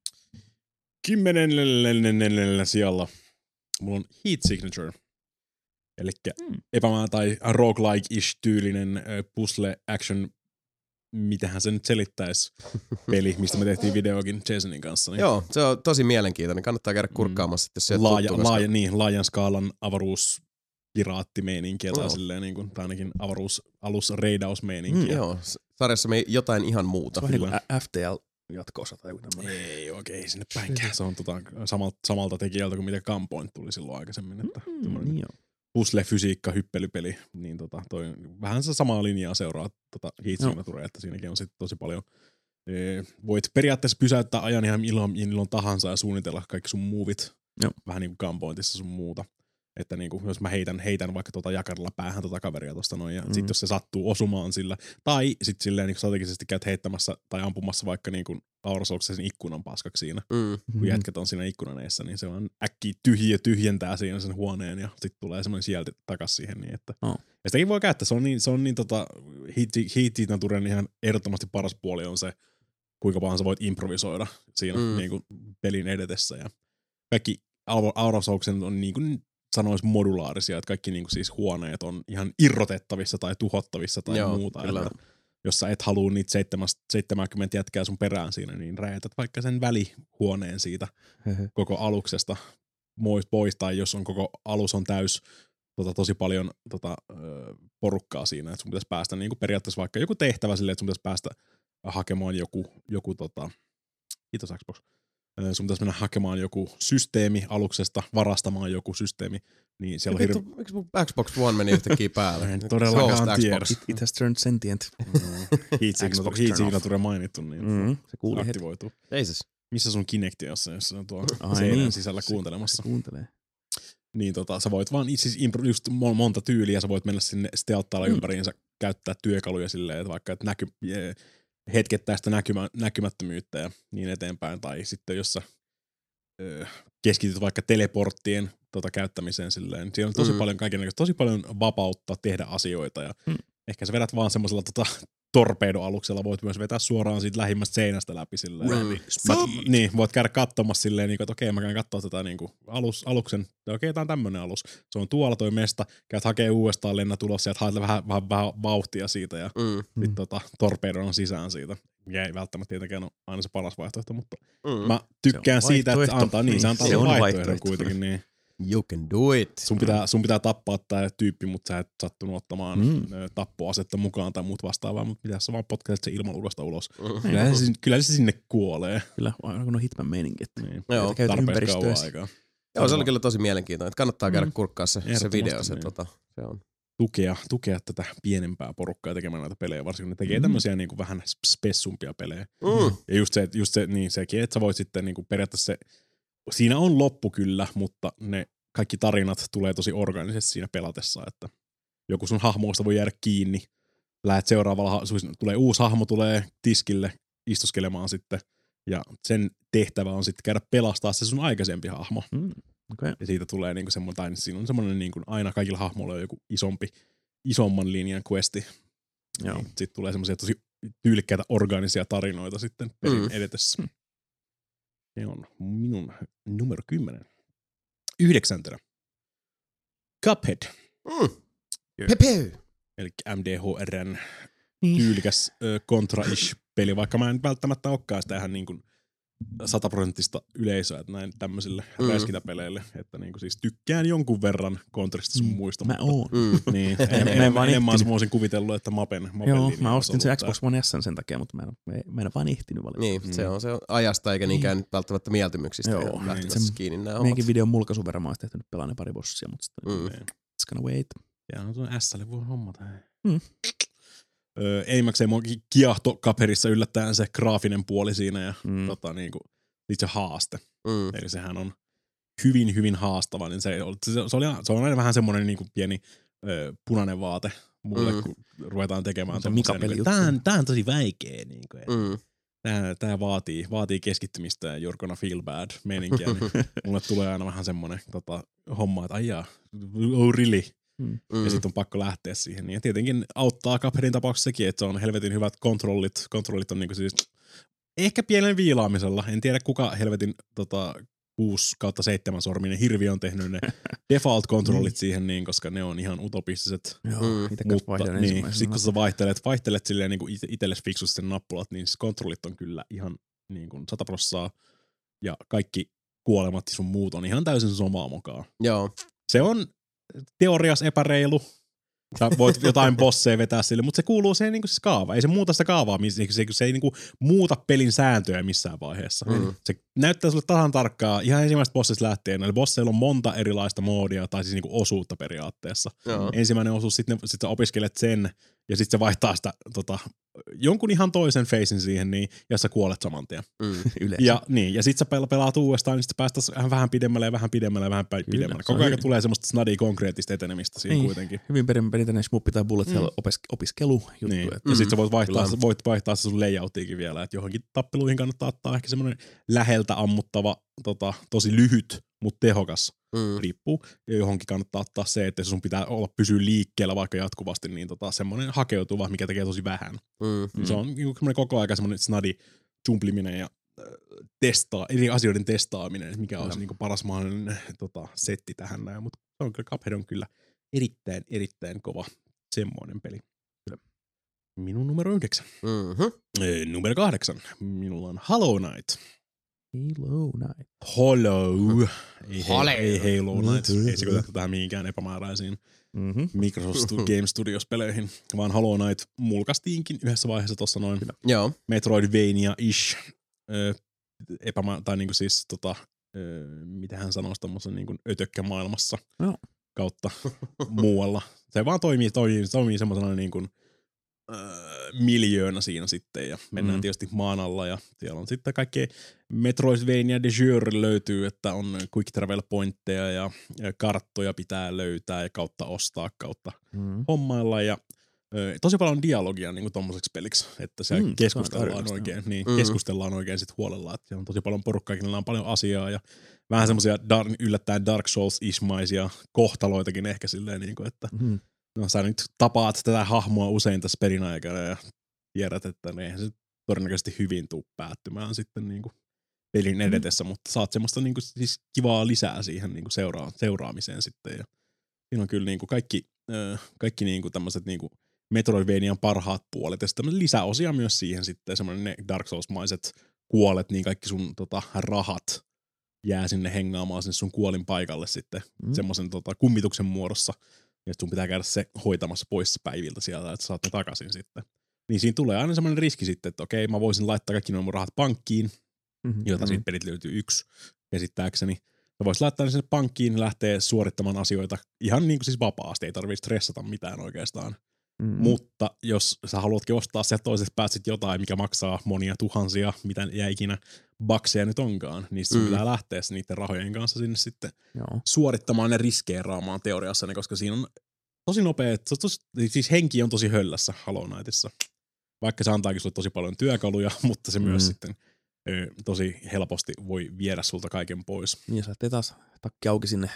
10. sijalla mulla on Heat Signature. Elikkä tai roguelike-ish tyylinen puzzle action, mitähän se nyt selittäisi peli, mistä me tehtiin videokin Jasonin kanssa. Niin. Joo, se on tosi mielenkiintoinen. Kannattaa käydä kurkkaamassa, jos se ei tuttu. Laajan skaalan avaruuspiraattimeininkiä tai silleen, niin kuin, tai ainakin avaruusalusreidausmeininkiä. Joo, sarjassa me jotain ihan muuta. Se on niin kuin FTL-jatko-osa tai joku tämmöinen. Ei oikein sinne päinkään. Se on samalta tekijältä kuin mitä Gunpoint tuli silloin aikaisemmin. Että niin joo. Puzzle-fysiikka, hyppelypeli, niin toi vähän se samaa linjaa seuraa Heat Signaturea, että siinäkin on sitten tosi paljon. Voit periaatteessa pysäyttää ajan ihan milloin tahansa ja suunnitella kaikki sun movit, vähän niin kuin Gunpointissa sun muuta. Että niin kuin, jos mä heitän vaikka jakarilla päähän kaveria tosta noin, ja sit jos se sattuu osumaan sillä, tai sit silleen niin strategisesti käyt heittämässä tai ampumassa vaikka niin kuin Aurasouksessa sen ikkunan paskaksi siinä, kun jätkät on siinä ikkunan eessä, niin se on äkkiä tyhjentää siinä sen huoneen, ja sit tulee semmoinen sieltä takas siihen, niin että. Ja sitäkin voi käyttää, se on niin Heat Signaturen ihan ehdottomasti paras puoli on se, kuinka paljon sä voit improvisoida siinä niin kuin pelin edetessä, ja kaikki Aurasouksen on niin kuin sanois modulaarisia, että kaikki niinku siis huoneet on ihan irrotettavissa tai tuhottavissa tai muuta. Että jos sä et halua niitä 70 jätkää sun perään siinä, niin räjätät vaikka sen välihuoneen siitä koko aluksesta pois, tai jos on koko alus on täys tosi paljon porukkaa siinä, että sun pitäisi päästä niinku periaatteessa vaikka joku tehtävä silleen, että sun pitäisi päästä hakemaan joku kiitos Xbox. Sun pitäisi mennä hakemaan joku systeemi aluksesta, varastamaan joku systeemi. Niin siellä on miksi mun Xbox One meni yhtäkkiä päälle? En todellakaan tiedä. It has turned sentient. Heat Signature mainittu, niin se kuuli aktivoituu. Jesus. Missä sun Kinecti on, jos se on tuolla sisällä kuuntelemassa? Se kuuntelee. Niin sä voit vaan siis just monta tyyliä, sä voit mennä sinne stelttailla ympäriinsä, käyttää työkaluja silleen, että vaikka hetkettää sitä näkymättömyyttä ja niin eteenpäin. Tai sitten jos sä keskityt vaikka teleporttien käyttämiseen silleen. Siellä on tosi paljon kaikenlaista, tosi paljon vapautta tehdä asioita ja ehkä sä vedät vaan semmoisella torpedoaluksella voit myös vetää suoraan siitä lähimmästä seinästä läpi silleen. Niin, voit käydä katsomassa silleen, että okei, mä käyn katsoa tätä niin kuin aluksen. Okei, tää on tämmönen alus. Se on tuolla toi mesta. Käyt hakee uudestaan lennät ulos sieltä, haet vähän vauhtia siitä ja sitten torpedon sisään siitä. Mikä ei välttämättä tietenkään ole aina se paras vaihtoehto, mutta mä tykkään siitä, että se antaa sen vaihtoehdon kuitenkin. Niin. You can do it. Sun pitää tappaa tää tyyppi, mutta sä et sattunut ottamaan tappoasetta mukaan tai muut vastaavaa, mutta mitä sä vaan potkelet sen ilmalukosta ulos. Kyllä se sinne kuolee. Kyllä, aina kun on Hitman-meininki, että Joo, käytä tarpeeksi kauan ympäristöä. aikaa. Joo, se oli kyllä tosi mielenkiintoinen. Kannattaa käydä kurkkaa se video. Se on. Tukea tätä pienempää porukkaa tekemään näitä pelejä, varsinkin ne tekee tämmöisiä niinku vähän spessumpia pelejä. Ja just se, niin sekin, että sä voit sitten niinku periaatteessa siinä on loppu kyllä, mutta ne kaikki tarinat tulee tosi organisesti siinä pelatessa, että joku sun hahmoista voi jäädä kiinni, lähet seuraavalla, tulee uusi hahmo, tulee tiskille istuskelemaan sitten, ja sen tehtävä on sitten käydä pelastaa se sun aikaisempi hahmo. Okay. Ja siitä tulee niinku semmoinen, tai siinä on semmoinen niinku aina kaikilla hahmoilla on joku isomman linjan questi. Sitten tulee semmoisia tosi tyylikkäitä organisia tarinoita sitten pelin edetessä. Se on minun numero 10. 9. Cuphead. Pepe! Eli MDHRn tyylikäs kontra-ish peli, vaikka mä en välttämättä olekaan sitä ihan niin kuin 100% yleisöä näin tämmöisille räiskintäpeleille, että niin kuin siis tykkään jonkun verran kontrasta sun muista. Mä oon. Niin, enemmän mä olisin kuvitellut, että Mapen joo, mä ostin se Xbox One S sen takia, mutta mä en vaan ehtinyt valitettavasti. Niin, se on ajasta eikä niinkään nyt välttämättä mieltymyksistä. Joo, lähtevässä kiinni nämä meidänkin videon mulkaisun verran mä oon tehty pelaa ne pari bossia, mutta sitten it's gonna wait. Ja no tuon S:lle voi hommata. Enimmäkseen mua kiahto Cupheadissa yllättäen se graafinen puoli siinä ja niinku, itse haaste. Eli sehän on hyvin, hyvin haastava, niin se on aina vähän semmoinen niinku pieni punainen vaate mulle, kun ruvetaan tekemään tommosia. Niin, tää on tosi vaikee. Niinku, tää vaatii keskittymistä ja you're gonna feel bad meininkiä. Niin mulle tulee aina vähän semmoinen homma, että aijaa, oh really? Ja sitten on pakko lähteä siihen. Ja tietenkin auttaa Cupheadin tapauksessa sekin, että se on helvetin hyvät kontrollit. Kontrollit on niinku siis ehkä pienen viilaamisella. En tiedä kuka helvetin 6/7 sorminen hirviö on tehnyt ne default-kontrollit siihen, niin, koska ne on ihan utopistiset. Mutta niin, sit kun sä vaihtelet silleen niin kuin itsellesi fiksusti sen nappulat, niin siis kontrollit on kyllä ihan niin kuin 100%. Ja kaikki kuolemat sun muut on ihan täysin somaa mukaan. Joo. Se on teoriassa epäreilu. Sä voit jotain bosseja vetää sille, mutta se kuuluu siihen niinku siis kaavaan. Ei se muuta sitä kaavaa, se ei niinku muuta pelin sääntöjä missään vaiheessa. Se näyttää sulle tasan tarkkaa ihan ensimmäisestä bossista lähtien. Eli bosseilla on monta erilaista moodia, tai siis niinku osuutta periaatteessa. Ensimmäinen osuus, sit sä opiskelet sen, ja sitten se vaihtaa sitä jonkun ihan toisen facein siihen, niin, ja sä kuolet saman tien. Ja sit sä pelaat uudestaan, niin sit päästään vähän pidemmälle. Koko ajan tulee semmoista snadia konkreettista etenemistä siinä kuitenkin. Hyvin perinteinen shmuppi tai bullet hell opiskelujuttu. Niin. Ja sit sä voit vaihtaa se sun layoutiikin vielä, että johonkin tappeluihin kannattaa ottaa ehkä semmoinen läheltä ammuttava, tosi lyhyt, mutta tehokas. Riippuu. Ja johonkin kannattaa ottaa se, että sun pitää pysyä liikkeellä vaikka jatkuvasti, niin semmoinen hakeutuva, mikä tekee tosi vähän. Se on semmoinen koko ajan semmoinen snadi jumpliminen ja eri asioiden testaaminen, mikä olisi niinku paras mahdollinen setti tähän näin. Mutta Cuphead on kyllä erittäin kova semmoinen peli. Minun numero 9. Numero 8. Minulla on Hollow Knight. Ei Halo Knight. Ei se koeta tähän mihinkään epämääräisiin Microsoft Game Studios-peleihin, vaan Hollow Knight mulkaistiinkin yhdessä vaiheessa tossa noin Metroidvania-ish. Tai niinku siis mitä hän sanoisi tommosen niinku ötökkämaailmassa kautta muualla. Se vaan toimii semmosena niinku miljöönä siinä sitten ja mennään tietysti maan alla ja siellä on sitten kaikkea Metroidvania de jure löytyy, että on quick travel pointteja ja karttoja pitää löytää ja kautta ostaa kautta hommailla ja tosi paljon dialogia niin kuin tommoseksi peliksi, että siellä keskustellaan oikein sit huolella, että siellä on tosi paljon porukkaa, kenellä on paljon asiaa ja vähän semmosia yllättäen Dark Souls-ismaisia kohtaloitakin ehkä silleen, niin kuin, että no sä nyt tapaat tätä hahmoa usein tässä pelin aikana ja tiedät, että eihän se todennäköisesti hyvin tuu päättymään sitten niinku pelin edetessä, mutta saat semmoista niinku siis kivaa lisää siihen niinku seuraamiseen sitten. Ja siinä on kyllä niinku kaikki niinku tämmöiset niinku Metroidvanian parhaat puolet ja sitten lisäosia myös siihen sitten semmoinen ne Dark Souls-maiset kuolet, niin kaikki sun rahat jää sinne hengaamaan sinne sun kuolin paikalle sitten semmoisen kummituksen muodossa. Ja sun pitää käydä se hoitamassa pois päiviltä sieltä, että saat ne takaisin sitten. Niin siinä tulee aina semmoinen riski sitten, että okei, mä voisin laittaa kaikki nuo mun rahat pankkiin, jota siitä pelit löytyy 1 käsittääkseni. Mä voisin laittaa ne sinne pankkiin, lähteä suorittamaan asioita ihan niin kuin siis vapaasti, ei tarvitse stressata mitään oikeastaan. Mutta jos sä haluatkin ostaa sieltä toisesta päästä jotain, mikä maksaa monia tuhansia, mitä ja ikinä bakseja nyt onkaan, niin sun pitää lähteä niiden rahojen kanssa sinne sitten suorittamaan ne riskeeraamaan teoriassa, koska siinä on tosi nopea, siis henki on tosi höllässä Hollow Knightissa. Vaikka se antaakin sulle tosi paljon työkaluja, mutta se myös sitten tosi helposti voi viedä sulta kaiken pois. Niin, sä ettei taas takki auki sinne.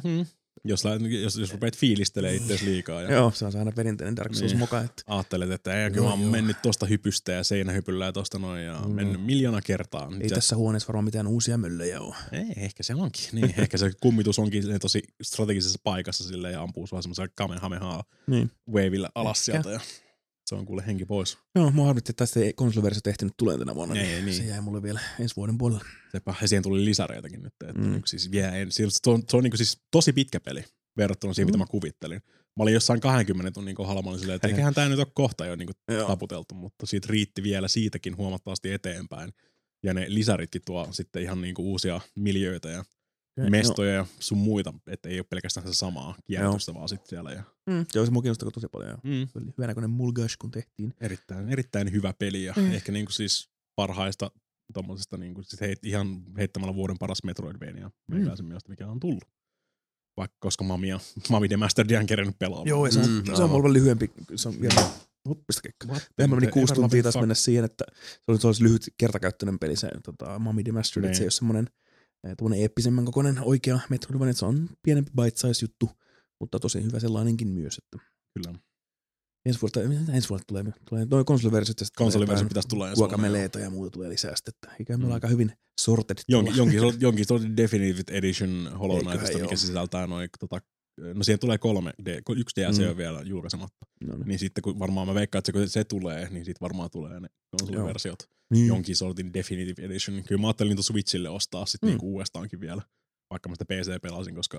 Jos rupeat fiilistelemään itseäsi liikaa. Ja joo, se on aina perinteinen Dark Souls moka. Että ajattelet, että kyllä mä oon mennyt tosta hypystä ja seinähypyllä ja tosta noin ja mennyt 1,000,000 kertaa. Ei tässä huoneessa varmaan mitään uusia möllöjä ole. Ei, ehkä se onkin. Niin, ehkä se kummitus onkin tosi strategisessa paikassa silleen ja ampuu sua semmoisella kamehamehaa waveillä alas sieltä ja se on kuule henki pois. Joo, mä harmitti, että tästä ei konsoliversio tehtynyt tulee tänä vuonna, niin se jäi mulle vielä ensi vuoden puolella. Sepä, ja siihen tuli lisäreitäkin nyt. Että siis se on niin siis tosi pitkä peli verrattuna siihen, mitä mä kuvittelin. Mä olin jossain 20 tunnin kohdalla, mä olin silleen, että eiköhän tää nyt ole kohta jo niin taputeltu, mutta siitä riitti vielä siitäkin huomattavasti eteenpäin. Ja ne lisäritkin tuo sitten ihan niin kuin uusia miljöitä ja mestoja ja sun muita, että ei ole pelkästään se samaa kierrosta vaan sitten siellä. Ja joo, se mua kiinnostaa tosi paljon. Hyvä näköinen Mulgash, kun tehtiin. Erittäin hyvä peli ja ehkä niinku siis parhaista tommosesta niinku siis ihan heittämällä vuoden paras Metroidvania meikäläisen mielestä, mikä on tullut. Vaikka koska Mami The Mastered on kerennyt pelaamaan. Joo, ja se on mulla lyhyempi, se on vielä huppista kekka. Mä meni 6 tuntia taas mennä siihen, että se olisi lyhyt kertakäyttöinen peli se Mami The Mastered, että se ei ole semmoinen eeppisemmän kokoinen oikea Metroidvania, se on pienempi bite-size juttu, mutta tosi hyvä sellainenkin myös. Että kyllä. Ensi vuodelle tulee noin konsoliversiot ja konsoliversiot pitäisi tulla ensi vuonna. Guacameleita ja muuta tulee lisää sitten, että ikään me aika hyvin sorted. Jonkin Definitive Edition Hollow Knightista, mikä sisältää noin no siihen tulee 1 DLC on vielä julkaisematta. Niin sitten kun varmaan mä veikkaan, että kun se tulee, niin sitten varmaan tulee ne konsoliversiot. Jonkin sortin Definitive Edition. Kyllä mä ajattelin tuon Switchille ostaa sitten niinku uudestaankin vielä, vaikka mä sitä PC pelasin, koska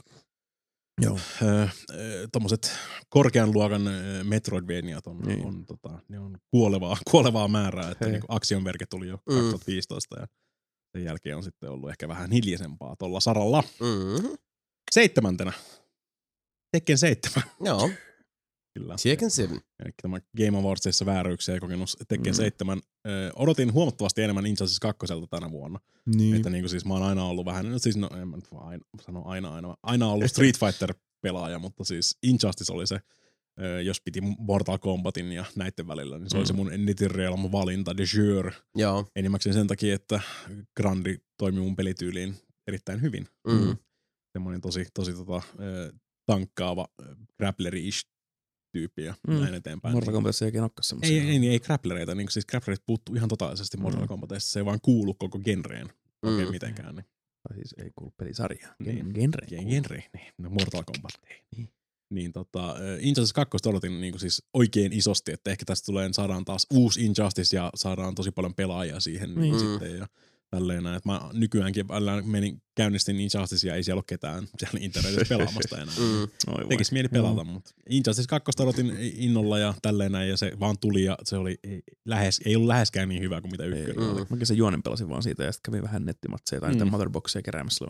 tommoset korkean luokan Metroidvaniat ne on kuolevaa määrää, että niinku Axiom Verge tuli jo 2015 ja sen jälkeen on sitten ollut ehkä vähän hiljaisempaa tuolla saralla. 7. Tekken 7. Joo. Kyllä. Tekken 7. Eli tämä Game Awardsissa vääryyksiä kokenut Tekken 7. Odotin huomattavasti enemmän Injustice 2 tänä vuonna. Niin. Että niinku siis mä oon aina ollut vähän, no siis en mä nyt sano aina ollut Street Fighter-pelaaja, mutta siis Injustice oli se, jos piti Mortal Kombatin ja näiden välillä, niin se oli se mun NetherRealm valinta de jure. Joo. Enimmäkseen sen takia, että Grandi toimi mun pelityyliin erittäin hyvin. Semmoinen tosi tankkaava grappleri-ish tyyppi ja näin eteenpäin. Mortal Kombatissa ei oikein olekaan semmoisia. Ei grapplereita, niin siis grapplerit puuttuu ihan totaalisesti Mortal Kombatissa. Se ei vaan kuulu koko genreen oikein mitenkään. Niin. Tai siis ei kuulu pelisarjaan. Genre, niin. No Mortal Kombat ei. Niin Injustice 2 odotin niin siis oikein isosti, että ehkä tästä saadaan taas uusi Injustice ja saadaan tosi paljon pelaajia siihen niin sitten ja tälleen näin. Mä nykyäänkin käynnistin Injustice ja ei siellä ole ketään siellä internetissä pelaamasta enää. Tekis mieli pelata, mutta Injustice 2 odotin innolla ja tälleen näin ja se vaan tuli ja se oli ei ollut läheskään niin hyvä kuin mitä ykkönen oli. Mäkin sen juonen pelasin vaan siitä ja sitten kävin vähän nettimatseja tai niitä motherboxeja keräämässä.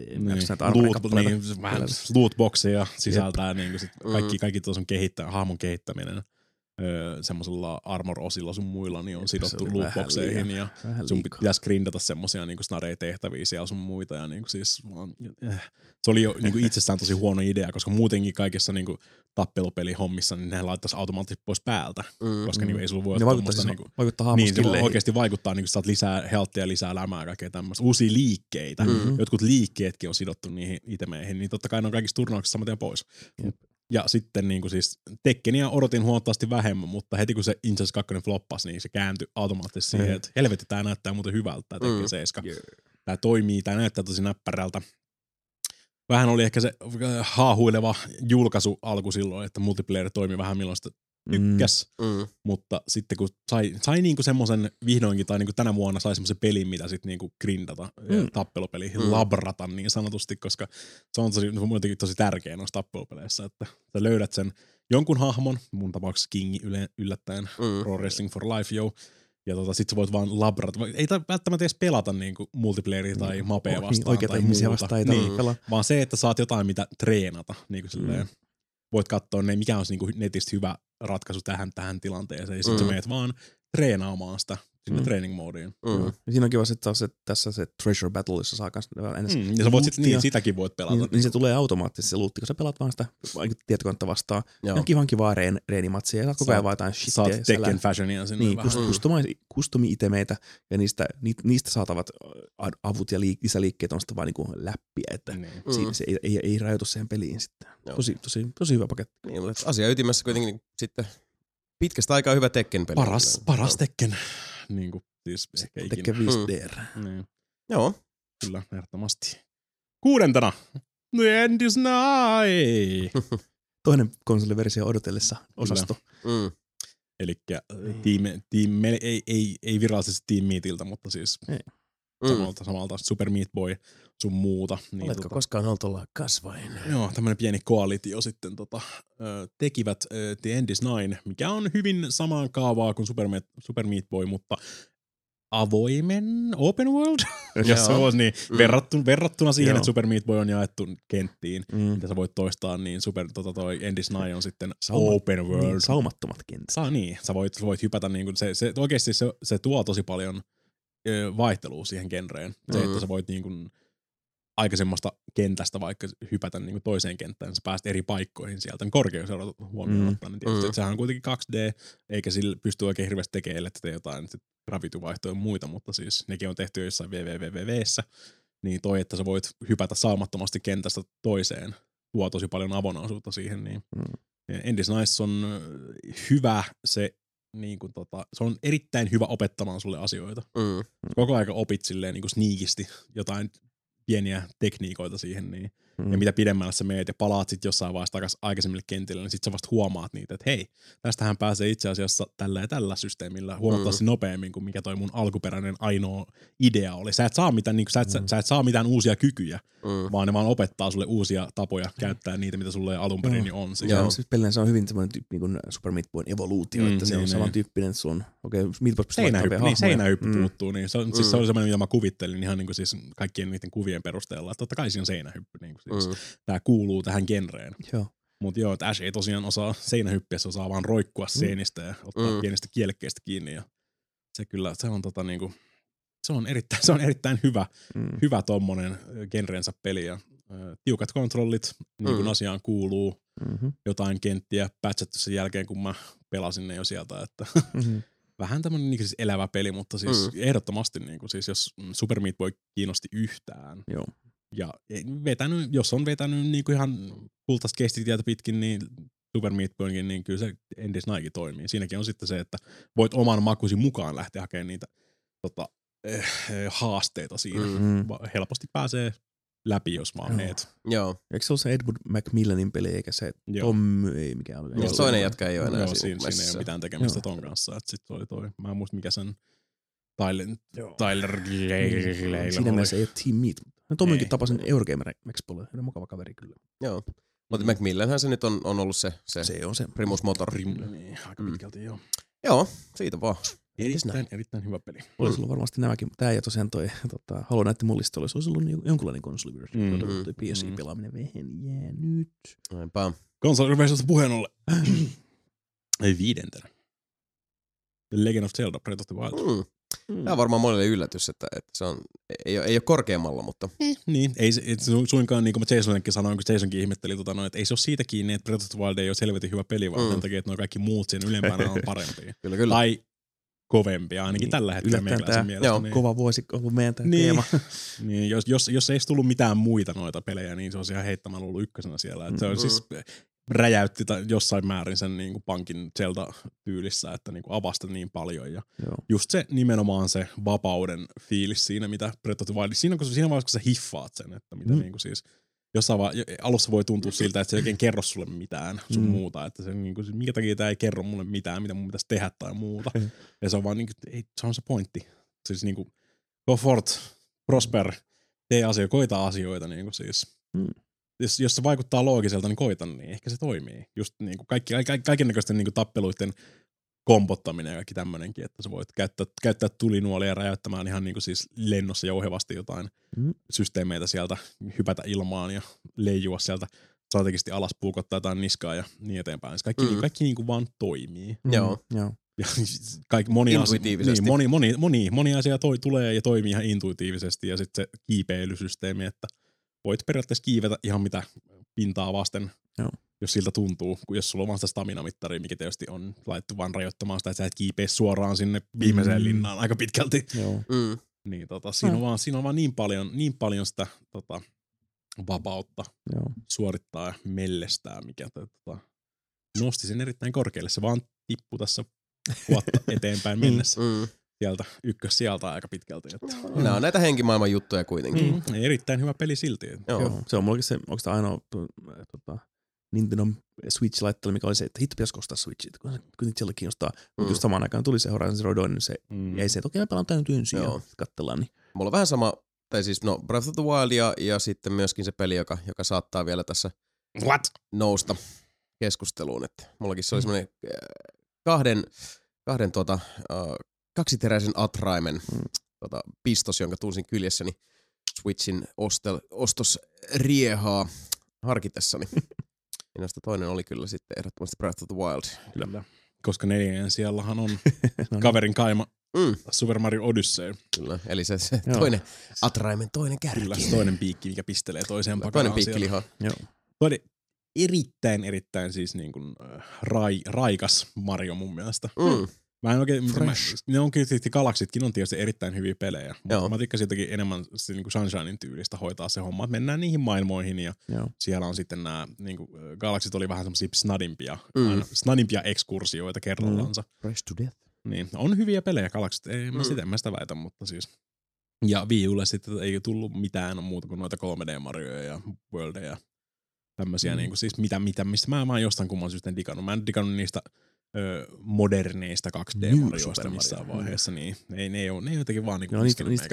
Lootboxeja sisältää niin sit kaikki tuossa hahmon kehittäminen. Semmoisella armor-osilla sun muilla niin on sidottu lootboxeihin ja sun pitäisi grindata semmosia niinku snare-tehtäviä siellä sun muita ja niinku siis se oli jo niinku itsessään tosi huono idea, koska muutenkin kaikessa niinku tappelupelihommissa niin ne laittaisi automaattisesti pois päältä, koska niinku ei sulla voi tommoista niinku niin se oikeasti vaikuttaa niinku saat lisää healthia, lisää lämää ja kaikkea tämmöistä. Uusia liikkeitä. Jotkut liikkeetkin on sidottu niihin itemeihin, niin totta kai ne on kaikissa turnauksissa saman tien pois. Ja sitten niinku siis Tekkeniä odotin huomattavasti vähemmän, mutta heti kun se Injustice 2 floppasi, niin se kääntyi automaattisesti siihen, että helvetti, tää näyttää muuten hyvältä, tää Tekken 7. Tää toimii, tää näyttää tosi näppärältä. Vähän oli ehkä se haahuileva julkaisu alku silloin, että multiplayer toimi vähän milloin sitä tykkäs. Mutta sitten kun sai niinku semmosen vihdoinkin, tai niinku tänä vuonna sai semmosen pelin, mitä sit niinku grindata, tappelupeli, labrata niin sanotusti, koska se on muutenkin tosi tärkeä noissa tappelupeleissä, että sä löydät sen jonkun hahmon, mun tapauksessa Kingi yllättäen, Pro Wrestling for Life, ja sit sä voit vaan labrata. Ei välttämättä edes pelata niinku multiplayeria tai mapea vastaan oikeita tai ihmisiä muuta. vastaan ei tarvitse pelaa. Vaan se, että saat jotain, mitä treenata. Niinku silleen. Voit katsoa, mikä on niinku netistä hyvä ratkaisu tähän tilanteeseen. Ja sit sä meet vaan treenaamaan sitä sinne training moodiin. Ja siinä on kiva sitten taas tässä se Treasure Battle, jossa saa kans ja sä voit sitäkin voit pelata. Niin se tulee automaattisesti se luutti, kun sä pelaat vaan sitä tietokonetta vastaan. Ja kivaa reenimatsia ja saat koko ajan vaan jotain shittiä. Saat Tekken fashionia sinne niin, vähän. custom-itemeitä ja niistä saatavat avut ja lisäliikkeet on sitä vaan niinku läppiä, että se ei rajoitu siihen peliin sitten. Tosi hyvä paketti. Niin, mutta asia ytimessä kuitenkin sitten pitkästä aikaa hyvä Tekken-peli. Paras Tekken. Niin kuin siis ehkä ikinä. Tekken 5DR. Niin. Joo. Kyllä, ehdottomasti. 6. The End is Nigh. Toinen konsoliversio odotellessa osasto. Elikkä ei virallisesti Team Meatiltä, mutta siis samalta Super Meat Boy sun muuta. Niin oletko koskaan halunnut olla kasvain? Joo, tämmönen pieni koalitio sitten tekivät The End is Nine, mikä on hyvin samaan kaavaa kuin Super Meat Boy, mutta avoimen open world, jos se olisi niin verrattuna siihen, että Super Meat Boy on jaettu kenttiin, mitä sä voit toistaa, niin toi End is Nigh on sitten open world. Niin, saumattomat kentät. Sä voit hypätä, niin kuin se oikeasti se tuo tosi paljon vaihtelua siihen genreen. Se, että sä voit niin kuin aikaisemmasta kentästä vaikka hypätä niin kuin toiseen kenttään, sä pääset eri paikkoihin sieltä, niin korkeuserot huomioon ottaen. Tietysti, että sehän on kuitenkin 2D, eikä sillä pysty oikein hirveästi tekemään, että tee jotain gravity-vaihtoja muita, mutta siis nekin on tehty jossain www:ssä, niin toi, että sä voit hypätä saumattomasti kentästä toiseen, tuo tosi paljon avonaisuutta siihen. Niin. End is Nigh on hyvä se, niin kuin se on erittäin hyvä opettamaan sulle asioita. Koko aika opit silleen niin kuin sneakisti jotain pieniä tekniikoita siihen, niin. Ja mitä pidemmällä sä meet ja palaat sit jossain vaiheessa takaisin aikaisemmille kentille, niin sit sä vasta huomaat niitä, että hei, tästähän pääsee itse asiassa tällä ja tällä systeemillä huomattavasti nopeammin kuin mikä toi mun alkuperäinen ainoa idea oli. Sä et saa mitään, niin sä et saa mitään uusia kykyjä, vaan ne vaan opettaa sulle uusia tapoja käyttää niitä, mitä sulle alun perin jo on. Siis pelinen se on hyvin semmoinen tyyppi niin kuin Super Meat Boyn evoluutio, että se on samantyyppinen sun, seinähyppy puuttuu, niin se on semmoinen, mitä mä kuvittelin ihan niin kuin siis kaikkien niiden kuvien perusteella, että totta kai siinä on seinähyppy, niin kuin siis tää kuuluu tähän genreen. Mutta joo, että Ash ei tosiaan osaa seinähyppiä, se osaa vaan roikkua seinistä ja ottaa pienestä kielekkeestä kiinni. Ja se kyllä, se on niinku, se on erittäin hyvä tommonen genreensä peli ja tiukat kontrollit, niin kuin asiaan kuuluu. Jotain kenttiä patchattu sen jälkeen, kun mä pelasin ne jo sieltä, että vähän tämmönen niin siis elävä peli, mutta siis ehdottomasti niin kuin, siis jos Super Meat Boy kiinnosti yhtään. Joo. Ja jos on vetänyt niin kuin ihan kultaista kestitietä pitkin, niin Super Meat Boykin, niin kyllä se End is Nigh toimii. Siinäkin on sitten se, että voit oman makusi mukaan lähteä hakemaan niitä haasteita siinä. Helposti pääsee läpi, jos vaan meet. Joo. Eikö se ole se Edward McMillanin peli, eikä se Tom, ei mikä oli? Joo, toinen jatka ei ole enää siinä ei ole mitään tekemistä ton kanssa. Sitten oli toi, mä en muista mikä sen Tyler siinä mielessä ei ole Team Meat. No Tominkin tapasin Eurogamer Expolle, hyvä mukava kaveri kyllä. Joo. Mutta Macmillanhän se nyt on ollut se on se Primus Motor. Niin, aika pitkälti joo. Joo, siitä vaan. Erittäin hyvä peli. Olisi ollut varmasti nämäkin, mutta tämä ei ole tosiaan toi Hollow Knight mullista olisi ollut jonkunlainen konsoliversio. PSI-pelaaminen vähän jäänyt. Näinpä. Konsoliversiosta puheen ollen. 5. The Legend of Zelda Breath of the Wild. Tämä on varmaan monelle yllätys, että se on, ei ole korkeammalla, mutta... Niin, ei suinkaan, niin kuin mä Jasonillekin sanoin, kun Jasonkin ihmetteli, että ei se ole siitä kiinni, että Breath of the Wild ei ole selvästi hyvä peli, vaan sen takia, että nuo kaikki muut siinä ylempänä on parempia. Kyllä. Tai kovempia, ainakin tällä hetkellä meikäläisen mielestä. Joo, niin. Kova vuosi ollut meidän teema. Niin, jos ei tullut mitään muita noita pelejä, niin se on ihan heittämällä ollut ykkösenä siellä. Se on siis räjäytti jossain määrin sen niinku pankin Zelda-tyylissä, että niinku avasta niin paljon. Ja just se nimenomaan se vapauden fiilis siinä, mitä Breath of the Wild, siinä vaiheessa, kun sä hiffaat sen, että mitä niinku siis alussa voi tuntua siltä, että se ei oikein kerro sulle mitään sun muuta, että se niinku, minkä takia tää ei kerro mulle mitään, mitä mun pitäisi tehdä tai muuta. Ja se on vaan niinku, ei, se on se pointti. Siis niinku, go forth, prosper, tee asioita, koita asioita niinku siis. Jos se vaikuttaa loogiselta, niin koita, niin ehkä se toimii. Just niinku kaikennäköisten niinku tappeluiden kompottaminen ja kaikki tämmönenkin, että sä voit käyttää tulinuolia räjäyttämään ihan niinku siis lennossa jouhevasti jotain systeemeitä sieltä, hypätä ilmaan ja leijua sieltä strategisesti alas, puukottaa jotain niskaa ja niin eteenpäin. Kaikki niinku vaan toimii. Joo. Ja moni asia tulee ja toimii ihan intuitiivisesti ja sitten se kiipeilysysteemi, että voit periaatteessa kiivetä ihan mitä pintaa vasten, jos siltä tuntuu, jos sulla on vaan sitä stamina-mittaria, mikä tietysti on laittu vaan rajoittamaan sitä, että sä et kiipeä suoraan sinne viimeiseen linnaan aika pitkälti. Niin siinä on vaan niin paljon sitä vapautta suorittaa ja mellestää, mikä nosti sen erittäin korkealle. Se vaan tippui tässä vuotta eteenpäin mennessä. Sieltä sieltä aika pitkälti. Nämä on näitä henkimaailman juttuja kuitenkin. Erittäin hyvä peli silti. Joo. Se on mullakin se, onko tämä ainoa Nintendo Switch-laittelu, mikä oli se, että hitto pitäisikö ostaa Switchit, kun Nintendo kiinnostaa. Mutta just samaan aikaan tuli se Horizon Zero Dawn, niin se jäi se, että okei, mä pelaan tämän nyt ensin ja katsellaan. Niin. Mulla on vähän sama, tai siis Breath of the Wild ja sitten myöskin se peli, joka saattaa vielä tässä nousta keskusteluun. Että mullakin se oli semmoinen kaksiteräisen atraimen pistos, jonka tunsin kyljessäni Switchin ostosriehaa harkitessani. Minusta toinen oli kyllä sitten ehdottomasti Breath of the Wild. Kyllä. Koska 4. siellähän on kaverin kaima Super Mario Odyssey. Kyllä, eli se toinen atraimen toinen kärki. Kyllä, se toinen piikki, mikä pistelee toiseen pakaraan. Toinen piikkiliha. Toinen erittäin siis niin kuin raikas Mario mun mielestä. Mä en oikein, ne on kyllä Galaxitkin on tietysti erittäin hyviä pelejä, mutta mä tikkasin jotenkin enemmän niin kuin Sunshinin tyylistä hoitaa se homma, että mennään niihin maailmoihin ja siellä on sitten nämä, niin kuin Galaxit oli vähän semmosia snadimpia ekskursioita kerrallansa. Fresh to death. Niin, on hyviä pelejä Galaxit, en mä sitä väitä, mutta siis. Ja Wii Ulle sitten ei tullut mitään muuta kuin noita 3D-Marioja ja Worldeja ja tämmösiä, niin kuin siis mistä mä oon jostain kumman syystä digannut. Mä en digannut niistä moderneista 2D-marioista missään vaiheessa, niin ne ei ole jotenkin vaan niinku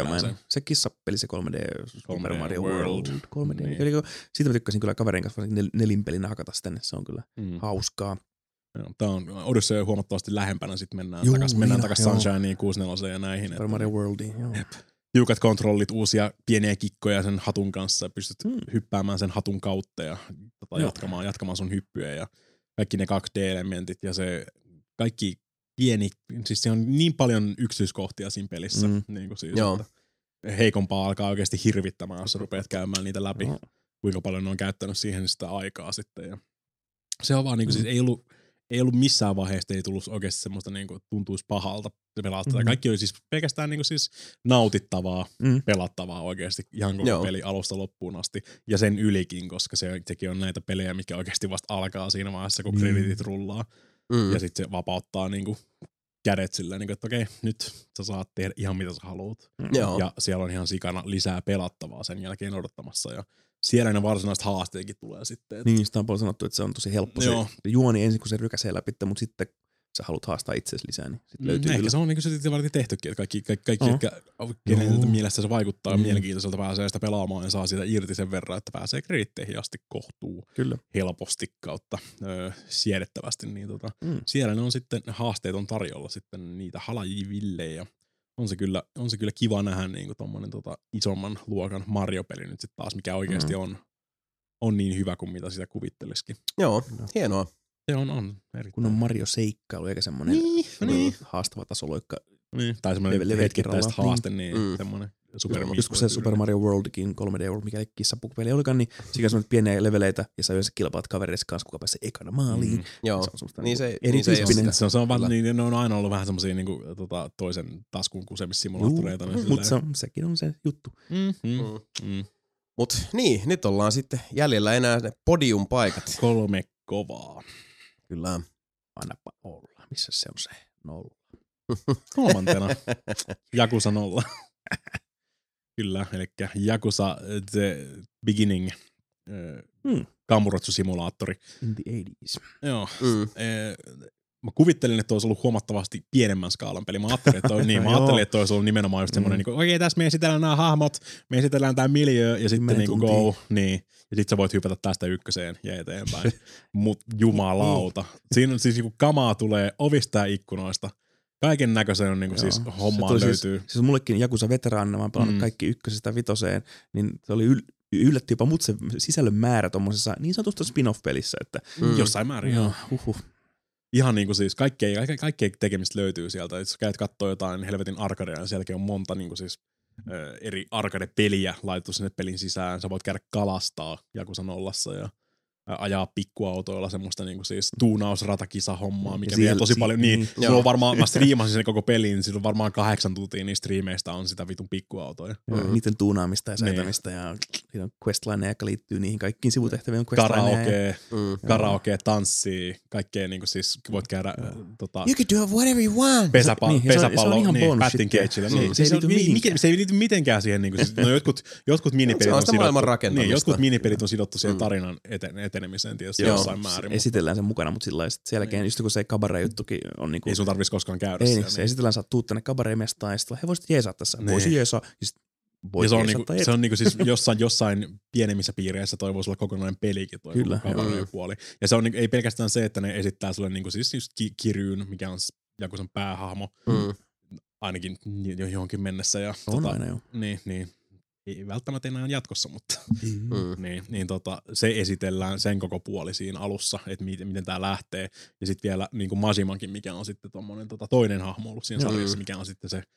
se kissapeli, se 3D Super Mario World. 3D. Niin. Eli siitä mä tykkäsin kyllä kaverin kanssa nelinpelinä hakata sitä, se on kyllä hauskaa. Tää on Odyssey huomattavasti lähempänä, sit mennään takas Sunshineen 64 ja näihin. Super Mario Worldiin, joo. Tiukat kontrollit, uusia pieniä kikkoja sen hatun kanssa ja pystyt hyppäämään sen hatun kautta ja jatkamaan sun hyppyä ja kaikki ne 2D-elementit ja se kaikki pieni, siis se on niin paljon yksityiskohtia siinä pelissä, niin kuin siis, että heikompaa alkaa oikeasti hirvittämään, jos rupeat käymään niitä läpi, kuinka paljon ne on käyttänyt siihen sitä aikaa sitten. Ja se on vaan niin kuin siis ei ollut missään vaiheessa, ei tullut oikeasti semmoista niin kuin tuntuisi pahalta pelata. Kaikki oli siis pelkästään niin kuin siis nautittavaa, pelattavaa oikeasti ihan koko peli alusta loppuun asti. Ja sen ylikin, koska sekin on näitä pelejä, mikä oikeasti vasta alkaa siinä vaiheessa, kun kreditit rullaa. Ja sitten se vapauttaa niin kuin kädet silleen, niin kuin, että okei, nyt sä saat tehdä ihan mitä sä haluat. Ja siellä on ihan sikana lisää pelattavaa sen jälkeen odottamassa. Ja siellä ne varsinaiset haasteetkin tulee sitten. Niin, sitä on paljon sanottu, että se on tosi helppo se juoni ensin, kun se rykäsee läpi, mutta sitten sä haluat haastaa itseäsi lisää, niin sitten löytyy ehkä se on niin kuin se sitten varten tehtykin, että kaikki kenen mielestä se vaikuttaa mielenkiintoiselta, pääsee sitä pelaamaan ja saa siitä irti sen verran, että pääsee kreditteihin asti kohtuu helposti kautta siedettävästi. Niin siellä ne on sitten, haasteet on tarjolla sitten niitä halajivillejä. On se kyllä kiva nähdä niin kuin tommonen isomman luokan Mario-peli nyt sitten taas, mikä oikeasti on niin hyvä kuin mitä sitä kuvittelisikin. Joo, hienoa. Se on erittäin. Kun on Mario-seikkailu eikä semmoinen haastava tasoloikka. Niin. Tai semmoinen hetkittäistä haaste, niin semmoinen Super Mario. Just kun se Super Mario Worldkin 3D World, mikä kissapukpeli olikaan, niin siinä on pieniä leveleitä ja sä yleensä kilpaat kavereissa kanssa, kuka pääsee ekana maaliin. Joo, se on niin erityyppinen. Se on vaan, niin ne on aina ollut vähän semmosia niinku toisen taskun kusemissimulaattoreita. Mutta sekin on se juttu. Mut niin, nyt ollaan sitten jäljellä enää ne podiumpaikat. 3 kovaa. Kyllä. Annapa olla. Missä se on se 0? Kolmantena Yakuza 0. Kyllä, eli Yakuza The Beginning, Kamuratsu-simulaattori. In the 80s. Joo. Mä kuvittelin, että olisi ollut huomattavasti pienemmän skaalan peli. Mä ajattelin, että olisi ollut nimenomaan just semmoinen, niin okei, tässä me esitellään nämä hahmot, me esitellään tämä miljöö ja sitten niin go. Niin. Ja sit sä voit hypätä tästä ykköseen ja eteenpäin. Mut jumalauta. Siinä on siis niinku kamaa tulee ovista ja ikkunoista. Kaiken näköisen on niinku siis hommaa löytyy. Siis mullekin Yakuza-veteraanina, mä oon pelannut kaikki ykkösestä vitoseen, niin se oli yllätti jopa mut se sisällön määrä tommosessa niin sanotusta spin-off-pelissä, että jossain määrin, joo. Ihan niinku siis kaikkea tekemistä löytyy sieltä. Jos käyt kattoo jotain helvetin arcadea, niin sielläkin on monta niinku siis eri arcade-peliä laitettu sinne pelin sisään. Sä voit käydä kalastaa Yakuza 0:ssa ja ajaa pikkuautoilla semmoista niinku siis tuunausratakisa-hommaa, mikä vie tosi paljon. Niin, sulla on varmaan, mä striimasin sen koko pelin, niin silloin varmaan 8 tuntia niistä striimeistä on sitä vitun pikkuautoja. Niiden tuunaamista ja säätämistä ja questlineja, joka liittyy niihin kaikkiin sivutehtäviin. Karaoke, tanssia, kaikkea niinku siis voit käydä You can do whatever you want. Pesäpallo, batting cageillä. Se ei liity mitenkään siihen. Niinku, siis, no jotkut minipelit on sidottu. Niin, jotkut minipelit on sidottu siihen tarinan etenemiseen tietysti jossain määrin. Esitellään sen mukana, mutta sillä sen jälkeen, just kun se kabaree-juttukin on niinku... Ei sun tarvitsisi koskaan käydä ei, siellä. Se esitellään, sä tuut tänne kabaree-mestaan ja sitten he voisit jeesaa tässä. Voisi jeesaa. Ja se on niinku siis jossain pienemmissä piireissä toi voisi olla kokonainen pelikin toi kabaree-puoli. Ja se on ei pelkästään se, että ne esittää sulle niinku siis just Kiryyn, mikä on joku sen päähahmo. Ainakin johonkin mennessä. Ja, on aina joo. Niin. Ei välttämättä enää jatkossa, mutta se esitellään sen koko puoli siinä alussa, että miten tää lähtee. Ja sitten vielä niin kuin Majimankin, mikä on sitten tommonen toinen hahmo ollut siinä sarjassa, mikä on sitten se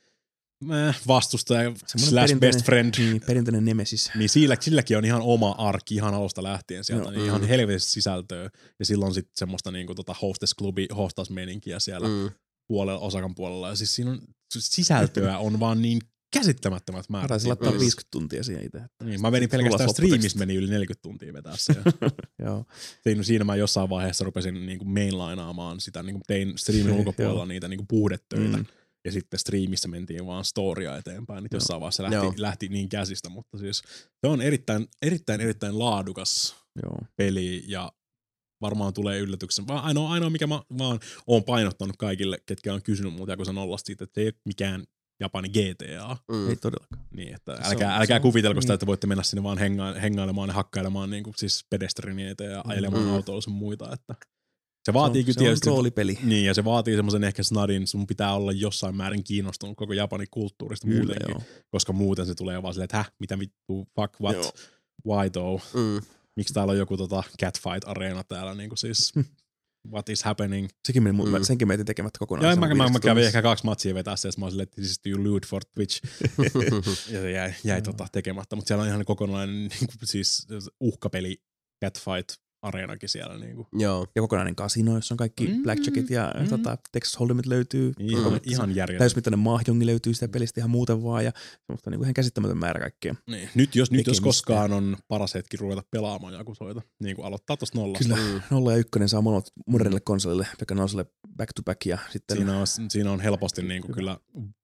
vastustaja / best friend. Perinteinen nemesis. Niin silläkin on ihan oma arkki ihan alusta lähtien sieltä, niin ihan helvetissä sisältöä. Ja silloin sitten semmoista niinku hostess-klubi, hostas-meninkiä siellä Osakan puolella. Ja siis siinä on sisältöä on vaan niin käsittämättömät määrät. Taisi laittaa 50 tuntia siihen itse. Niin, mä venin pelkästään striimissä meni yli 40 tuntia vetää se. Joo. Siinä mä jossain vaiheessa rupesin niinku mainlinaamaan sitä, niinku tein striimin ulkopuolella niitä niinku puhdetöitä. Ja sitten striimissä mentiin vaan storya eteenpäin. Nyt jossain vaiheessa lähti niin käsistä, mutta siis se on erittäin laadukas peli ja varmaan tulee yllätyksen. Ainoa mikä mä vaan oon painottanut kaikille, ketkä on kysynyt multa Yakuza 0 siitä, että se ei ole mikään Japani GTA. Ei todellakaan. Niin, että älkää kuvitelko sitä, että voitte mennä sinne vaan hengailemaan ja hakkailemaan niin kuin siis pedestriineitä ja ajelemaan autoilla sun muita. Että se vaatii kyllä tietysti. Se on roolipeli. Niin, ja se vaatii semmoisen ehkä snadin, sun pitää olla jossain määrin kiinnostunut koko Japanin kulttuurista muutenkin, koska muuten se tulee vaan silleen, että mitä vittu, fuck, what, why though. Miksi täällä on joku catfight-areena täällä, niin kuin siis what is happening. Senkin meitin tekemättä kokonaan. Joo, mä kävin ehkä 2 matsia vetää se, ja mä olin silleen, että this is you loot for Twitch. Ja se jäi tekemättä, mutta siellä on ihan kokonainen niin kuin, siis uhkapeli catfight areenakin siellä. Niinku. Joo. Ja kokonainen kasino, jossa on kaikki blackjackit ja Texas Hold'emit löytyy. Ihan järjetön. Täysmittainen mahjongi löytyy sitä pelistä ihan muuten vaan ja semmoista niinku ihan käsittämätön määrä kaikkea. Niin. Nyt jos koskaan on paras hetki ruveta pelaamaan Yakuzoita, niin kuin aloittaa tosta 0. Kyllä, 0 ja 1 saa molemmat modernille konsolille, Pekka Nouselle back to back ja sitten... Siinä on helposti niinku kyllä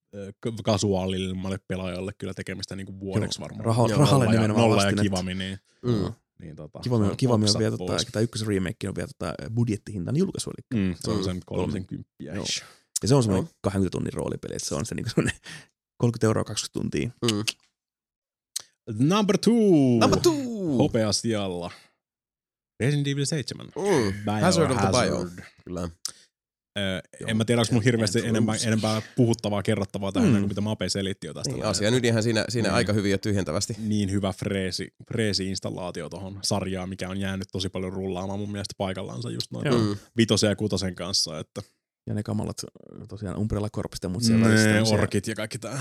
kasuaalimmalle pelaajalle kyllä tekemistä niinku vuodeksi varmaan. Rahalle nimenomaan Nolla ja Kivami, niin... Kivami on vielä tai ykkösen remake on vielä budjettihintaan julkaisu. Se on sen 30. Ja se on semmoinen 20 tunnin roolipeli, että se on se niinku semmoinen 30 € 20 tuntia. Number 2. Hopeasijalla. Resident Evil 7. Hazard of the Bio. Kyllä. En mä tiedä, onko mun hirveästi enempää puhuttavaa, kerrottavaa tähän, kuin mitä Mape selitti jo tästä. Niin, asian ydinhän siinä aika hyvin ja tyhjentävästi. Niin hyvä freesi-installaatio tohon sarjaan, mikä on jäänyt tosi paljon rullaamaan mun mielestä paikallaansa just noin 5 ja 6 kanssa. Että. Ja ne kamalat tosiaan Umbrella Corpista ja muut siellä välissä. Orkit ja kaikki tää.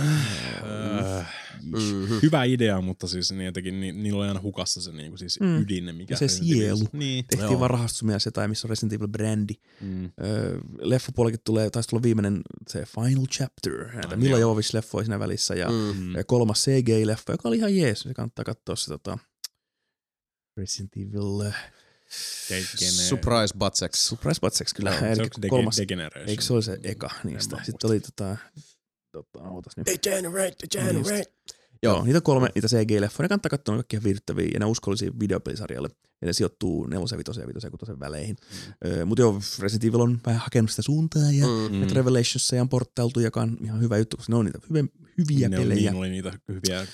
Hyvä idea, mutta siis niillä on aina hukassa se niinku siis ydinne, mikä... Ja se sielu. Niin. Tehtiin vaan rahastusmielessä jotain, missä on Resident Evil brändi. Leffapuolikin taisi tulla viimeinen se Final Chapter. Näitä Milla Jovovich-leffoja siinä välissä ja 3. CGI-leffa, joka oli ihan jees. Se kannattaa katsoa se Resident Evil Surprise butt sex. Surprise Butt Sex, kyllä. Se Eli onko kolmas, Degeneration? eikö se oli se eka niistä? Sitten oli ootas nyt. Degenerate. Joo, niitä 3, niitä CG-leffoja. Ne kannattaa katsoa, ne kaikki ihan viihdyttäviä ja ne uskollisia videopelisarjalle. Ja ne sijoittuu 4, 5 ja 5 ja 6 väleihin. Mutta joo, Resident Evil on vähän hakenut sitä suuntaa ja että Revelations on porttailtu, joka on ihan hyvä juttu, koska ne on niitä hyviä pelejä. Niin oli niitä hyviä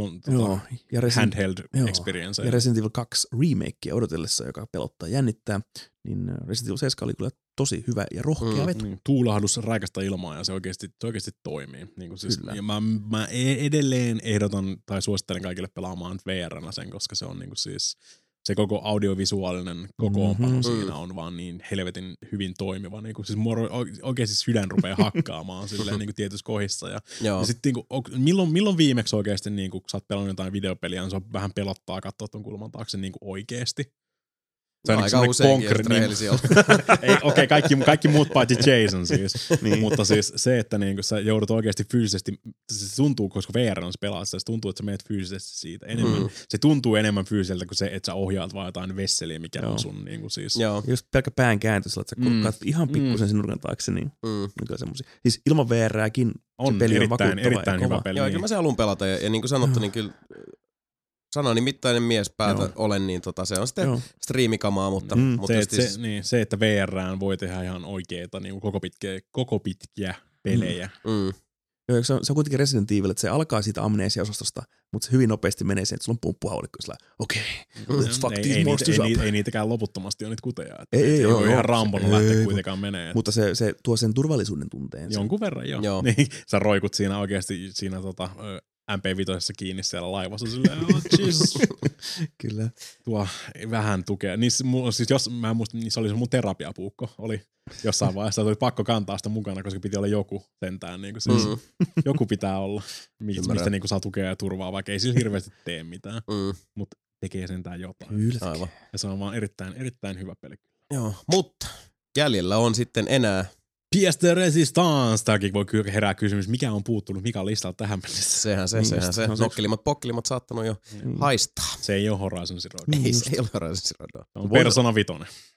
Ja handheld experienceja. Ja Resident Evil 2 remakea odotellessa, joka pelottaa ja jännittää, niin Resident Evil 7 oli kyllä tosi hyvä ja rohkea veto. Tuulahdus raikasta ilmaa ja se oikeasti toimii. Niin kuin siis, ja mä edelleen ehdotan tai suosittelen kaikille pelaamaan VR:nä sen, koska se on niin kuin siis se koko audiovisuaalinen kokoonpano siinä on vaan niin helvetin hyvin toimiva. Niin kuin siis oikeasti sydän rupeaa hakkaamaan silleen niin kuin tietyissä kohdissa. Ja sitten niin milloin viimeksi oikeasti niin kuin sä oot pelannut jotain videopeliä, niin se on vähän pelottaa katsoa ton kulman taakse niin kuin oikeasti. Se on aika useinkin, jos rehellisiä on. Okei, kaikki muut paitsi Jason siis. Mutta siis se, että niinku sä joudut oikeasti fyysisesti, se tuntuu, koska VR on se pelaa, se tuntuu, että sä menet fyysisesti siitä enemmän. Se tuntuu enemmän fyysiseltä kuin se, että sä ohjaat vaan jotain vesseliä, mikä on sun niinku siis. Just pelkkä pään kääntö, että sä kurkkaat ihan pikkusen sen nurkan taakse, niin mikä on semmosia. Siis ilman VR:ääkin se peli on vakuuttava erittäin hyvä peli. Joo, kyllä mä sen haluan pelata ja niin kuin sanottu, niin kyllä sanoni mittainen mies päältä olen, niin se on sitten striimikamaa, mutta se, että VR:ään voi tehdä ihan oikeita niin koko pitkiä pelejä. Joo, se on kuitenkin Resident Evil, että se alkaa siitä amnesia-osastosta, mutta se hyvin nopeasti menee siihen, että sulla on pumppuhaulikko, sillä let's fuck these monsters up. Ei niitäkään loputtomasti ole niitä kuteja. Ei ole ihan Rambon lähteä kuitenkaan menee. Mutta se tuo sen turvallisuuden tunteen. Jonkun verran joo. Niin, sä roikut siinä oikeasti siinä MP5 kiinni siellä laivassa silleen, Jesus. Kyllä. Tuo vähän tukea. Siis jos mä muistan, niin se oli se mun terapiapuukko. Oli jossain vaiheessa, oli pakko kantaa sitä mukana, koska piti olla joku sentään. Niin siis joku pitää olla, mistä niin saa tukea ja turvaa, vaikka ei sillä hirveästi tee mitään. Mutta tekee sentään jotain. Kyllä. Ja se on vaan erittäin hyvä peli. Joo, mutta jäljellä on sitten enää Pièce de Resistance. Tämäkin voi herää kysymys, mikä on puuttunut, mikä on listalla tähän mennessä. Sehän se. Nokkelimmat pokkelimmat saattanut jo haistaa. Se ei ole Horizon Zero Dawn. Ei, se ei ole Horizon Zero Dawn. On Persona 5.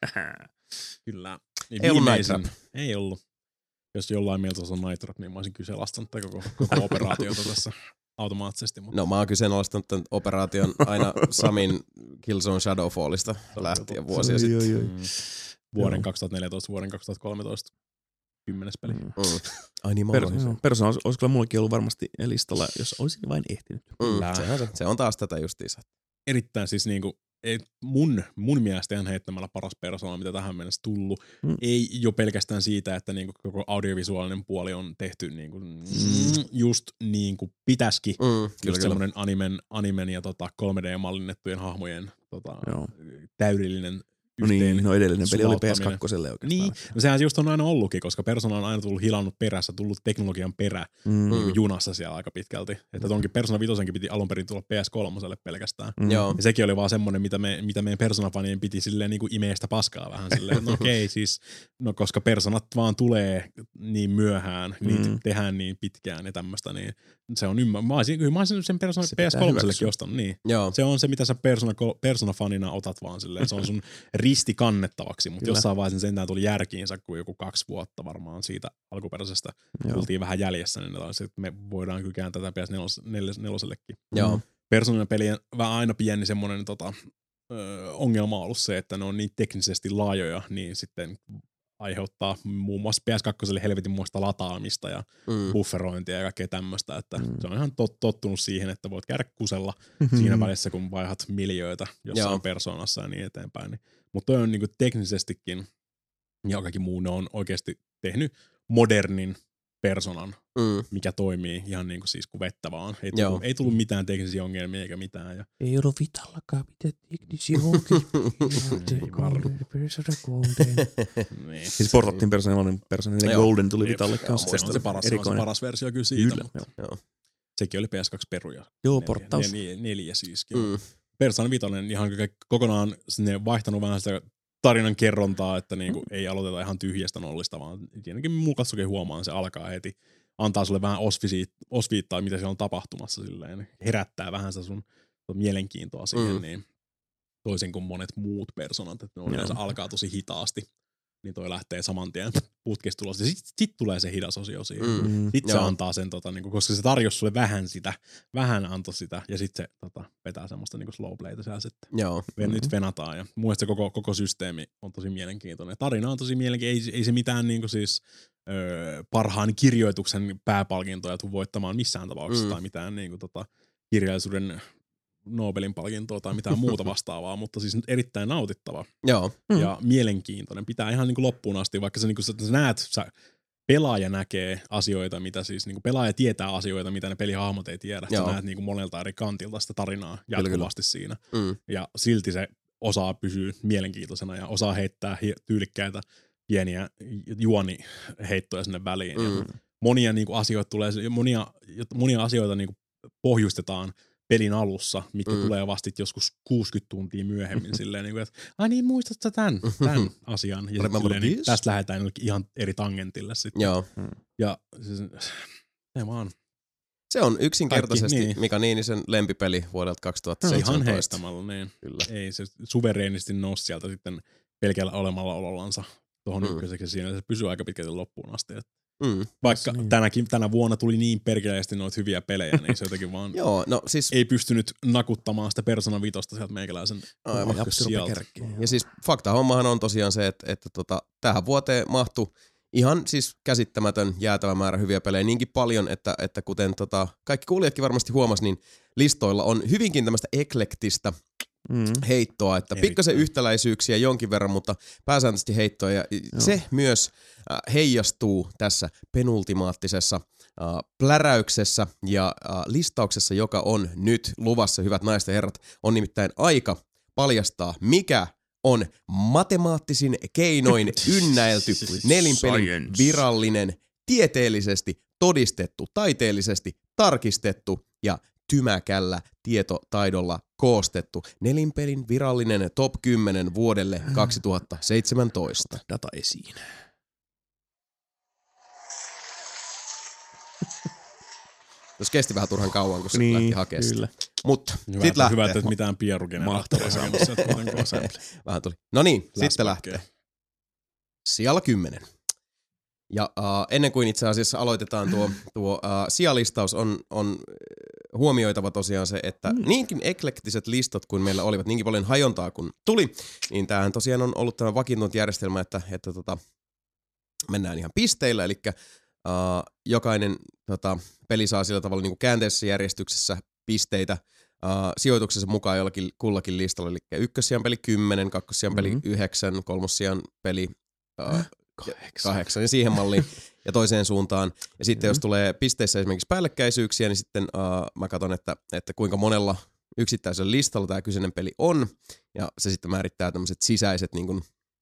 Kyllä. Ei ollut Night Trap. Ei ollut. Jos jollain mieltä se on Night Trap, niin mä olisin kyseenalaistanut koko operaatiota tässä automaattisesti. Mutta. No mä oon kyseenalaistanut tämän operaation aina Samin Killzone Shadowfallista lähtien vuosia sitten. Vuoden 2014, vuoden 2013. 10. peli. Ai niin, Persona olisi kyllä mullekin ollut varmasti listalla, jos olisin vain ehtinyt. Se on taas tätä justiinsa. Erittäin siis niinku, mun mielestä ihan heittämällä paras Persona, mitä tähän mennessä tullut. Ei jo pelkästään siitä, että niinku koko audiovisuaalinen puoli on tehty niinku, just niin kuin pitäisikin. Just sellainen animen ja 3D-mallinnettujen hahmojen täydellinen yhteen. No edellinen peli oli PS2 oikeastaan. Niin, no sehän just on aina ollutkin, koska Persona on aina tullut hilannut perässä, tullut teknologian perä niin junassa siellä aika pitkälti. Että tonkin Persona 5 piti alun perin tulla PS3 pelkästään. Ja sekin oli vaan semmoinen, mitä meidän Persona-fanien piti silleen niin kuin imeestä paskaa vähän silleen. No okei, siis, no koska Personat vaan tulee niin myöhään, niitä tehdään niin pitkään ja tämmöistä, niin se on mä olisin sen Persona PS3:llekin ostanut. Niin. Se on se, mitä sä Persona-fanina otat vaan silleen. Se on sun risti kannettavaksi, mutta jossain vaiheessa sentään tuli järkiinsä, kun joku 2 vuotta varmaan siitä alkuperäisestä tultiin vähän jäljessä, niin me voidaan kyllä kääntää tätä PS4:llekin. Persona-pelien vähän aina pieni semmoinen ongelma on ollut se, että ne on niin teknisesti laajoja, niin sitten aiheuttaa muun muassa PS2 helvetin muista lataamista ja bufferointia ja kaikkea tämmöistä, että se on ihan tottunut siihen, että voit käydä kusella siinä välissä, kun vaihat miljöitä jossain Personassa ja niin eteenpäin. Niin. Mutta toi on niinku teknisestikin ja kaikki muu, ne on oikeasti tehnyt modernin Personan, mikä toimii ihan niinku siis kuin vettä vaan. Ei tullut mitään teknisiä ongelmia eikä mitään. Ja ei ollut Vitallakaan mitään teknisiä ongelmia. niin. Siis portattiin Persona 4 Golden tuli Vitalle kanssa. Se on se paras versio kyllä siitä. Sekin oli PS2-peruja. Joo, porttaus. 4 siis. Persona 5 ihan kokonaan sinne vaihtanut vähän sitä tarinan kerrontaa, että niinku ei aloiteta ihan tyhjästä nollista, vaan tietenkin mun katsokin huomaan, se alkaa heti. Antaa sulle vähän osviittaa, mitä siellä on tapahtumassa silleen. Herättää vähän sitä sun mielenkiintoa siihen. Niin. toisin kuin monet muut personat, että ne yleensä alkaa tosi hitaasti. Niin toi lähtee saman tien putkista tulos. Ja sit tulee se hidas osio siihen. Sitten se antaa sen, niinku, koska se tarjosi sulle vähän antoi sitä, ja sitten se vetää semmoista niinku slow playta siellä sitten. Joo. Nyt venataan. Ja mun mielestä se koko systeemi on tosi mielenkiintoinen. Tarina on tosi mielenkiintoinen. Ei se mitään niinku siis parhaan kirjoituksen pääpalkintoja tule voittamaan missään tapauksessa tai mitään niinku kirjallisuuden Nobelin palkintoa tai mitään muuta vastaavaa, mutta siis erittäin nautittava. Joo. Ja mielenkiintoinen. Pitää ihan niin kuin loppuun asti, vaikka sä näet, pelaaja näkee asioita, mitä siis niin kuin pelaaja tietää asioita, mitä ne pelihahmot ei tiedä. Sä näet niin kuin monelta eri kantilta sitä tarinaa jatkuvasti siinä. Ja silti se osaa pysyä mielenkiintoisena ja osaa heittää tyylikkäitä pieniä juoniheittoja sinne väliin. Ja monia niin kuin asioita tulee, monia asioita niin kuin pohjustetaan pelin alussa, mitkä tulee vasta joskus 60 tuntia myöhemmin silleen, niin kuin, että ai niin, muistatko tämän asian? Ja silleen, niin, tästä lähdetään ihan eri tangentille sitten. Joo. Ja siis, se on yksinkertaisesti kaikki, niin. Mika Niinisen lempipeli vuodelta 2017. Ihan heittämällä, niin. Kyllä. Ei se suvereenisti nousi sieltä sitten pelkällä olemalla olollansa tuohon ykköseksi siinä. Se pysyy aika pitkälti loppuun asti. Vaikka tänä vuonna tuli niin perkeleesti noita hyviä pelejä, niin se jotenkin vaan joo, no, siis ei pystynyt nakuttamaan sitä Persona 5 sieltä meikäläisen ykkössijalta. Ja siis fakta-hommahan on tosiaan se, että tähän vuoteen mahtui ihan siis käsittämätön jäätävä määrä hyviä pelejä niinkin paljon, että kuten kaikki kuulijatkin varmasti huomas, niin listoilla on hyvinkin tämmöistä eklektistä heittoa, että pikkasen yhtäläisyyksiä jonkin verran, mutta pääsääntöisesti heittoa, ja se myös heijastuu tässä penultimaattisessa pläräyksessä ja listauksessa, joka on nyt luvassa, hyvät naiset ja herrat. On nimittäin aika paljastaa, mikä on matemaattisin keinoin ynnäilty nelinpelin virallinen, tieteellisesti todistettu, taiteellisesti tarkistettu ja tymäkällä tietotaidolla koostettu nelinpelin virallinen top 10 vuodelle 2017. Data esiin. Jos kesti vähän turhan kauan, kun se lähti hakemaan sitä. Mutta sit lähtee. Hyvä, että mitään pierugeneraattoria hakemassa. Vähän tuli. No niin, sitten lähtee. Sijalla 10. Ja ennen kuin itse asiassa aloitetaan tuo sijalistaus, on huomioitava tosiaan se, että niinkin eklektiset listat kuin meillä olivat, niinkin paljon hajontaa kun tuli, niin tämähän tosiaan on ollut tämä vakiintunut järjestelmä, että mennään ihan pisteillä, eli jokainen peli saa sillä tavalla niin kuin käänteisessä järjestyksessä pisteitä sijoituksessa mukaan jollakin kullakin listalla, eli ykkössijan peli 10, kakkossijan peli 9, kolmossijan peli 8 ja siihen malliin ja toiseen suuntaan. Ja sitten jos tulee pisteissä esimerkiksi päällekkäisyyksiä, niin sitten mä katson, että kuinka monella yksittäisellä listalla tämä kyseinen peli on. Ja se sitten määrittää tämmöiset sisäiset niin kuin,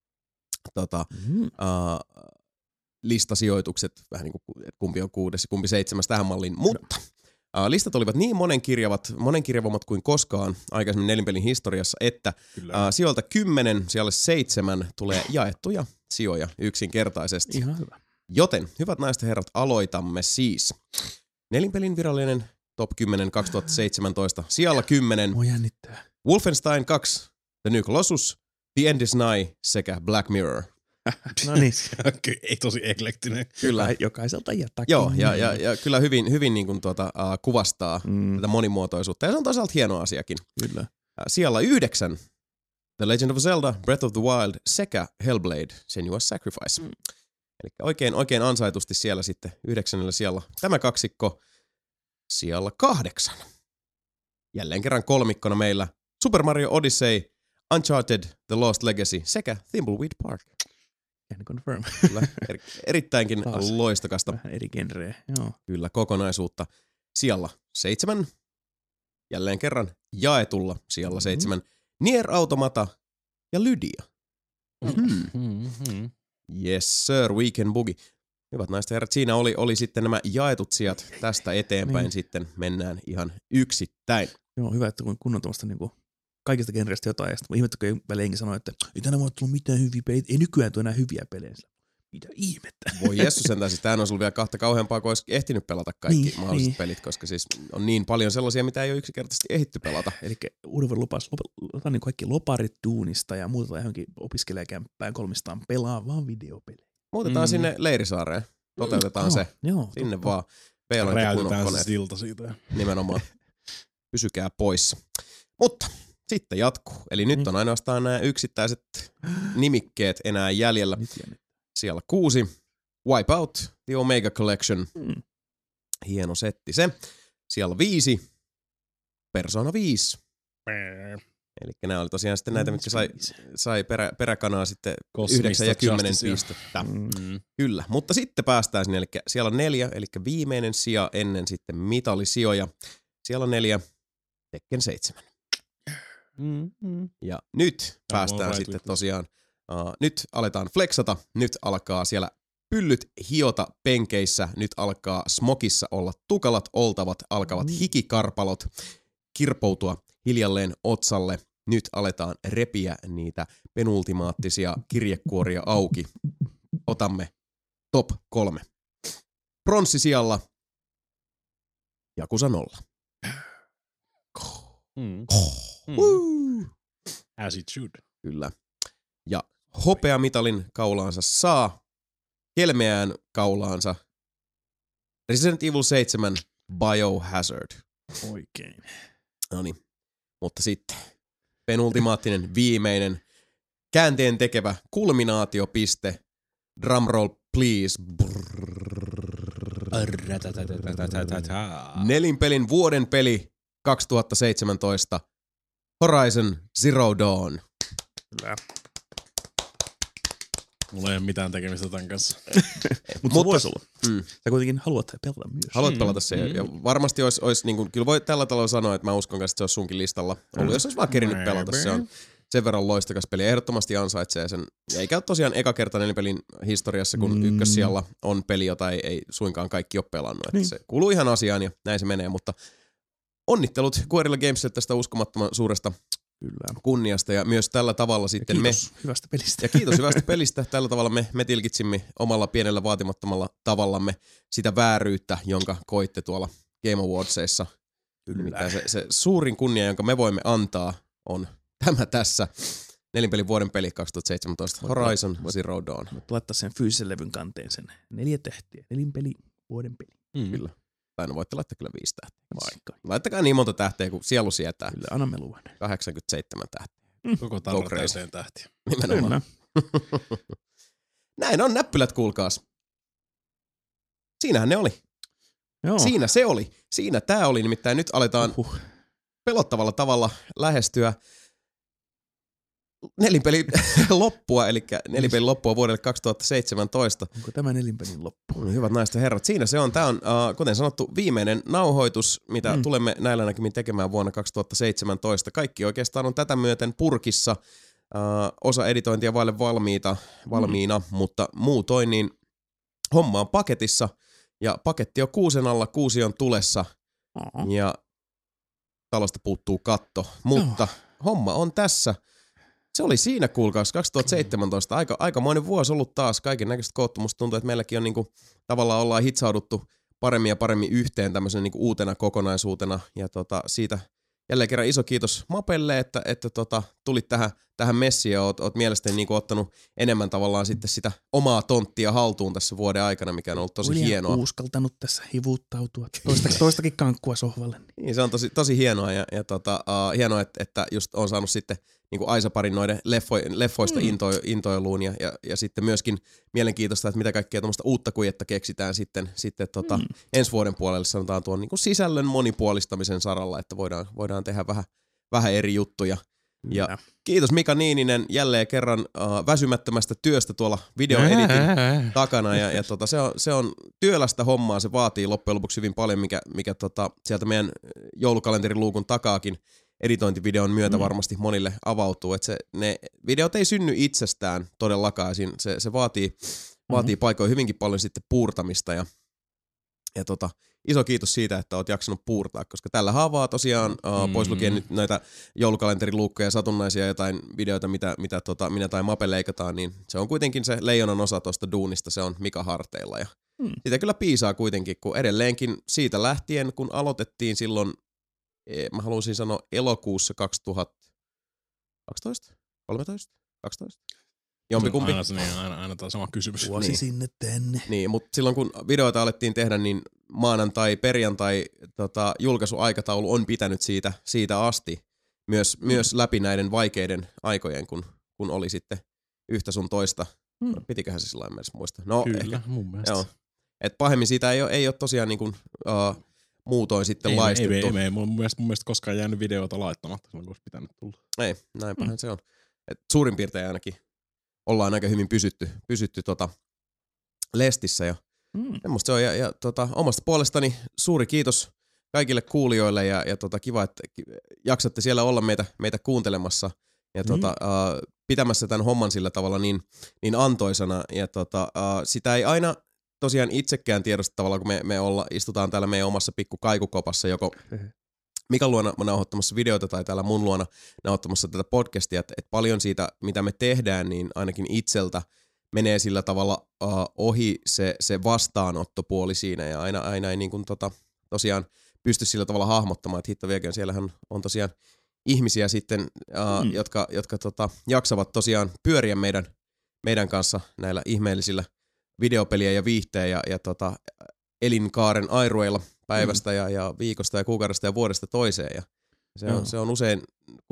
listasijoitukset, vähän niin kuin kumpi on 6 ja kumpi 7 tähän malliin. Mutta listat olivat niin monenkirjavammat kuin koskaan aikaisemmin nelinpelin historiassa, että sijoilta 10 sijalle 7 tulee jaettuja sijoja yksinkertaisesti. Ihan hyvä. Joten, hyvät naiset ja herrat, aloitamme siis. Nelinpelin virallinen top 10 2017. Sijalla 10. Mua jännittää. Wolfenstein 2, The New Colossus, The End is Nigh sekä Black Mirror. No niin. Ei tosi eklektinen. Kyllä. Jokaiselta jätäkin. Joo, ja kyllä hyvin niin kuin kuvastaa tätä monimuotoisuutta. Ja se on toisaalta hieno asiakin. Kyllä. Sijalla 9. The Legend of Zelda, Breath of the Wild sekä Hellblade, Senua's Sacrifice. Eli oikein ansaitusti siellä sitten 9. sijalla. Tämä kaksikko sijalla 8. Jälleen kerran kolmikkona meillä Super Mario Odyssey, Uncharted, The Lost Legacy sekä Thimbleweed Park. Can confirm. Kyllä, erittäinkin loistokasta. Vähän eri genreä, joo. Kyllä, kokonaisuutta. Sijalla 7. Jälleen kerran jaetulla sijalla 7. Nier Automata ja Lydia. Yes sir, Weekend Boogie. Hyvät naiset ja herrat, siinä oli sitten nämä jaetut sijat. Tästä eteenpäin sitten mennään ihan yksittäin. Joo, hyvä, että kun on tuommoista niinku kaikista genreistä jotain. Ja sitten ihmettä, kun väliinkin sanoo, että ei tänä vuonna tullut mitään hyviä pelejä. Ei nykyään tule enää hyviä pelejä. Mitä ihmettä? Voi jessu sentään, siis tämähän olisi ollut vielä kahta kauheampaa, kun olisi ehtinyt pelata kaikki mahdolliset pelit, koska siis on niin paljon sellaisia, mitä ei ole yksinkertaisesti ehditty pelata. Eli Urve lupasi ottaa niin kaikki loparit duunista ja muuta johonkin opiskelijakämppään 300 pelaa vaan videopelejä. Muutetaan sinne Leirisaareen. Toteutetaan se. Joo, Sinne totta. vaan. Peiloit ja kunnon Räjäytetään se koneet. silta siitä. Nimenomaan. Pysykää poissa. Mutta sitten jatkuu. Eli nyt on ainoastaan nämä yksittäiset nimikkeet enää jäljellä. Nyt jännittää. Siellä 6. Wipeout, The Omega Collection. Hieno setti se. Siellä 5. Persona 5. Eli nämä oli tosiaan sitten näitä, mitkä sai peräkanaa sitten Cosmista 9 ja 10 Justicea. pistettä. Kyllä, mutta sitten päästään sinne, eli siellä on 4, eli viimeinen sija ennen sitten mitalisijoja. Siellä on 4, Tekken 7. Ja nyt päästään right sitten with tosiaan, nyt aletaan flexata, nyt alkaa siellä pyllyt hiota penkeissä, nyt alkaa smokissa olla tukalat oltavat, alkavat hikikarpalot kirpoutua hiljalleen otsalle. Nyt aletaan repiä niitä penultimaattisia kirjekuoria auki. Otamme top 3. Pronssisijalla Yakuza 0. As it should. Kyllä. Ja hopeamitalin kaulaansa saa, kelmeään kaulaansa Resident Evil 7 Biohazard. Oikein. Noniin. Mutta sitten penultimaattinen, viimeinen, käänteen tekevä kulminaatiopiste. Drumroll please. Nelinpelin vuoden peli 2017. Horizon Zero Dawn. Kyllä. Mulla ei ole mitään tekemistä tämän kanssa. Mutta se voisi olla. Sä kuitenkin haluat pelata myös. Haluat pelata se. Ja varmasti olisi niin kuin, kyllä voi tällä tavalla sanoa, että mä uskon, että se olisi sunkin listalla ollut, jos olisi vaan kerinyt pelata. Se on sen verran loistakas peli. Ehdottomasti ansaitsee sen. Ja eikä ole tosiaan eka kerta nelipelin historiassa, kun ykkössijalla on peli, jota ei suinkaan kaikki ole pelannut. Että se kuuluu ihan asiaan ja näin se menee, mutta onnittelut Guerrilla Gamesille tästä uskomattoman suuresta kunniasta ja myös tällä tavalla sitten kiitos hyvästä pelistä. Ja kiitos hyvästä pelistä. Tällä tavalla me tilkitsimme omalla pienellä vaatimattomalla tavallamme sitä vääryyttä, jonka koitte tuolla Game Awardsissa. Nimittäin se suurin kunnia, jonka me voimme antaa, on tämä tässä. Nelinpelin vuoden peli 2017. Horizon Zero Dawn. Voit laittaa sen fyysisen levyn kanteen sen 4 tähtiä. Nelinpeli vuoden peli. Kyllä. Tai no voitte laittaa kyllä 5 tähteä. Vaikka. Laittakaa niin monta tähteä, kuin sielu sietää. Kyllä, annamme luvan. 87 tähteä. Koko tarra täyteen tähtiä. Nimenomaan. Näin on näppylät, kuulkaas. Siinähän ne oli. Joo. Siinä se oli. Siinä tää oli. Nimittäin nyt aletaan pelottavalla tavalla lähestyä nelinpelin loppua, eli nelinpelin loppua vuodelle 2017. Onko tämä nelinpelin loppu? Hyvät naiset ja herrat, siinä se on. Tämä on, kuten sanottu, viimeinen nauhoitus, mitä tulemme näillä näkymin tekemään vuonna 2017. Kaikki oikeastaan on tätä myöten purkissa. Osa editointia vaille valmiina, mutta muutoin niin homma on paketissa. Ja paketti on 6 alla, 6 on tulessa. Ja talosta puuttuu katto. Mutta homma on tässä. Se oli siinä, kuulkaas, 2017. Aikamoinen vuosi ollut taas, kaiken näköistä koottu. Musta tuntuu, että meilläkin on niinku, tavallaan ollaan hitsauduttu paremmin ja paremmin yhteen tämmöisen niinku uutena kokonaisuutena. Ja siitä jälleen kerran iso kiitos Mapelle, että tulit tähän messiin ja oot mielestäni niinku ottanut enemmän tavallaan sitten sitä omaa tonttia haltuun tässä vuoden aikana, mikä on ollut tosi hienoa. Uskaltanut tässä hivuttautua toistakin kankkua sohvalle. Niin, se on tosi hienoa ja hienoa, että just on saanut sitten niin Aisaparin noiden leffoista intoiluun ja sitten myöskin mielenkiintoista, että mitä kaikkea tuommoista uutta kujetta keksitään sitten ensi vuoden puolelle, sanotaan tuon niin kuin sisällön monipuolistamisen saralla, että voidaan tehdä vähän eri juttuja. Ja kiitos Mika Niininen jälleen kerran väsymättömästä työstä tuolla videoeditin takana ja se on työlästä hommaa, se vaatii loppujen lopuksi hyvin paljon, mikä sieltä meidän joulukalenterin luukun takaakin editointivideon myötä varmasti monille avautuu, että ne videot ei synny itsestään todellakaan, se vaatii paikoin hyvinkin paljon sitten puurtamista Ja iso kiitos siitä, että oot jaksanut puurtaa, koska tällä haavaa tosiaan, pois lukien nyt näitä joulukalenteriluukkeja, satunnaisia jotain videoita, mitä minä tai Mape leikataan, niin se on kuitenkin se leijonan osa tuosta duunista, se on Mika harteilla. Ja sitä kyllä piisaa kuitenkin, kun edelleenkin siitä lähtien, kun aloitettiin silloin, mä haluaisin sanoa elokuussa 2012, 13, 12? Jompikumpi. Aina tämä sama kysymys. Vuosi Niin. sinne tänne. Niin, mutta silloin kun videoita alettiin tehdä, niin perjantai julkaisuaikataulu on pitänyt siitä asti myös läpi näiden vaikeiden aikojen, kun oli sitten yhtä sun toista. Pitiköhän se sillä lailla muista? No, Kyllä, ehkä. mun mielestä. Joo. Et pahemmin siitä ei ole tosiaan niin kuin, muutoin sitten laistettu. Ei, mun mielestä koskaan jäänyt videoita laittamatta, silloin kun olisi pitänyt tulla. Ei, näinpähän se on. Et suurin piirtein ainakin ollaan aika hyvin pysytty lestissä ja semmoista se on. Ja omasta puolestani suuri kiitos kaikille kuulijoille ja kiva, että jaksatte siellä olla meitä kuuntelemassa ja pitämässä tämän homman sillä tavalla niin antoisana. Ja sitä ei aina tosiaan itsekään tiedosta tavalla, kun me istutaan täällä meidän omassa pikku kaikukopassa joko Mikan luona nauhoittamassa videoita tai täällä mun luona nauhoittamassa tätä podcastia, että paljon siitä, mitä me tehdään, niin ainakin itseltä menee sillä tavalla ohi se vastaanottopuoli siinä ja aina ei niin kuin tosiaan pysty sillä tavalla hahmottamaan, että hitto vieköön, siellähän on tosiaan ihmisiä sitten, jotka jaksavat tosiaan pyöriä meidän kanssa näillä ihmeellisillä videopeliä ja viihteen ja elinkaaren airueilla päivästä ja viikosta ja kuukaudesta ja vuodesta toiseen ja se on usein,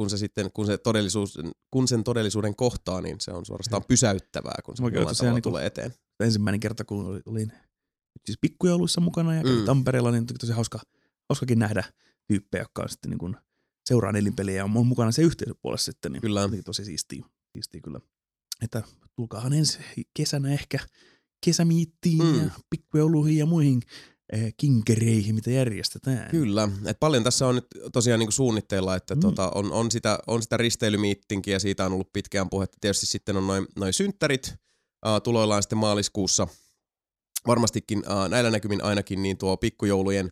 kun sen todellisuuden kohtaa, niin se on suorastaan pysäyttävää, kun se jollain tavalla tulee eteen. Ensimmäinen kerta, kun olin siis pikkujouluissa mukana ja Tampereella, niin tosi hauskakin nähdä tyyppejä, jotka on sitten niin kuin seuraa nelinpeliä ja on mukana se yhteisöpuolessa sitten, niin kyllä. Oli tosi siistiä kyllä. Että tulkaahan ensi kesänä ehkä kesämiittiin ja pikkujouluihin ja muihin kinkereihin, mitä järjestetään. Kyllä, että paljon tässä on nyt tosiaan niinku suunnitteilla, että on sitä risteilymiittinkiä ja siitä on ollut pitkään puhetta. Tietysti sitten on noin synttärit tuloillaan sitten maaliskuussa. Varmastikin näillä näkymin ainakin niin tuo pikkujoulujen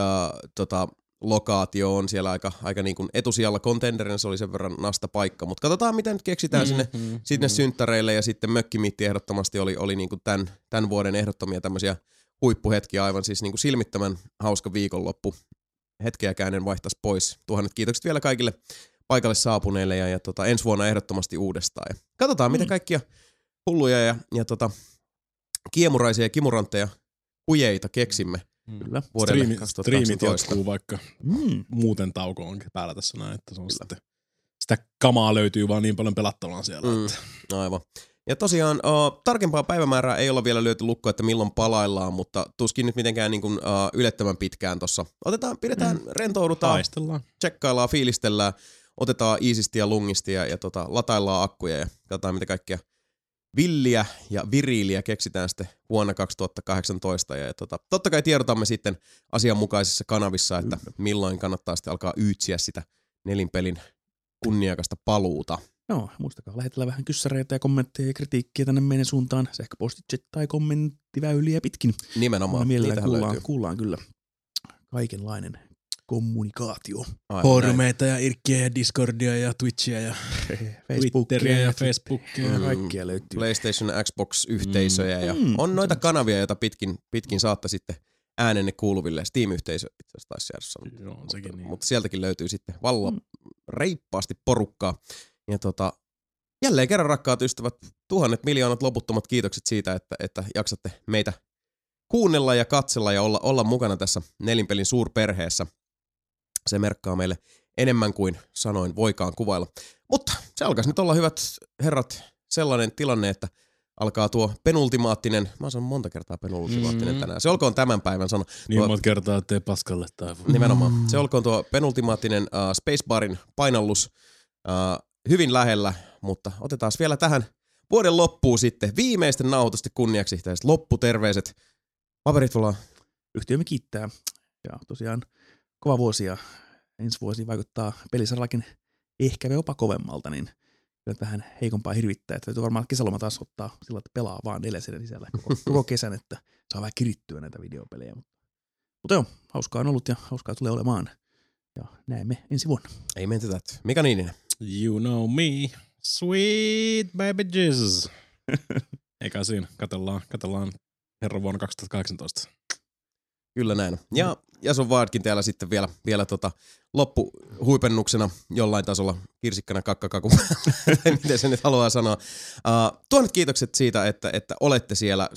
lokaatio on siellä aika niin kuin etusijalla kontenderina, se oli sen verran nasta paikka, mutta katsotaan mitä nyt keksitään sinne synttäreille ja sitten mökkimiitti ehdottomasti oli niin kuin tämän vuoden ehdottomia tämmöisiä huippuhetkiä, aivan siis niin kuin silmittömän hauska viikonloppu. Hetkeäkään en vaihtaisi pois. Tuhannet kiitokset vielä kaikille paikalle saapuneille ja ensi vuonna ehdottomasti uudestaan. Ja katsotaan mitä kaikkia hulluja ja kiemuraisia ja kimurantteja kujeita keksimme. Kyllä. Vuodelle 2018. Striimit jatkuu, vaikka muuten tauko onkin päällä tässä näin, että se on sitten, sitä kamaa löytyy vaan niin paljon pelattavaa siellä. Aivan. Ja tosiaan tarkempaa päivämäärää ei olla vielä lyöty lukkoa, että milloin palaillaan, mutta tuskin nyt mitenkään niin kuin, ylettömän pitkään tossa. Pidetään, rentoudutaan, Taistellaan. tsekkaillaan, fiilistellään, otetaan iisisti ja lungisti ja lataillaan akkuja ja katsotaan mitä kaikkea villiä ja viriiliä keksitään sitten vuonna 2018. Ja totta kai tiedotamme sitten asianmukaisissa kanavissa, että milloin kannattaa sitten alkaa yytsiä sitä nelinpelin kunniakasta paluuta. Joo, muistakaa lähetellä vähän kyssäreitä ja kommentteja ja kritiikkiä tänne meidän suuntaan sähköpostitse tai kommenttiväyliä pitkin. Nimenomaan, mielellään kuullaan kyllä kaikenlainen kommunikaatio. Foorumeita ja Irkkiä ja Discordia ja Twitchiä ja Twitteriä ja Facebookia. Ja kaikkia löytyy. PlayStation, Xbox-yhteisöjä ja on noita kanavia, joita pitkin saatte sitten äänenne kuuluville. Steam-yhteisö itse asiassa taisi jäädä sanoa. Mutta sieltäkin löytyy sitten reippaasti porukkaa. Ja jälleen kerran rakkaat ystävät, tuhannet miljoonat loputtomat kiitokset siitä, että jaksatte meitä kuunnella ja katsella ja olla mukana tässä nelinpelin suurperheessä. Se merkkaa meille enemmän kuin sanoin voikaan kuvailla. Mutta se alkaisi nyt olla, hyvät herrat, sellainen tilanne, että alkaa tuo penultimaattinen, mä sanon monta kertaa penultimaattinen tänään. Se olkoon tämän päivän sana. Niin monta kertaa, ettei paskalle taivu. Nimenomaan. Se olkoon tuo penultimaattinen Spacebarin painallus hyvin lähellä, mutta otetaan vielä tähän vuoden loppuun sitten viimeisten nauhoitusten kunniaksi tällaiset lopputerveiset. Paperitvola. Yhtiömme kiittää. Ja tosiaan kova vuosi ja ensi vuosi vaikuttaa pelisarallakin ehkä jopa kovemmalta, niin kyllä vähän heikompaa hirvittää. Että täytyy varmaan kesäloma taas ottaa sillä, että pelaa vaan 4 sisällä koko kesän, että saa vähän kirittyä näitä videopelejä. Mutta joo, hauskaa on ollut ja hauskaa tulee olemaan. Ja näemme ensi vuonna. Ei menty tätä. Mika Niininen. You know me, sweet baby Jesus. Eikä siinä, katellaan herran vuonna 2018. Kyllä näin. Ja Jason Wardkin täällä sitten vielä loppuhuipennuksena jollain tasolla kirsikkana kakkakaku, miten se nyt haluaa sanoa. Tuhannet kiitokset siitä, että olette siellä.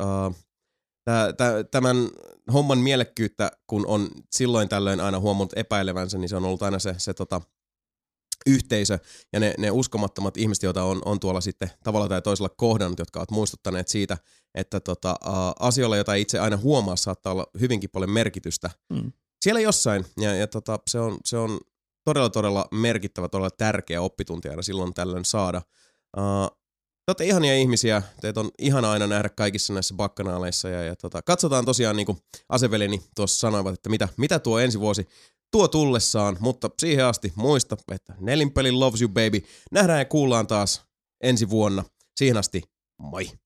Tämän homman mielekkyyttä, kun on silloin tällöin aina huomannut epäilevänsä, niin se on ollut aina se yhteisö ja ne uskomattomat ihmiset, joita on tuolla sitten tavalla tai toisella kohdannut, jotka ovat muistuttaneet siitä, että asioilla, joita ei itse aina huomaa, saattaa olla hyvinkin paljon merkitystä. Siellä jossain, ja se on todella merkittävä, todella tärkeä oppitunti aina silloin tällöin saada. Te olette ihania ihmisiä, teitä on ihana aina nähdä kaikissa näissä bakkanaaleissa, ja katsotaan tosiaan, niin kuin asevelini tuossa sanoivat, että mitä tuo ensi vuosi tuo tullessaan, mutta siihen asti muista, että Nelinpeli loves you baby. Nähdään ja kuullaan taas ensi vuonna. Siihen asti, moi!